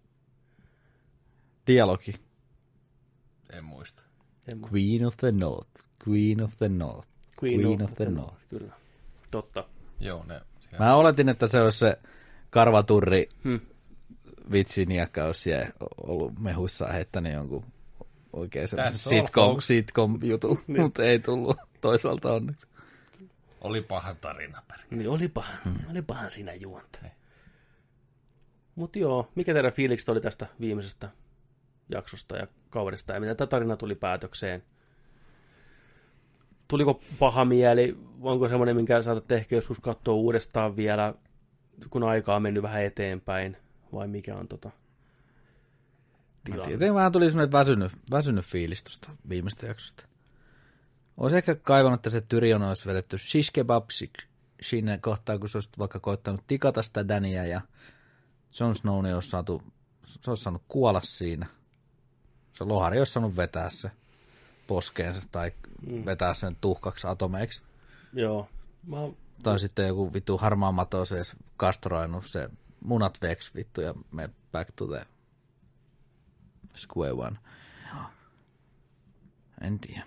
Dialogi. En muista. En muista. Queen of the North. Queen of the North. Queen, Queen of, of the North. North. Kyllä. Totta. Joo, ne... Siellä... Mä oletin, että se olisi se karvaturri hmm. vitsiniakka olisi siellä ollut mehuissaan heittänyt jonkun oikein semmoisen sitcom, sitcom-jutun, mutta ei tullut toisaalta onneksi. Olipahan tarina. Niin, olipahan, hmm. olipahan siinä juonta. Mutta joo, mikä teidän fiilikset oli tästä viimeisestä jaksosta ja kaudesta ja miten tämä tarina tuli päätökseen? Tuliko paha mieli? Onko semmoinen, minkä saatat ehkä joskus katsoa uudestaan vielä, kun aikaa on mennyt vähän eteenpäin? Vai mikä on tota tilanne? Tietenkin vähän tuli semmoinen väsynyt, väsynyt fiilis tuosta viimeistä jaksosta. Olisi ehkä kaivannut, että se Tyrion olisi vedetty shish kebabsik siinä kohtaa, kun se olisi vaikka koittanut tikata sitä Danyä ja Jon Snow olisi saatu, se olisi saanut kuolla siinä. Se lohari olisi saanut vetää se poskeensa tai mm. vetää sen tuhkaksi atomeiksi. Joo. Mä... Tai sitten joku vittu harmaa mato se kastroinut se munat veks vittu ja me back to the square one. En tiedä.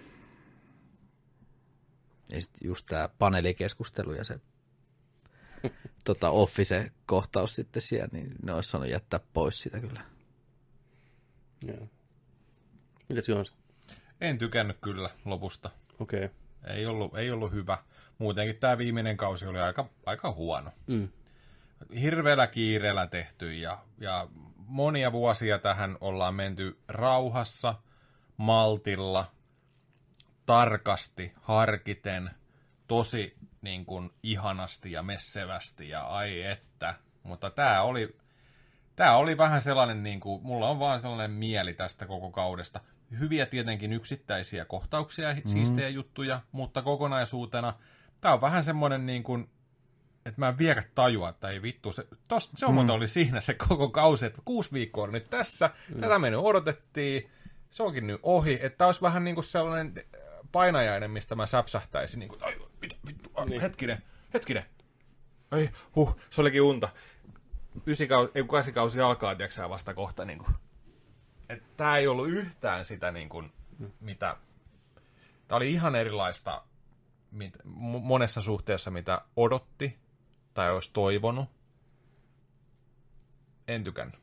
Ja sitten just tää paneelikeskustelu ja se tota, office-kohtaus sitten siellä, niin ne olisi saanut jättää pois sitä kyllä. Joo. Mitäs Joons? En tykännyt kyllä lopusta. Okei. Okay. Ei ollut, ei ollut hyvä. Muutenkin tämä viimeinen kausi oli aika, aika huono. Mm. Hirveällä kiireellä tehty ja, ja monia vuosia tähän ollaan menty rauhassa, maltilla, tarkasti, harkiten, tosi niin kuin ihanasti ja messevästi ja ai että. Mutta tämä oli, tämä oli vähän sellainen, niin kuin, mulla on vaan sellainen mieli tästä koko kaudesta. Hyviä tietenkin yksittäisiä kohtauksia ja mm. siistejä juttuja, mutta kokonaisuutena tämä on vähän semmoinen niin kuin että mä en vielä tajua, että ei vittu, se, tos, se on mm. oli siinä se koko kausi, että kuusi viikkoa on nyt tässä, mm. tätä me nyt odotettiin, se onkin nyt ohi, että olisi vähän niin kuin sellainen painajainen, mistä mä säpsähtäisin, niin kuin, ai, mitä, vittu, a, niin. hetkinen, hetkinen, ai, huh, se olikin unta. Ysikausi, ei kun kasikausi alkaa, tiedätkö vasta kohta, niin kuin, että tää ei ollut yhtään sitä, niin kuin, mitä, tää oli ihan erilaista, mit, monessa suhteessa, mitä odotti, tai olisi toivonut. En tykännyt.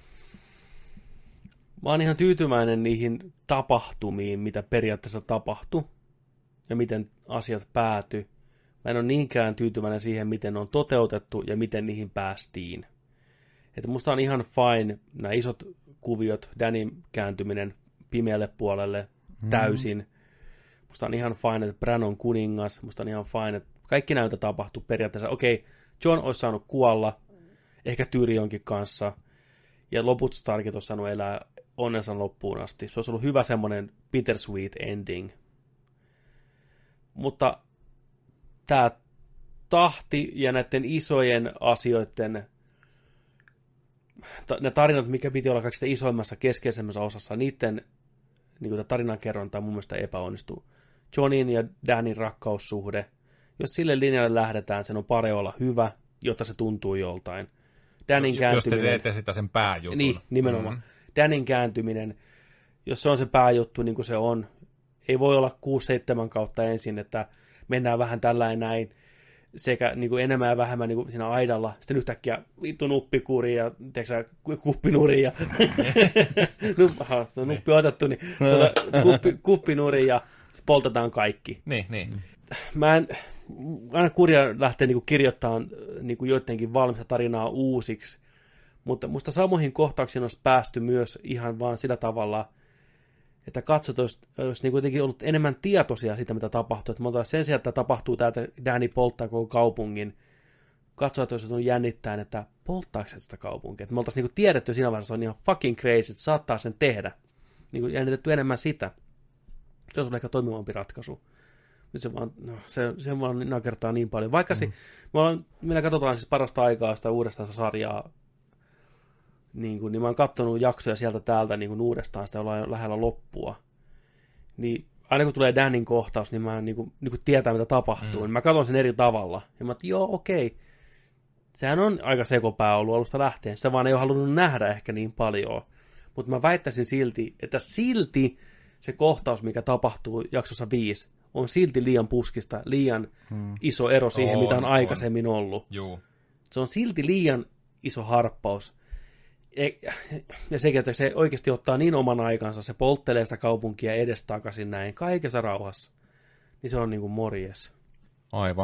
Mä oon ihan tyytyväinen niihin tapahtumiin, mitä periaatteessa tapahtui, ja miten asiat päätyi. Mä en ole niinkään tyytyväinen siihen, miten ne on toteutettu, ja miten niihin päästiin. Että musta on ihan fine nämä isot kuviot, Danin kääntyminen pimeälle puolelle täysin. Mm. Musta on ihan fine, että Bran on kuningas. Musta on ihan fine, että kaikki näytä tapahtuu periaatteessa. Okei, Jon olisi saanut kuolla, ehkä Tyrionkin kanssa, ja loput Starkit olisi saanut elää onnensa loppuun asti. Se olisi ollut hyvä semmoinen bittersweet ending. Mutta tämä tahti ja näiden isojen asioiden, ne tarinat, mikä piti olla kaikista isoimmassa keskeisemmässä osassa, niiden niin tarinankerronta mun mielestä epäonnistuu. Jonin ja Danin rakkaussuhde, jos sille linjalle lähdetään, sen on pari olla hyvä, jotta se tuntuu joltain. Danin kääntyminen, jos te teette sitä sen pääjutun. Niin, nimenomaan. Mm-hmm. Danin kääntyminen, jos se on se pääjuttu niin kuin se on, ei voi olla kuusi seitsemän kautta ensin, että mennään vähän tällainen näin, sekä niin kuin enemmän ja vähemmän niin kuin siinä aidalla, sitten yhtäkkiä vittu nuppikuri ja teksä, kuppinuri ja nuppi otettu, niin kuppi, kuppinuri ja poltetaan kaikki. Niin, niin. Mä en, aina kurja lähtee niin kuin kirjoittamaan niin kuin joidenkin valmista tarinaa uusiksi, mutta musta samoihin kohtauksiin olisi päästy myös ihan vaan sillä tavalla, että katsot olisi, olisi niin kuitenkin ollut enemmän tietoisia siitä, mitä tapahtuu. Että me sen sijaan, että tapahtuu täältä Dany polttaa koko kaupungin, katsoa, että olisi tullut jännittäen, että polttaako se sitä kaupunkia. Että me oltaisiin niin tiedetty siinä vaiheessa, että se on ihan fucking crazy, että saattaa sen tehdä. Niin kuin jännitetty enemmän sitä. Se olisi ehkä toimivampi ratkaisu. Nyt se vaan, no, se, se vaan nakertaa niin paljon. Vaikka mm. se, me ollaan, minä katsotaan siis parasta aikaa sitä uudestaan sitä sarjaa, niin, kuin, niin mä oon katsonut jaksoja sieltä täältä niin kuin uudestaan, sitä ollaan lähellä loppua. Niin aina kun tulee Danin kohtaus, niin mä niin kuin, niin kuin tietää, mitä tapahtuu. Mm. Niin mä katson sen eri tavalla. Ja mä oon, joo, okei. Sehän on aika sekopää ollut alusta lähtien. Sitä vaan ei ole halunnut nähdä ehkä niin paljon. Mutta mä väittäisin silti, että silti se kohtaus, mikä tapahtuu jaksossa viisi, on silti liian puskista, liian hmm. iso ero siihen, on, mitä on aikaisemmin on. ollut. Juu. Se on silti liian iso harppaus. Ja sekin, että se oikeasti ottaa niin oman aikansa, se polttelee sitä kaupunkia edestakaisin näin, kaikessa rauhassa. Niin se on niin kuin morjes. Aivan.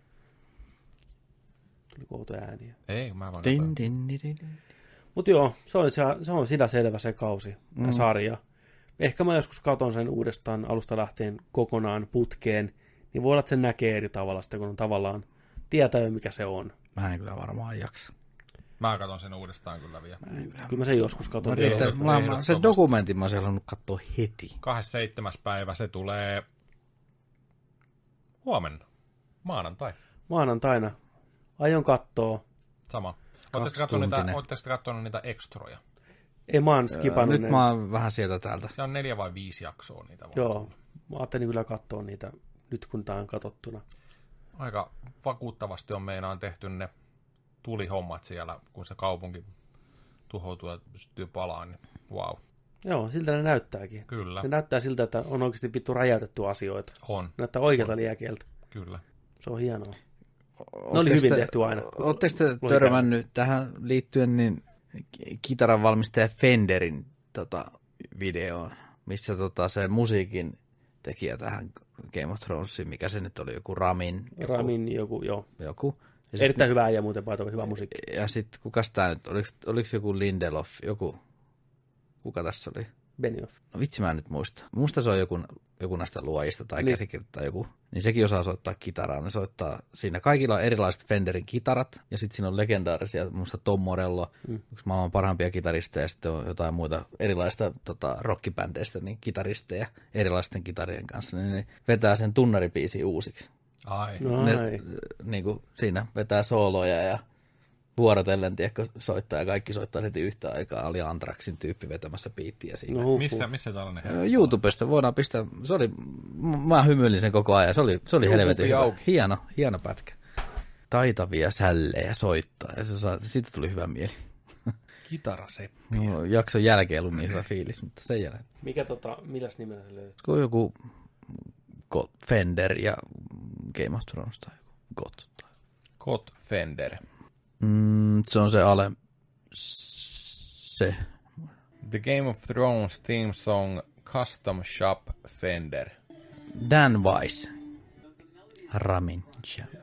Tuli outo ääniä. Ei, mä vaan Mutta joo, se on, se, se on sitä selvä se kausi, mm. sarja. Ehkä mä joskus katon sen uudestaan alusta lähtien kokonaan putkeen, niin voi olla, että sen näkee eri tavalla sitä, kun on tavallaan tietää jo, mikä se on. Mä en kyllä varmaan jaksa. Mä katson sen uudestaan kyllä vielä. Mä kyllä. kyllä mä sen joskus katon. Mä mä, sen dokumentin mä olisin halunnut katsoa heti. kahdeskymmenesseitsemäs päivä se tulee huomenna. Maanantai. Maanantaina. Aion kattoo. Sama. Oletteko katsonut niitä ekstroja? Ei, mä oon skipannut. Nyt ne. mä oon vähän sieltä täältä. Se on neljä vai viisi jaksoa niitä. Joo, mä ajattelin kyllä katsoa niitä nyt, kun tää on katsottuna. Aika vakuuttavasti on meinaan tehty ne tulihommat siellä, kun se kaupunki tuhoutuu ja pystyy palaan, niin wow. Joo, siltä ne näyttääkin. Kyllä. Ne näyttää siltä, että on oikeasti vittu räjäytetty asioita. On. Näyttää oikealta liekieltä. Kyllä. Se on hienoa. Ne oli hyvin te, tehty aina. Oletteko te törmännyt tähän liittyen niin kitaran valmistaja Fenderin tota, videoon, missä tota, se musiikin tekijä tähän Game of Thronesiin, mikä se nyt oli, joku Ramin. Joku, Ramin joku, joo. Joku. Ja erittäin sit, hyvä äijä muuten, paito hyvä musiikki. Ja sitten kukas tää nyt, oliko, oliko joku Lindelof, joku, kuka tässä oli? Benioff. No vitsi mä en nyt muista. Musta se on joku, joku näistä luojista tai niin. käsikirjoittaa joku. Niin sekin osaa soittaa kitaraa. Ne soittaa siinä. Kaikilla on erilaiset Fenderin kitarat. Ja sitten siinä on legendaarisia, musta Tom Morello, mm. yksi maailman parhaimpia kitaristeja. Ja sitten on jotain muita erilaista tota, rockibändeistä, niin kitaristeja erilaisten kitarien kanssa. Niin ne vetää sen tunnaribiisin uusiksi. Ai. No, Ne, ai. niin kuin siinä vetää sooloja ja vuorotellen, tiedätkö, soittaa ja kaikki soittaa heti yhtä aikaa. Oli Anthraxin tyyppi vetämässä biittiä siinä. No, huhhuh. Missä, missä tällainen Ö, herra? YouTubesta voidaan pistää, se oli, m- mä hymyilin sen koko ajan, se oli, se oli YouTube helvetin hyvä. auki. Hieno, hieno pätkä. Taitavia sällejä soittaa ja se saa, siitä tuli hyvä mieli. Kitaraseppi. No, jakson jälkeen ollut niin hyvä fiilis, mutta sen jälkeen. Mikä tota, milläs nimellä se löytyy? Kun joku God, Fender ja Game of Thrones tai joku God. Tai... God Fender. Mm, se on se ale... Se. The Game of Thrones theme song Custom Shop Fender. Dan Weiss. Ramin Javi.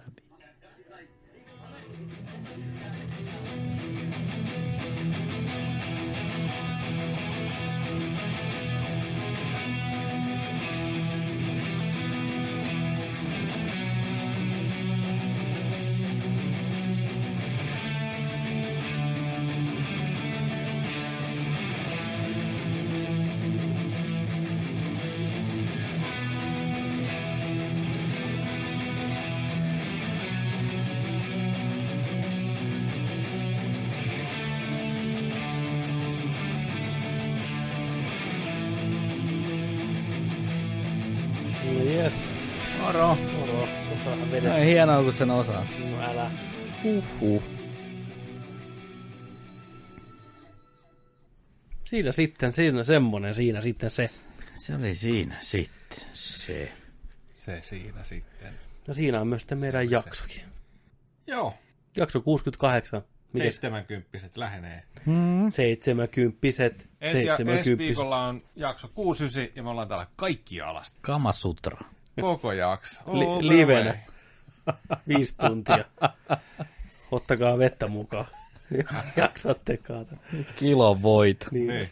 No jes. Moro. Moro. Tuosta vähän No, vedet. hienoa, kun sen osaa. No älä. Huhhuh. Siinä sitten, siinä semmonen, siinä sitten se. Se oli siinä sitten se. Se siinä sitten. Ja siinä on myös sitten meidän jaksokin. Joo. Jakso kuusikymmentäkahdeksan. Mites? Seitsemänkymppiset lähenee. Seitsemäkymppiset. Ensi, ja, ensi Seitsemäkymppiset. viikolla on jakso kuusikymmentäyhdeksän ja me ollaan täällä kaikki alasta. Kamasutra. Koko jakso. Li- All the livenä. way. Viisi tuntia. Ottakaa vettä mukaan. Jaksatte kaata. Kilon voita. Niin. Niin.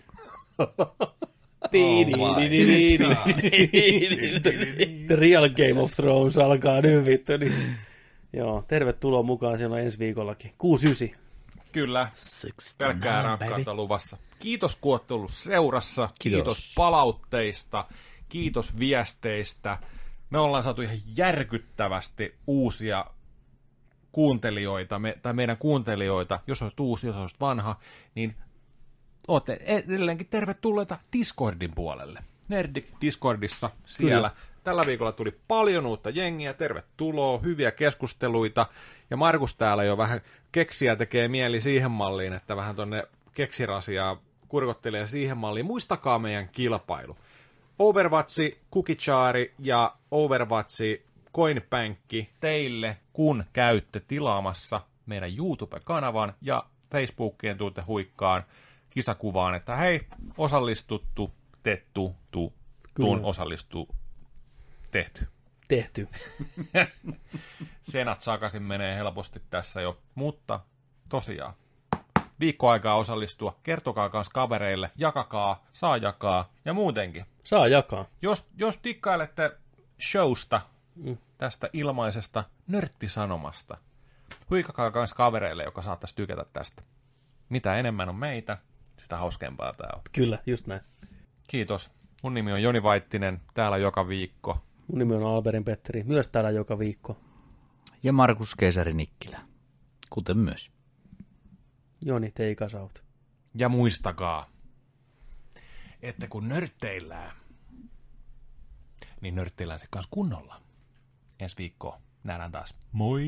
The real Game of Thrones alkaa nyt vittu. Niin. Joo, tervetuloa mukaan siellä ensi viikollakin. kuusi yhdeksän. Kyllä. Pelkkää rakkautta luvassa. Kiitos, kun olette ollut seurassa. Kiitos. Kiitos. Kiitos palautteista. Kiitos viesteistä. Me ollaan saatu ihan järkyttävästi uusia kuuntelijoita, me, tai meidän kuuntelijoita, jos olet uusi, jos olet vanha, niin olette edelleenkin tervetulleita Discordin puolelle. Nerdik Discordissa siellä. Kyllä. Tällä viikolla tuli paljon uutta jengiä, tervetuloa, hyviä keskusteluita, ja Markus täällä jo vähän keksiä tekee mieli siihen malliin, että vähän tonne keksirasiaa kurkottelee siihen malliin. Muistakaa meidän kilpailu. Overwatch, Kukichaari ja Overwatch Coinpankki teille, kun käytte tilaamassa meidän YouTube-kanavan ja Facebookien tuutte huikkaan kisakuvaan, että hei, osallistuttu, tettu, tu, tuun osallistu, tehty. Tehty. Senat sakasin menee helposti tässä jo, mutta tosiaan, viikko aikaa osallistua, kertokaa kans kavereille, jakakaa, saa jakaa ja muutenkin. Saa jakaa. Jos, jos dikkailette showsta, mm. tästä ilmaisesta nörttisanomasta, huikakaa kans kavereille, joka saattaisi tykätä tästä. Mitä enemmän on meitä, sitä hauskempaa tää on. Kyllä, just näin. Kiitos. Mun nimi on Joni Vaittinen, täällä joka viikko. Mun nimi on Alberin Petteri, myös täällä joka viikko. Ja Markus Keisari Nikkilä, kuten myös. Joni, take us out. Ja muistakaa, että kun nörtteillään, niin nörtteillään se kanssa kunnolla. Ensi viikkoa nähdään taas. Moi!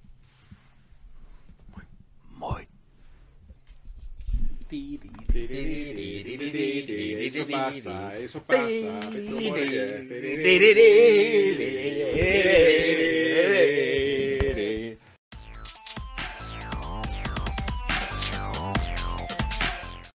Moi! Moi! Eso pasa, eso pasa.